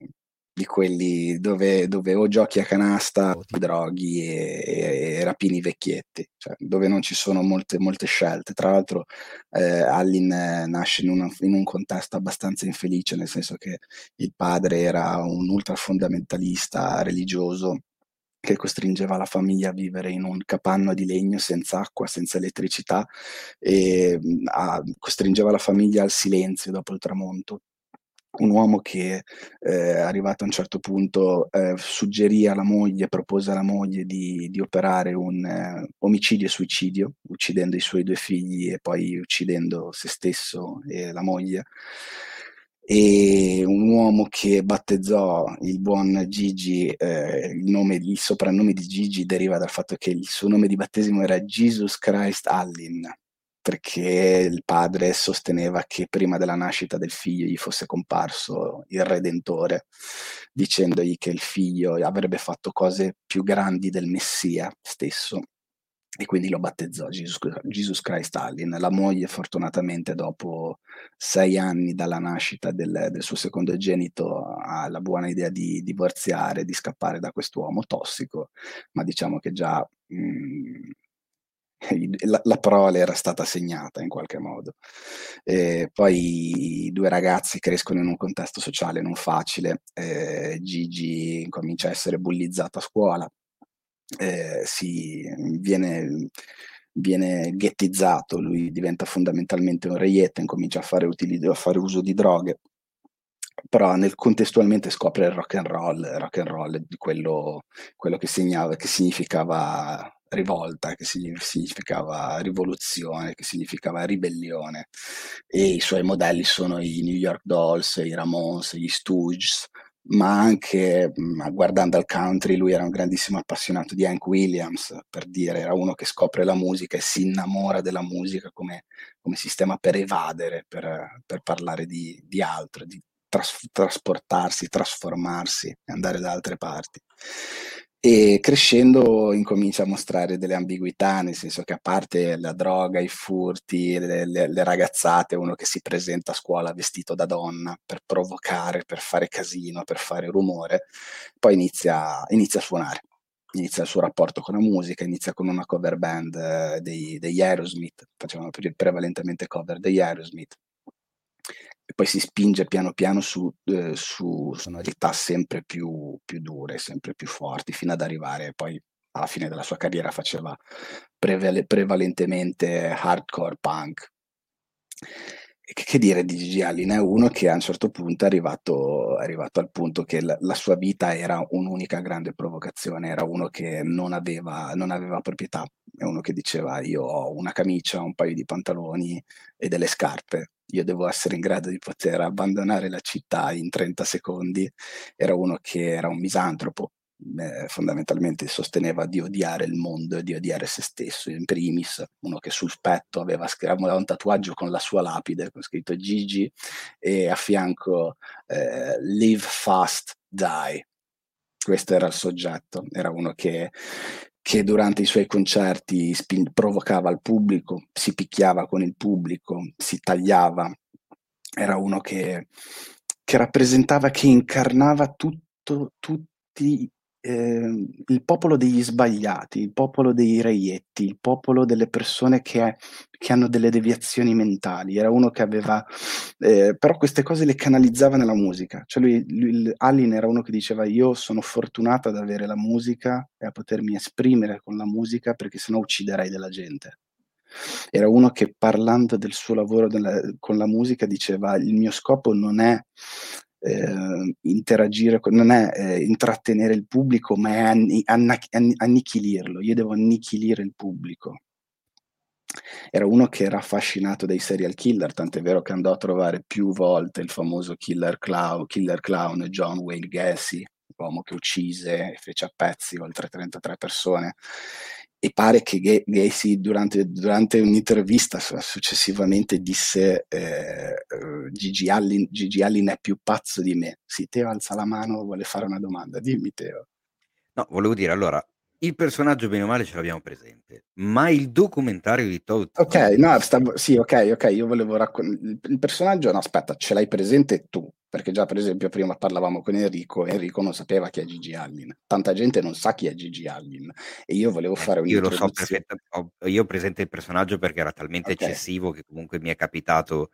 Speaker 2: dove o giochi a canasta, o ti droghi e rapini vecchietti, cioè, dove non ci sono molte scelte. Tra l'altro Allen nasce in un contesto abbastanza infelice, nel senso che il padre era un ultrafondamentalista religioso che costringeva la famiglia a vivere in un capanno di legno senza acqua, senza elettricità, e costringeva la famiglia al silenzio dopo il tramonto. Un uomo che, arrivato a un certo punto, propose alla moglie di operare un omicidio e suicidio, uccidendo i suoi 2 figli e poi uccidendo se stesso e la moglie. E un uomo che battezzò il buon Gigi, il soprannome di Gigi deriva dal fatto che il suo nome di battesimo era Jesus Christ Allen, perché il padre sosteneva che prima della nascita del figlio gli fosse comparso il Redentore, dicendogli che il figlio avrebbe fatto cose più grandi del Messia stesso, e quindi lo battezzò Jesus Christ Allen. La moglie, fortunatamente, dopo 6 anni dalla nascita del suo secondogenito, ha la buona idea di divorziare, di scappare da quest'uomo tossico, ma diciamo che già la prole era stata segnata in qualche modo. Poi i 2 ragazzi crescono in un contesto sociale non facile. Gigi comincia a essere bullizzato a scuola, viene viene ghettizzato, lui diventa fondamentalmente un reietto, incomincia a fare uso di droghe, però contestualmente scopre il rock and roll di quello che significava rivolta, che significava rivoluzione, che significava ribellione, e i suoi modelli sono i New York Dolls, i Ramones, gli Stooges, ma anche guardando al country, lui era un grandissimo appassionato di Hank Williams, per dire, era uno che scopre la musica e si innamora della musica come sistema per evadere, per parlare di altro, di trasportarsi, trasformarsi e andare da altre parti. E crescendo incomincia a mostrare delle ambiguità, nel senso che a parte la droga, i furti, le ragazzate, uno che si presenta a scuola vestito da donna per provocare, per fare casino, per fare rumore, poi inizia a suonare. Inizia il suo rapporto con la musica, inizia con una cover band degli Aerosmith, facevano prevalentemente cover degli Aerosmith, e poi si spinge piano piano su sonorità sempre più dure, sempre più forti, fino ad arrivare poi alla fine della sua carriera faceva prevalentemente hardcore punk. E che dire di Gigi Allin? È uno che a un certo punto è arrivato al punto che la sua vita era un'unica grande provocazione, era uno che non aveva proprietà, è uno che diceva: io ho una camicia, un paio di pantaloni e delle scarpe, io devo essere in grado di poter abbandonare la città in 30 secondi. Era uno che era un misantropo, fondamentalmente sosteneva di odiare il mondo e di odiare se stesso, in primis uno che sul petto aveva un tatuaggio con la sua lapide con scritto Gigi e a fianco Live Fast Die. Questo era il soggetto, era uno che durante i suoi concerti provocava il pubblico, si picchiava con il pubblico, si tagliava, era uno che rappresentava, che incarnava tutti il popolo degli sbagliati, il popolo dei reietti, il popolo delle persone che hanno delle deviazioni mentali. Era uno che aveva però queste cose le canalizzava nella musica, cioè Allin era uno che diceva: io sono fortunato ad avere la musica e a potermi esprimere con la musica, perché sennò ucciderei della gente. Era uno che, parlando del suo lavoro con la musica, diceva: il mio scopo non è interagire, non è intrattenere il pubblico, ma è annichilirlo. Io devo annichilire il pubblico. Era uno che era affascinato dai serial killer, tant'è vero che andò a trovare più volte il famoso killer clown John Wayne Gacy, l'uomo che uccise e fece a pezzi oltre 33 persone. E pare che Gacy durante un'intervista successivamente disse: Gigi Allin è più pazzo di me. Sì, Teo alza la mano, vuole fare una domanda. Dimmi, Teo.
Speaker 1: No, volevo dire, allora, il personaggio bene o male ce l'abbiamo presente, ma il documentario di Todd
Speaker 2: Ok,
Speaker 1: Phillips,
Speaker 2: no, sì, ok, io volevo raccontare il personaggio. No, aspetta, ce l'hai presente tu, perché già per esempio prima parlavamo con Enrico non sapeva chi è Gigi Allin, tanta gente non sa chi è Gigi Allin, e io volevo fare
Speaker 1: io lo so
Speaker 2: un'introduzione.
Speaker 1: io ho presente il personaggio perché era talmente
Speaker 2: Ok,
Speaker 1: eccessivo che comunque mi è capitato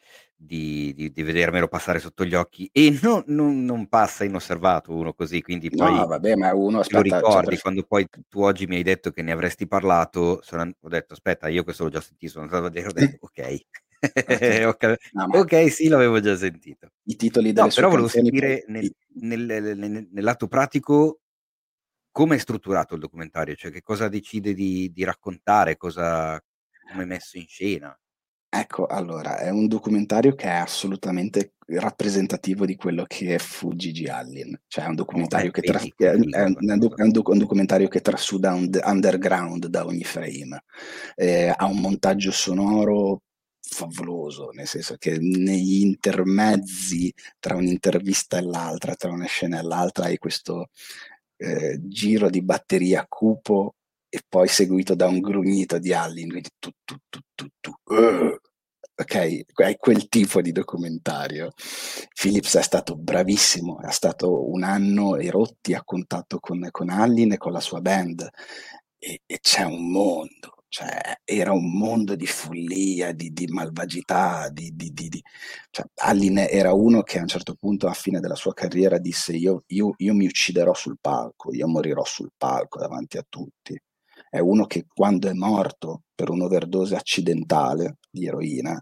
Speaker 1: di vedermelo passare sotto gli occhi, e non passa inosservato uno così, quindi
Speaker 2: no,
Speaker 1: poi
Speaker 2: vabbè, ma uno,
Speaker 1: te lo
Speaker 2: aspetta, cioè,
Speaker 1: ricordi, quando poi tu oggi mi hai detto che ne avresti parlato, ho detto: aspetta, io questo l'ho già sentito, sono andato a vedere, ho detto ok,
Speaker 2: ok, no, ma
Speaker 1: ok, sì, l'avevo già sentito.
Speaker 2: i titoli
Speaker 1: No,
Speaker 2: delle sue
Speaker 1: però volevo
Speaker 2: canzoni
Speaker 1: sentire nel lato pratico come è strutturato il documentario, cioè che cosa decide di raccontare, come è messo in scena.
Speaker 2: Ecco, allora, è un documentario che è assolutamente rappresentativo di quello che fu Gigi Allin, cioè è un documentario che
Speaker 1: Vedi che figo questa cosa.
Speaker 2: un documentario che trasuda underground da ogni frame, ha un montaggio sonoro favoloso, nel senso che negli intermezzi tra un'intervista e l'altra, tra una scena e l'altra, hai questo giro di batteria cupo e poi seguito da un grugnito di Allin, quindi ok, è quel tipo di documentario. Phillips è stato bravissimo, è stato un anno e rotti a contatto con Allin e con la sua band, e c'è un mondo, cioè era un mondo di follia, di malvagità, cioè, Allin era uno che a un certo punto, a fine della sua carriera, disse: io mi ucciderò sul palco, io morirò sul palco davanti a tutti. è uno che quando è morto per un'overdose accidentale di eroina,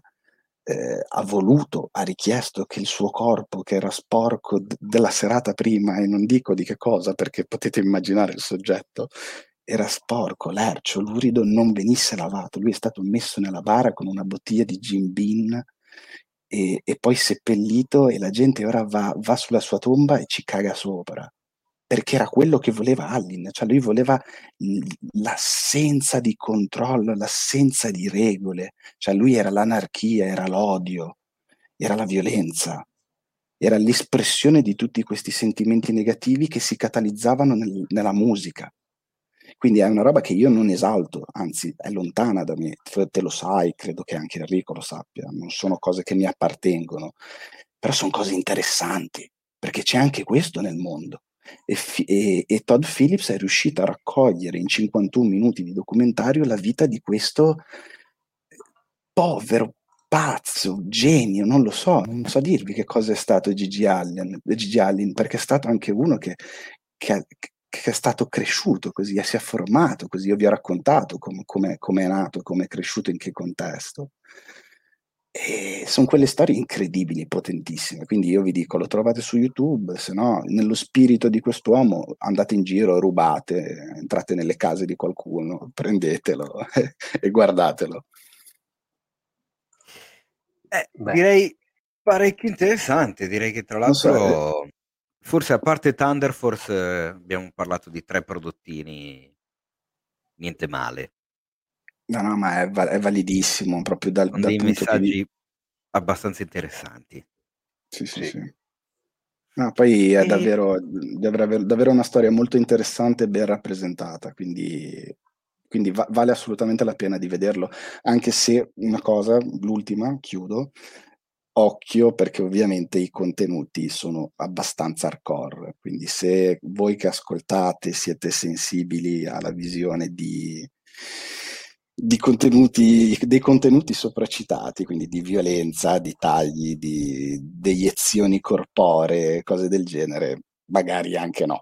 Speaker 2: ha richiesto che il suo corpo, che era sporco della serata prima, e non dico di che cosa perché potete immaginare il soggetto, era sporco, lercio, lurido, non venisse lavato. Lui è stato messo nella bara con una bottiglia di Jim Beam e poi seppellito, e la gente ora va sulla sua tomba e ci caga sopra. Perché era quello che voleva Allin, cioè lui voleva l'assenza di controllo, l'assenza di regole, cioè lui era l'anarchia, era l'odio, era la violenza, era l'espressione di tutti questi sentimenti negativi che si catalizzavano nella musica. Quindi è una roba che io non esalto, anzi è lontana da me, te lo sai, credo che anche Enrico lo sappia, non sono cose che mi appartengono, però sono cose interessanti, perché c'è anche questo nel mondo. E Todd Phillips è riuscito a raccogliere in 51 minuti di documentario la vita di questo povero, pazzo, genio, non lo so, non so dirvi che cosa è stato Gigi Allin, perché è stato anche uno che è stato cresciuto così, si è formato così. Io vi ho raccontato come è nato, come è cresciuto, in che contesto. E sono quelle storie incredibili, potentissime. Quindi io vi dico, lo trovate su YouTube, se no, nello spirito di quest'uomo, andate in giro, rubate, entrate nelle case di qualcuno, prendetelo e guardatelo.
Speaker 1: Direi parecchio interessante, direi che tra
Speaker 2: Non so,
Speaker 1: l'altro, forse a parte Thunder Force, abbiamo parlato di 3 prodottini, niente male,
Speaker 2: no, ma è validissimo proprio dal
Speaker 1: con dei
Speaker 2: punto di vista.
Speaker 1: messaggi abbastanza interessanti.
Speaker 2: Sì, sì,
Speaker 3: Sì.
Speaker 2: sì. No, poi è
Speaker 1: E
Speaker 2: davvero una storia molto interessante e ben rappresentata, quindi vale assolutamente la pena di vederlo, anche se una cosa, l'ultima, chiudo, occhio, perché ovviamente i contenuti sono abbastanza hardcore, quindi se voi che ascoltate siete sensibili alla visione dei contenuti sopracitati, quindi di violenza, di tagli, di deiezioni corporee, cose del genere, magari anche no.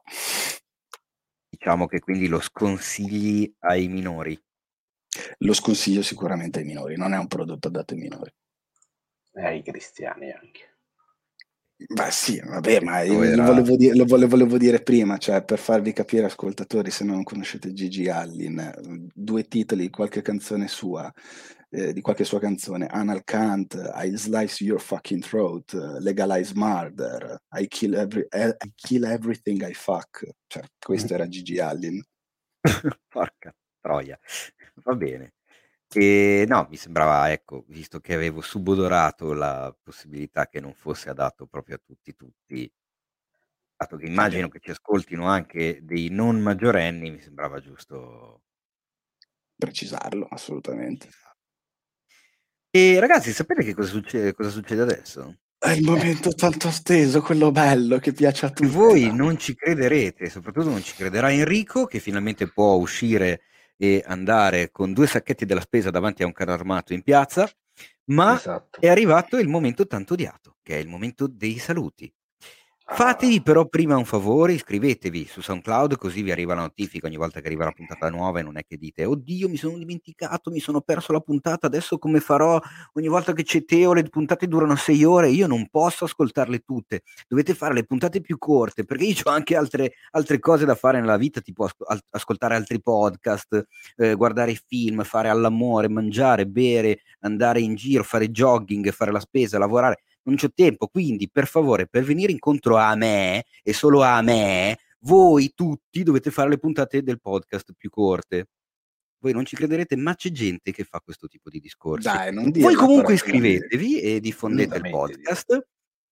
Speaker 1: diciamo che quindi lo sconsigli ai minori.
Speaker 2: Lo sconsiglio sicuramente ai minori, non è un prodotto adatto ai minori.
Speaker 3: E ai cristiani anche.
Speaker 2: Beh sì, vabbè, ma
Speaker 1: Questo
Speaker 2: io
Speaker 1: era-
Speaker 2: volevo dire prima, cioè per farvi capire, ascoltatori, se non conoscete Gigi Allin, 2 titoli, qualche canzone sua, di qualche sua canzone: Anal Kant, I Slice Your Fucking Throat, Legalize Murder, I kill everything I fuck, cioè questo era Gigi Allin.
Speaker 1: Porca troia, va bene. E no, mi sembrava, ecco, visto che avevo subodorato la possibilità che non fosse adatto proprio a tutti, dato che immagino che ci ascoltino anche dei non maggiorenni, mi sembrava giusto
Speaker 2: Precisarlo, assolutamente.
Speaker 1: precisarlo. E ragazzi, sapete che cosa succede adesso?
Speaker 2: È il momento tanto atteso, quello bello che piace a
Speaker 1: Che
Speaker 2: tutti.
Speaker 1: voi non ci crederete, soprattutto non ci crederà Enrico, che finalmente può uscire e andare con 2 sacchetti della spesa davanti a un carro armato in piazza, ma
Speaker 3: Esatto.
Speaker 1: è arrivato il momento tanto odiato, che è il momento dei saluti. Fatevi però prima un favore, iscrivetevi su SoundCloud, così vi arriva la notifica ogni volta che arriva una puntata nuova e non è che dite oddio mi sono dimenticato, mi sono perso la puntata, adesso come farò? Ogni volta che c'è Teo le puntate durano 6 ore, io non posso ascoltarle tutte, dovete fare le puntate più corte, perché io ho anche altre cose da fare nella vita, tipo ascoltare altri podcast, guardare film, fare all'amore, mangiare, bere, andare in giro, fare jogging, fare la spesa, lavorare. Non c'ho tempo, quindi per favore, per venire incontro a me e solo a me, voi tutti dovete fare le puntate del podcast più corte. Voi non ci crederete, ma c'è gente che fa questo tipo di discorsi.
Speaker 2: Dai, non
Speaker 1: Voi
Speaker 2: dirla,
Speaker 1: comunque
Speaker 2: però,
Speaker 1: iscrivetevi e diffondete il
Speaker 3: Assolutamente,
Speaker 1: podcast.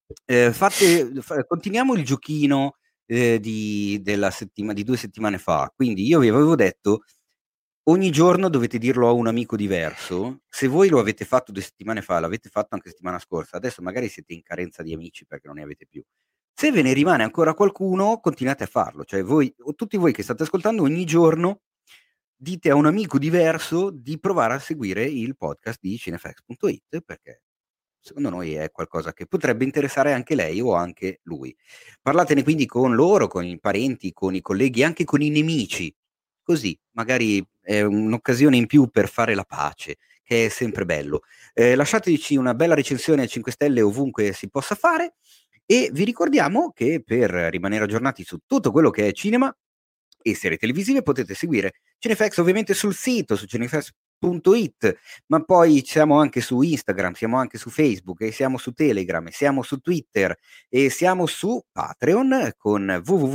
Speaker 1: Continuiamo il giochino di 2 settimane fa. Quindi io vi avevo detto ogni giorno dovete dirlo a un amico diverso. Se voi lo avete fatto 2 settimane fa, l'avete fatto anche settimana scorsa, adesso magari siete in carenza di amici perché non ne avete più. Se ve ne rimane ancora qualcuno, continuate a farlo. Cioè voi, o tutti voi che state ascoltando, ogni giorno dite a un amico diverso di provare a seguire il podcast di Cinefx.it, perché secondo noi è qualcosa che potrebbe interessare anche lei o anche lui. Parlatene quindi con loro, con i parenti, con i colleghi, anche con i nemici. così magari è un'occasione in più per fare la pace, che è sempre bello. Lasciateci una bella recensione a 5 stelle ovunque si possa fare, e vi ricordiamo che per rimanere aggiornati su tutto quello che è cinema e serie televisive potete seguire Cinefx ovviamente sul sito, su cinefx.it, ma poi siamo anche su Instagram, siamo anche su Facebook, e siamo su Telegram, e siamo su Twitter, e siamo su Patreon con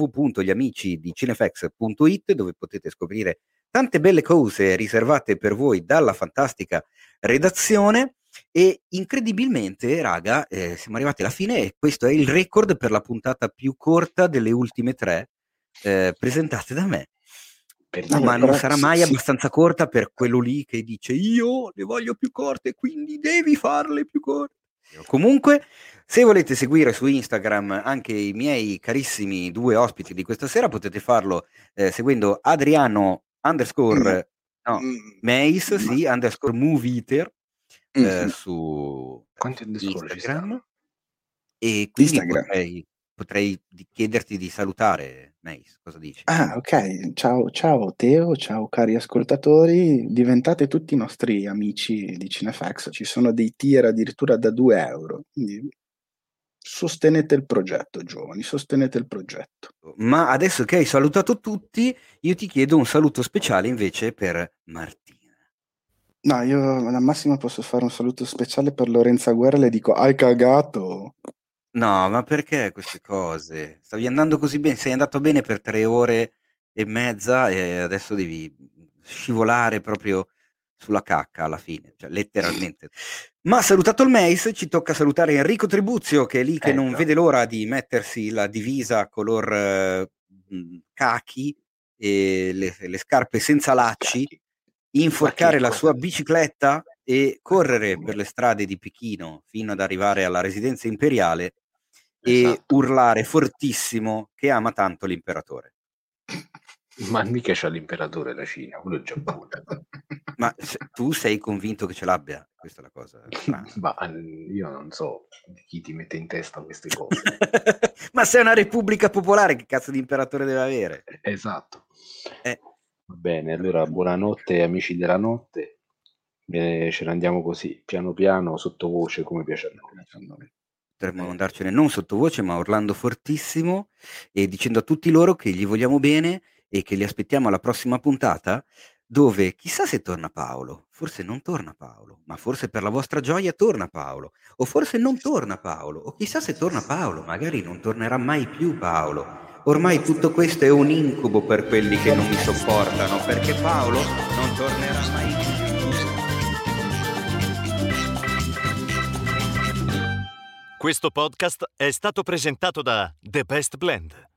Speaker 1: www.gliamicidiccinefx.it, dove potete scoprire tante belle cose riservate per voi dalla fantastica redazione. E incredibilmente, raga, siamo arrivati alla fine, e questo è il record per la puntata più corta delle ultime 3 presentate da me. Ma non sarà mai abbastanza corta per quello lì che dice io le voglio più corte, quindi devi farle più corte. Comunque, se volete seguire su Instagram anche i miei carissimi 2 ospiti di questa sera, potete farlo seguendo Adriano _ Meis, sì, _ Movie Eater su Instagram. E quindi potrei chiederti di salutare, Meis, cosa dici?
Speaker 2: Ok, ciao Teo, ciao cari ascoltatori, diventate tutti i nostri amici di Cinefx, ci sono dei tier addirittura da 2 euro, quindi sostenete il progetto, giovani, sostenete il progetto.
Speaker 1: Ma adesso che hai salutato tutti, io ti chiedo un saluto speciale invece per Martina.
Speaker 2: No, io al massimo posso fare un saluto speciale per Lorenza Guerra, le dico hai cagato.
Speaker 1: No, ma perché queste cose? Stavi andando così bene, sei andato bene per 3 ore e mezza e adesso devi scivolare proprio sulla cacca alla fine, cioè letteralmente. Ma salutato il Meis, ci tocca salutare Enrico Tribuzio, che è lì che non vede l'ora di mettersi la divisa color cachi e le scarpe senza lacci, inforcare la sua bicicletta e correre per le strade di Pechino fino ad arrivare alla residenza imperiale e urlare fortissimo che ama tanto l'imperatore.
Speaker 3: Ma mica c'ha l'imperatore la Cina, quello è Giappone.
Speaker 1: Ma tu sei convinto che ce l'abbia? Questa è la cosa strana.
Speaker 3: Ma io non so di chi ti mette in testa queste cose.
Speaker 1: Ma sei una repubblica popolare, che cazzo di imperatore deve avere?
Speaker 3: Esatto. Va bene, allora buonanotte amici della notte, ce ne andiamo così, piano piano, sottovoce, come piace a noi.
Speaker 1: Potremmo andarcene non sottovoce, ma urlando fortissimo e dicendo a tutti loro che gli vogliamo bene e che li aspettiamo alla prossima puntata, dove chissà se torna Paolo, forse non torna Paolo, ma forse per la vostra gioia torna Paolo, o forse non torna Paolo, o chissà se torna Paolo, magari non tornerà mai più Paolo. Ormai tutto questo è un incubo per quelli che non mi sopportano, perché Paolo non tornerà mai più.
Speaker 7: Questo podcast è stato presentato da The Best Blend.